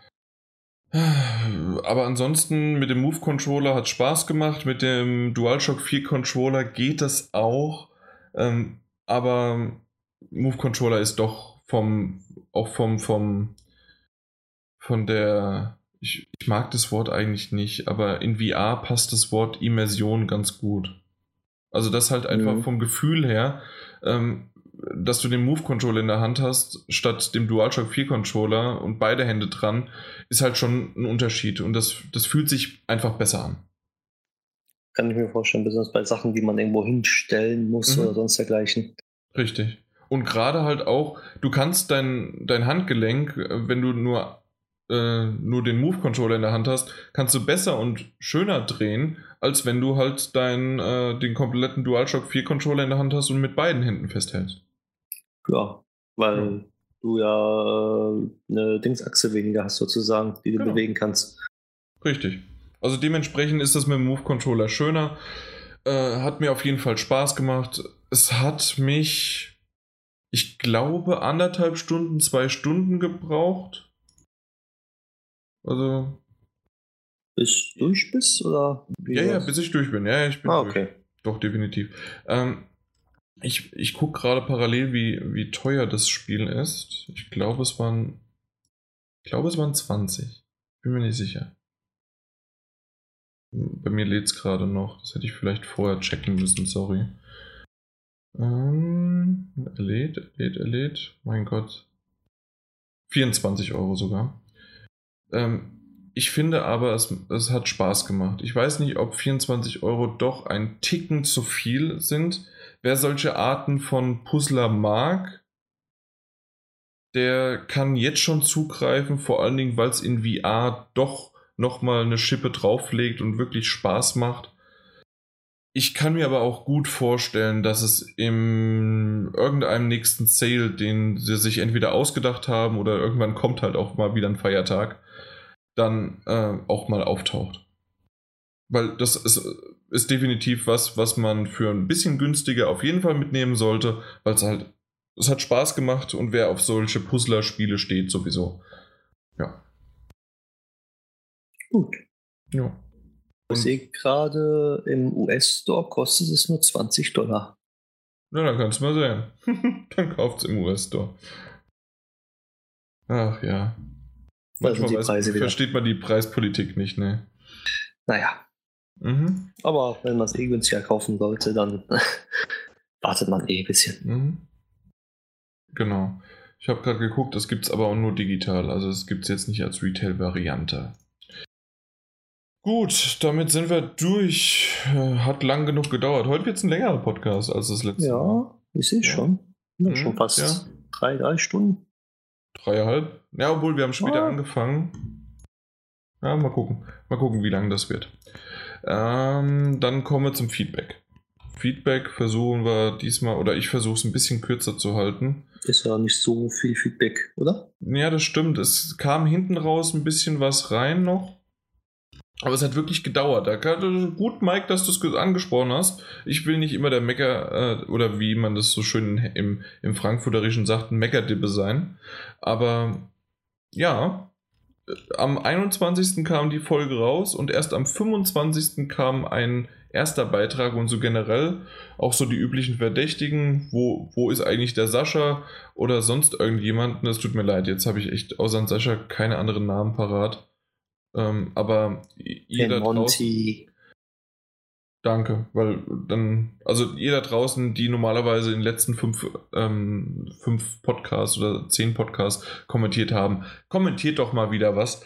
B: Aber ansonsten mit dem Move-Controller hat es Spaß gemacht, mit dem DualShock vier Controller geht das auch, ähm, aber Move-Controller ist doch vom, auch vom, vom, von der, ich, ich mag das Wort eigentlich nicht, aber in V R passt das Wort Immersion ganz gut. Also das halt einfach mhm. vom Gefühl her, ähm, dass du den Move-Controller in der Hand hast, statt dem DualShock vier Controller und beide Hände dran, ist halt schon ein Unterschied und das, das fühlt sich einfach besser an.
A: Kann ich mir vorstellen, besonders bei Sachen, die man irgendwo hinstellen muss mhm. oder sonst dergleichen.
B: Richtig. Und gerade halt auch, du kannst dein, dein Handgelenk, wenn du nur, äh, nur den Move-Controller in der Hand hast, kannst du besser und schöner drehen, als wenn du halt dein, äh, den kompletten DualShock vier Controller in der Hand hast und mit beiden Händen festhältst.
A: Ja, weil ja. du ja äh, eine Dingsachse weniger hast sozusagen, die du genau. bewegen kannst.
B: Richtig. Also dementsprechend ist das mit dem Move-Controller schöner. Äh, hat mir auf jeden Fall Spaß gemacht. Es hat mich, ich glaube, anderthalb Stunden, zwei Stunden gebraucht. Also...
A: Bis du durch bist? Oder
B: wie ja, was? ja, bis ich durch bin. Ja, ich bin
A: ah, okay.
B: durch. Doch, definitiv. Ähm, ich ich gucke gerade parallel, wie, wie teuer das Spiel ist. Ich glaube, es waren. Ich glaube, es waren zwanzig. Bin mir nicht sicher. Bei mir lädt es gerade noch. Das hätte ich vielleicht vorher checken müssen, sorry. Ähm, er lädt, er lädt, er lädt. Mein Gott. vierundzwanzig Euro sogar. Ähm, Ich finde aber, es, es hat Spaß gemacht. Ich weiß nicht, ob vierundzwanzig Euro doch ein Ticken zu viel sind. Wer solche Arten von Puzzler mag, der kann jetzt schon zugreifen, vor allen Dingen, weil es in V R doch nochmal eine Schippe drauflegt und wirklich Spaß macht. Ich kann mir aber auch gut vorstellen, dass es in irgendeinem nächsten Sale, den sie sich entweder ausgedacht haben oder irgendwann kommt halt auch mal wieder ein Feiertag, dann äh, auch mal auftaucht. Weil das ist, ist definitiv was, was man für ein bisschen günstiger auf jeden Fall mitnehmen sollte, weil es halt, es hat Spaß gemacht und wer auf solche Puzzler-Spiele steht sowieso. Ja.
A: Gut.
B: Ja.
A: Ich sehe gerade, im U S-Store kostet es nur zwanzig Dollar.
B: Na, dann kannst du mal sehen. Dann kauft es im U S-Store. Ach ja. Manchmal weiß, Preise versteht man die Preispolitik nicht, ne?
A: Naja. Mhm. Aber wenn man es eh günstiger kaufen sollte, dann wartet man eh ein bisschen.
B: Mhm. Genau. Ich habe gerade geguckt, das gibt es aber auch nur digital. Also es gibt es jetzt nicht als Retail-Variante. Gut, damit sind wir durch. Hat lang genug gedauert. Heute wird es ein längerer Podcast als das letzte
A: ja,
B: Mal.
A: Ja, ich sehe schon. Ja, schon fast ja. drei, drei Stunden.
B: Dreieinhalb? Ja, obwohl wir haben später oh. angefangen. Ja, mal gucken. Mal gucken, wie lang das wird. Ähm, dann kommen wir zum Feedback. Feedback versuchen wir diesmal, oder ich versuche es ein bisschen kürzer zu halten.
A: Ist ja nicht so viel Feedback, oder?
B: Ja, das stimmt. Es kam hinten raus ein bisschen was rein noch. Aber es hat wirklich gedauert. Da kann, gut, Mike, dass du es angesprochen hast. Ich will nicht immer der Mecker, äh, oder wie man das so schön im, im Frankfurterischen sagt, ein Meckerdippe sein. Aber ja, am einundzwanzigsten kam die Folge raus und erst am fünfundzwanzigsten kam ein erster Beitrag und so generell auch so die üblichen Verdächtigen. Wo, wo ist eigentlich der Sascha oder sonst irgendjemand? Es tut mir leid, jetzt habe ich echt außer Sascha keine anderen Namen parat. Ähm, aber jeder draußen, danke, weil dann, also jeder draußen, die normalerweise in den letzten fünf, ähm, fünf Podcasts oder zehn Podcasts kommentiert haben, kommentiert doch mal wieder was.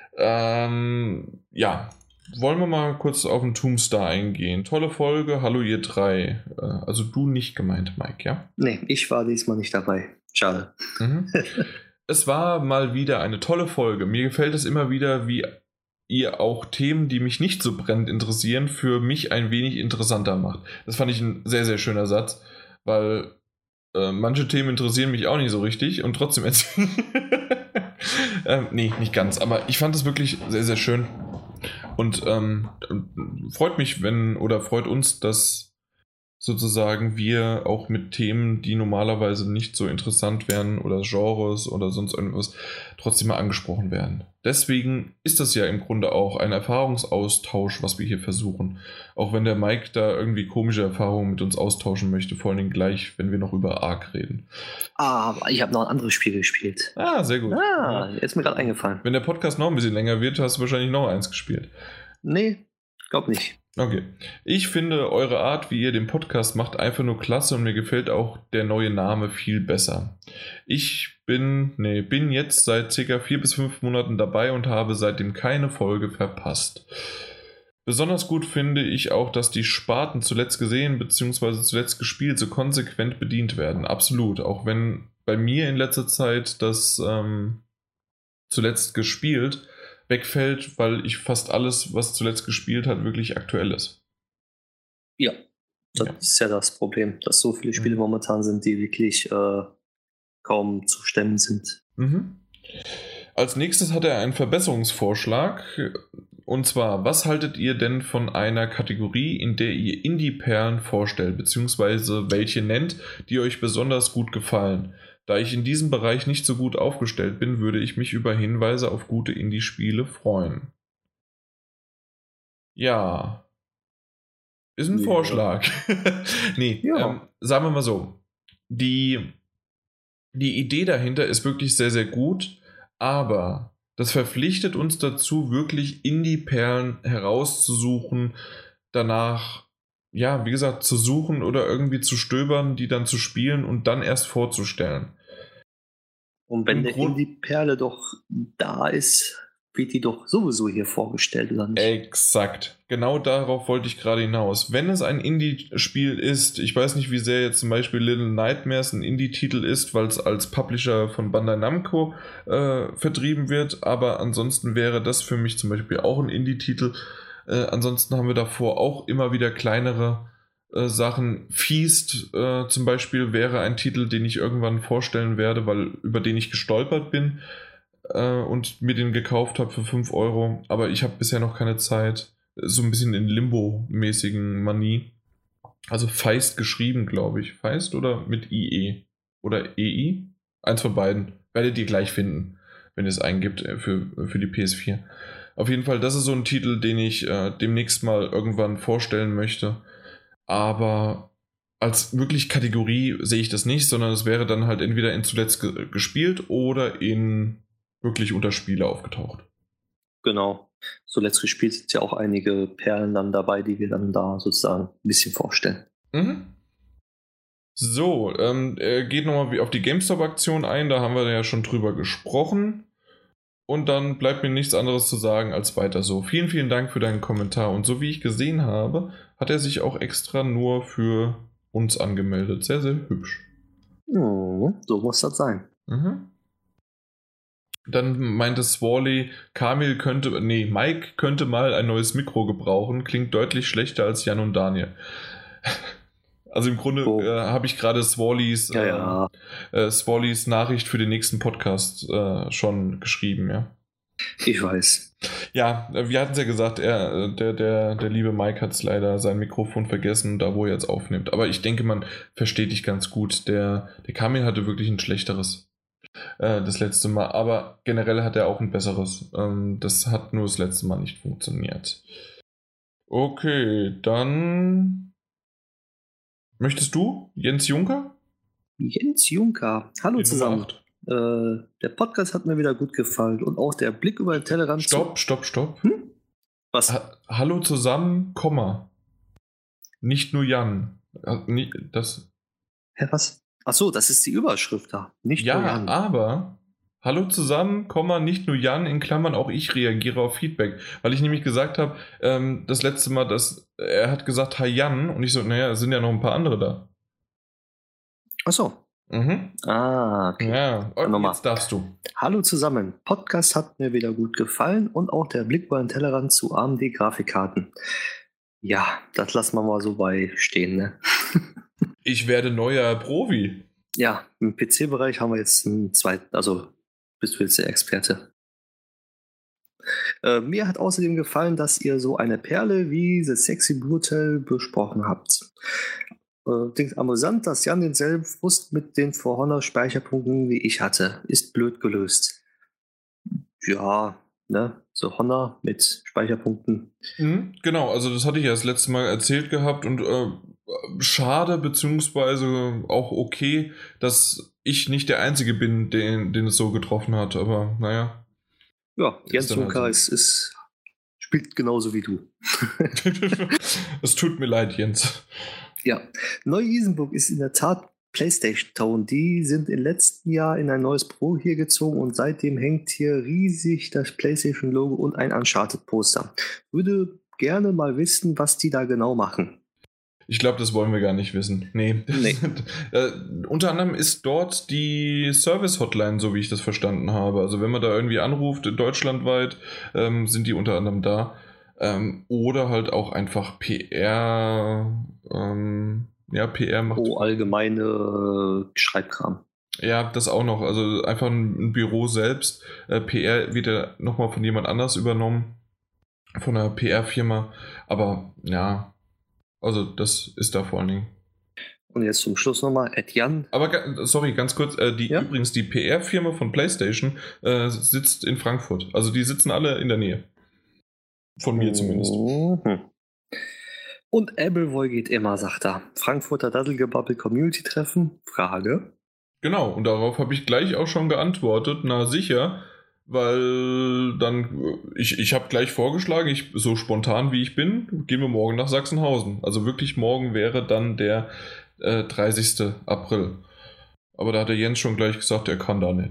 B: Ähm, ja, wollen wir mal kurz auf den Tombstar eingehen. Tolle Folge, hallo ihr drei. Äh, also du nicht gemeint, Mike, ja?
A: Nee, ich war diesmal nicht dabei. Schade.
B: Mhm. Es war mal wieder eine tolle Folge. Mir gefällt es immer wieder, wie ihr auch Themen, die mich nicht so brennend interessieren, für mich ein wenig interessanter macht. Das fand ich ein sehr, sehr schöner Satz, weil äh, manche Themen interessieren mich auch nicht so richtig und trotzdem erzählen. ähm, nee, nicht ganz, aber ich fand es wirklich sehr, sehr schön und ähm, freut mich, wenn, oder freut uns, dass sozusagen wir auch mit Themen, die normalerweise nicht so interessant wären oder Genres oder sonst irgendwas, trotzdem mal angesprochen werden. Deswegen ist das ja im Grunde auch ein Erfahrungsaustausch, was wir hier versuchen. Auch wenn der Mike da irgendwie komische Erfahrungen mit uns austauschen möchte, vor allen Dingen gleich, wenn wir noch über Ark reden.
A: Ah, ich habe noch ein anderes Spiel gespielt.
B: Ah, sehr gut.
A: Ah, jetzt ist mir gerade eingefallen.
B: Wenn der Podcast noch ein bisschen länger wird, hast du wahrscheinlich noch eins gespielt.
A: Nee, glaub nicht.
B: Okay. Ich finde eure Art, wie ihr den Podcast macht, einfach nur klasse und mir gefällt auch der neue Name viel besser. Ich bin, nee, bin jetzt seit circa vier bis fünf Monaten dabei und habe seitdem keine Folge verpasst. Besonders gut finde ich auch, dass die Sparten zuletzt gesehen bzw. zuletzt gespielt so konsequent bedient werden. Absolut. Auch wenn bei mir in letzter Zeit das ähm, zuletzt gespielt wegfällt, weil ich fast alles, was zuletzt gespielt hat, wirklich aktuell ist.
A: Ja, das ja. ist ja das Problem, dass so viele Spiele mhm. momentan sind, die wirklich äh, kaum zu stemmen sind.
B: Mhm. Als nächstes hat er einen Verbesserungsvorschlag. Und zwar, was haltet ihr denn von einer Kategorie, in der ihr Indie-Perlen vorstellt, beziehungsweise welche nennt, die euch besonders gut gefallen? Da ich in diesem Bereich nicht so gut aufgestellt bin, würde ich mich über Hinweise auf gute Indie-Spiele freuen. Ja. Ist ein ja. Vorschlag. nee, ja. ähm, sagen wir mal so. Die, die Idee dahinter ist wirklich sehr, sehr gut, aber das verpflichtet uns dazu, wirklich Indie-Perlen herauszusuchen, danach, ja, wie gesagt, zu suchen oder irgendwie zu stöbern, die dann zu spielen und dann erst vorzustellen.
A: Und wenn eine Indie-Perle doch da ist, wird die doch sowieso hier vorgestellt, oder nicht?
B: Exakt. Genau darauf wollte ich gerade hinaus. Wenn es ein Indie-Spiel ist, ich weiß nicht, wie sehr jetzt zum Beispiel Little Nightmares ein Indie-Titel ist, weil es als Publisher von Bandai Namco äh, vertrieben wird, aber ansonsten wäre das für mich zum Beispiel auch ein Indie-Titel. Äh, ansonsten haben wir davor auch immer wieder kleinere äh, Sachen. Feast äh, zum Beispiel wäre ein Titel, den ich irgendwann vorstellen werde, weil über den ich gestolpert bin und mir den gekauft habe für fünf Euro, aber ich habe bisher noch keine Zeit. So ein bisschen in Limbo-mäßigen Manie. Also Feist geschrieben, glaube ich. Feist oder mit I E? Oder E I? Eins von beiden. Werdet ihr gleich finden, wenn ihr es eingibt für, für die P S vier. Auf jeden Fall, das ist so ein Titel, den ich äh, demnächst mal irgendwann vorstellen möchte. Aber als wirklich Kategorie sehe ich das nicht, sondern es wäre dann halt entweder in zuletzt ge- gespielt oder in wirklich unter Spiele aufgetaucht.
A: Genau. Zuletzt gespielt sind ja auch einige Perlen dann dabei, die wir dann da sozusagen ein bisschen vorstellen.
B: Mhm. So, ähm, er geht nochmal auf die GameStop-Aktion ein, da haben wir ja schon drüber gesprochen. Und dann bleibt mir nichts anderes zu sagen als weiter so. Vielen, vielen Dank für deinen Kommentar. Und so wie ich gesehen habe, hat er sich auch extra nur für uns angemeldet. Sehr, sehr hübsch.
A: Oh, so muss das sein.
B: Mhm. Dann meinte Swally, Kamil könnte, nee, Mike könnte mal ein neues Mikro gebrauchen. Klingt deutlich schlechter als Jan und Daniel. Also im Grunde oh. äh, habe ich gerade Swallys,
A: ja, ja.
B: äh, Swallys Nachricht für den nächsten Podcast äh, schon geschrieben, ja.
A: Ich weiß.
B: Ja, wir hatten es ja gesagt, er, der, der, der liebe Mike hat es leider sein Mikrofon vergessen, da wo er jetzt aufnimmt. Aber ich denke, man versteht dich ganz gut. Der, der Kamil hatte wirklich ein schlechteres äh, das letzte Mal, aber generell hat er auch ein besseres. Ähm, das hat nur das letzte Mal nicht funktioniert. Okay, dann... Möchtest du, Jens Juncker?
A: Jens Juncker. Hallo zusammen. Äh, der Podcast hat mir wieder gut gefallen und auch der Blick über den Tellerrand.
B: Stopp, stopp, stopp.
A: Hm? Was?
B: Ha- Hallo zusammen, Komma. Nicht nur Jan. Das...
A: Hä, was? Achso, das ist die Überschrift da. Nicht
B: ja,
A: nur Jan.
B: Aber... Hallo zusammen, Komma, nicht nur Jan, in Klammern auch ich reagiere auf Feedback. Weil ich nämlich gesagt habe, ähm, das letzte Mal, dass er hat gesagt, hi Jan, und ich so, naja, es sind ja noch ein paar andere da.
A: Achso.
B: Mhm.
A: Ah, okay.
B: Ja, okay, jetzt darfst du.
A: Hallo zusammen. Podcast hat mir wieder gut gefallen und auch der Blick über den Tellerrand zu A M D-Grafikkarten. Ja, das lassen wir mal so bei stehen, ne?
B: Ich werde neuer Profi.
A: Ja, im P C-Bereich haben wir jetzt einen zweiten, also bist du jetzt der Experte. Äh, mir hat außerdem gefallen, dass ihr so eine Perle wie The Sexy Brutal besprochen habt. Äh, amüsant, dass Jan denselben Frust mit den For Honor Speicherpunkten wie ich hatte. Ist blöd gelöst. Ja, ne, so Honor mit Speicherpunkten.
B: Mhm, genau, also das hatte ich ja das letzte Mal erzählt gehabt und äh, schade, beziehungsweise auch okay, dass ich nicht der Einzige bin, den, den es so getroffen hat, aber naja.
A: Ja, Jens Juncker halt so. ist, ist, spielt genauso wie du.
B: Es tut mir leid, Jens.
A: Ja, Neu-Isenburg ist in der Tat PlayStation Town. Die sind im letzten Jahr in ein neues Pro hier gezogen und seitdem hängt hier riesig das PlayStation-Logo und ein Uncharted-Poster. Würde gerne mal wissen, was die da genau machen.
B: Ich glaube, das wollen wir gar nicht wissen. Nee. nee. äh, unter anderem ist dort die Service-Hotline, so wie ich das verstanden habe. Also wenn man da irgendwie anruft, deutschlandweit, ähm, sind die unter anderem da. Ähm, oder halt auch einfach P R, ähm, ja, P R macht...
A: Oh, allgemeine Schreibkram.
B: Ja, das auch noch. Also einfach ein, ein Büro selbst. Äh, P R wird ja nochmal von jemand anders übernommen. Von einer P R-Firma. Aber ja... Also das ist da vor allen Dingen.
A: Und jetzt zum Schluss nochmal, Ed Jan.
B: Aber sorry, ganz kurz, äh, die, ja? übrigens die P R-Firma von PlayStation äh, sitzt in Frankfurt. Also die sitzen alle in der Nähe. Von mir zumindest.
A: Mhm. Und Appleboy geht immer, sagt er. Frankfurter Daddelgebabbel Community-Treffen? Frage.
B: Genau, und darauf habe ich gleich auch schon geantwortet. Na sicher, weil dann, ich, ich habe gleich vorgeschlagen, ich, so spontan wie ich bin, gehen wir morgen nach Sachsenhausen. Also wirklich morgen wäre dann der äh, dreißigsten April. Aber da hat der Jens schon gleich gesagt, er kann da nicht.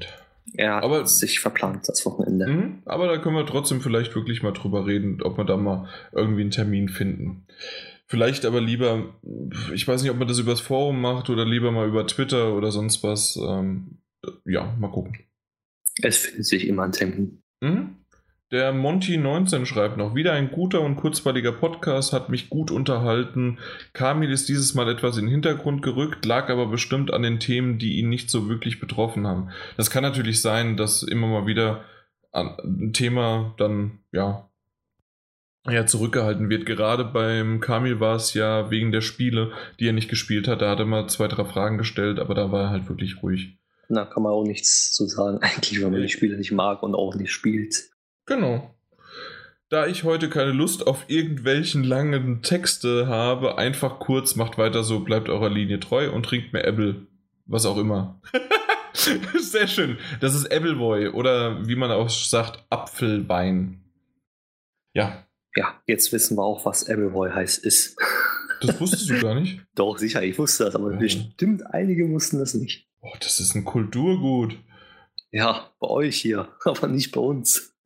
A: Er hat
B: aber,
A: sich verplant, das Wochenende.
B: Mh, aber da können wir trotzdem vielleicht wirklich mal drüber reden, ob wir da mal irgendwie einen Termin finden. Vielleicht aber lieber, ich weiß nicht, ob man das übers Forum macht oder lieber mal über Twitter oder sonst was. Ähm, ja, mal gucken.
A: Es findet sich immer ein Termin.
B: Mhm. Der Monty neunzehn schreibt noch, wieder ein guter und kurzweiliger Podcast, hat mich gut unterhalten. Kamil ist dieses Mal etwas in den Hintergrund gerückt, lag aber bestimmt an den Themen, die ihn nicht so wirklich betroffen haben. Das kann natürlich sein, dass immer mal wieder ein Thema dann, ja, ja, zurückgehalten wird. Gerade beim Kamil war es ja wegen der Spiele, die er nicht gespielt hat. Da hat er mal zwei, drei Fragen gestellt, aber da war er halt wirklich ruhig.
A: Da kann man auch nichts zu sagen, eigentlich, wenn man die Spiele nicht mag und auch nicht spielt.
B: Genau. Da ich heute keine Lust auf irgendwelchen langen Texte habe, einfach kurz, macht weiter so, bleibt eurer Linie treu und trinkt mehr Apple, was auch immer. Sehr schön. Das ist Appleboy oder wie man auch sagt, Apfelwein. Ja.
A: Ja, jetzt wissen wir auch, was Appleboy heißt ist.
B: Das wusstest du gar nicht?
A: Doch, sicher, ich wusste das, aber ja. Bestimmt einige wussten das nicht.
B: Oh, das ist ein Kulturgut.
A: Ja, bei euch hier, aber nicht bei uns.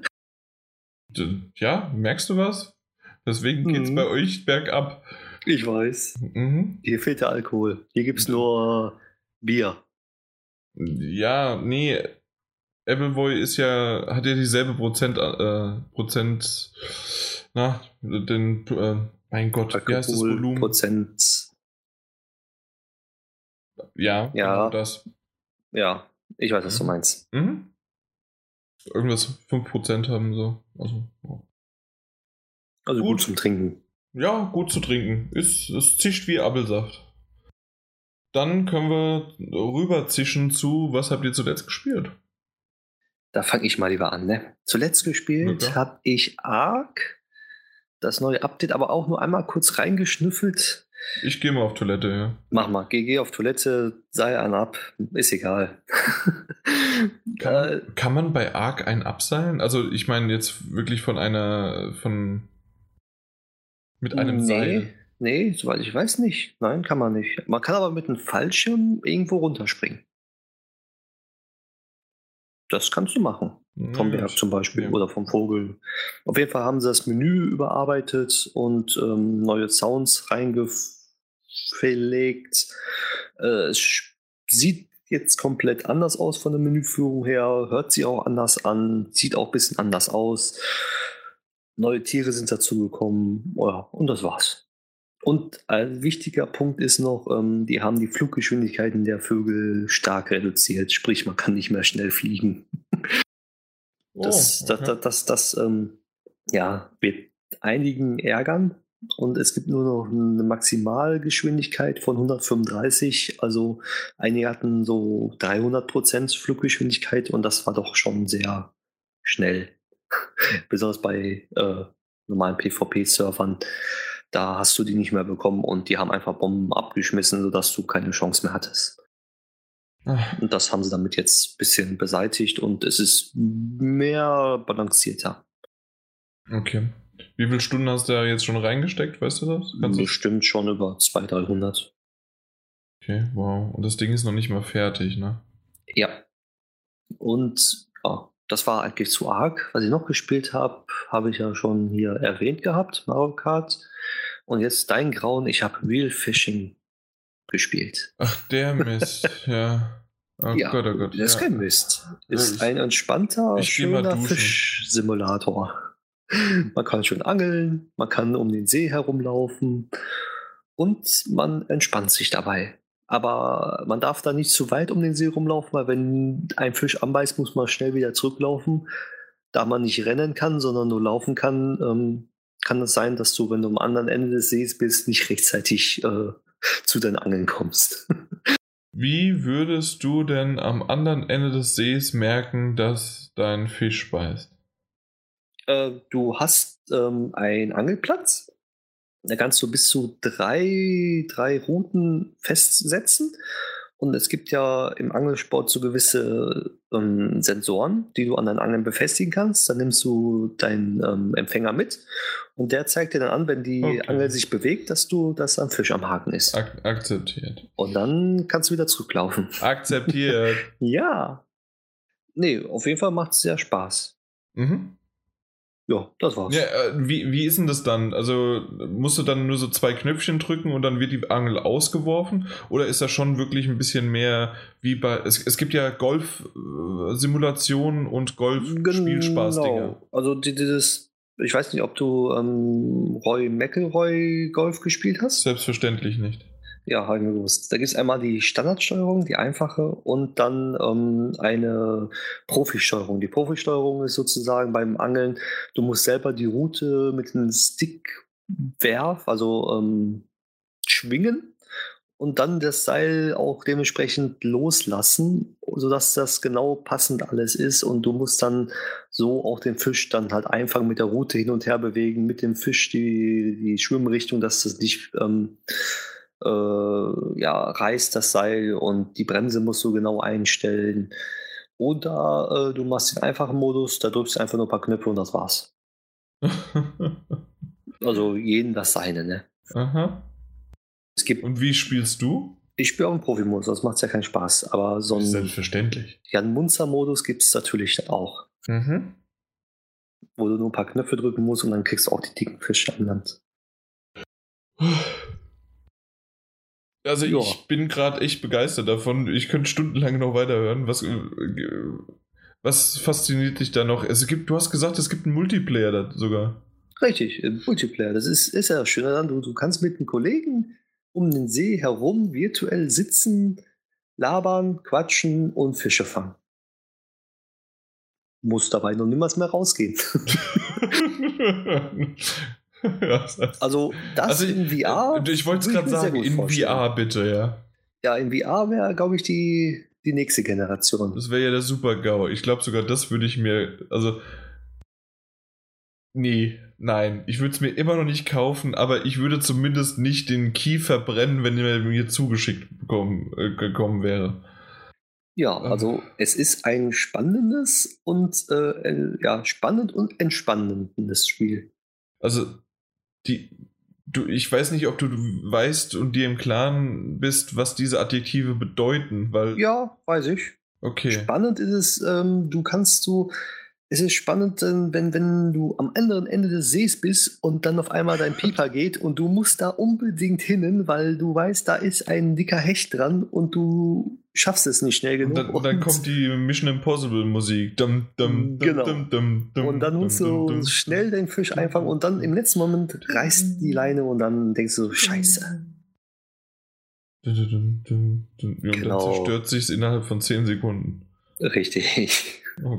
B: Ja, merkst du was? Deswegen geht's mhm. bei euch bergab.
A: Ich weiß. Mhm. Hier fehlt der Alkohol. Hier gibt's nur Bier.
B: Ja, nee. Appleboy ist ja, hat ja dieselbe Prozent, äh, Prozent, na, den, äh, mein Gott,
A: Alkohol,
B: wie heißt das Volumen?
A: Prozent.
B: Ja,
A: ja.
B: Genau das.
A: Ja, ich weiß, was du meinst.
B: Mhm. Irgendwas fünf Prozent haben so. Also, ja.
A: also gut. gut zum Trinken.
B: Ja, gut zu trinken. Ist, es zischt wie Apfelsaft. Dann können wir rüberzischen zu, was habt ihr zuletzt gespielt?
A: Da fange ich mal lieber an, ne? Zuletzt gespielt okay. habe ich Ark, das neue Update, aber auch nur einmal kurz reingeschnüffelt.
B: Ich gehe mal auf Toilette, ja.
A: Mach mal, geh, geh auf Toilette, sei ein ab, ist egal.
B: Kann, äh, kann man bei Ark ein abseilen? Also ich meine jetzt wirklich von einer, von mit einem
A: nee,
B: Seil.
A: Nee, soweit ich weiß nicht. Nein, kann man nicht. Man kann aber mit einem Fallschirm irgendwo runterspringen. Das kannst du machen. Ja, vom Berg zum Beispiel ja. oder vom Vogel. Auf jeden Fall haben sie das Menü überarbeitet und ähm, neue Sounds reingepflegt. Äh, es sieht jetzt komplett anders aus von der Menüführung her, hört sich auch anders an, sieht auch ein bisschen anders aus. Neue Tiere sind dazu gekommen. Ja, und das war's. Und ein wichtiger Punkt ist noch, ähm, die haben die Fluggeschwindigkeiten der Vögel stark reduziert. Sprich, man kann nicht mehr schnell fliegen. Das, oh, okay. das, das, das, das ähm, ja, wird einigen ärgern. Und es gibt nur noch eine Maximalgeschwindigkeit von hundertfünfunddreißig. Also einige hatten so dreihundert Prozent Fluggeschwindigkeit und das war doch schon sehr schnell. Besonders bei äh, normalen PvP-Surfern. Da hast du die nicht mehr bekommen und die haben einfach Bomben abgeschmissen, sodass du keine Chance mehr hattest. Ach. Und das haben sie damit jetzt ein bisschen beseitigt und es ist mehr balancierter.
B: Okay. Wie viele Stunden hast du da jetzt schon reingesteckt, weißt du das? Kannst
A: Bestimmt du... schon über zweihundert, dreihundert.
B: Okay, wow. Und das Ding ist noch nicht mal fertig, ne?
A: Ja. Und ja, das war eigentlich zu Ark. Was ich noch gespielt habe, habe ich ja schon hier erwähnt gehabt, Mario Kart. Und jetzt dein Grauen, ich habe Real Fishing gespielt.
B: Ach, der Mist, ja. Oh
A: ja,
B: Gott, oh Gott.
A: Das ist
B: ja.
A: kein Mist. Ist ein entspannter, schöner Fischsimulator. Man kann schön angeln, man kann um den See herumlaufen und man entspannt sich dabei. Aber man darf da nicht zu weit um den See rumlaufen, weil wenn ein Fisch anbeißt, muss man schnell wieder zurücklaufen. Da man nicht rennen kann, sondern nur laufen kann, ähm, kann es sein, dass du, wenn du am anderen Ende des Sees bist, nicht rechtzeitig äh, zu deinen Angeln kommst.
B: Wie würdest du denn am anderen Ende des Sees merken, dass dein Fisch beißt?
A: Äh, du hast ähm, einen Angelplatz. Da kannst du bis zu drei, drei Routen festsetzen. Und es gibt ja im Angelsport so gewisse ähm, Sensoren, die du an deinen Angeln befestigen kannst. Dann nimmst du deinen ähm, Empfänger mit und der zeigt dir dann an, wenn die okay. Angel sich bewegt, dass du, dass ein Fisch am Haken ist.
B: Ak- akzeptiert.
A: Und dann kannst du wieder zurücklaufen.
B: Akzeptiert.
A: Ja. Nee, auf jeden Fall macht es sehr Spaß.
B: Mhm.
A: Ja, das war's.
B: Ja, äh, wie, wie ist denn das dann? Also musst du dann nur so zwei Knöpfchen drücken und dann wird die Angel ausgeworfen? Oder ist das schon wirklich ein bisschen mehr wie bei... Es, es gibt ja Golf-Simulationen und Golf-Spielspaß-Dinger.
A: Genau. Also die- dieses, ich weiß nicht, ob du ähm, Roy McIlroy Golf gespielt hast.
B: Selbstverständlich nicht.
A: Ja, habe ich mir gewusst. Da gibt es einmal die Standardsteuerung, die einfache, und dann ähm, eine Profisteuerung. Die Profisteuerung ist sozusagen beim Angeln, du musst selber die Route mit dem Stick werfen, also ähm, schwingen und dann das Seil auch dementsprechend loslassen, sodass das genau passend alles ist, und du musst dann so auch den Fisch dann halt einfangen, mit der Route hin und her bewegen, mit dem Fisch die, die Schwimmrichtung, dass das nicht ähm, äh, ja, reißt, das Seil, und die Bremse musst du genau einstellen. Oder äh, du machst den einfachen Modus, da drückst du einfach nur ein paar Knöpfe und das war's. Also jeden das seine, ne?
B: Aha.
A: Es gibt,
B: Und wie spielst du?
A: ich spiele auch einen Profi-Modus, das macht ja keinen Spaß. Aber so einen,
B: Selbstverständlich.
A: ja, einen Munzer-Modus gibt es natürlich auch.
B: Mhm.
A: Wo du nur ein paar Knöpfe drücken musst und dann kriegst du auch die dicken Fische an Land.
B: Also
A: Ja.
B: ich bin gerade echt begeistert davon. Ich könnte stundenlang noch weiterhören. Was, äh, was fasziniert dich da noch? Es gibt, du hast gesagt, es gibt einen Multiplayer da sogar.
A: Richtig, im Multiplayer. Das ist, ist ja das Schöne daran. Du, du kannst mit einem Kollegen um den See herum virtuell sitzen, labern, quatschen und Fische fangen. Muss dabei noch niemals mehr rausgehen.
B: Ja,
A: Also das
B: also
A: in V
B: ich,
A: R.
B: Ich wollte es
A: würde
B: gerade
A: ich mir sehr
B: sagen,
A: gut
B: in
A: vorstellen.
B: V R bitte, ja.
A: Ja, in V R wäre, glaube ich, die, die nächste Generation.
B: Das wäre ja der Super-GAU. Ich glaube sogar, das würde ich mir, also nee, nein, ich würde es mir immer noch nicht kaufen, aber ich würde zumindest nicht den Key verbrennen, wenn er mir zugeschickt bekommen, äh, gekommen wäre.
A: Ja, also es ist ein spannendes und äh, äh, ja, spannend und entspannendes Spiel.
B: Also die, du, ich weiß nicht, ob du weißt und dir im Klaren bist, was diese Adjektive bedeuten, weil.
A: Ja, weiß ich.
B: Okay.
A: Spannend ist es, ähm, du kannst so, es ist spannend, äh, wenn, wenn du am anderen Ende des Sees bist und dann auf einmal dein Pieper geht und du musst da unbedingt hin, weil du weißt, da ist ein dicker Hecht dran und du schaffst es nicht schnell genug.
B: Und dann, und dann kommt die Mission Impossible Musik. Dum, dum, dum,
A: genau.
B: dum, dum, dum,
A: und dann musst
B: dum,
A: du
B: dum, dum,
A: schnell den Fisch einfangen und dann im letzten Moment reißt die Leine und dann denkst du, scheiße.
B: dum, dum, dum, dum. Und
A: Genau.
B: dann zerstört sich es innerhalb von zehn Sekunden.
A: Richtig.
B: Oh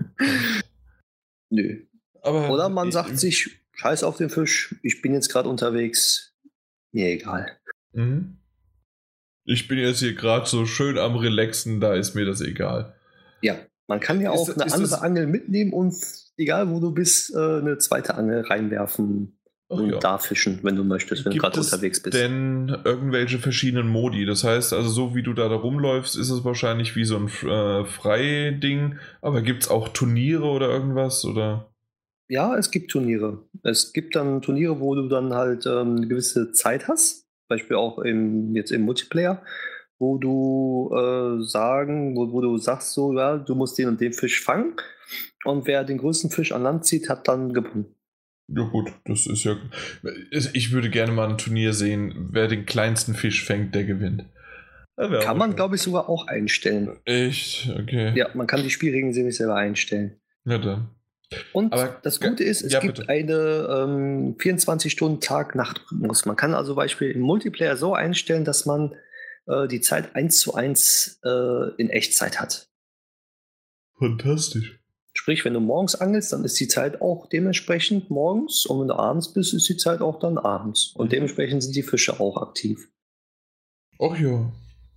A: Nö.
B: Aber
A: Oder man
B: ich,
A: sagt sich, scheiß auf den Fisch, ich bin jetzt gerade unterwegs, mir egal.
B: Mhm. Ich bin jetzt hier gerade so schön am Relaxen, da ist mir das egal.
A: Ja, man kann ja auch
B: Ist-
A: eine
B: ist
A: andere
B: das-
A: Angel mitnehmen und egal wo du bist, äh, eine zweite Angel reinwerfen
B: Ach
A: und
B: ja.
A: da fischen, wenn du möchtest, wenn du
B: Gibt
A: gerade
B: es
A: unterwegs bist.
B: denn irgendwelche verschiedenen Modi? Das heißt, also so wie du da, da rumläufst, ist es wahrscheinlich wie so ein äh, Freiding, aber gibt es auch Turniere oder irgendwas? Oder?
A: Ja, es gibt Turniere. Es gibt dann Turniere, wo du dann halt ähm, eine gewisse Zeit hast, zum Beispiel auch im, jetzt im Multiplayer, wo du äh, sagen, wo, wo du sagst so, ja, du musst den und den Fisch fangen, und wer den größten Fisch an Land zieht, hat dann gewonnen.
B: Ja gut, das ist ja... Ich würde gerne mal ein Turnier sehen, wer den kleinsten Fisch fängt, der gewinnt. Das wär
A: Kann
B: auch
A: man,
B: schön.
A: glaube ich, sogar auch einstellen.
B: Echt? Okay.
A: Ja, man kann die Spielregeln nämlich selber einstellen.
B: Ja dann.
A: Und
B: Aber
A: das
B: ge-
A: Gute ist, es
B: ja,
A: gibt
B: bitte.
A: eine ähm, vierundzwanzig Stunden Tag-Nacht-Rhythmus. Man kann also zum Beispiel im Multiplayer so einstellen, dass man äh, die Zeit eins zu eins äh, in Echtzeit hat.
B: Fantastisch.
A: Sprich, wenn du morgens angelst, dann ist die Zeit auch dementsprechend morgens, und wenn du abends bist, ist die Zeit auch dann abends. Und
B: Mhm.
A: dementsprechend sind die Fische auch aktiv.
B: Ach ja.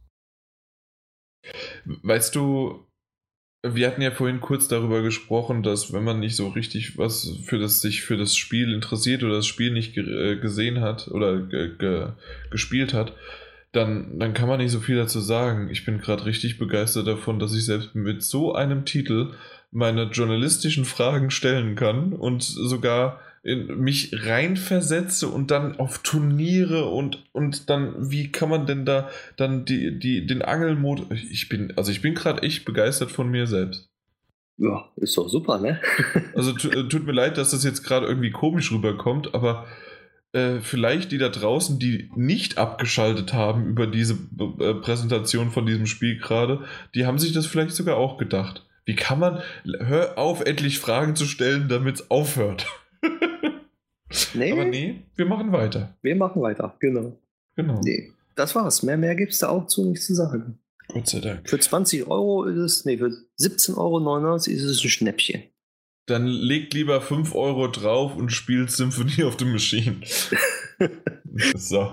B: Weißt du, wir hatten ja vorhin kurz darüber gesprochen, dass wenn man nicht so richtig was für das sich für das Spiel interessiert oder das Spiel nicht ge äh, gesehen hat oder ge ge gespielt hat, dann, dann kann man nicht so viel dazu sagen. Ich bin gerade richtig begeistert davon, dass ich selbst mit so einem Titel meine journalistischen Fragen stellen kann und sogar in mich reinversetze und dann auf Turniere und, und dann, wie kann man denn da dann die, die, den Angelmodus. Ich bin, also ich bin gerade echt begeistert von mir selbst.
A: Ja, ist doch super, ne?
B: Also tu, äh, tut mir leid, dass das jetzt gerade irgendwie komisch rüberkommt, aber äh, vielleicht die da draußen, die nicht abgeschaltet haben über diese äh, Präsentation von diesem Spiel gerade, die haben sich das vielleicht sogar auch gedacht. Wie kann man, hör auf, endlich Fragen zu stellen, damit es aufhört.
A: Nee,
B: Aber nee, wir machen weiter.
A: wir machen weiter, genau.
B: Genau.
A: Nee, das war's. Mehr, mehr gibt's da auch zu nicht zu sagen.
B: Gott sei Dank.
A: Für zwanzig Euro ist es, nee, für siebzehn Euro neunundneunzig ist es ein Schnäppchen.
B: Dann legt lieber fünf Euro drauf und spielt Symphony of the Machine. So.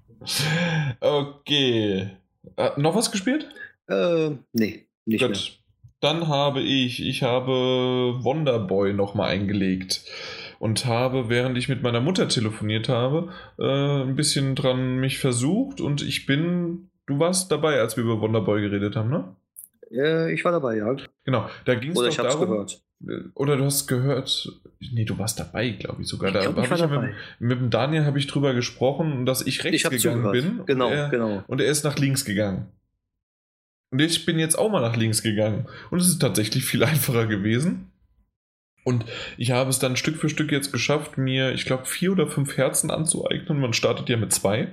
B: Okay. Äh, noch was gespielt?
A: Äh, nee, nicht
B: Gut.
A: mehr.
B: Dann habe ich, ich habe Wonderboy nochmal eingelegt und habe, während ich mit meiner Mutter telefoniert habe, äh, ein bisschen dran mich versucht und ich bin, du warst dabei, als wir über Wonderboy geredet haben, ne?
A: Äh, ich war dabei, ja.
B: Genau, da ging es
A: Oder
B: doch
A: ich hab's
B: darum,
A: gehört.
B: oder du hast gehört, nee, du warst dabei, glaube ich sogar.
A: Ich
B: Da
A: glaub,
B: habe
A: ich war
B: ich ja
A: dabei.
B: mit, mit dem Daniel habe ich drüber gesprochen, dass ich rechts
A: Ich hab
B: gegangen
A: zugehört.
B: bin
A: Genau,
B: und, er,
A: genau.
B: und er ist nach links gegangen. Und ich bin jetzt auch mal nach links gegangen. Und es ist tatsächlich viel einfacher gewesen. Und ich habe es dann Stück für Stück jetzt geschafft, mir, ich glaube, vier oder fünf Herzen anzueignen. Man startet ja mit zwei.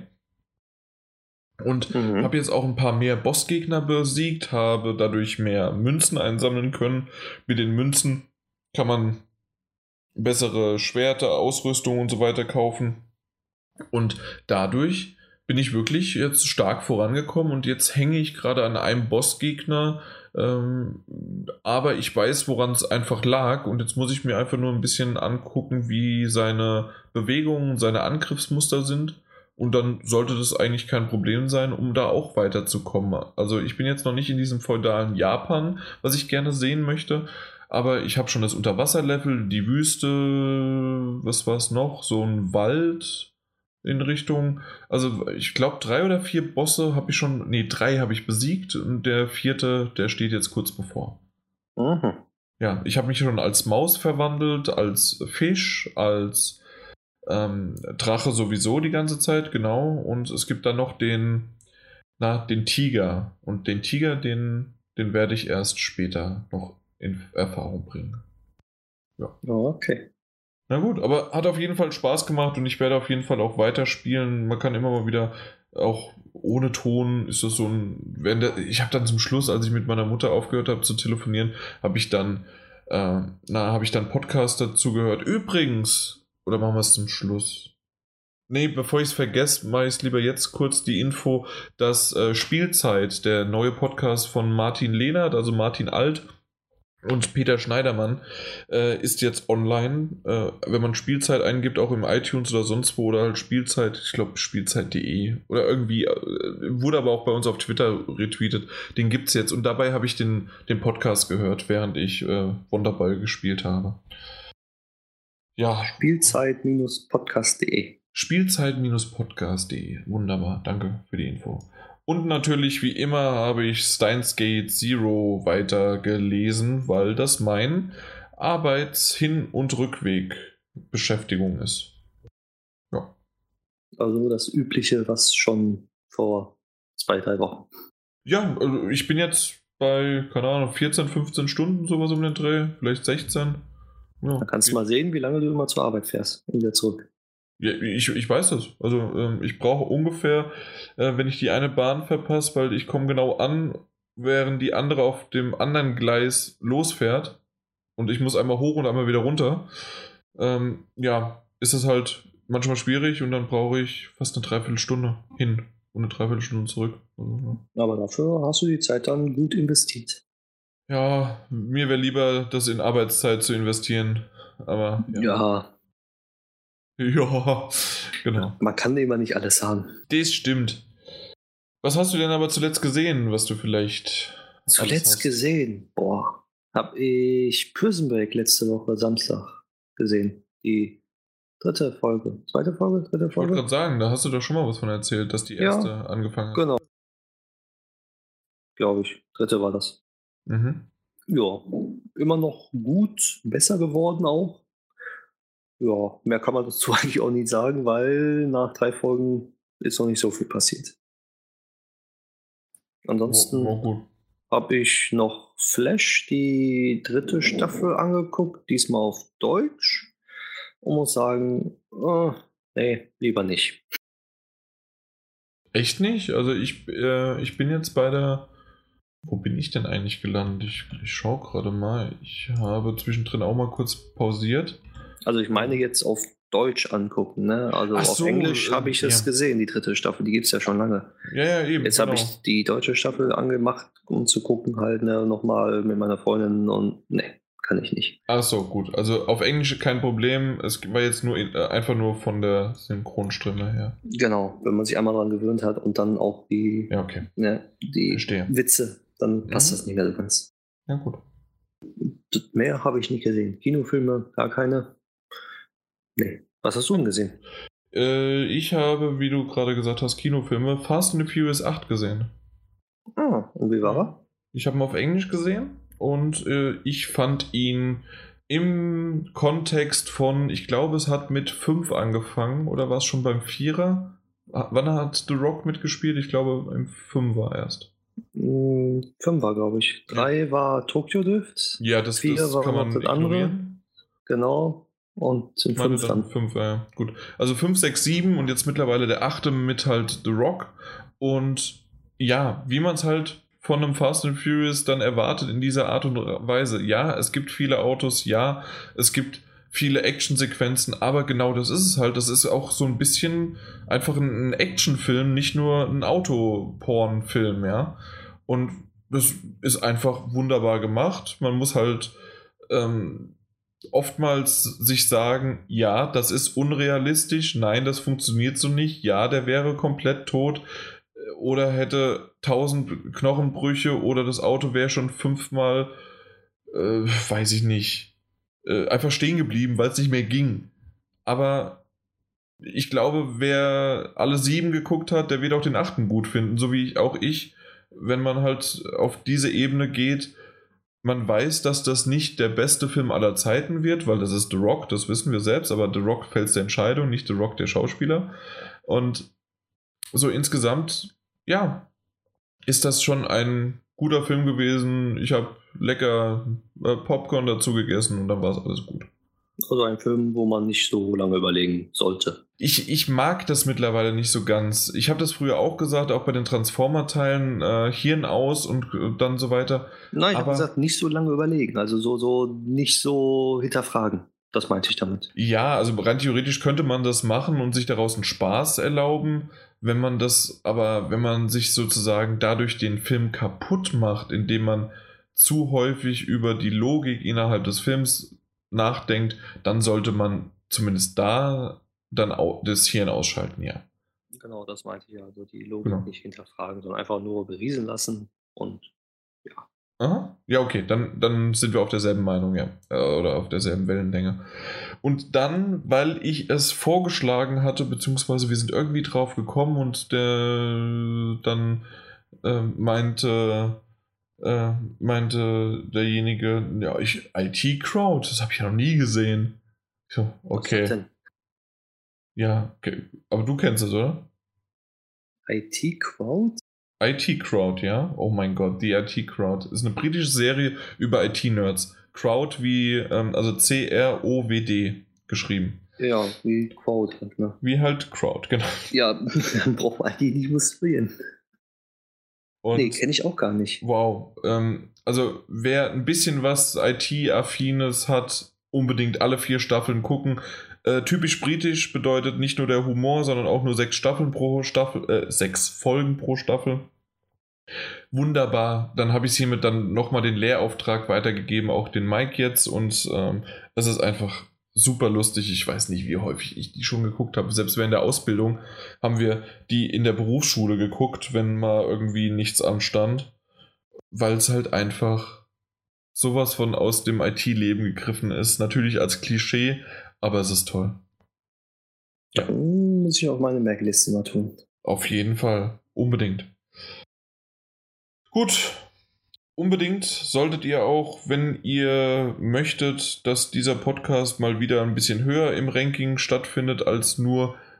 B: Und
A: Mhm.
B: habe jetzt auch ein paar mehr Bossgegner besiegt, habe dadurch mehr Münzen einsammeln können. Mit den Münzen kann man bessere Schwerter, Ausrüstung und so weiter kaufen. Und dadurch bin ich wirklich jetzt stark vorangekommen und jetzt hänge ich gerade an einem Bossgegner, ähm, aber ich weiß, woran es einfach lag und jetzt muss ich mir einfach nur ein bisschen angucken, wie seine Bewegungen, seine Angriffsmuster sind und dann sollte das eigentlich kein Problem sein, um da auch weiterzukommen. Also ich bin jetzt noch nicht in diesem feudalen Japan, was ich gerne sehen möchte, aber ich habe schon das Unterwasserlevel, die Wüste, was war es noch, so ein Wald in Richtung, also ich glaube drei oder vier Bosse habe ich schon, nee, drei habe ich besiegt und der vierte, der steht jetzt kurz bevor.
A: Mhm.
B: Ja, ich habe mich schon als Maus verwandelt, als Fisch, als ähm, Drache sowieso die ganze Zeit, genau, und es gibt dann noch den, na, den Tiger und den Tiger, den, den werde ich erst später noch in Erfahrung bringen. Ja.
A: Okay.
B: Na gut, aber hat auf jeden Fall Spaß gemacht und ich werde auf jeden Fall auch weiterspielen. Man kann immer mal wieder, auch ohne Ton, ist das so ein. Wenn der, ich habe dann zum Schluss, als ich mit meiner Mutter aufgehört habe zu telefonieren, habe ich dann, äh, na, habe ich dann Podcast dazu gehört. Übrigens, oder machen wir es zum Schluss? Nee, bevor ich es vergesse, mache ich es lieber jetzt kurz die Info, dass äh, Spielzeit, der neue Podcast von Martin Lehnert, also Martin Alt, und Peter Schneidermann äh, ist jetzt online. Äh, wenn man Spielzeit eingibt, auch im iTunes oder sonst wo, oder halt Spielzeit, ich glaube Spielzeit punkt de oder irgendwie, äh, wurde aber auch bei uns auf Twitter retweetet. Den gibt es jetzt und dabei habe ich den, den Podcast gehört, während ich äh, Wonderball gespielt habe. Ja.
A: Spielzeit-podcast punkt de
B: Spielzeit-podcast punkt de. Wunderbar, danke für die Info. Und natürlich, wie immer, habe ich Steins Gate Zero weitergelesen, weil das mein Arbeits-Hin- und Rückweg Beschäftigung ist. Ja.
A: Also das Übliche, was schon vor zwei, drei Wochen.
B: Ja, also ich bin jetzt bei, keine Ahnung, vierzehn, fünfzehn Stunden, sowas um den Dreh, vielleicht sechzehn. Ja,
A: da kannst du mal sehen, wie lange du immer zur Arbeit fährst und wieder zurück.
B: Ja, ich, ich weiß das. Also ähm, ich brauche ungefähr, äh, wenn ich die eine Bahn verpasse, weil ich komme genau an, während die andere auf dem anderen Gleis losfährt und ich muss einmal hoch und einmal wieder runter, ähm, ja, ist es halt manchmal schwierig und dann brauche ich fast eine Dreiviertelstunde hin und eine Dreiviertelstunde zurück. Also, ja.
A: Aber dafür hast du die Zeit dann gut investiert.
B: Ja, mir wäre lieber, das in Arbeitszeit zu investieren, aber ja.
A: Ja.
B: Ja, genau.
A: Man kann immer nicht alles haben.
B: Das stimmt. Was hast du denn aber zuletzt gesehen, was du vielleicht...
A: Zuletzt gesehen? Boah. Hab ich Prison Break letzte Woche Samstag gesehen. Die dritte Folge. Zweite Folge? Dritte Folge?
B: Ich wollte gerade sagen, da hast du doch schon mal was von erzählt, dass die erste ja, angefangen hat.
A: Genau. Glaube ich. Dritte war das.
B: Mhm.
A: Ja, immer noch gut, besser geworden auch. Ja, mehr kann man dazu eigentlich auch nicht sagen, weil nach drei Folgen ist noch nicht so viel passiert. Ansonsten
B: Oh, oh, gut.
A: habe ich noch Flash, die dritte Staffel, angeguckt, diesmal auf Deutsch. Und muss sagen, oh, nee, lieber nicht.
B: Echt nicht? Also ich, äh, ich bin jetzt bei der... Wo bin ich denn eigentlich gelandet? Ich, ich schaue gerade mal. Ich habe zwischendrin auch mal kurz pausiert.
A: Also ich meine jetzt auf Deutsch angucken, ne? Also
B: Ach
A: auf
B: so,
A: Englisch
B: äh,
A: habe ich es
B: ja.
A: gesehen, die dritte Staffel, die gibt es ja schon lange.
B: Ja, ja, eben.
A: Jetzt
B: genau.
A: habe ich die deutsche Staffel angemacht, um zu gucken halt, ne, nochmal mit meiner Freundin und ne, kann ich nicht.
B: Ach so, gut. Also auf Englisch kein Problem. Es war jetzt nur äh, einfach nur von der Synchronstimme her.
A: Genau, wenn man sich einmal daran gewöhnt hat und dann auch die,
B: Ja, okay.
A: ne, die
B: Verstehe.
A: Witze, dann passt
B: Mhm.
A: das nicht mehr so ganz.
B: Ja, gut.
A: Mehr habe ich nicht gesehen. Kinofilme, gar keine. Nee. Was hast du denn gesehen?
B: Äh, ich habe, wie du gerade gesagt hast, Kinofilme Fast and the Furious acht gesehen.
A: Ah, und wie war er?
B: Ich habe ihn auf Englisch gesehen und äh, ich fand ihn im Kontext von, ich glaube, es hat mit fünf angefangen oder war es schon beim Vierer? Ah, wann hat The Rock mitgespielt? Ich glaube, im Fünfer erst.
A: Hm, Fünf war, glaube ich. Drei ja. war Tokyo Drift.
B: Ja, das,
A: Vier
B: das
A: war
B: kann man
A: das
B: ignorieren.
A: Andere. Genau. Und in fünf dann.
B: Fünf, ja, gut. Also fünf, sechs, sieben und jetzt mittlerweile der achte mit halt The Rock. Und ja, wie man es halt von einem Fast and Furious dann erwartet in dieser Art und Weise. Ja, es gibt viele Autos, ja, es gibt viele Actionsequenzen, aber genau das ist es halt. Das ist auch so ein bisschen einfach ein Actionfilm, nicht nur ein Autopornfilm, ja. Und das ist einfach wunderbar gemacht. Man muss halt ähm, oftmals sich sagen, ja, das ist unrealistisch, nein, das funktioniert so nicht, ja, der wäre komplett tot oder hätte tausend Knochenbrüche oder das Auto wäre schon fünfmal, äh, weiß ich nicht, äh, einfach stehen geblieben, weil es nicht mehr ging. Aber ich glaube, wer alle sieben geguckt hat, der wird auch den achten gut finden, so wie ich, auch ich, wenn man halt auf diese Ebene geht. Man weiß, dass das nicht der beste Film aller Zeiten wird, weil das ist The Rock, das wissen wir selbst, aber The Rock fällt der Entscheidung, nicht The Rock der Schauspieler. Und so insgesamt, ja, ist das schon ein guter Film gewesen. Ich habe lecker äh, Popcorn dazu gegessen und dann war es alles gut.
A: Also ein Film, wo man nicht so lange überlegen sollte.
B: Ich, ich mag das mittlerweile nicht so ganz. Ich habe das früher auch gesagt, auch bei den Transformer-Teilen, äh, Hirn aus und äh, dann so weiter.
A: Nein, ich habe gesagt, nicht so lange überlegen. Also so, so nicht so hinterfragen. Das meinte ich damit.
B: Ja, also rein theoretisch könnte man das machen und sich daraus einen Spaß erlauben. Wenn man das, aber wenn man sich sozusagen dadurch den Film kaputt macht, indem man zu häufig über die Logik innerhalb des Films nachdenkt, dann sollte man zumindest da dann auch das Hirn ausschalten, ja.
A: Genau, das meinte ich ja. Also die Logik
B: Genau.
A: nicht hinterfragen, sondern einfach nur berieseln lassen und ja.
B: Aha. Ja, okay, dann, dann sind wir auf derselben Meinung, ja. Oder auf derselben Wellenlänge. Und dann, weil ich es vorgeschlagen hatte, beziehungsweise wir sind irgendwie drauf gekommen und der dann äh, meinte, äh, meinte derjenige, ja, ich I T Crowd, das habe ich ja noch nie gesehen. Ich so, okay.
A: Was ist das denn?
B: Ja, okay. Aber du kennst es, oder?
A: I T Crowd?
B: I T Crowd, ja? Oh mein Gott, die I T Crowd. Ist eine britische Serie über I T-Nerds. Crowd wie, ähm, also C R O W D geschrieben.
A: Ja, wie Crowd halt, ne?
B: Wie halt Crowd, genau.
A: Ja, dann braucht man die nicht illustrieren.
B: Und,
A: nee, kenne ich auch gar nicht.
B: Wow. Ähm, also wer ein bisschen was I T-Affines hat, unbedingt alle vier Staffeln gucken. Äh, typisch britisch bedeutet nicht nur der Humor, sondern auch nur sechs Staffeln pro Staffel, äh, sechs Folgen pro Staffel. Wunderbar. Dann habe ich hiermit dann nochmal den Lehrauftrag weitergegeben, auch den Mike jetzt. Und ähm, es ist einfach super lustig. Ich weiß nicht, wie häufig ich die schon geguckt habe. Selbst während der Ausbildung haben wir die in der Berufsschule geguckt, wenn mal irgendwie nichts anstand. Weil es halt einfach sowas von aus dem I T-Leben gegriffen ist. Natürlich als Klischee, aber es ist toll.
A: Ja. Dann muss ich auch meine Merkliste mal tun.
B: Auf jeden Fall. Unbedingt. Gut. Unbedingt solltet ihr auch, wenn ihr möchtet, dass dieser Podcast mal wieder ein bisschen höher im Ranking stattfindet als nur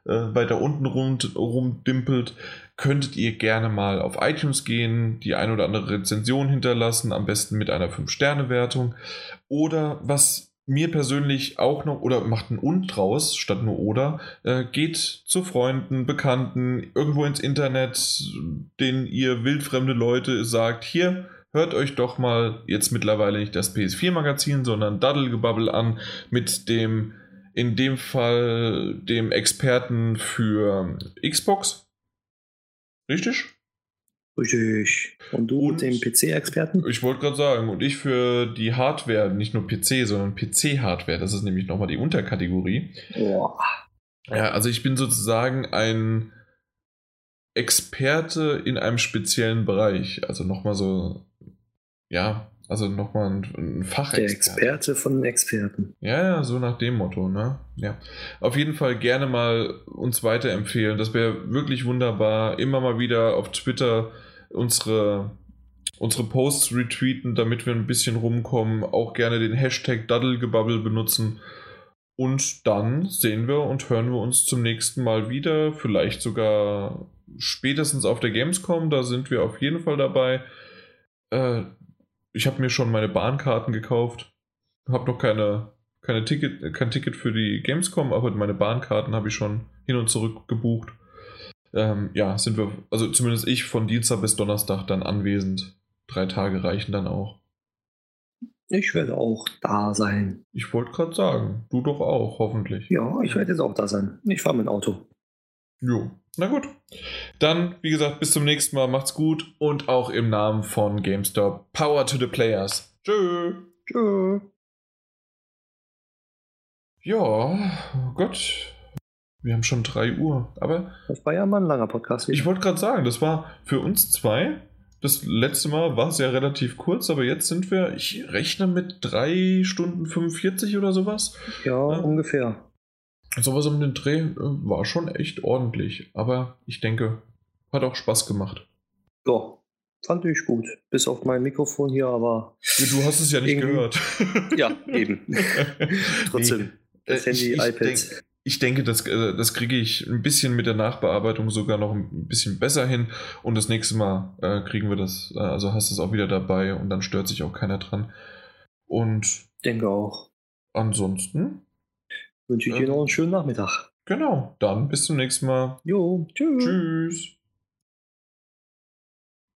B: äh, weiter unten rum, rumdimpelt, könntet ihr gerne mal auf iTunes gehen, die ein oder andere Rezension hinterlassen, am besten mit einer fünf Sterne Wertung. Oder was mir persönlich auch noch, oder macht ein Und draus, statt nur oder, äh, geht zu Freunden, Bekannten, irgendwo ins Internet, denen ihr wildfremde Leute sagt, hier, hört euch doch mal jetzt mittlerweile nicht das P S vier Magazin, sondern Daddelgebabbel an mit dem, in dem Fall, dem Experten für Xbox. Richtig?
A: Richtig. Und du
B: Und
A: mit dem P C-Experten?
B: Ich wollte gerade sagen, und ich für die Hardware, nicht nur P C, sondern P C-Hardware, das ist nämlich nochmal die Unterkategorie.
A: Boah.
B: Ja, also ich bin sozusagen ein Experte in einem speziellen Bereich. Also nochmal so, ja, also nochmal ein, ein Fachexperte.
A: Der Experte von den Experten.
B: Ja, ja, so nach dem Motto, ne? Ja. Auf jeden Fall gerne mal uns weiterempfehlen. Das wäre wirklich wunderbar. Immer mal wieder auf Twitter unsere, unsere Posts retweeten, damit wir ein bisschen rumkommen. Auch gerne den Hashtag Daddelgebabbel benutzen. Und dann sehen wir und hören wir uns zum nächsten Mal wieder. Vielleicht sogar spätestens auf der Gamescom. Da sind wir auf jeden Fall dabei. Äh, ich habe mir schon meine Bahnkarten gekauft. Habe noch keine, keine Ticket, kein Ticket für die Gamescom, aber meine Bahnkarten habe ich schon hin und zurück gebucht. Ähm, ja, sind wir, also zumindest ich, von Dienstag bis Donnerstag dann anwesend. Drei Tage reichen dann auch.
A: Ich werde auch da sein.
B: Ich wollte gerade sagen, du doch auch, hoffentlich.
A: Ja, ich werde jetzt auch da sein. Ich fahre mit dem Auto.
B: Jo, na gut. Dann, wie gesagt, bis zum nächsten Mal. Macht's gut und auch im Namen von GameStop. Power to the Players. Tschö.
A: Tschö.
B: Ja, oh Gott. Wir haben schon drei Uhr. Aber
A: das war ja mal ein langer Podcast.
B: Ich wollte gerade sagen, das war für uns zwei. Das letzte Mal war es ja relativ kurz, aber jetzt sind wir, ich rechne mit drei Stunden fünfundvierzig oder sowas.
A: Ja, ja. Ungefähr.
B: Sowas um den Dreh äh, war schon echt ordentlich. Aber ich denke, hat auch Spaß gemacht.
A: Ja, fand ich gut. Bis auf mein Mikrofon hier, aber...
B: Du hast es ja nicht gehört.
A: Ja, eben. Trotzdem, das
B: nee,
A: Handy,
B: ich, ich
A: iPad...
B: Denk, Ich denke, das, das kriege ich ein bisschen mit der Nachbearbeitung sogar noch ein bisschen besser hin. Und das nächste Mal äh, kriegen wir das, äh, also hast du es auch wieder dabei und dann stört sich auch keiner dran. Und
A: denke auch.
B: Ansonsten
A: wünsche ich dir äh, noch einen schönen Nachmittag.
B: Genau, dann bis zum nächsten Mal.
A: Jo, tschüss.
B: Tschüss.